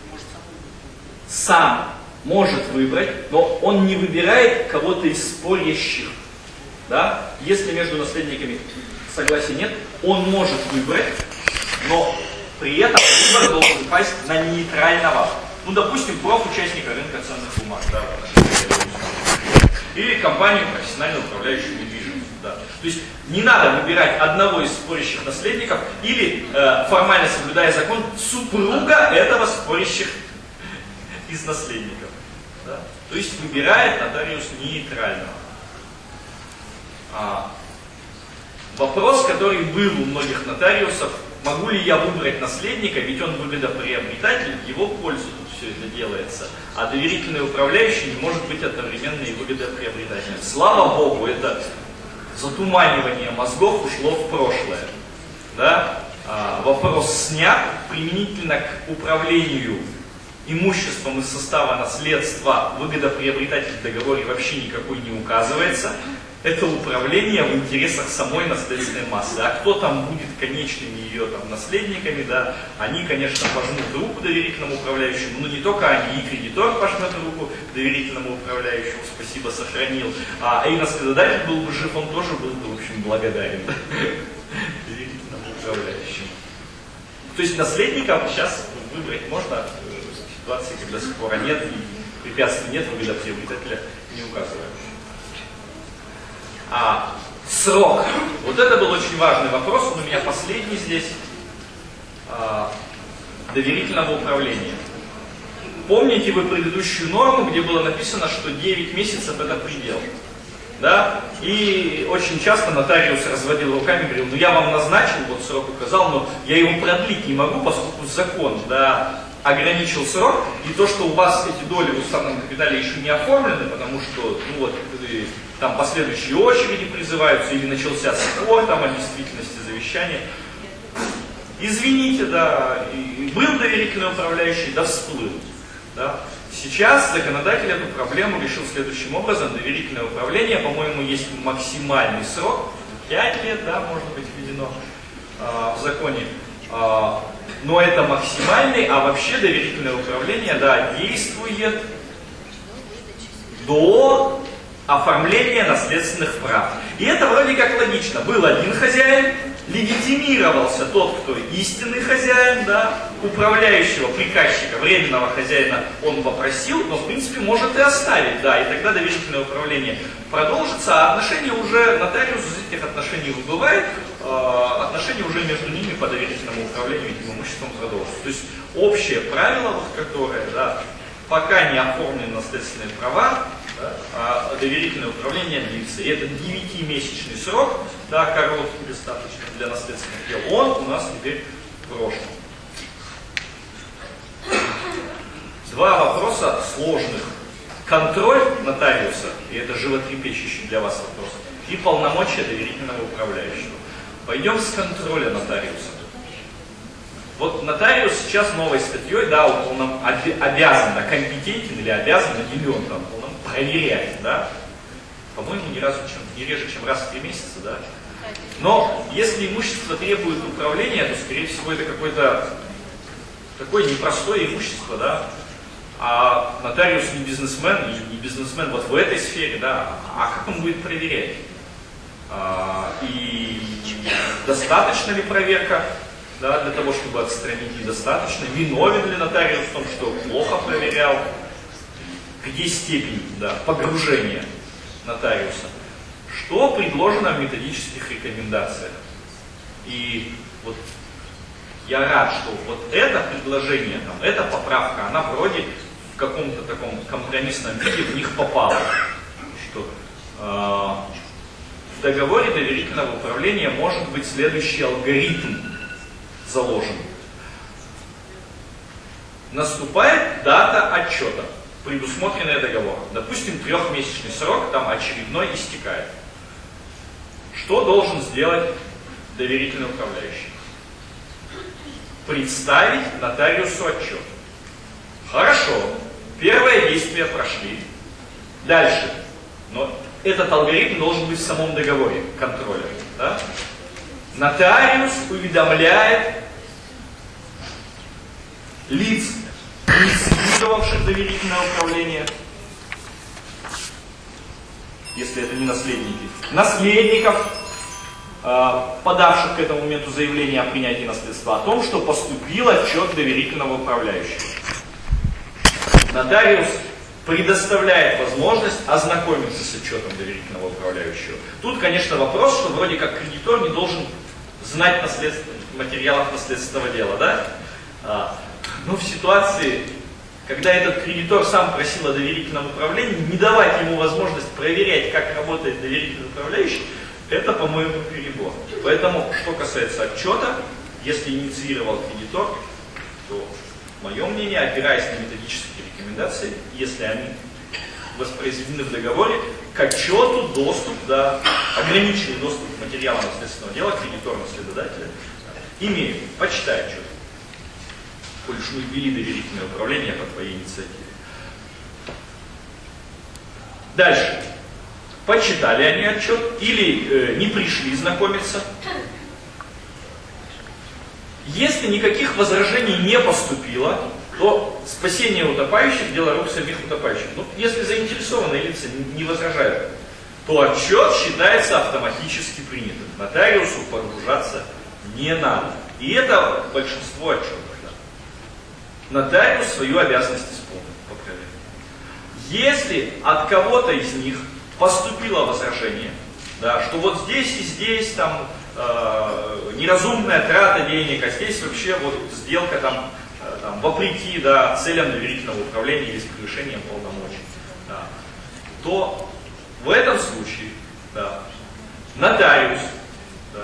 Сам может выбрать, но он не выбирает кого-то из спорящих. Да? Если между наследниками согласия нет, он может выбрать, но при этом выбор должен пасть на нейтрального, ну, допустим, профучастника рынка ценных бумаг. Да? или компанию, профессионально управляющую недвижимостью. Да. То есть не надо выбирать одного из спорящих наследников или, э, формально соблюдая закон, супруга этого спорящих из наследников. Да. То есть выбирает нотариус нейтрально. А, вопрос, который был у многих нотариусов, могу ли я выбрать наследника, ведь он выгодоприобретатель, в его пользу все это делается, а доверительный управляющий не может быть одновременно и выгодоприобретателем. Слава Богу, это затуманивание мозгов ушло в прошлое. Да? А, вопрос снят применительно к управлению имуществом из состава наследства. Выгодоприобретатель в договоре вообще никакой не указывается. Это управление в интересах самой наследственной массы. А кто там будет конечными ее там, наследниками, да, они, конечно, пожмут руку доверительному управляющему, но не только они, и кредитор пожмет руку доверительному управляющему, спасибо, сохранил. А и наследодатель был бы жив, он тоже был бы, в общем, благодарен доверительному управляющему. То есть наследника сейчас выбрать можно в ситуации, когда спора нет и препятствий нет, выгодоприобретателя не указывают. А срок. Вот это был очень важный вопрос, он у меня последний здесь. А, доверительного управления. Помните вы предыдущую норму, где было написано, что девять месяцев это предел? Да? И очень часто нотариус разводил руками, говорил, ну я вам назначил, вот срок указал, но я его продлить не могу, поскольку закон, да, ограничил срок, и то, что у вас эти доли в уставном капитале еще не оформлены, потому что, ну вот, там последующие очереди призываются, или начался спор там о действительности завещания. Извините, да, и был доверительный управляющий, да всплыл. Да. Сейчас законодатель эту проблему решил следующим образом. Доверительное управление, по-моему, есть максимальный срок, пять лет, да, может быть введено э, в законе. Э, но это максимальный, а вообще доверительное управление, да, действует до оформления наследственных прав. И это вроде как логично. Был один хозяин, легитимировался тот, кто истинный хозяин, да, управляющего, приказчика, временного хозяина он попросил, но в принципе может и оставить, да, и тогда доверительное управление продолжится, а отношения уже, нотариус из этих отношений выбывает, э, отношения уже между ними по доверительному управлению этим имуществом продолжатся. То есть общее правило, вот, которое, да, пока не оформлены наследственные права, да, а доверительное управление длится. И это девятимесячный срок, да, короткий достаточно для наследственных дел, он у нас теперь брошен. Два вопроса сложных. Контроль нотариуса, и это животрепещущий для вас вопрос, и полномочия доверительного управляющего. Пойдем с контроля нотариуса. Вот нотариус сейчас новой статьей, да, он обязан, да, компетентен или обязан, наделен там, он проверять, да, по-моему, не, разу, чем, не реже, чем раз в три месяца, да. Но если имущество требует управления, то, скорее всего, это какое-то такое непростое имущество, да, а нотариус не бизнесмен, и не бизнесмен вот в этой сфере, да, а как он будет проверять? А, и достаточно ли проверка? Да, для того, чтобы отстранить недостаточно, виновен ли нотариус в том, что плохо проверял, где степень, да, погружения нотариуса, что предложено в методических рекомендациях. И вот я рад, что вот это предложение, там, эта поправка, она вроде в каком-то таком компромиссном виде в них попала, что э, в договоре доверительного управления может быть следующий алгоритм заложен. Наступает дата отчета, предусмотренная договором. Допустим, трехмесячный срок, там очередной истекает. Что должен сделать доверительный управляющий? Представить нотариусу отчет. Хорошо, первое действие прошли. Дальше. Но этот алгоритм должен быть в самом договоре контроля. Да? Нотариус уведомляет лиц, инициировавших доверительное управление, если это не наследники, наследников, подавших к этому моменту заявление о принятии наследства, о том, что поступил отчет доверительного управляющего. Нотариус предоставляет возможность ознакомиться с отчетом доверительного управляющего. Тут, конечно, вопрос, что вроде как кредитор не должен знать наследств... материалов наследственного дела, да? А, но в ситуации, когда этот кредитор сам просил о доверительном управлении, не давать ему возможность проверять, как работает доверительный управляющий, это, по-моему, перебор. Поэтому, что касается отчета, если инициировал кредитор, то, мое мнение, опираясь на методические рекомендации, если они воспроизведены в договоре, к отчету доступ, да, ограниченный доступ к материалам наследственного дела кредитора наследодателя имеют. Почитай отчет. Коль уж мы ввели доверительное управление по твоей инициативе. Дальше. Почитали они отчет или э, не пришли знакомиться. Если никаких возражений не поступило, то спасение утопающих – дело рук самих утопающих. Ну, если заинтересованные лица не возражают, то отчет считается автоматически принятым. Нотариусу погружаться не надо. И это большинство отчетов. Да. Нотариус свою обязанность исполнил по проверке. Если от кого-то из них поступило возражение, да, что вот здесь и здесь там э, неразумная трата денег, а здесь вообще вот сделка там, э, там вопреки, да, целям доверительного управления или с превышением полномочий, да, то в этом случае, да, нотариус, да,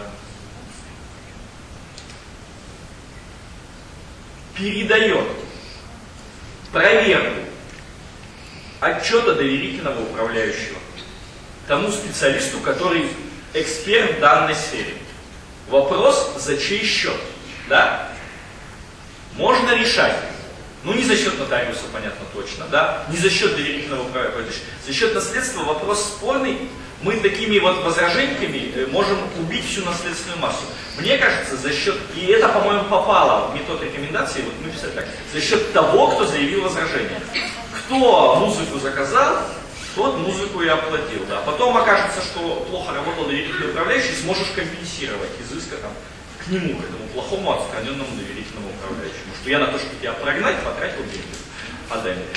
передает проверку отчета доверительного управляющего тому специалисту, который эксперт в данной сфере. Вопрос, за чей счет, да? Можно решать. Ну, не за счет нотариуса, понятно, точно, да? Не за счет доверительного управляющего. За счет наследства вопрос спорный. Мы такими вот возражениями можем убить всю наследственную массу. Мне кажется, за счет, и это, по-моему, попало в метод рекомендации, вот мы писали так, за счет того, кто заявил возражение. Кто музыку заказал, тот музыку и оплатил. Да. Потом окажется, что плохо работал доверительный управляющий, сможешь компенсировать изыска там, к нему, к этому плохому отстраненному доверительному управляющему. Что я на то, чтобы тебя прогнать, потратил деньги. Отдай мне.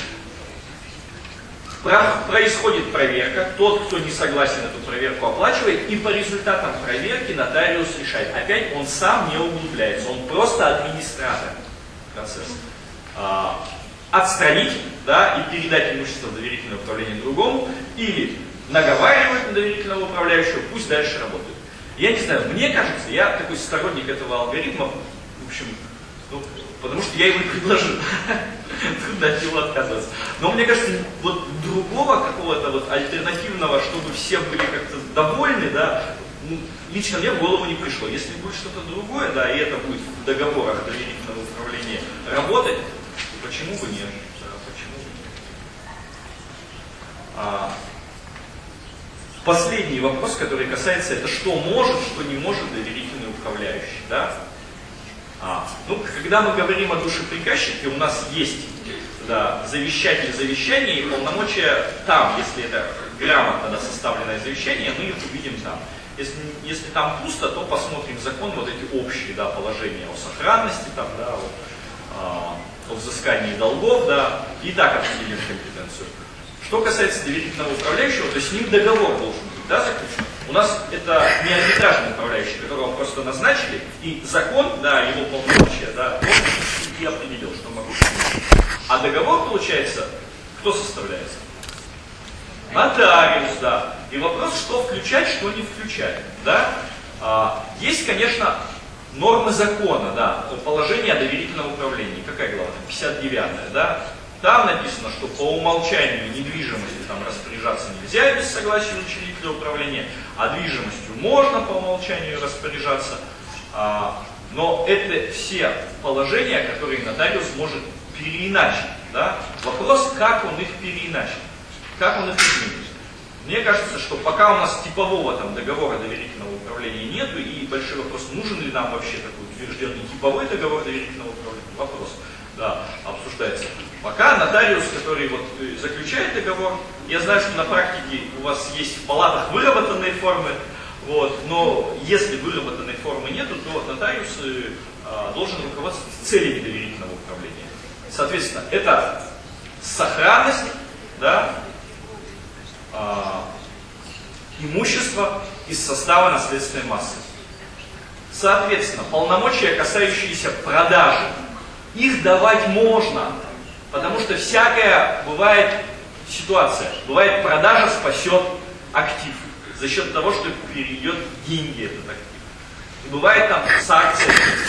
Происходит проверка, тот, кто не согласен эту проверку, оплачивает, и по результатам проверки нотариус решает. Опять он сам не углубляется, он просто администратор процесса. А, отстранить, да, и передать имущество в доверительное управление другому, или наговаривать на доверительного управляющего, пусть дальше работает. Я не знаю, мне кажется, я такой сторонник этого алгоритма, в общем, ну, потому что я его и предложил. Трудно от него отказываться. Но мне кажется, вот другого какого-то вот альтернативного, чтобы все были как-то довольны, да, ну, лично мне в голову не пришло. Если будет что-то другое, да, и это будет в договорах доверительного управления работать, то почему бы нет? Да, почему бы нет? А, последний вопрос, который касается, это что может, что не может доверительный управляющий, да? А, ну, когда мы говорим о душеприказчике, у нас есть, да, завещатель завещания, и полномочия там, если это грамотно, да, составленное завещание, мы их увидим там. Если, если там пусто, то посмотрим закон, вот эти общие, да, положения о сохранности, там, да, вот, а, о взыскании долгов, да, и так определим компетенцию. Что касается доверительного управляющего, то с ним договор должен быть, да, заключен. У нас это не арбитражный управляющий, которого просто назначили, и закон, да, его полномочия, да, он и определил, что могу. А договор, получается, кто составляется? Нотариус, да. И вопрос, что включать, что не включать, да. А, есть, конечно, нормы закона, да, положение о доверительном управлении. Какая глава? пятьдесят девятая, да. Там написано, что по умолчанию недвижимостью там распоряжаться нельзя без согласия учредителя управления, а движимостью можно по умолчанию распоряжаться. А, но это все положения, которые нотариус может переиначить. Да? Вопрос, как он их переиначит, как он их изменит. Мне кажется, что пока у нас типового там, договора доверительного управления нету, и большой вопрос, нужен ли нам вообще такой утвержденный типовой договор доверительного управления, вопрос, да, обсуждается. Пока нотариус, который вот заключает договор, я знаю, что на практике у вас есть в палатах выработанные формы, вот, но если выработанной формы нету, то нотариус э, должен руководствоваться целями доверительного управления. Соответственно, это сохранность да, а, имущество из состава наследственной массы. Соответственно, полномочия, касающиеся продажи, их давать можно, потому что всякая бывает ситуация. Бывает, продажа спасет актив за счет того, что перейдет деньги этот актив. И бывает там с акциями,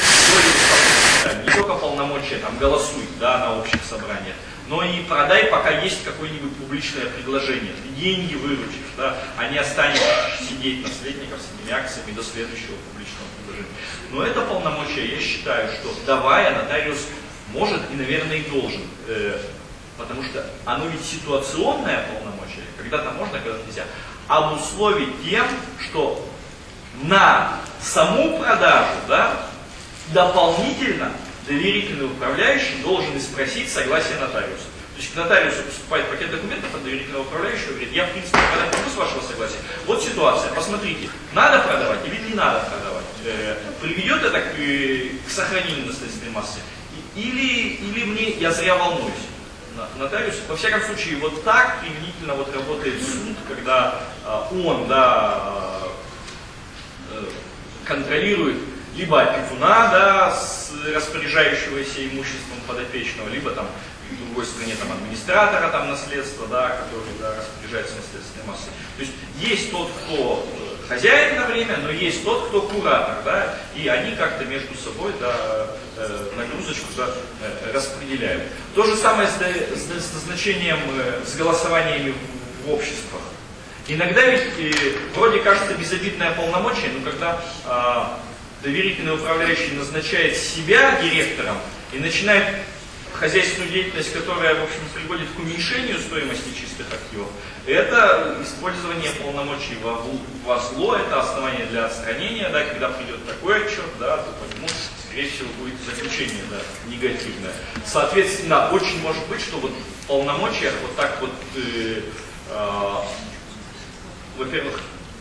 не только полномочия, там голосуй, да, на общих собраниях, но и продай, пока есть какое-нибудь публичное предложение. Ты деньги выручишь, да, а не останешься сидеть наследников с этими акциями до следующего публичного предложения. Но это полномочия, я считаю, что давая, нотариус может и, наверное, и должен. Э, потому что оно ведь ситуационное полномочие, когда-то можно, когда-то нельзя, обусловить тем, что на саму продажу, да, дополнительно доверительный управляющий должен спросить согласие нотариуса. То есть к нотариусу поступает пакет документов от доверительного управляющего, говорит, я в принципе продать могу с вашего согласия. Вот ситуация, посмотрите, надо продавать или не надо продавать. Э, приведет это к, к сохранению наследственной массы или, или мне я зря волнуюсь. Нотариус, во всяком случае, вот так применительно вот работает суд, когда э, он, да, э, контролирует либо опекуна, да, с распоряжающегося имуществом подопечного, либо там в другой стране там администратора там наследства, да, который, да, распоряжается наследственной массой. То есть есть тот, кто хозяин на время, но есть тот, кто куратор, да, и они как-то между собой, да, э, нагрузочку, да, э, распределяют. То же самое с, с, с назначением, э, с голосованиями в, в обществах. Иногда ведь э, вроде кажется безобидное полномочие, но когда э, доверительный управляющий назначает себя директором и начинает хозяйственную деятельность, которая, в общем, приводит к уменьшению стоимости чистых активов, это использование полномочий во, во зло, это основание для отстранения, да, когда придет такой отчет, да, то по нему, скорее всего, будет заключение, да, негативное. Соответственно, очень может быть, что вот в полномочиях вот так вот, э, э, во-первых,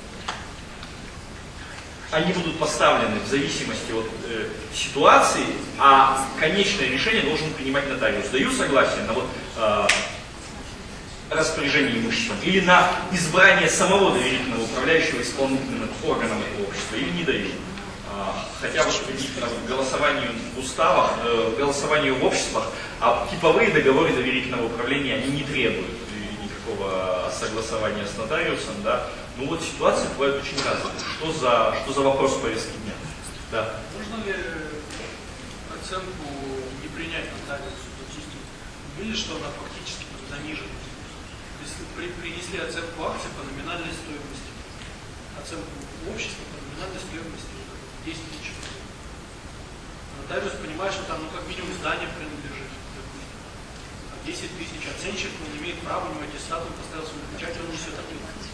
они будут поставлены в зависимости от э, ситуации, а конечное решение должен принимать нотариус. Даю согласие на вот, э, распоряжение имуществом или на избрание самого доверительного управляющего исполнительным органом этого общества, или не даю. Э, хотя вот применительно вот, голосованию в уставах, э, голосованию в обществах, а типовые договоры доверительного управления они не требуют никакого согласования с нотариусом, да. Ну вот ситуации бывают очень разные. Что за, что за вопрос повестки дня? Да. Можно ли оценку не принять нотариусу? Видели, что она фактически занижена? Если при, принесли оценку акций по номинальной стоимости, оценку общества по номинальной стоимости десять тысяч. Нотариус понимает, что там ну, как минимум здание принадлежит. А десять тысяч оценщик он имеет право, у него аттестат, он поставил свою печать, он несет ответственность.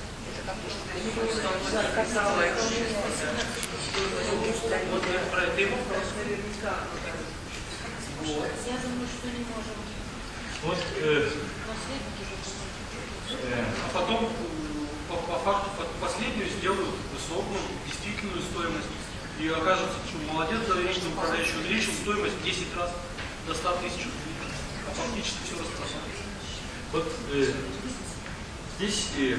Вот про это ему вот. Я думаю, что не можем. Вот, э, э, а потом по, по факту по, последнюю сделают высокую, действительную стоимость. И окажется, что молодец, доверительный управляющий увеличил стоимость в десять раз до ста тысяч рублей. А фактически все распространяется. Вот э, здесь э,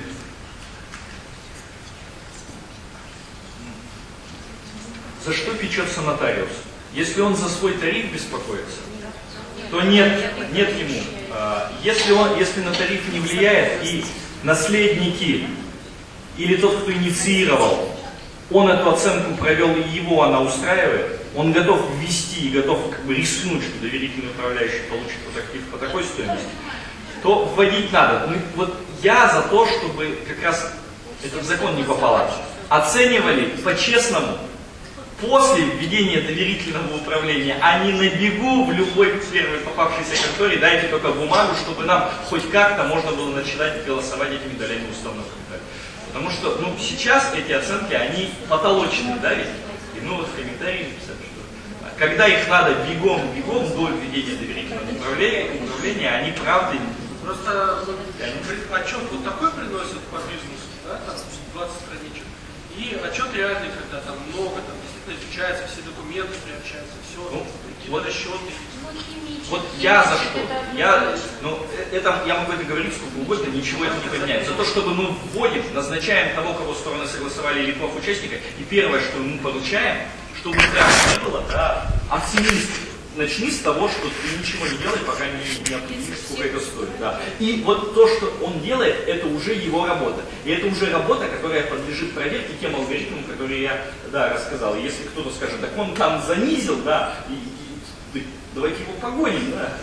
за что печется нотариус? Если он за свой тариф беспокоится, то нет, нет ему. Если, он, если на тариф не влияет и наследники или тот, кто инициировал, он эту оценку провел и его она устраивает, он готов ввести и готов как бы рискнуть, что доверительный управляющий получит вот актив по такой стоимости, то вводить надо. Ну, вот я за то, чтобы как раз этот закон не попало. Оценивали по-честному после введения доверительного управления, а не на бегу в любой первой попавшейся конторе дайте только бумагу, чтобы нам хоть как-то можно было начинать голосовать этими долями уставного капитала. Потому что ну, сейчас эти оценки, они потолочные, да, ведь? И мы вот в комментарии написали, что когда их надо бегом-бегом до введения доверительного управления, управления они правда... Просто отчет вот такой приносят по бизнесу, да, там двадцать страничек, и И отчет реальный, когда там много, там действительно изучаются все документы, приобщаются, все, Ну, какие-то вот. расчеты. Вот я за что? Я, ну, это, я могу это говорить сколько угодно, ничего это не поменяет. За то, чтобы мы вводим, назначаем того, кого стороны согласовали или прав участника, и первое, что ему поручаем, чтобы прав не было, да, оптимист. Начни с того, что ты ничего не делай, пока не, не определишь, сколько это стоит. Да. И вот то, что он делает, это уже его работа. И это уже работа, которая подлежит проверке тем алгоритмам, которые я да, рассказал. И если кто-то скажет, так он там занизил, да, и, и, и давайте его погоним, да.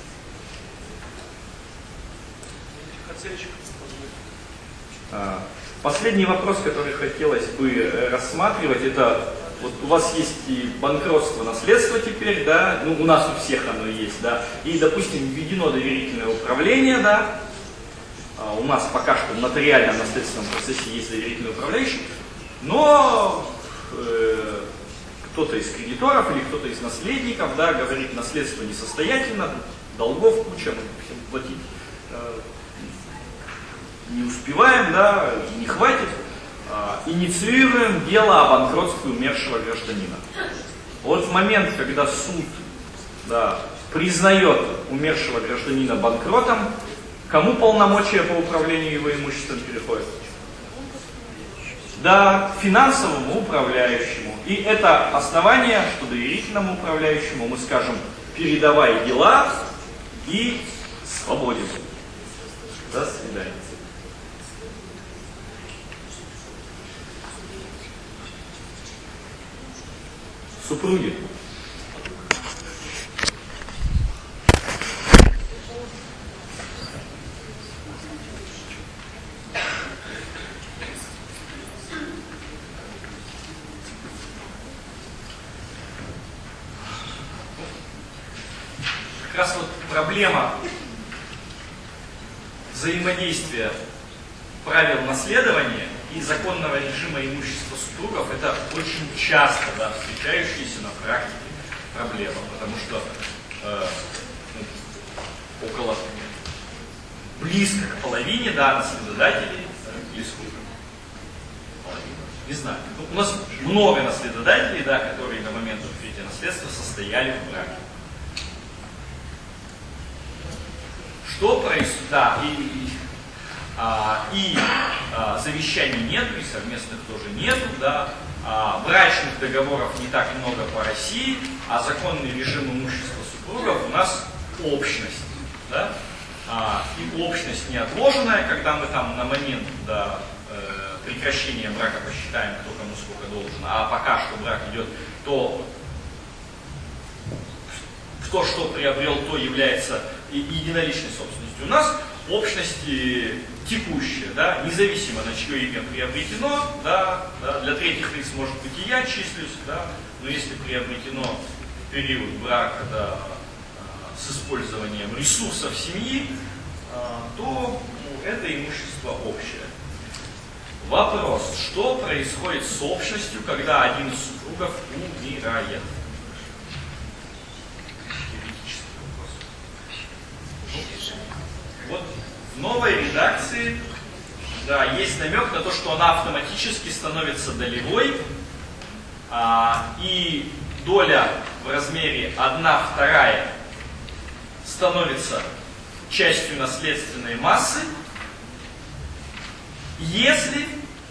А, последний вопрос, который хотелось бы рассматривать, это вот у вас есть и банкротство, наследство теперь, да, ну у нас у всех оно есть, да, и, допустим, введено доверительное управление, да, а у нас пока что в нотариальном наследственном процессе есть доверительный управляющий, но э, кто-то из кредиторов или кто-то из наследников, да, говорит, наследство несостоятельно, долгов куча, мы всем платить э, не успеваем, да, не хватит. Инициируем дело о банкротстве умершего гражданина. Вот в момент, когда суд да, признает умершего гражданина банкротом, кому полномочия по управлению его имуществом переходят? Да, финансовому управляющему. И это основание, что доверительному управляющему мы скажем, передавай дела и свободен. До свидания. Супруги. Как раз вот проблема взаимодействия правил наследования и законного режима имущества супругов — это очень часто да, встречающаяся на практике проблема, потому что э, ну, около близко к половине да, наследодателей э, или сколько? Половина. Не знаю. Ну, у нас много наследодателей, да, которые на момент открытия наследства состояли в браке. Что происходит? Да, и, и А, и а, завещаний нету, и совместных тоже нету, да. А, брачных договоров не так много по России, а законный режим имущества супругов у нас общность, да. А, и общность неотложенная, когда мы там на момент до э, прекращения брака посчитаем, кто кому сколько должен, а пока что брак идет, то кто что приобрел, то является единоличной собственностью. У нас общность текущая, да, независимо на чье имя приобретено, да, да, для третьих лиц может быть и я числюсь, да, но если приобретено в период брака да, с использованием ресурсов семьи, то ну, это имущество общее. Вопрос, что происходит с общностью, когда один из супругов умирает? Вот в новой редакции да, есть намек на то, что она автоматически становится долевой, а, и доля в размере одна вторая становится частью наследственной массы, если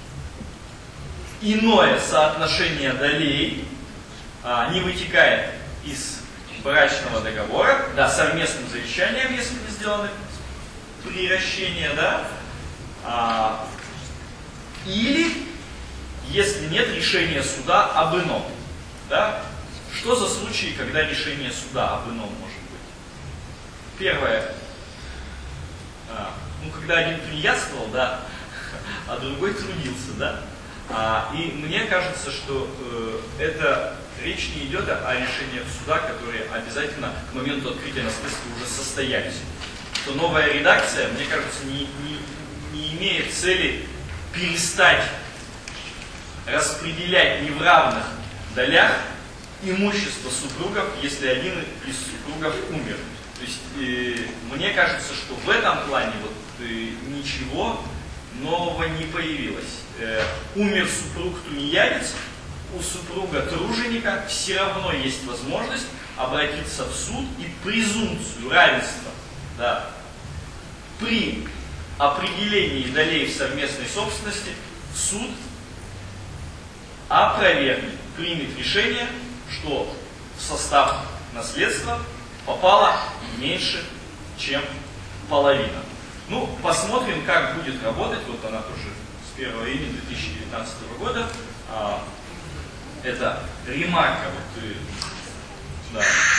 иное соотношение долей а, не вытекает из брачного договора, да, совместным завещанием, если не сделаны приращения, да, а, или если нет решения суда об ином, да. Что за случаи, когда решение суда об ином может быть? Первое, а, ну, когда один тунеядствовал, да, а другой трудился, да. А, и мне кажется, что э, это речь не идет о решениях суда, которые обязательно к моменту открытия наследства уже состоялись. Что новая редакция, мне кажется, не, не, не имеет цели перестать распределять не в равных долях имущество супругов, если один из супругов умер. То есть э, мне кажется, что в этом плане вот, э, ничего нового не появилось. Э, умер супруг тунеядец, у супруга труженика все равно есть возможность обратиться в суд и презумпцию равенства, да, при определении долей в совместной собственности суд опровергнет, примет решение, что в состав наследства попало меньше, чем половина. Ну, посмотрим, как будет работать. Вот она тоже с первого июня две тысячи девятнадцатого года. А, это ремарка, вот, и, да,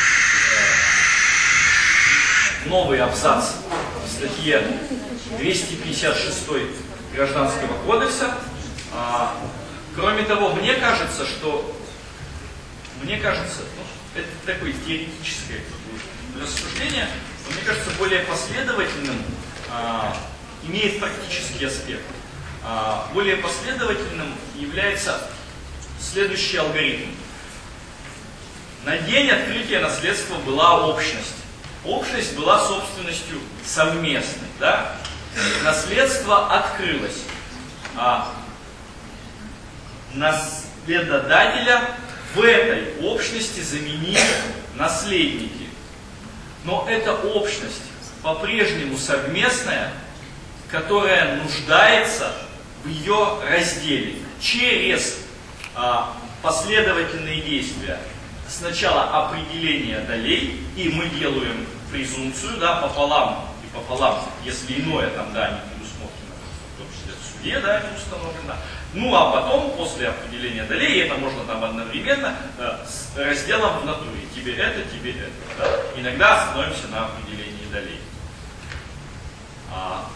э, новый абзац в статье двести пятьдесят шесть Гражданского кодекса. А, кроме того, мне кажется, что мне кажется, ну, это такое теоретическое рассуждение, но мне кажется, более последовательным а, имеет практический аспект. А, более последовательным является следующий алгоритм. На день открытия наследства была общность. Общность была собственностью совместной. Да? Наследство открылось. А наследодателя в этой общности заменили наследники. Но эта общность по-прежнему совместная, которая нуждается в ее разделе через а, последовательные действия. Сначала определение долей, и мы делаем презумпцию, да, пополам и пополам, если иное там, да, не предусмотрено, в том числе в суде, да, не установлено. Ну, а потом, после определения долей, это можно там одновременно, э, с разделом в натуре. Тебе это, тебе это. Да? Иногда остановимся на определении долей. А,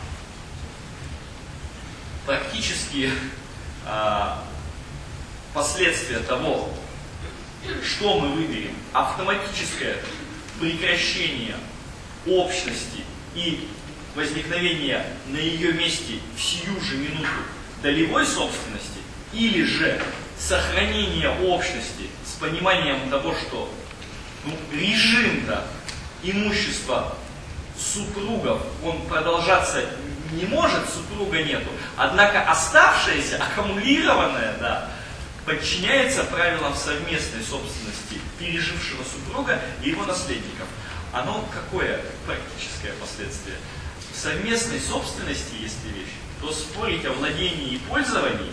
практически а, последствия того, что мы выберем, автоматическое прекращение общности и возникновение на ее месте в сию же минуту долевой собственности, или же сохранение общности с пониманием того, что ну, режим-то имущества супругов, он продолжаться не может, супруга нету, однако оставшееся, аккумулированное, да, подчиняется правилам совместной собственности пережившего супруга и его наследников. Оно какое практическое последствие? В совместной собственности, если вещь, то спорить о владении и пользовании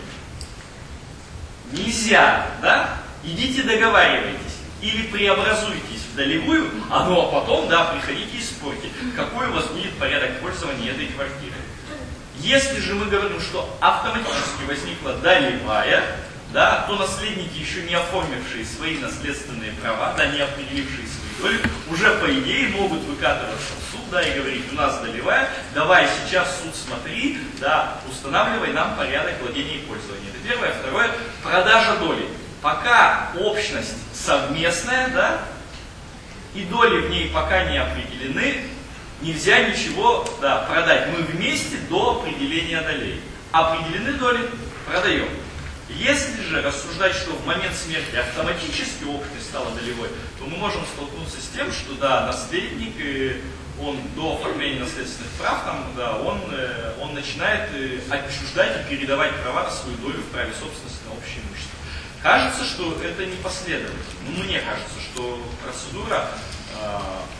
нельзя, да? Идите договаривайтесь или преобразуйтесь в долевую, а ну а потом, да, приходите и спорьте, какой у вас будет порядок пользования этой квартиры. Если же мы говорим, что автоматически возникла долевая, да, то наследники, еще не оформившие свои наследственные права, да, не определившие свою долю, уже по идее могут выкатываться в суд, да, и говорить, у нас долевая, давай сейчас, суд, смотри, да, устанавливай нам порядок владения и пользования. Это первое. Второе, продажа доли. Пока общность совместная, да, и доли в ней пока не определены, нельзя ничего, да, продать. Мы вместе до определения долей. Определены доли, продаем. Если же рассуждать, что в момент смерти автоматически общность стала долевой, то мы можем столкнуться с тем, что да, наследник, он до оформления наследственных прав, там, да, он, он начинает отчуждать и передавать права на свою долю в праве собственности на общее имущество. Кажется, что это не последовательно. Ну, мне кажется, что процедура э,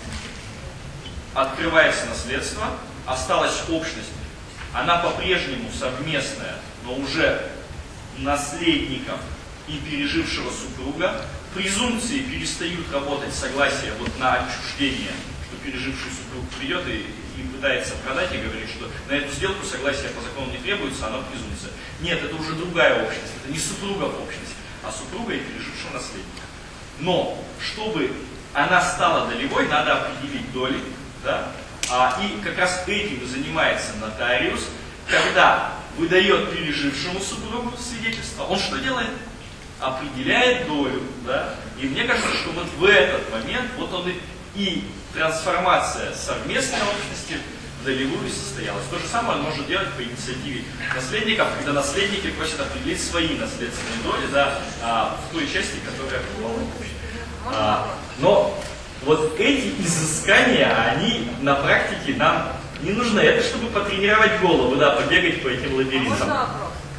открывается наследство, осталась общность, она по-прежнему совместная, но уже наследников и пережившего супруга, презумпции перестают работать согласие вот на отчуждение, что переживший супруг придет и, и пытается продать и говорит, что на эту сделку согласие по закону не требуется, она презумпция. Нет, это уже другая общность, это не супругов общность, а супруга и пережившего наследника. Но, чтобы она стала долевой, надо определить доли, да? а, и как раз этим занимается нотариус, когда выдает пережившему супругу свидетельство, он что делает? Определяет долю, да? И мне кажется, что вот в этот момент, вот он и, и трансформация совместной общности в долевую состоялась. То же самое он может делать по инициативе наследников, когда наследники просят определить свои наследственные доли, да, а, в той части, которая попала. А, но вот эти изыскания, они на практике нам не нужно. Это чтобы потренировать голову, да, побегать по этим лабиринтам. Можно вопрос?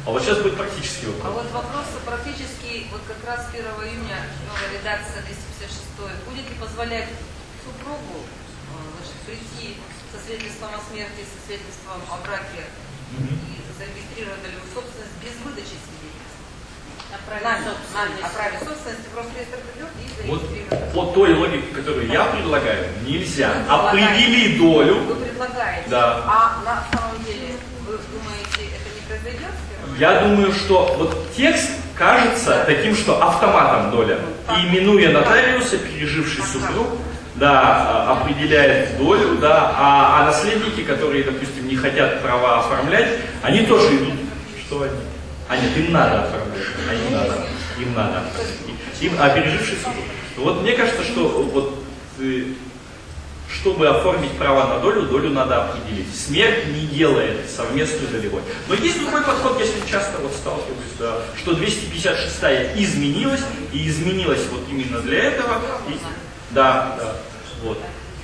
А вот сейчас будет практический вопрос. А вот вопрос практически, вот как раз первого июня новая редакция двести пятьдесят шесть будет ли позволять супругу значит, прийти со свидетельством о смерти, со свидетельством о браке Угу. и зарегистрировать долевую собственность без выдачи свидетельства? Оправить Нами, оправить собственность, просто реестр придет и Вот зарегистрирует. по той логике, которую я предлагаю, нельзя. Вы Определи долю. Вы предлагаете, Да. а на самом деле вы думаете, это не произойдет? Я думаю, что вот текст кажется таким, что автоматом доля. И именуя нотариуса, переживший супруг, да, определяет долю, да, а, а наследники, которые, допустим, не хотят права оформлять, они тоже идут. Что они? А нет, им надо оформлять. А им надо. Им надо. Им, а переживший супруг. Вот мне кажется, что вот э, чтобы оформить право на долю, долю надо определить. Смерть не делает совместную долевой. Но есть другой подход, я с ним часто вот сталкиваюсь, да, что двести пятьдесят шестая изменилась, и изменилась вот именно для этого. И, да, да, вот.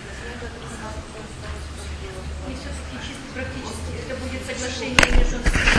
И все-таки чисто практически это будет соглашение между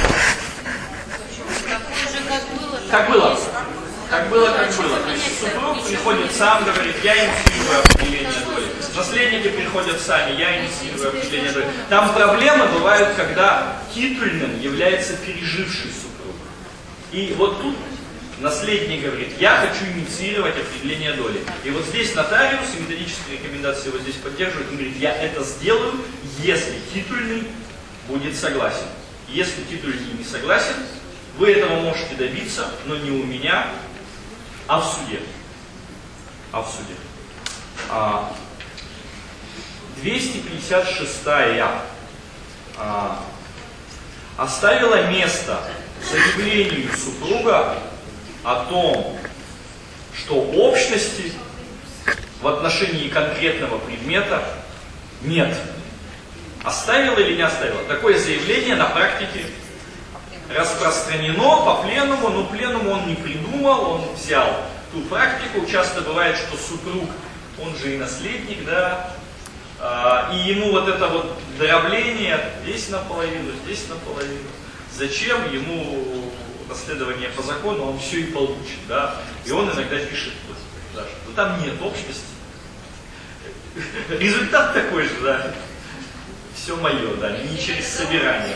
Как было? Как было, как было. То есть супруг приходит сам, говорит, я инициирую определение доли. Наследники приходят сами, я инициирую определение доли. Там проблемы бывают, когда титульным является переживший супруг. И вот тут наследник говорит, я хочу инициировать определение доли. И вот здесь нотариус, и методические рекомендации его здесь поддерживают, он говорит, я это сделаю, если титульный будет согласен. Если титульный не согласен, вы этого можете добиться, но не у меня, а в суде. А в суде. А, двести пятьдесят шестая а, оставила место заявлению супруга о том, что общности в отношении конкретного предмета нет. Оставила или не оставила? Такое заявление на практике распространено по пленуму, но пленуму он не придумал, он взял ту практику. Часто бывает, что супруг, он же и наследник, да, и ему вот это вот дробление здесь наполовину, здесь наполовину. Зачем ему расследование по закону, он все и получит, да, и он иногда пишет, да, что там нет общности. Результат такой же, да, все мое, да, не через собирание.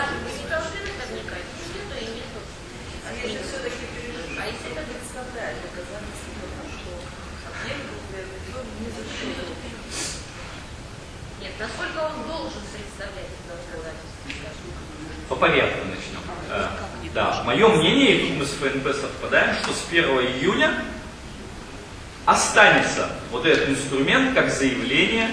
Нет, насколько он должен представлять это доказательство? По порядку начнем. А, да, мое мнение, и тут мы с ФНБ совпадаем, что с первого июня останется вот этот инструмент как заявление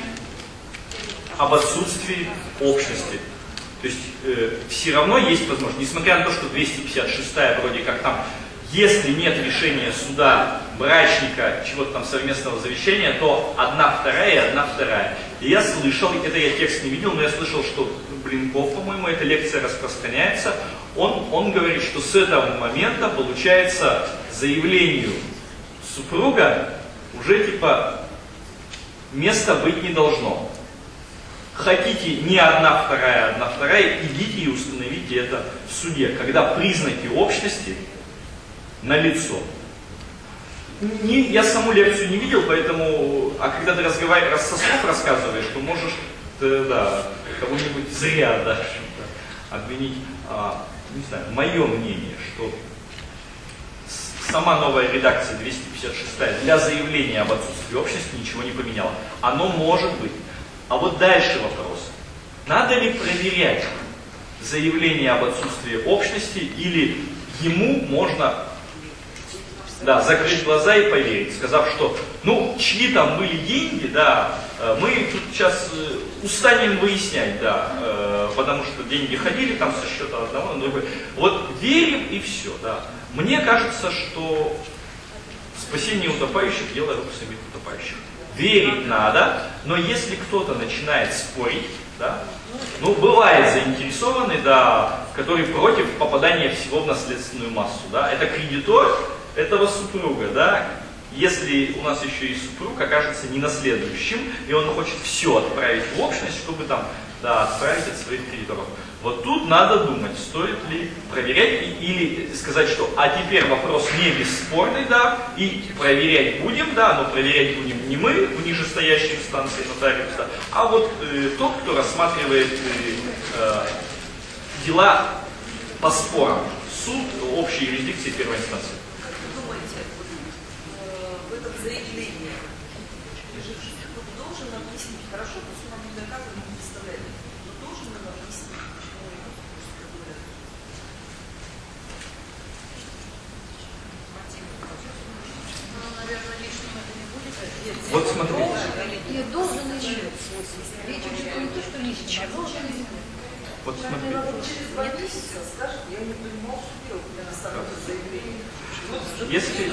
об отсутствии общности. То есть э, все равно есть возможность, несмотря на то, что двести пятьдесят шестая вроде как там, если нет решения суда, брачника, чего-то там совместного завещания, то одна вторая и одна вторая. И я слышал, это я текст не видел, но я слышал, что Блинков, по-моему, эта лекция распространяется, он, он говорит, что с этого момента, получается, заявлению супруга уже типа места быть не должно. Хотите не одна вторая, одна вторая, идите и установите это в суде, когда признаки общности налицо. Не, я саму лекцию не видел, поэтому, а когда ты разговариваешь, со слов рассказываешь, то можешь, ты, да, кого-нибудь зря, да, обвинить. А, не знаю, мое мнение, что сама новая редакция двести пятьдесят шестая для заявления об отсутствии общности ничего не поменяла. Оно может быть. А вот дальше вопрос. Надо ли проверять заявление об отсутствии общности, или ему можно, да, закрыть глаза и поверить, сказав, что, ну, чьи там были деньги, да, мы тут сейчас устанем выяснять, да, потому что деньги ходили там со счета одного на другой. Вот верим и все, да. Мне кажется, что спасение утопающих — дело рук самих утопающих. Верить надо, но если кто-то начинает спорить, да, ну, бывает заинтересованный, да, который против попадания всего в наследственную массу, да, это кредитор этого супруга, да, если у нас еще и супруг окажется ненаследующим, и он хочет все отправить в общность, чтобы там, да, отправить от своих кредиторов, Вот тут надо думать, стоит ли проверять или сказать, что а теперь вопрос не бесспорный, да, и проверять будем, да, но проверять будем не мы в нижестоящей инстанции нотариуса, а вот э, тот, кто рассматривает э, э, дела по спорам, суд общей юрисдикции первой инстанции. Думаете, в этом заявлении должен объяснить, хорошо, то, что нам не доказано, не представляет, но должен нам объяснить, почему его говорят. Ну, наверное, лишним это не будет. Вот смотрите. Нет, должен или нет. Речь идет не то, что лишним, а должен или нет. Вот смотрите. Через два месяца скажет, я не понимал, что делать, я оставлю заявление. Если...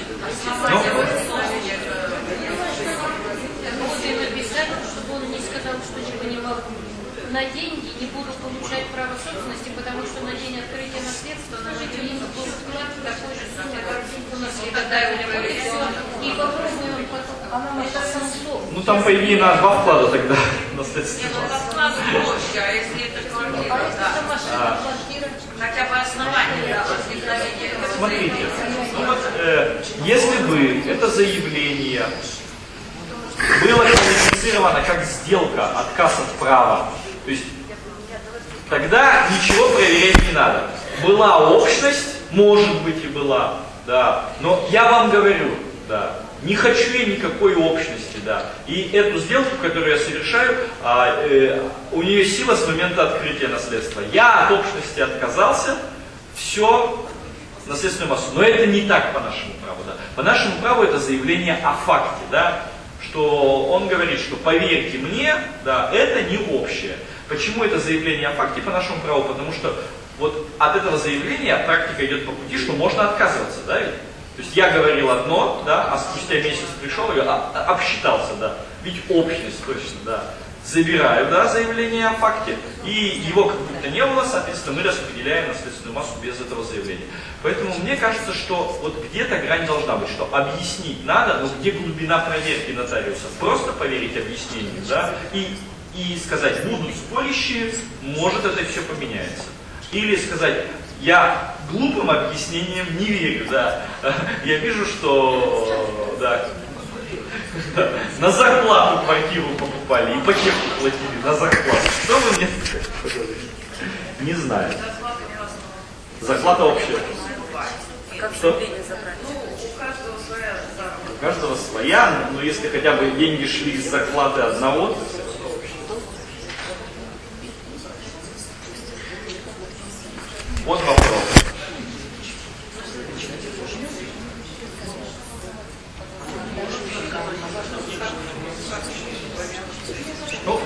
Можно написать, чтобы он не сказал, что не понимал. На деньги не буду получать право собственности, потому что на день открытия наследства на жителей будет вклад такой же суммы, как у нас когда и попробуем он потом. Это сам слов. Ну там, по идее, на два вклада тогда наследство. Нет, ну по вкладу проще, а если это квартира, А если это машина, А. квартира? хотя бы основание да, возникновения. Смотрите, ну вот, э, если бы это заявление было квалифицировано как сделка, отказ от права, то есть тогда ничего проверять не надо. Была общность, может быть и была, да, но я вам говорю, да, не хочу я никакой общности, да, и эту сделку, которую я совершаю, а, э, у нее сила с момента открытия наследства. Я от общности отказался, все, наследственную массу. Но это не так по нашему праву, да. По нашему праву это заявление о факте, да, что он говорит, что поверьте мне, да, это не общее. Почему это заявление о факте по нашему праву? Потому что вот от этого заявления практика идет по пути, что можно отказываться, да, ведь? То есть я говорил одно, да, а спустя месяц пришел и обсчитался, да, ведь общность точно, да. Забираю, да, заявление о факте, и его как будто не было, соответственно, мы распределяем наследственную массу без этого заявления. Поэтому мне кажется, что вот где-то грань должна быть, что объяснить надо, но где глубина проверки нотариуса? Просто поверить объяснению, да, и, и сказать, будут спорящие, может это все поменяется. Или сказать, я глупым объяснением не верю, да, я вижу, что, да, на зарплату квартиру покупали, ипотеку платили на зарплату. Что вы мне скажете? Не знаю. Зарплата общая. Как Что? заявление забрать? Ну, у каждого своя зарплата. У каждого своя, но если хотя бы деньги шли из зарплаты одного, то все равно общее. Вот вопрос. Ну,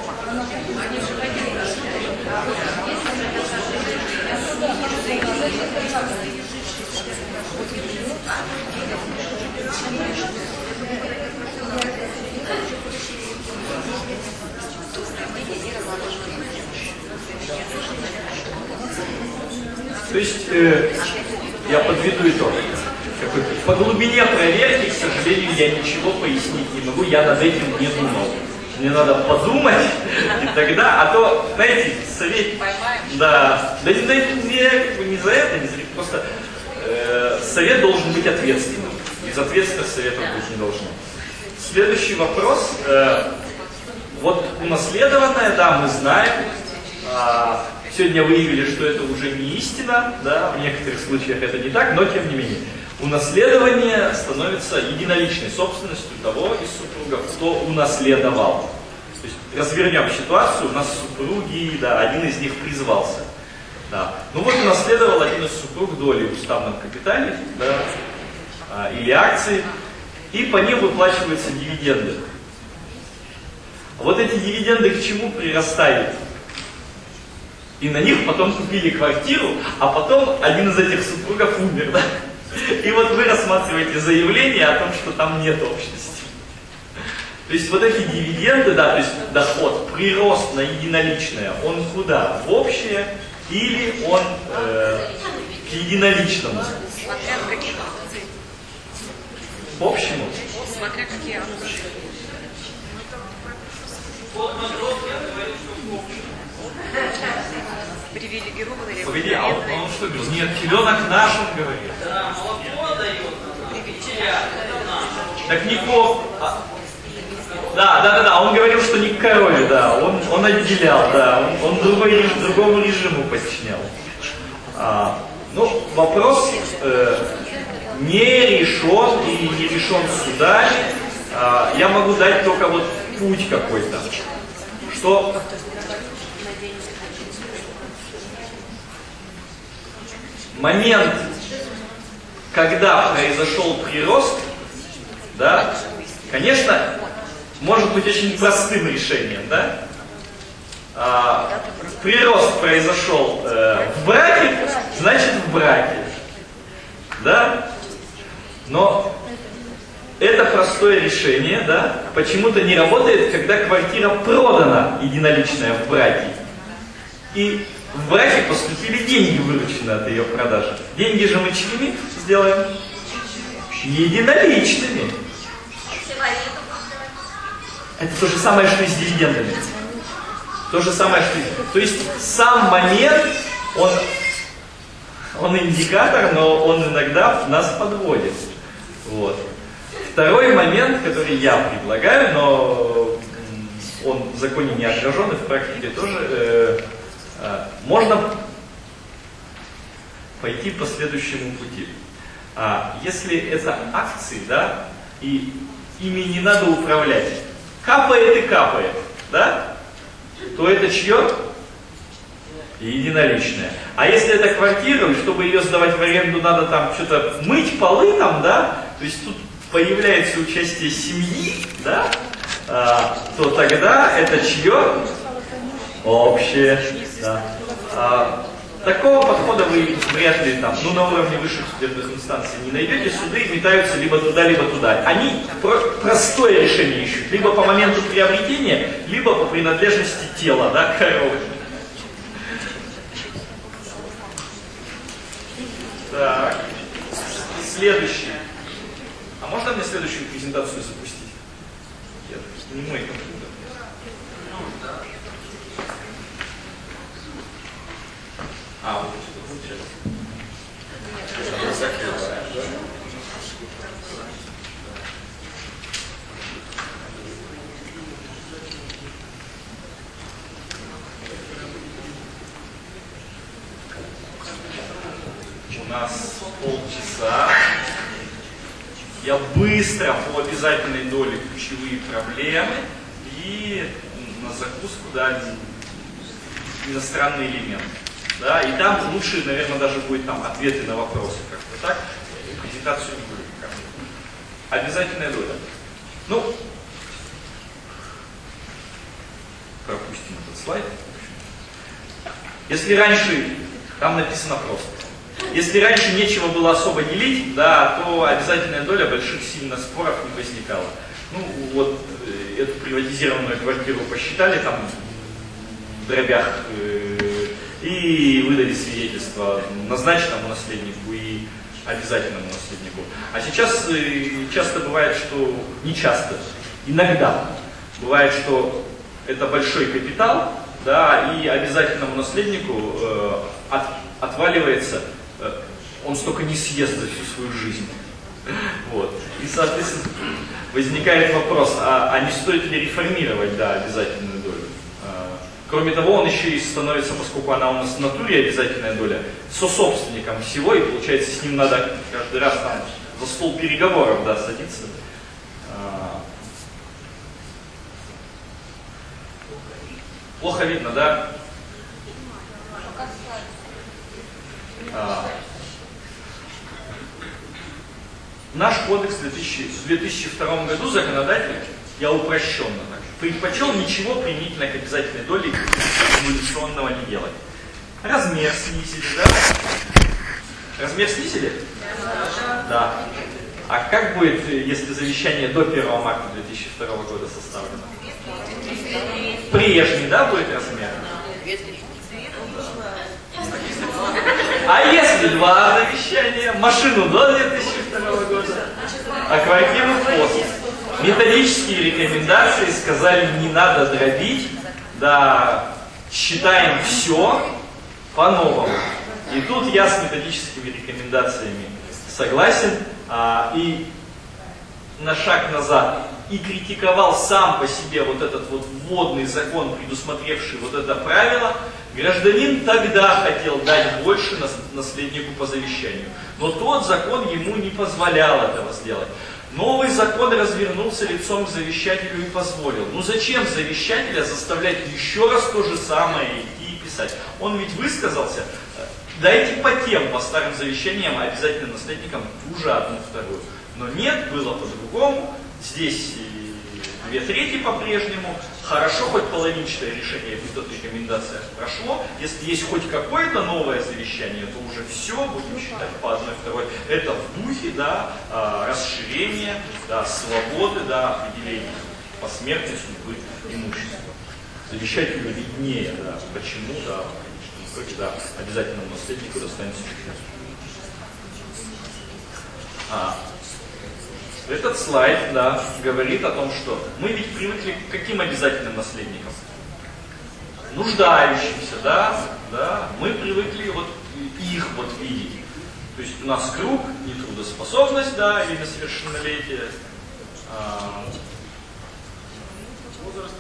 то есть, э, я подведу итог. По глубине проверки, к сожалению, я ничего пояснить не могу, я над этим не думал. Мне надо подумать, и тогда, а то, знаете, совет, да, да не, не, не за это, не за это, просто э, совет должен быть ответственным. Безответственных советов быть не должно. Следующий вопрос. Э, вот унаследованное, да, мы знаем, э, сегодня выявили, что это уже не истина, да, в некоторых случаях это не так, но тем не менее. Унаследование становится единоличной собственностью того из супругов, кто унаследовал. То есть развернем ситуацию, у нас супруги, да, один из них призвался. Да. Ну вот унаследовал один из супруг доли в уставном капитале, да, а, или акции, и по ним выплачиваются дивиденды. Вот эти дивиденды к чему прирастают? И на них потом купили квартиру, а потом один из этих супругов умер, да? И вот вы рассматриваете заявление о том, что там нет общности. То есть вот эти дивиденды, да, то есть доход, прирост на единоличное, он куда? В общее или он э, к единоличному? К общему? Смотря какие акции. Вот Матрос, я говорил, что в общем. привилегированный. Погоди, а он, он что говорил? Нет, теленок наш, он говорит. Да, молоко дает, телят, это наше. Так не по... а, Да, да, да, да, он говорил, что не к корове, да, он, он отделял, да, он, он другой, другому режиму подчинял. А, ну, вопрос э, не решен и не решен судами. А, я могу дать только вот путь какой-то, что момент, когда произошел прирост, да, конечно, может быть очень простым решением, да? А, прирост произошел э, в браке, значит в браке, да? Но это простое решение, да, почему-то не работает, когда квартира продана единоличная в браке. И в браке поступили деньги, вырученные от ее продажи. Деньги же мы чьими сделаем? Единоличными. Это то же самое, что и с дивидендами. То же самое, что и... То есть сам момент, он, он индикатор, но он иногда нас подводит. Вот. Второй момент, который я предлагаю, но он в законе не отражен, и в практике тоже, э, э, можно пойти по следующему пути. А, если это акции, да, и ими не надо управлять, капает и капает, да, то это чье? Единоличное. А если это квартира, и чтобы ее сдавать в аренду, надо там что-то мыть полы там, да, то есть тут появляется участие семьи, да, а, то тогда это чье? Общее. Да. А, такого подхода вы вряд ли там, ну на уровне высших судебных инстанций не найдете. Суды метаются либо туда, либо туда. Они про простое решение ищут. Либо по моменту приобретения, либо по принадлежности тела, да, коровы. Так. Следующий. А можно мне следующую презентацию запустить? Нет, не мой компьютер. А, вот что получается. У нас полчаса. Я быстро по обязательной доле ключевые проблемы и на закуску, да, иностранный элемент. Да, и там лучше, наверное, даже будет там ответы на вопросы как-то так. Презентацию не будет пока. Обязательная доля. Ну, пропустим этот слайд. Если раньше, там написано просто. Если раньше нечего было особо делить, да, то обязательная доля больших сильно споров не возникала. Ну, вот э, эту приватизированную квартиру посчитали там в дробях э, и выдали свидетельство назначенному наследнику и обязательному наследнику. А сейчас э, часто бывает, что, не часто, иногда бывает, что это большой капитал, да, и обязательному наследнику э, от, отваливается, э, он столько не съест за всю свою жизнь. Вот. И, соответственно, возникает вопрос, а, а не стоит ли реформировать, да, обязательную долю? А, кроме того, он еще и становится, поскольку она у нас в натуре обязательная доля, сособственником всего, и получается, с ним надо каждый раз там за стол переговоров, да, садиться. А, плохо видно, да? А, наш кодекс в две тысячи втором году законодатель, я упрощенно так, предпочел ничего применительно к обязательной доле эволюционного не делать. Размер снизили, да? Размер снизили? Да. Да. А как будет, если завещание до первого марта две тысячи второго года составлено? Прежний, да, будет размер? А если два завещания, машину до две тысячи второго года, а квартиру после? Методические рекомендации сказали, не надо дробить, да, считаем все по-новому. И тут я с методическими рекомендациями согласен, а, и на шаг назад, и критиковал сам по себе вот этот вот вводный закон, предусмотревший вот это правило. Гражданин тогда хотел дать больше наследнику по завещанию, но тот закон ему не позволял этого сделать. Новый закон развернулся лицом к завещателю и позволил. Ну зачем завещателя заставлять еще раз то же самое идти и писать? Он ведь высказался, дайте по тем, по старым завещаниям, обязательно наследникам ту же одну вторую. Но нет, было по-другому. Здесь две трети по-прежнему. Хорошо, хоть половинчатое решение в метод рекомендациях прошло. Если есть хоть какое-то новое завещание, то уже все будем считать по одной второй. Это в духе, да, расширения, да, свободы, да, определения посмертной судьбы имущества. Завещателю виднее, да, почему, да, в конечном итоге, да, обязательному наследнику достанется чуть-чуть. А, Этот слайд, да, говорит о том, что мы ведь привыкли к каким обязательным наследникам? Нуждающимся, да, да, мы привыкли вот их вот видеть. То есть у нас круг, нетрудоспособность, да, или несовершеннолетие, а, возраст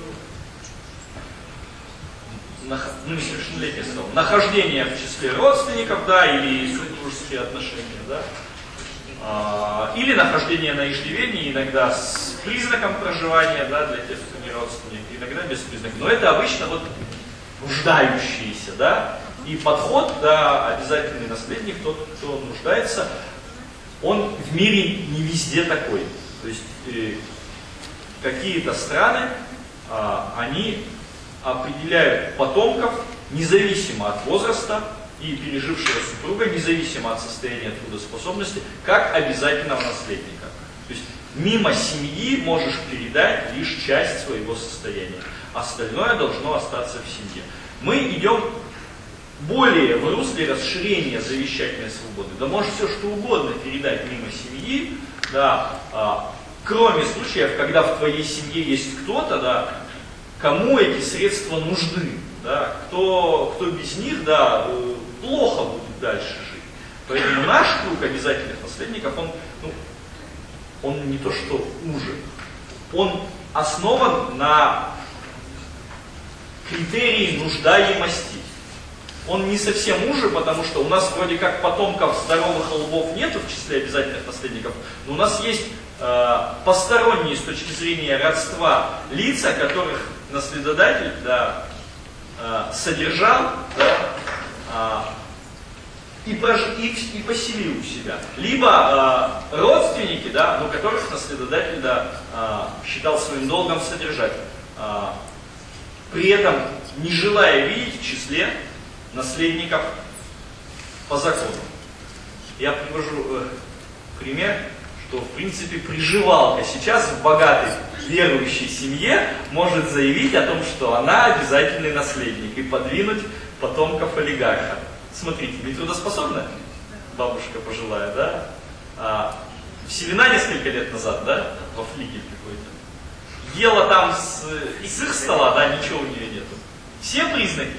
определен, ну, несовершеннолетие слово, нахождение в числе родственников, да, или супружеские отношения, да. Или нахождение на иждивении, иногда с признаком проживания, да, для тех, кто не родственник, иногда без признака. Но это обычно вот нуждающиеся, да. И подход, да, обязательный наследник, тот, кто нуждается, он в мире не везде такой. То есть э, какие-то страны, э, они определяют потомков независимо от возраста и пережившего супруга, независимо от состояния трудоспособности, как обязательного наследника. То есть мимо семьи можешь передать лишь часть своего состояния. Остальное должно остаться в семье. Мы идем более в русле расширения завещательной свободы. Да можешь все что угодно передать мимо семьи, да, а, кроме случаев, когда в твоей семье есть кто-то, да, кому эти средства нужны. Да, кто, кто без них, да, плохо будет дальше жить. Поэтому наш круг обязательных наследников, он, ну, он не то что уже, он основан на критерии нуждаемости. Он не совсем уже, потому что у нас вроде как потомков здоровых лбов нету в числе обязательных наследников, но у нас есть э, посторонние с точки зрения родства лица, которых наследодатель, да, содержал, да, а, и, прож... и, и поселил у себя. Либо а, родственники, да, но которых наследодатель, да, а, считал своим долгом содержать. А, при этом не желая видеть в числе наследников по закону. Я привожу э, пример, что в принципе приживалка сейчас в богатой верующей семье может заявить о том, что она обязательный наследник и подвинуть потомков олигарха. Смотрите, нетрудоспособная бабушка пожилая, да? А, в Селена несколько лет назад, да? Во флигель какой-то. Ела там с, с их стола, да, ничего у нее нету. Все признаки.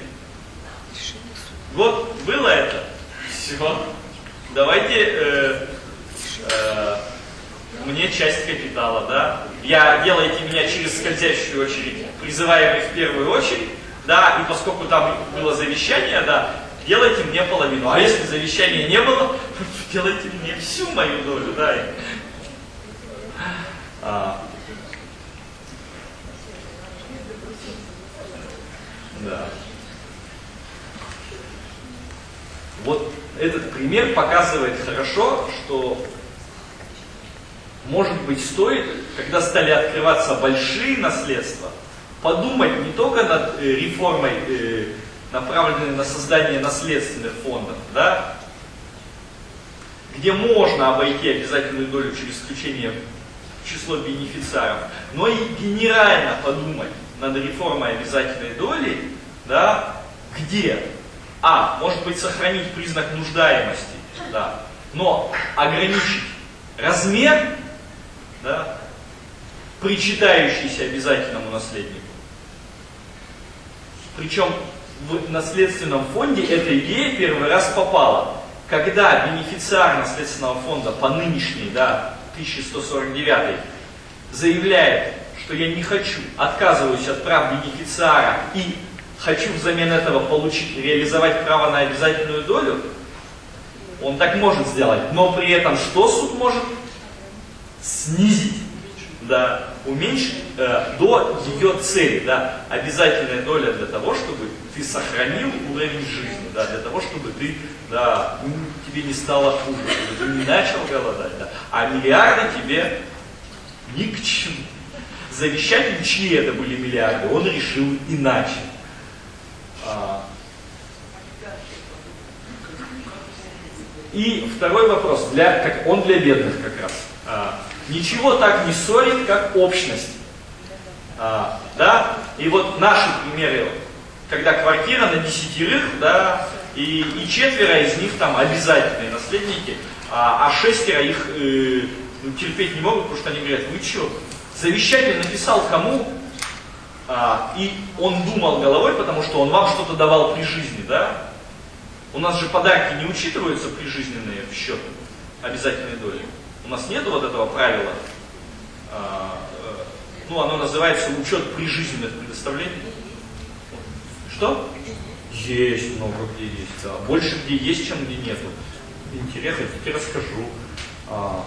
Вот было это. Все. Давайте э, э, мне часть капитала, да. Я, делайте меня через скользящую очередь, призываемый в первую очередь, да, и поскольку там было завещание, да, делайте мне половину. А если завещания не было, делайте мне всю мою долю, да. А, да. Вот этот пример показывает хорошо, что, может быть, стоит, когда стали открываться большие наследства, подумать не только над э, реформой, э, направленной на создание наследственных фондов, да, где можно обойти обязательную долю через включение в число бенефициаров, но и генерально подумать над реформой обязательной доли, да, где, а, может быть, сохранить признак нуждаемости, да, но ограничить размер, да, причитающийся обязательному наследнику. Причем в наследственном фонде эта идея первый раз попала. Когда бенефициар наследственного фонда по нынешней, да, тысяча сто сорок девятой заявляет, что я не хочу, отказываюсь от прав бенефициара и хочу взамен этого получить, реализовать право на обязательную долю, он так может сделать, но при этом что суд может? Снизить, да, уменьшить э, до ее цели, да, обязательная доля для того, чтобы ты сохранил уровень жизни, да, для того, чтобы ты, да, тебе не стало хуже, чтобы ты не начал голодать, да, а миллиарды тебе ни к чему. Завещатель, чьи это были миллиарды, он решил иначе. А, И второй вопрос, для, как, он для бедных как раз. А, ничего так не ссорит, как общность. А, да? И вот наши примеры, когда квартира на десятерых, да, и, и четверо из них там обязательные наследники, а, а шестеро их э, терпеть не могут, потому что они говорят, вы что, завещатель написал кому? А, и он думал головой, потому что он вам что-то давал при жизни, да? У нас же подарки не учитываются прижизненные в счет обязательной доли. У нас нет вот этого правила. А, э, ну, оно называется учет прижизненных предоставлений. Что? Есть, много где есть. Да. Больше где есть, чем где нету. Интересно, хотите расскажу. А,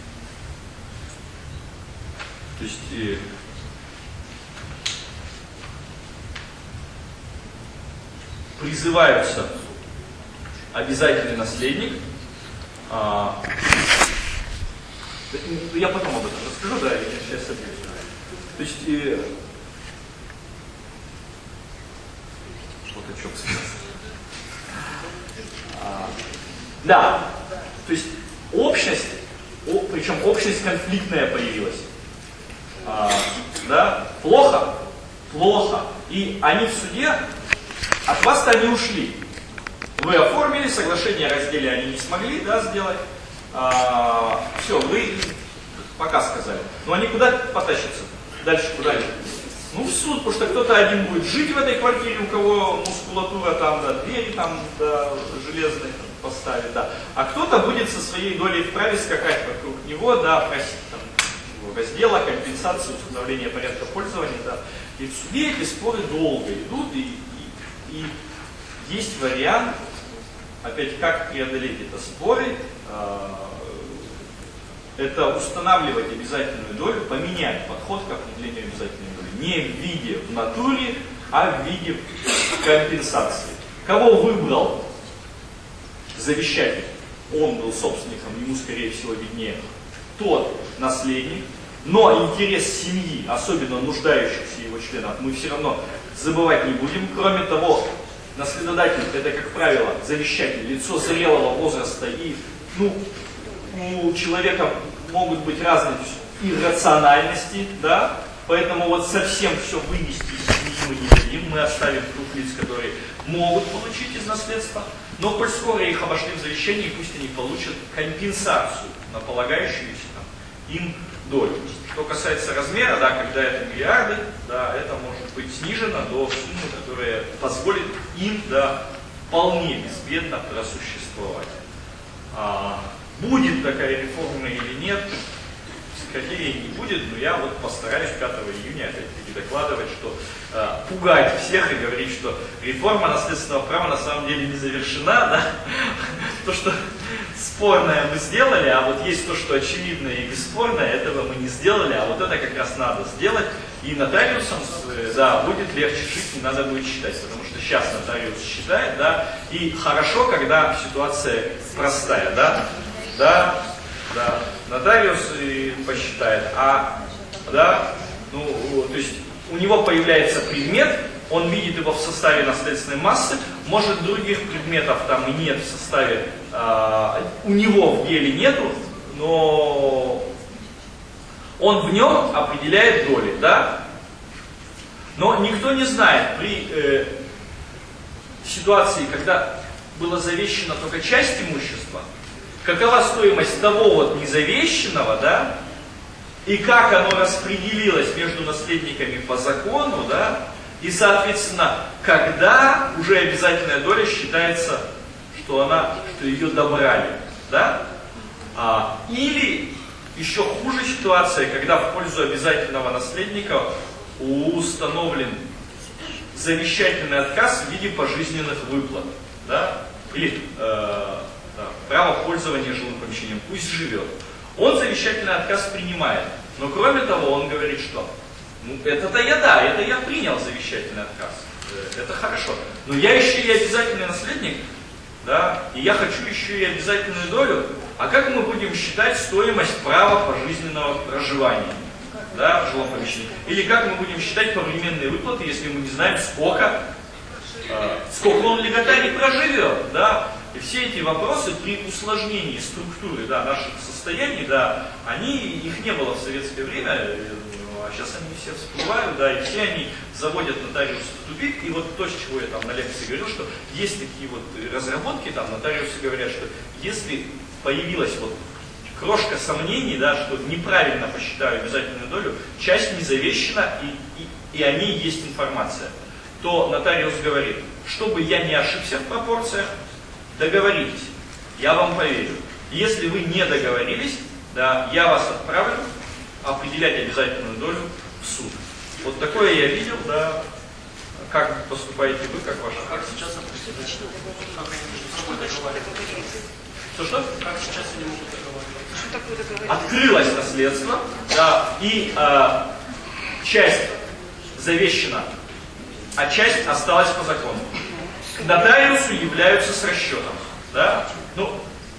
то есть... Э, призываются обязательный наследник. А, я потом об этом расскажу, да, я сейчас отвечу. То есть, э, что-то что а, да, то есть общность, о, причем общность конфликтная появилась. А, да, плохо, плохо. И они в суде, от вас-то они ушли. Вы оформили, соглашение о разделе они не смогли, да, сделать. А, все, вы пока сказали. Но они куда потащатся? Дальше куда? Ну, в суд, потому что кто-то один будет жить в этой квартире, у кого мускулатура там, да, двери там, да, железные там, поставить, да. А кто-то будет со своей долей вправе скакать вокруг него, да, просить там раздела, компенсации, установления порядка пользования, да. И в суде эти споры долго идут, и, и, и есть вариант, опять, как преодолеть это споры, э, это устанавливать обязательную долю, поменять подход к определению обязательной доли. Не в виде в натуре, а в виде компенсации. Кого выбрал завещатель? Он был собственником, ему, скорее всего, виднее. Тот наследник, но интерес семьи, особенно нуждающихся его членов, мы все равно забывать не будем. Кроме того, наследодатель — это, как правило, завещатель, лицо зрелого возраста, и ну, у человека могут быть разные иррациональности, да, поэтому вот совсем все вынести из семьи мы не дадим, мы оставим круг лиц, которые могут получить из наследства, но коль скоро их обошли в завещании, пусть они получат компенсацию на полагающуюся там, им долю. Что касается размера, да, когда это миллиарды, да, это может быть снижено до суммы, которая позволит им, да, вполне безбедно просуществовать. А, будет такая реформа или нет, скорее не будет, но я вот постараюсь пятого июня опять-таки докладывать, что э, пугать всех и говорить, что реформа наследственного права на самом деле не завершена, да? То, что спорное мы сделали, а вот есть то, что очевидное и бесспорное, этого мы не сделали, а вот это как раз надо сделать, и нотариусам, да, будет легче жить, не надо будет считать, потому что сейчас нотариус считает, да, и хорошо, когда ситуация простая, да, да, да, нотариус посчитает, а, да, ну, то есть у него появляется предмет, он видит его в составе наследственной массы, может других предметов там и нет в составе, а, у него в деле нету, но он в нем определяет доли, да, но никто не знает при э, ситуации, когда было завещено только часть имущества, какова стоимость того вот незавещенного, да, и как оно распределилось между наследниками по закону, да, И, соответственно, когда уже обязательная доля считается, что она, что ее добрали, да? А, или еще хуже ситуация, когда в пользу обязательного наследника установлен завещательный отказ в виде пожизненных выплат, да? Или э, да, право пользования жилым помещением, пусть живет. Он завещательный отказ принимает, но кроме того он говорит, что ну, это-то я да, это я принял завещательный отказ, это хорошо, но я еще и обязательный наследник, да, и я хочу еще и обязательную долю. А как мы будем считать стоимость права пожизненного проживания, да, в жилом помещении? Или как мы будем считать повременные выплаты, если мы не знаем, сколько, э, сколько он легатарий проживет, да? И все эти вопросы при усложнении структуры, да, наших состояний, да, они, их не было в советское время, а сейчас они все всплывают, да, и все они заводят нотариуса в тупик. И вот то, с чего я там на лекции говорил, что есть такие вот разработки, там нотариусы говорят, что если появилась вот крошка сомнений, да, что неправильно посчитаю обязательную долю, часть не завещена и, и, и о ней есть информация, то нотариус говорит, чтобы я не ошибся в пропорциях, договоритесь, я вам поверю. Если вы не договорились, да, я вас отправлю определять обязательную долю в суд. Вот такое я видел, да. Как поступаете вы, как ваша? Как сейчас определить? Как они между собой договариваются? Что-что? Как сейчас они могут договариваться? Что такое договориться? Открылось наследство, да, и э, часть завещена, а часть осталась по закону. К нотариусу являются с расчетом, да? Ну,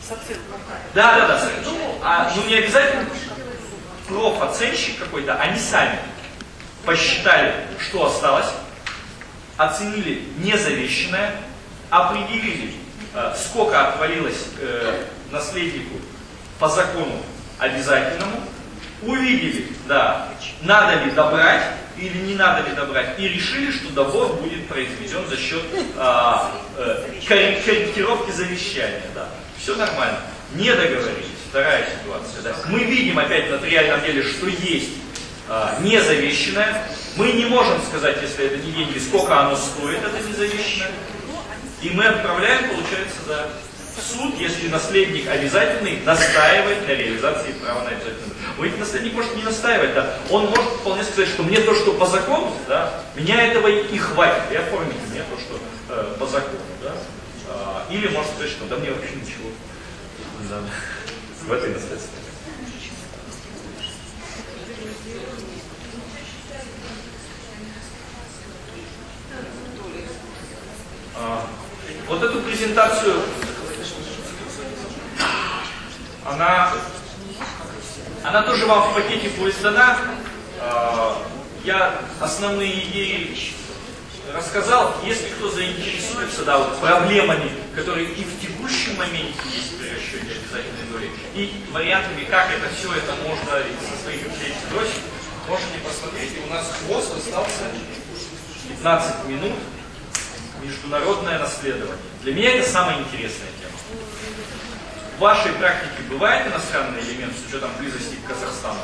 да, да, да. Ну, а, ну не обязательно профоценщик какой-то, они сами посчитали, что осталось, оценили незавещанное, определили, э, сколько отвалилось э, наследнику по закону обязательному, увидели, да, надо ли добрать или не надо ли добрать, и решили, что добор будет произведен за счет э, э, корректировки завещания. Да. Все нормально. Не договорились. Вторая ситуация. Да. Мы видим опять в нотариальном деле, что есть э, незавещанное. Мы не можем сказать, если это не деньги, сколько оно стоит, это незавещанное. И мы отправляем, получается, да, в суд, если наследник обязательный настаивает на реализации права на обязательную. Ведь наследник может не настаивать, да. Он может вполне сказать, что мне то, что по закону, да, меня этого и хватит. И оформите мне то, что э, по закону, да. А, или может сказать, что да мне вообще ничего не надо в этой наследстве. А, вот эту презентацию она, она тоже вам в пакете будет дана. А, я основные идеи рассказал. Если кто заинтересуется, да, вот, проблемами, которые и в текущем моменте есть при расчете обязательной доли, и вариантами, как это все это можно со своих вещей сбросить, можете посмотреть. И у нас хвост остался пятнадцать минут. Международное наследование. Для меня это самая интересная тема. В вашей практике бывает иностранный элемент с учетом близости к Казахстану?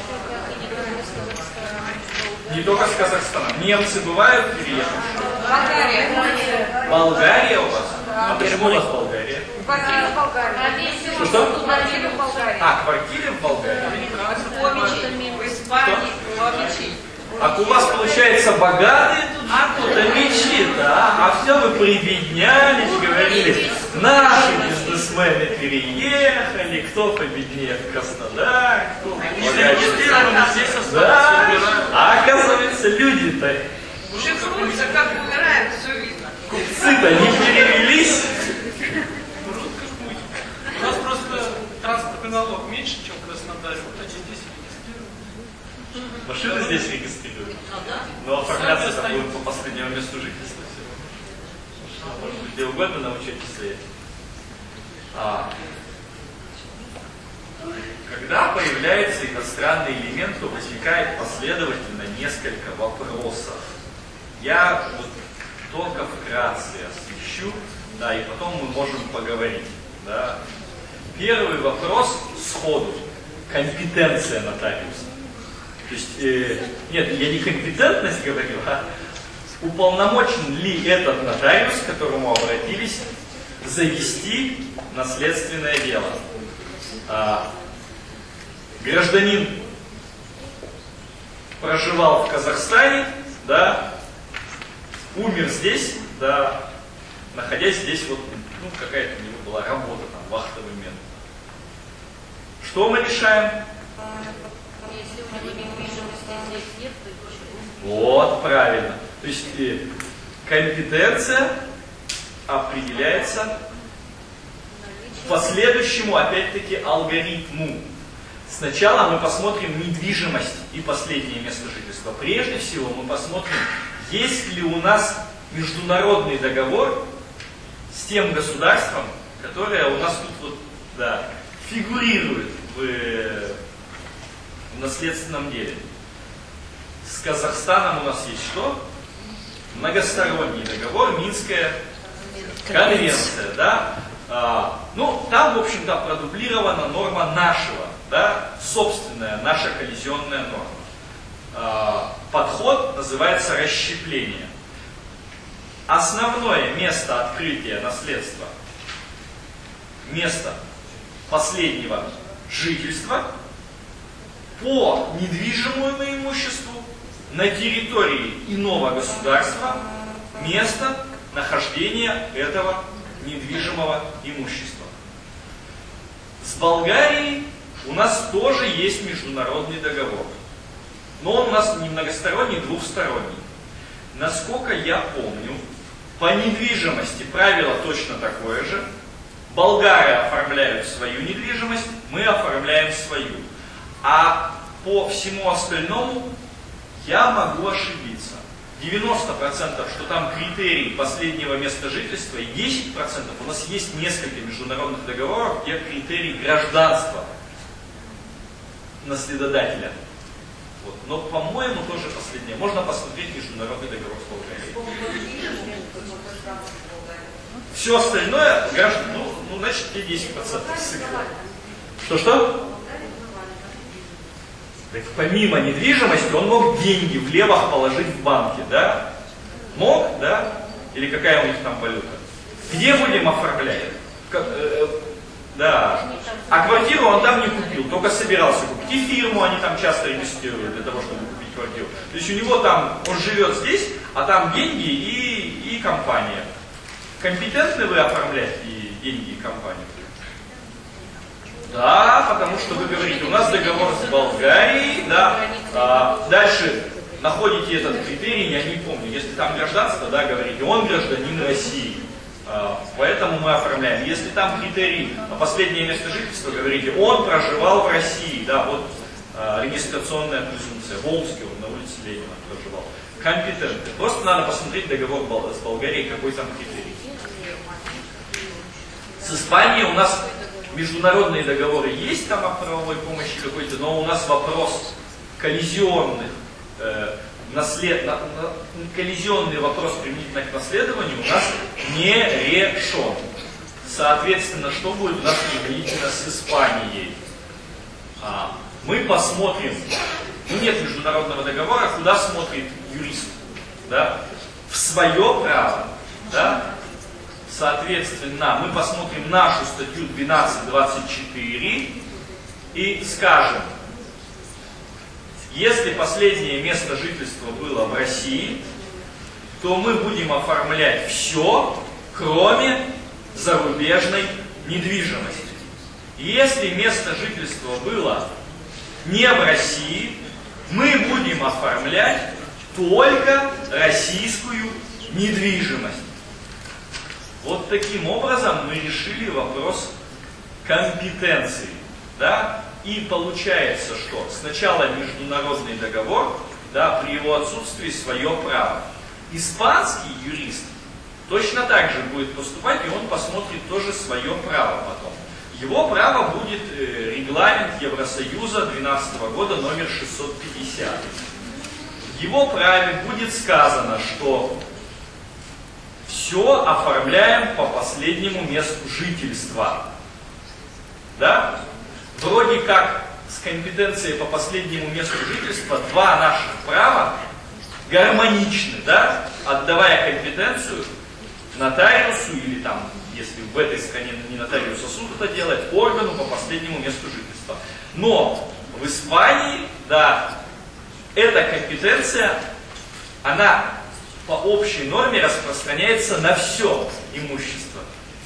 Не только с Казахстаном. Немцы бывают переехавшие? Болгария. Болгария у вас? А почему у вас Болгария? Квартира в Болгарии. Что-что? Квартира в Болгарии. А, квартиры в Болгарии? В Испании. Ломичи. А у вас, получается, богатые тут живут, а мечи, да? А все вы прибеднялись, говорили, наши бизнесмены переехали, кто победнее в Краснодар, кто Зарегистрированы здесь осталось. да, а оказывается, люди-то, Уже крутится, как умирает, все видно. купцы-то не перевелись. У нас просто транспортный налог меньше, чем в Краснодаре. Вот они здесь регистрируют. Машины здесь регистрируют. Но оформляться там будут по последнему месту жительства всего. Может быть, где угодно научитесь стоять. А, когда появляется иностранный элемент, то возникает последовательно несколько вопросов. Я вот только вкратце освещу, да, и потом мы можем поговорить. Да. Первый вопрос сходу. Компетенция нотариуса. То есть, э, нет, я не компетентность говорю, а уполномочен ли этот нотариус, к которому обратились, завести наследственное дело. А, гражданин проживал в Казахстане, да, умер здесь, да, находясь здесь, вот, ну, какая-то у него была работа, там, вахтовый метод. Что мы решаем? Если у него недвижимости здесь нет, то ничего. Вот, правильно. То есть э, компетенция определяется по следующему, опять-таки, алгоритму. Сначала мы посмотрим недвижимость и последнее место жительства. Прежде всего мы посмотрим, есть ли у нас международный договор с тем государством, которое у нас тут вот, да, фигурирует в, в наследственном деле. С Казахстаном у нас есть что? Многосторонний договор, Минская конвенция, да? А, ну, там, в общем-то, продублирована норма нашего, да, собственная, наша коллизионная норма. А, подход называется расщепление. Основное место открытия наследства, место последнего жительства по недвижимому имуществу на территории иного государства, место нахождения этого недвижимого имущества. С Болгарией у нас тоже есть международный договор. Но он у нас не многосторонний, двухсторонний. Насколько я помню, по недвижимости правило точно такое же. Болгары оформляют свою недвижимость, мы оформляем свою. А по всему остальному я могу ошибиться. девяносто процентов, что там критерий последнего места жительства, и десять процентов у нас есть несколько международных договоров, где критерий гражданства наследодателя. Вот. Но, по-моему, тоже последнее. Можно посмотреть международный договор с Болгарией. Все остальное, граждан, ну, ну, значит, те десять процентов сыграли. Что-что? Так, помимо недвижимости, он мог деньги в левах положить в банке, да? Мог, да? Или какая у них там валюта? Где будем оформлять? Как, э, да. А квартиру он там не купил, только собирался купить. И фирму они там часто регистрируют для того, чтобы купить квартиру. То есть у него там, он живет здесь, а там деньги и, и компания. Компетентны вы оформлять и деньги и компанию? Да, потому что вы говорите, у нас договор с Болгарией, да. А, дальше находите этот критерий, я не помню, если там гражданство, да, говорите, он гражданин России. А, поэтому мы оформляем. Если там критерий, последнее место жительства, говорите, он проживал в России, да, вот а, регистрационная презумпция, Волжский, он на улице Ленина проживал. Компетентны. Просто надо посмотреть договор с Болгарией, какой там критерий. С Испанией у нас международные договоры есть там о правовой помощи какой-то, но у нас вопрос коллизионных, э, наслед, на, на, коллизионный вопрос применительно к наследованию у нас не решен. Соответственно, что будет у нас применительно с Испанией? А, мы посмотрим, ну нет международного договора, куда смотрит юрист? Да? В свое право, да? Соответственно, мы посмотрим нашу статью двенадцать двадцать четыре и скажем, если последнее место жительства было в России, то мы будем оформлять все, кроме зарубежной недвижимости. Если место жительства было не в России, мы будем оформлять только российскую недвижимость. Вот таким образом мы решили вопрос компетенции. Да? И получается, что сначала международный договор, да, при его отсутствии свое право. Испанский юрист точно так же будет поступать, и он посмотрит тоже свое право потом. Его право будет э, регламент Евросоюза две тысячи двенадцатого года номер шестьсот пятьдесят. В его праве будет сказано, что все оформляем по последнему месту жительства. Да? Вроде как с компетенцией по последнему месту жительства два наших права гармоничны, да, отдавая компетенцию нотариусу или там, если в этой стране не нотариус, а суд это делает, органу по последнему месту жительства. Но в Испании, да, эта компетенция, она по общей норме распространяется на все имущество.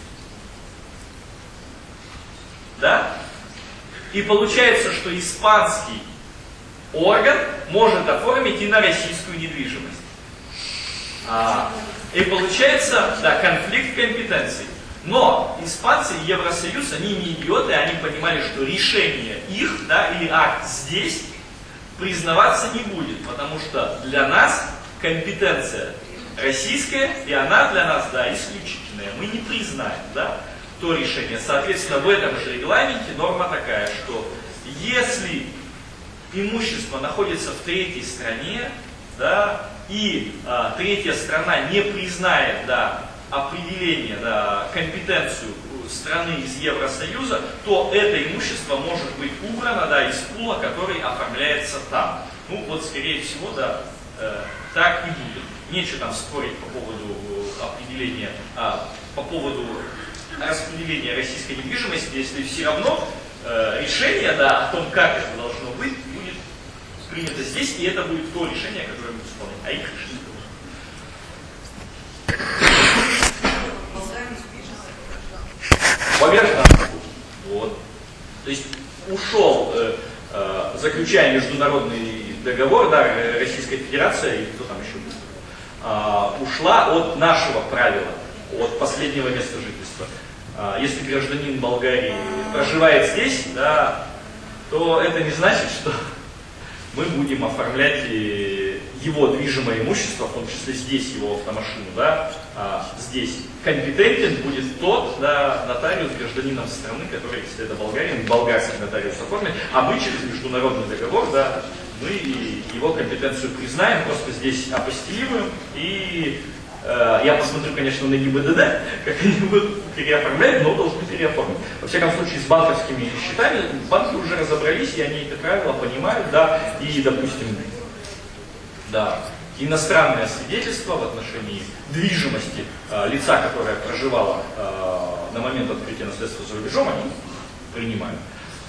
Да? И получается, что испанский орган может оформить и на российскую недвижимость. А, и получается, да, конфликт компетенций. Но испанцы и Евросоюз, они не идиоты, они понимали, что решение их, да, или акт здесь признаваться не будет, потому что для нас компетенция российская, и она для нас, да, исключительная. Мы не признаем, да, то решение. Соответственно, в этом же регламенте норма такая, что если имущество находится в третьей стране, да, и а, третья страна не признает, да, определение, да, компетенцию страны из Евросоюза, то это имущество может быть убрано, да, из пула, который оформляется там. Ну вот, скорее всего, да, э, так и будет. Нечего там спорить по поводу определения, а, по поводу распределения российской недвижимости, если все равно э, решение, да, о том, как это должно быть, будет принято здесь, и это будет то решение, которое будет исполнять. А их решение поверхностно. Вот. То есть ушел, э, э, заключая международный договор, да, Российская Федерация, и кто там еще был, э, ушла от нашего правила, от последнего места жительства. Э, если гражданин Болгарии проживает здесь, да, то это не значит, что мы будем оформлять его движимое имущество, в том числе здесь его автомашину, да, а здесь компетентен будет тот, да, нотариус гражданином страны, который, если это Болгария, болгарский нотариус оформит, а мы через международный договор, да, мы его компетенцию признаем, просто здесь апостилируем, и э, я посмотрю, конечно, на ГИБДД, как они будут переоформлять, но должны переоформить. Во всяком случае, с банковскими счетами банки уже разобрались, и они это правило понимают, да, и, допустим, да, иностранное свидетельство в отношении движимости э, лица, которое проживало э, на момент открытия наследства за рубежом, они принимают.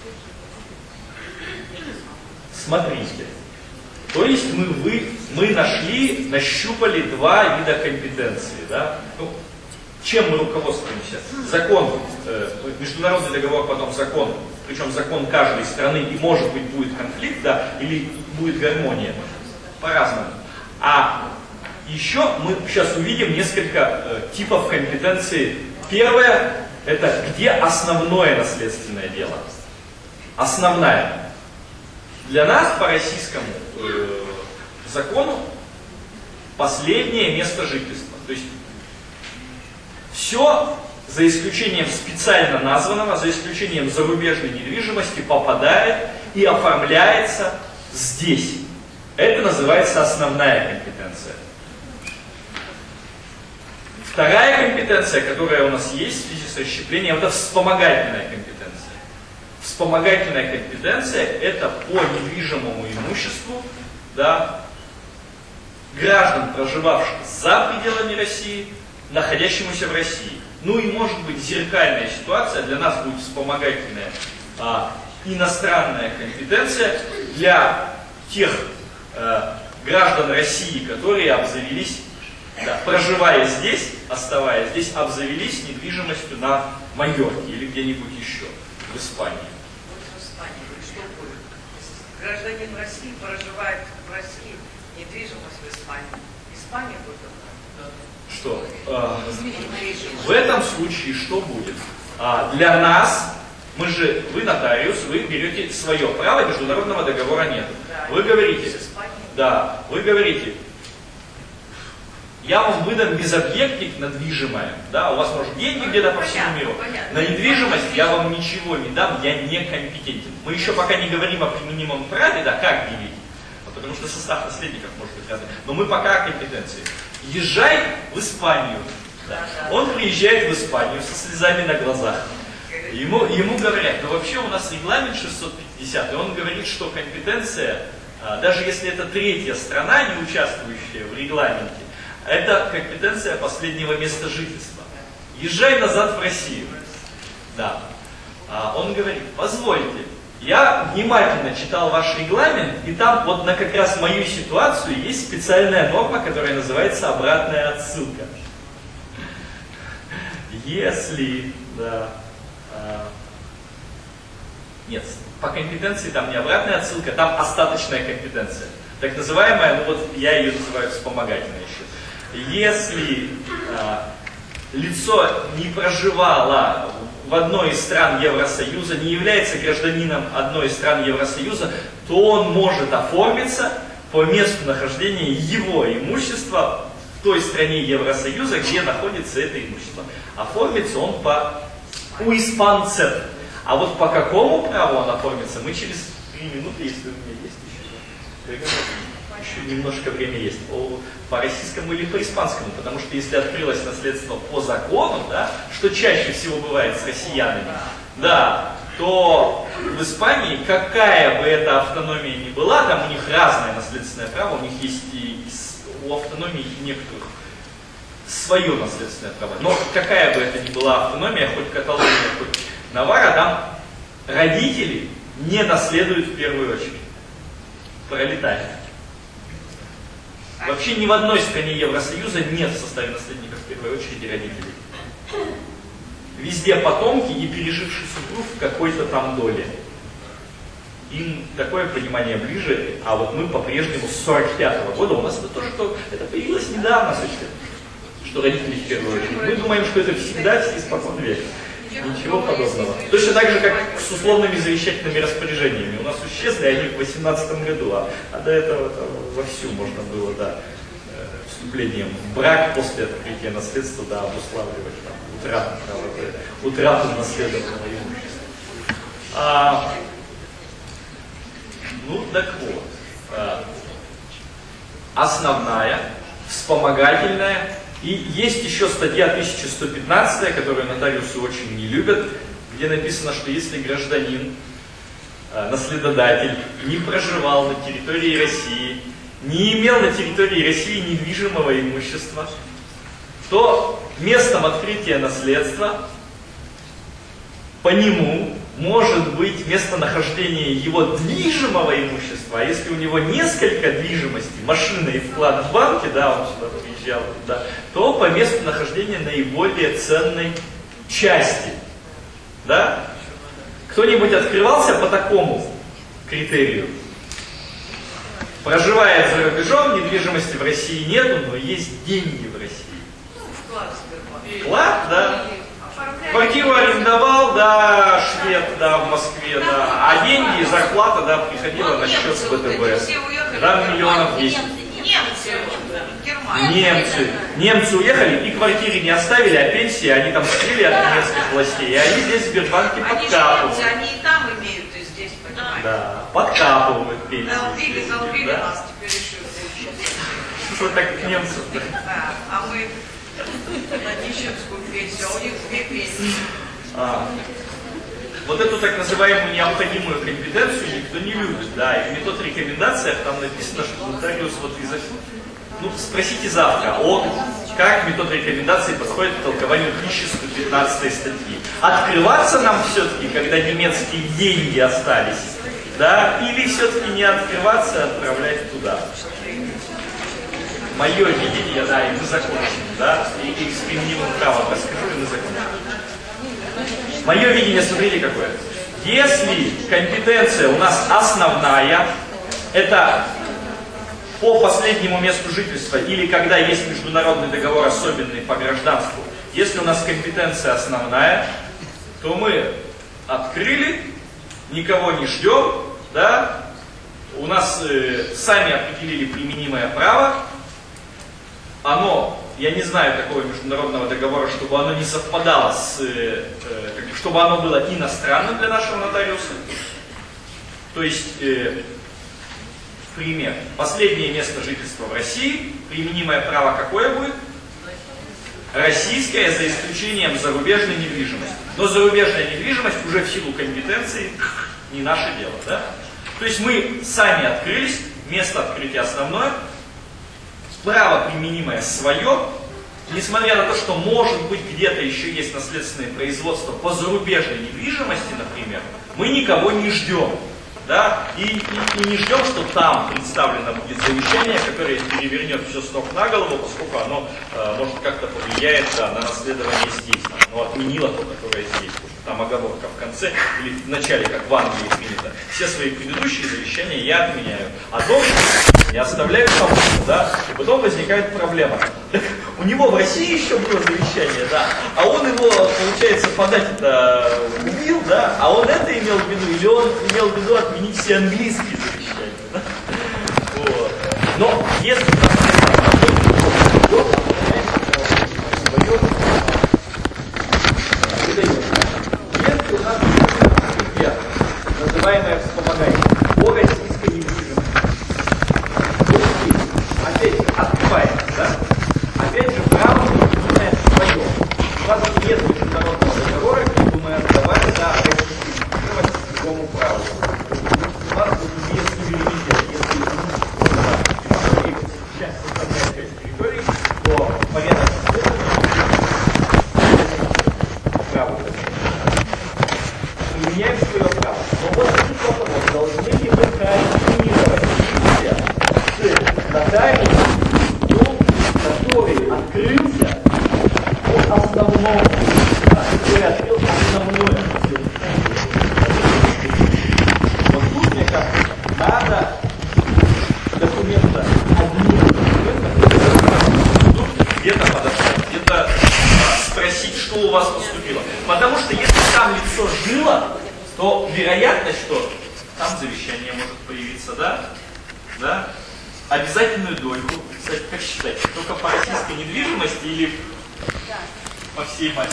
Смотрите. То есть мы, вы, мы нашли, нащупали два вида компетенции. Да? Ну, чем мы руководствуемся? Закон, э, международный договор, потом закон, причем закон каждой страны, и может быть будет конфликт, да, или будет гармония. По-разному. А еще мы сейчас увидим несколько э, типов компетенции. Первое, это где основное наследственное дело. Основная. Для нас по российскому э, закону последнее место жительства. То есть все, за исключением специально названного, за исключением зарубежной недвижимости, попадает и оформляется здесь. Это называется основная компетенция. Вторая компетенция, которая у нас есть в связи с расщеплением, это вспомогательная компетенция. Вспомогательная компетенция – это по недвижимому имуществу, да, граждан, проживавших за пределами России, находящемуся в России. Ну и может быть зеркальная ситуация, для нас будет вспомогательная а, иностранная компетенция для тех граждан России, которые обзавелись, да, проживая здесь, оставаясь здесь, обзавелись недвижимостью на Майорке или где-нибудь еще, в Испании. Вот в Испании, что будет? Гражданин России проживает в России, недвижимость в Испании. Испания будет это? Что? А, в этом случае что будет? А, для нас, мы же, вы нотариус, вы берете свое право, международного договора нет. Вы говорите, да, вы говорите, я вам выдам безобъектник на движимое, да, у вас может деньги где-то по всему миру, на недвижимость я вам ничего не дам, я не компетентен. Мы еще пока не говорим о применимом праве, да, как делить, потому что состав наследников может быть разный, но мы пока о компетенции. Езжай в Испанию, да. Он приезжает в Испанию со слезами на глазах. Ему, ему говорят, ну вообще у нас регламент шестьсот пятьдесят, и он говорит, что компетенция даже если это третья страна, не участвующая в регламенте, это компетенция последнего места жительства. Езжай назад в Россию. Да. Он говорит, позвольте, я внимательно читал ваш регламент, и там вот на как раз мою ситуацию есть специальная норма, которая называется обратная отсылка. Если, да, нет, по компетенции там не обратная отсылка, там остаточная компетенция. Так называемая, ну вот я ее называю вспомогательной еще. Если а, лицо не проживало в одной из стран Евросоюза, не является гражданином одной из стран Евросоюза, то он может оформиться по месту нахождения его имущества в той стране Евросоюза, где находится это имущество. Оформится он по у испанцев. А вот по какому праву он оформится, мы через три минуты, если у меня есть еще, еще немножко время есть, по, по российскому или по испанскому, потому что если открылось наследство по закону, да, что чаще всего бывает с россиянами, да, то в Испании, какая бы эта автономия ни была, там у них разное наследственное право, у них есть и у автономии некоторых свое наследственное право. Но какая бы это ни была автономия, хоть Каталония, хоть Наварра, там родители не наследуют в первую очередь. Пролетарии. Вообще ни в одной стране Евросоюза нет в составе наследников в первой очереди родителей. Везде потомки и переживший супруг в какой-то там доле. Им такое понимание ближе, а вот мы по-прежнему с сорок пятого года, у нас это тоже что, это появилось недавно, слушайте, что родители в первую очередь. Мы думаем, что это всегда испокон века. Ничего подобного. Точно так же, как с условными завещательными распоряжениями. У нас исчезли они в восемнадцатом году, а, а до этого вовсю можно было, да, вступлением в брак после открытия наследства, да, обуславливать там, утрату, правда, утрату наследованного имущества. А, ну, так вот. А, основная, вспомогательная. И есть еще статья тысяча сто пятнадцать, которую нотариусы очень не любят, где написано, что если гражданин, наследодатель, не проживал на территории России, не имел на территории России недвижимого имущества, то местом открытия наследства по нему может быть местонахождение его движимого имущества, а если у него несколько движимостей, машина и вклад в банке, да, он сюда приезжал, да, то по месту нахождения наиболее ценной части. Да? Кто-нибудь открывался по такому критерию? Проживает за рубежом, недвижимости в России нету, но есть деньги в России. Вклад, да. Квартиру арендовал, да, швед, да, в Москве, да, а деньги, зарплата, да, приходила на счет с ВТБ. Да, миллионов десять. Немцы. Немцы уехали и квартиры не оставили, а пенсии они там скрыли от немецких властей. И они здесь в Сбербанке подкапывают. Они и там имеют, и здесь, понимаете? Да, подкапывают пенсии. Залбили, залбили нас теперь еще. Что так немцев? Да, а мы на нищенскую пенсию, а у них две пенсии. А, вот эту так называемую необходимую компетенцию никто не любит, да, и в метод рекомендациях там написано, что нотариус вот из ну, спросите завтра, о, как метод рекомендаций подходит к толкованию тысяча сто пятнадцатой статьи. Открываться нам все-таки, когда немецкие деньги остались, да, или все-таки не открываться, а отправлять туда. Мое видение, да, и мы закончим, да, и, и с применимым правом расскажу, и мы закончим. Мое видение, смотрите, какое. Если компетенция у нас основная, это по последнему месту жительства, или когда есть международный договор особенный по гражданству, если у нас компетенция основная, то мы открыли, никого не ждем, да, у нас э, сами определили применимое право, оно, я не знаю такого международного договора, чтобы оно не совпадало с, э, э, чтобы оно было иностранным для нашего нотариуса. То есть, э, пример, последнее место жительства в России, применимое право какое будет? Российское, за исключением зарубежной недвижимости. Но зарубежная недвижимость уже в силу компетенции не наше дело, да? То есть мы сами открылись, место открытия основное, право применимое свое, несмотря на то, что может быть где-то еще есть наследственное производство по зарубежной недвижимости, например, мы никого не ждем. Да? И, и, и не ждем, что там представлено будет завещание, которое перевернет все с ног на голову, поскольку оно э, может как-то повлияет да, на наследование здесь. Оно отменило то, которое здесь. Там оговорка в конце или в начале, как в Англии принято. Все свои предыдущие завещания я отменяю. А дом не оставляю кому-то, да? И потом возникает проблема. Так, у него в России еще было завещание, да, а он его, получается, подать это убил, да, а он это имел в виду, или он имел в виду отменить все английские завещания, да? Вот. Но если если у нас называемое вспомогание по российской недвижимости, опять открывается, да? Опять же, право применяет свое. У нас нет международного договора, где мы отдавали за российскую недвижимость другому праву. У нас вот есть суверенитет, если сейчас составляет часть территории, то порядок право. Применяем свое право. Но вот этот вопрос, должны ли мы координировать с нотариусом, который открылся от основного, да, который открыл основное. Вот тут, мне кажется, надо документа, одни документы, где-то подождать, где-то а, спросить, что у вас поступило. Потому что если там лицо жило, то вероятность, что там завещание может появиться, да? Да? Обязательную дольку, кстати, как считать, только по российской недвижимости или по всей массе?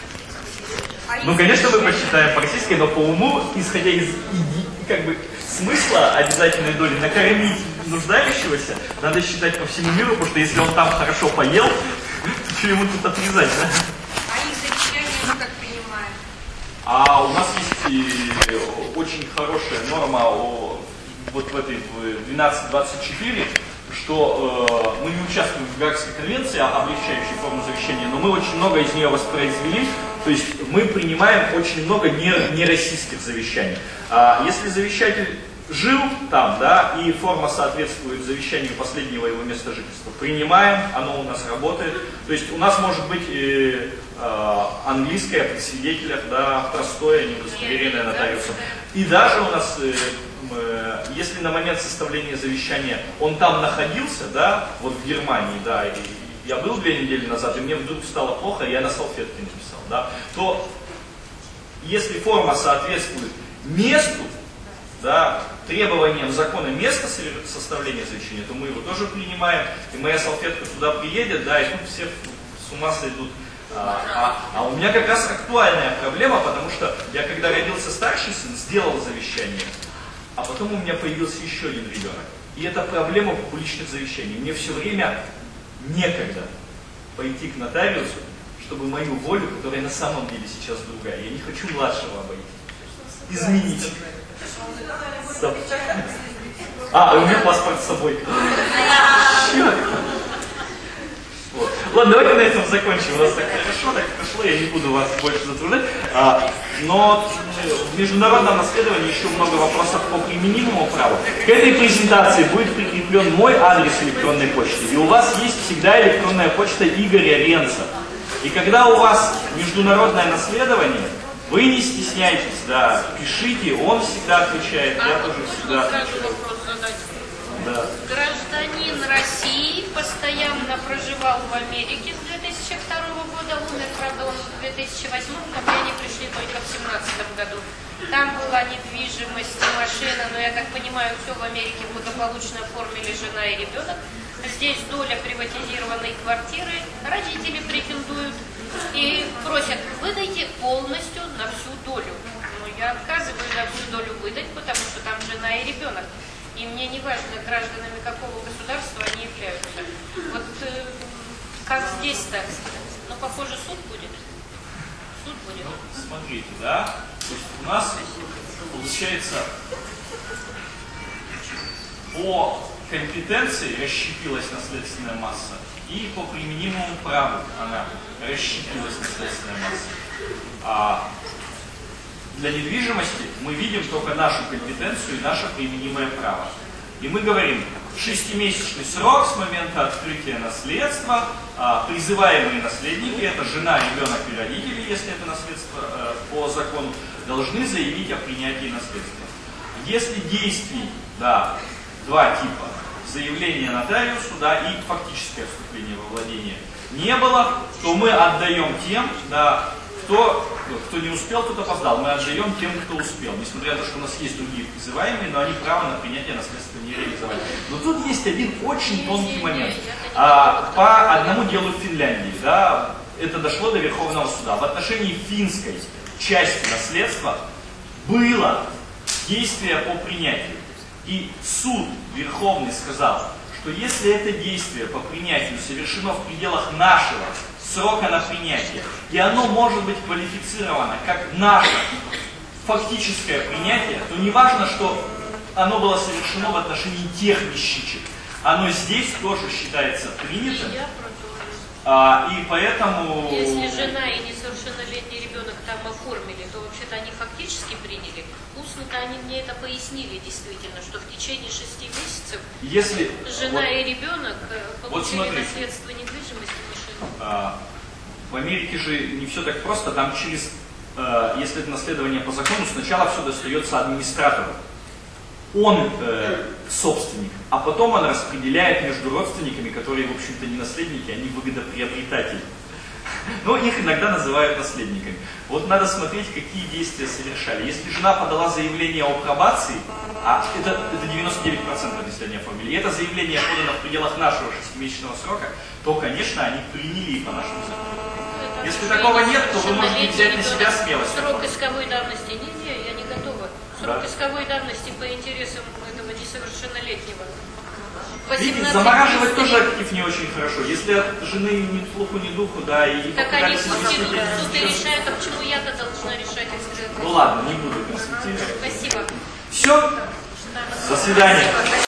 Ну, конечно, мы посчитаем по российской, но по уму, исходя из как бы, смысла обязательной доли, накормить нуждающегося, надо считать по всему миру, потому что если он там хорошо поел, то что ему тут отрезать, да? А их завещание мы как принимаем? А у нас есть и очень хорошая норма о, вот в этой в двенадцать двадцать четыре, что э, мы не участвуем в Гаагской конвенции, облегчающей форму завещания, но мы очень много из нее воспроизвели, то есть мы принимаем очень много нероссийских завещаний. А если завещатель жил там, да, и форма соответствует завещанию последнего его места жительства, принимаем, оно у нас работает. То есть у нас может быть э, э, английское при свидетелях, да, простое, неудостоверенное нотариусом. И даже у нас, э, э, если на момент составления завещания он там находился, да, вот в Германии, да, и я был две недели назад, и мне вдруг стало плохо, и я на салфетке написал, да, то если форма соответствует месту, да, требованиям закона места составления завещания, то мы его тоже принимаем, и моя салфетка туда приедет, да, и тут все с ума сойдут. А, а, а у меня как раз актуальная проблема, потому что я, когда родился старший сын, сделал завещание, а потом у меня появился еще один ребенок. И это проблема публичных завещаний. Мне все время некогда пойти к нотариусу, чтобы мою волю, которая на самом деле сейчас другая, я не хочу младшего обойти, изменить. А, у меня паспорт с собой. Вот. Ладно, давайте на этом закончим. У нас так хорошо, так прошло, я не буду вас больше затруднять. А, но в международном наследовании еще много вопросов по применимому праву. К этой презентации будет прикреплен мой адрес электронной почты. И у вас есть всегда электронная почта Игоря Ренца. И когда у вас международное наследование, вы не стесняйтесь, да, пишите, он всегда отвечает, а я вот тоже всегда отвечаю. Да. Гражданин России постоянно проживал в Америке с две тысячи второго года, умер, правда, он в две тысячи восьмом, ко мне они пришли только в семнадцатом году. Там была недвижимость, машина, но я так понимаю, все в Америке благополучно оформили жена и ребенок. Здесь доля приватизированной квартиры, родители претендуют и просят, выдайте полностью на всю долю. Ну, я отказываю на всю долю выдать, потому что там жена и ребенок. И мне не важно, гражданами какого государства они являются. Вот э, как здесь-то? Ну, похоже, суд будет. Суд будет. Ну, смотрите, да? То есть у нас получается по компетенции расщепилась наследственная масса, и по применимому праву она расщепилась наследственная масса. А для недвижимости мы видим только нашу компетенцию и наше применимое право. И мы говорим, шестимесячный срок с момента открытия наследства, а, призываемые наследники, это жена, ребенок и родители, если это наследство э, по закону, должны заявить о принятии наследства. Если действий, да, два типа, заявление нотариусу, да, и фактическое вступление во владение не было, то мы отдаем тем, да, кто, кто не успел, тот опоздал. Мы отдаем тем, кто успел. Несмотря на то, что у нас есть другие призываемые, но они право на принятие наследства не реализовали. Но тут есть один очень тонкий момент. А, по одному делу в Финляндии, да, это дошло до Верховного суда. В отношении финской части наследства было действие по принятию. И суд Верховный сказал, что если это действие по принятию совершено в пределах нашего срока на принятие, и оно может быть квалифицировано как наше фактическое принятие, то не важно, что оно было совершено в отношении тех вещичек. Оно здесь тоже считается принятым. А, и поэтому... Если жена и несовершеннолетний ребенок там оформили, то вообще-то они фактически приняли. Устно-то они мне это пояснили действительно, что в течение шести месяцев Если, жена вот, и ребенок получили вот наследство недвижимости. А, в Америке же не все так просто. Там через, э, если это наследование по закону, сначала все достается администратору. Он э, собственник, а потом он распределяет между родственниками, которые, в общем-то, не наследники, они выгодоприобретатели. Но их иногда называют наследниками. Вот надо смотреть, какие действия совершали. Если жена подала заявление о пробации, а это, это девяносто девять процентов, если они оформили, и это заявление подано в пределах нашего шестимесячного срока, то, конечно, они приняли и по нашему закону. Если такого нет, то вы можете взять на себя смелость. Срок исковой давности. Не, не, я не готова. Срок Да. исковой давности по интересам этого несовершеннолетнего. Видите, замораживать тоже актив не очень хорошо. Если от жены ни слуху, ни духу, да, и Так они попытались пусть идут объяснить, в суд и решают, а почему я-то должна решать? ну ладно, не буду консультировать. Спасибо. Все, до свидания.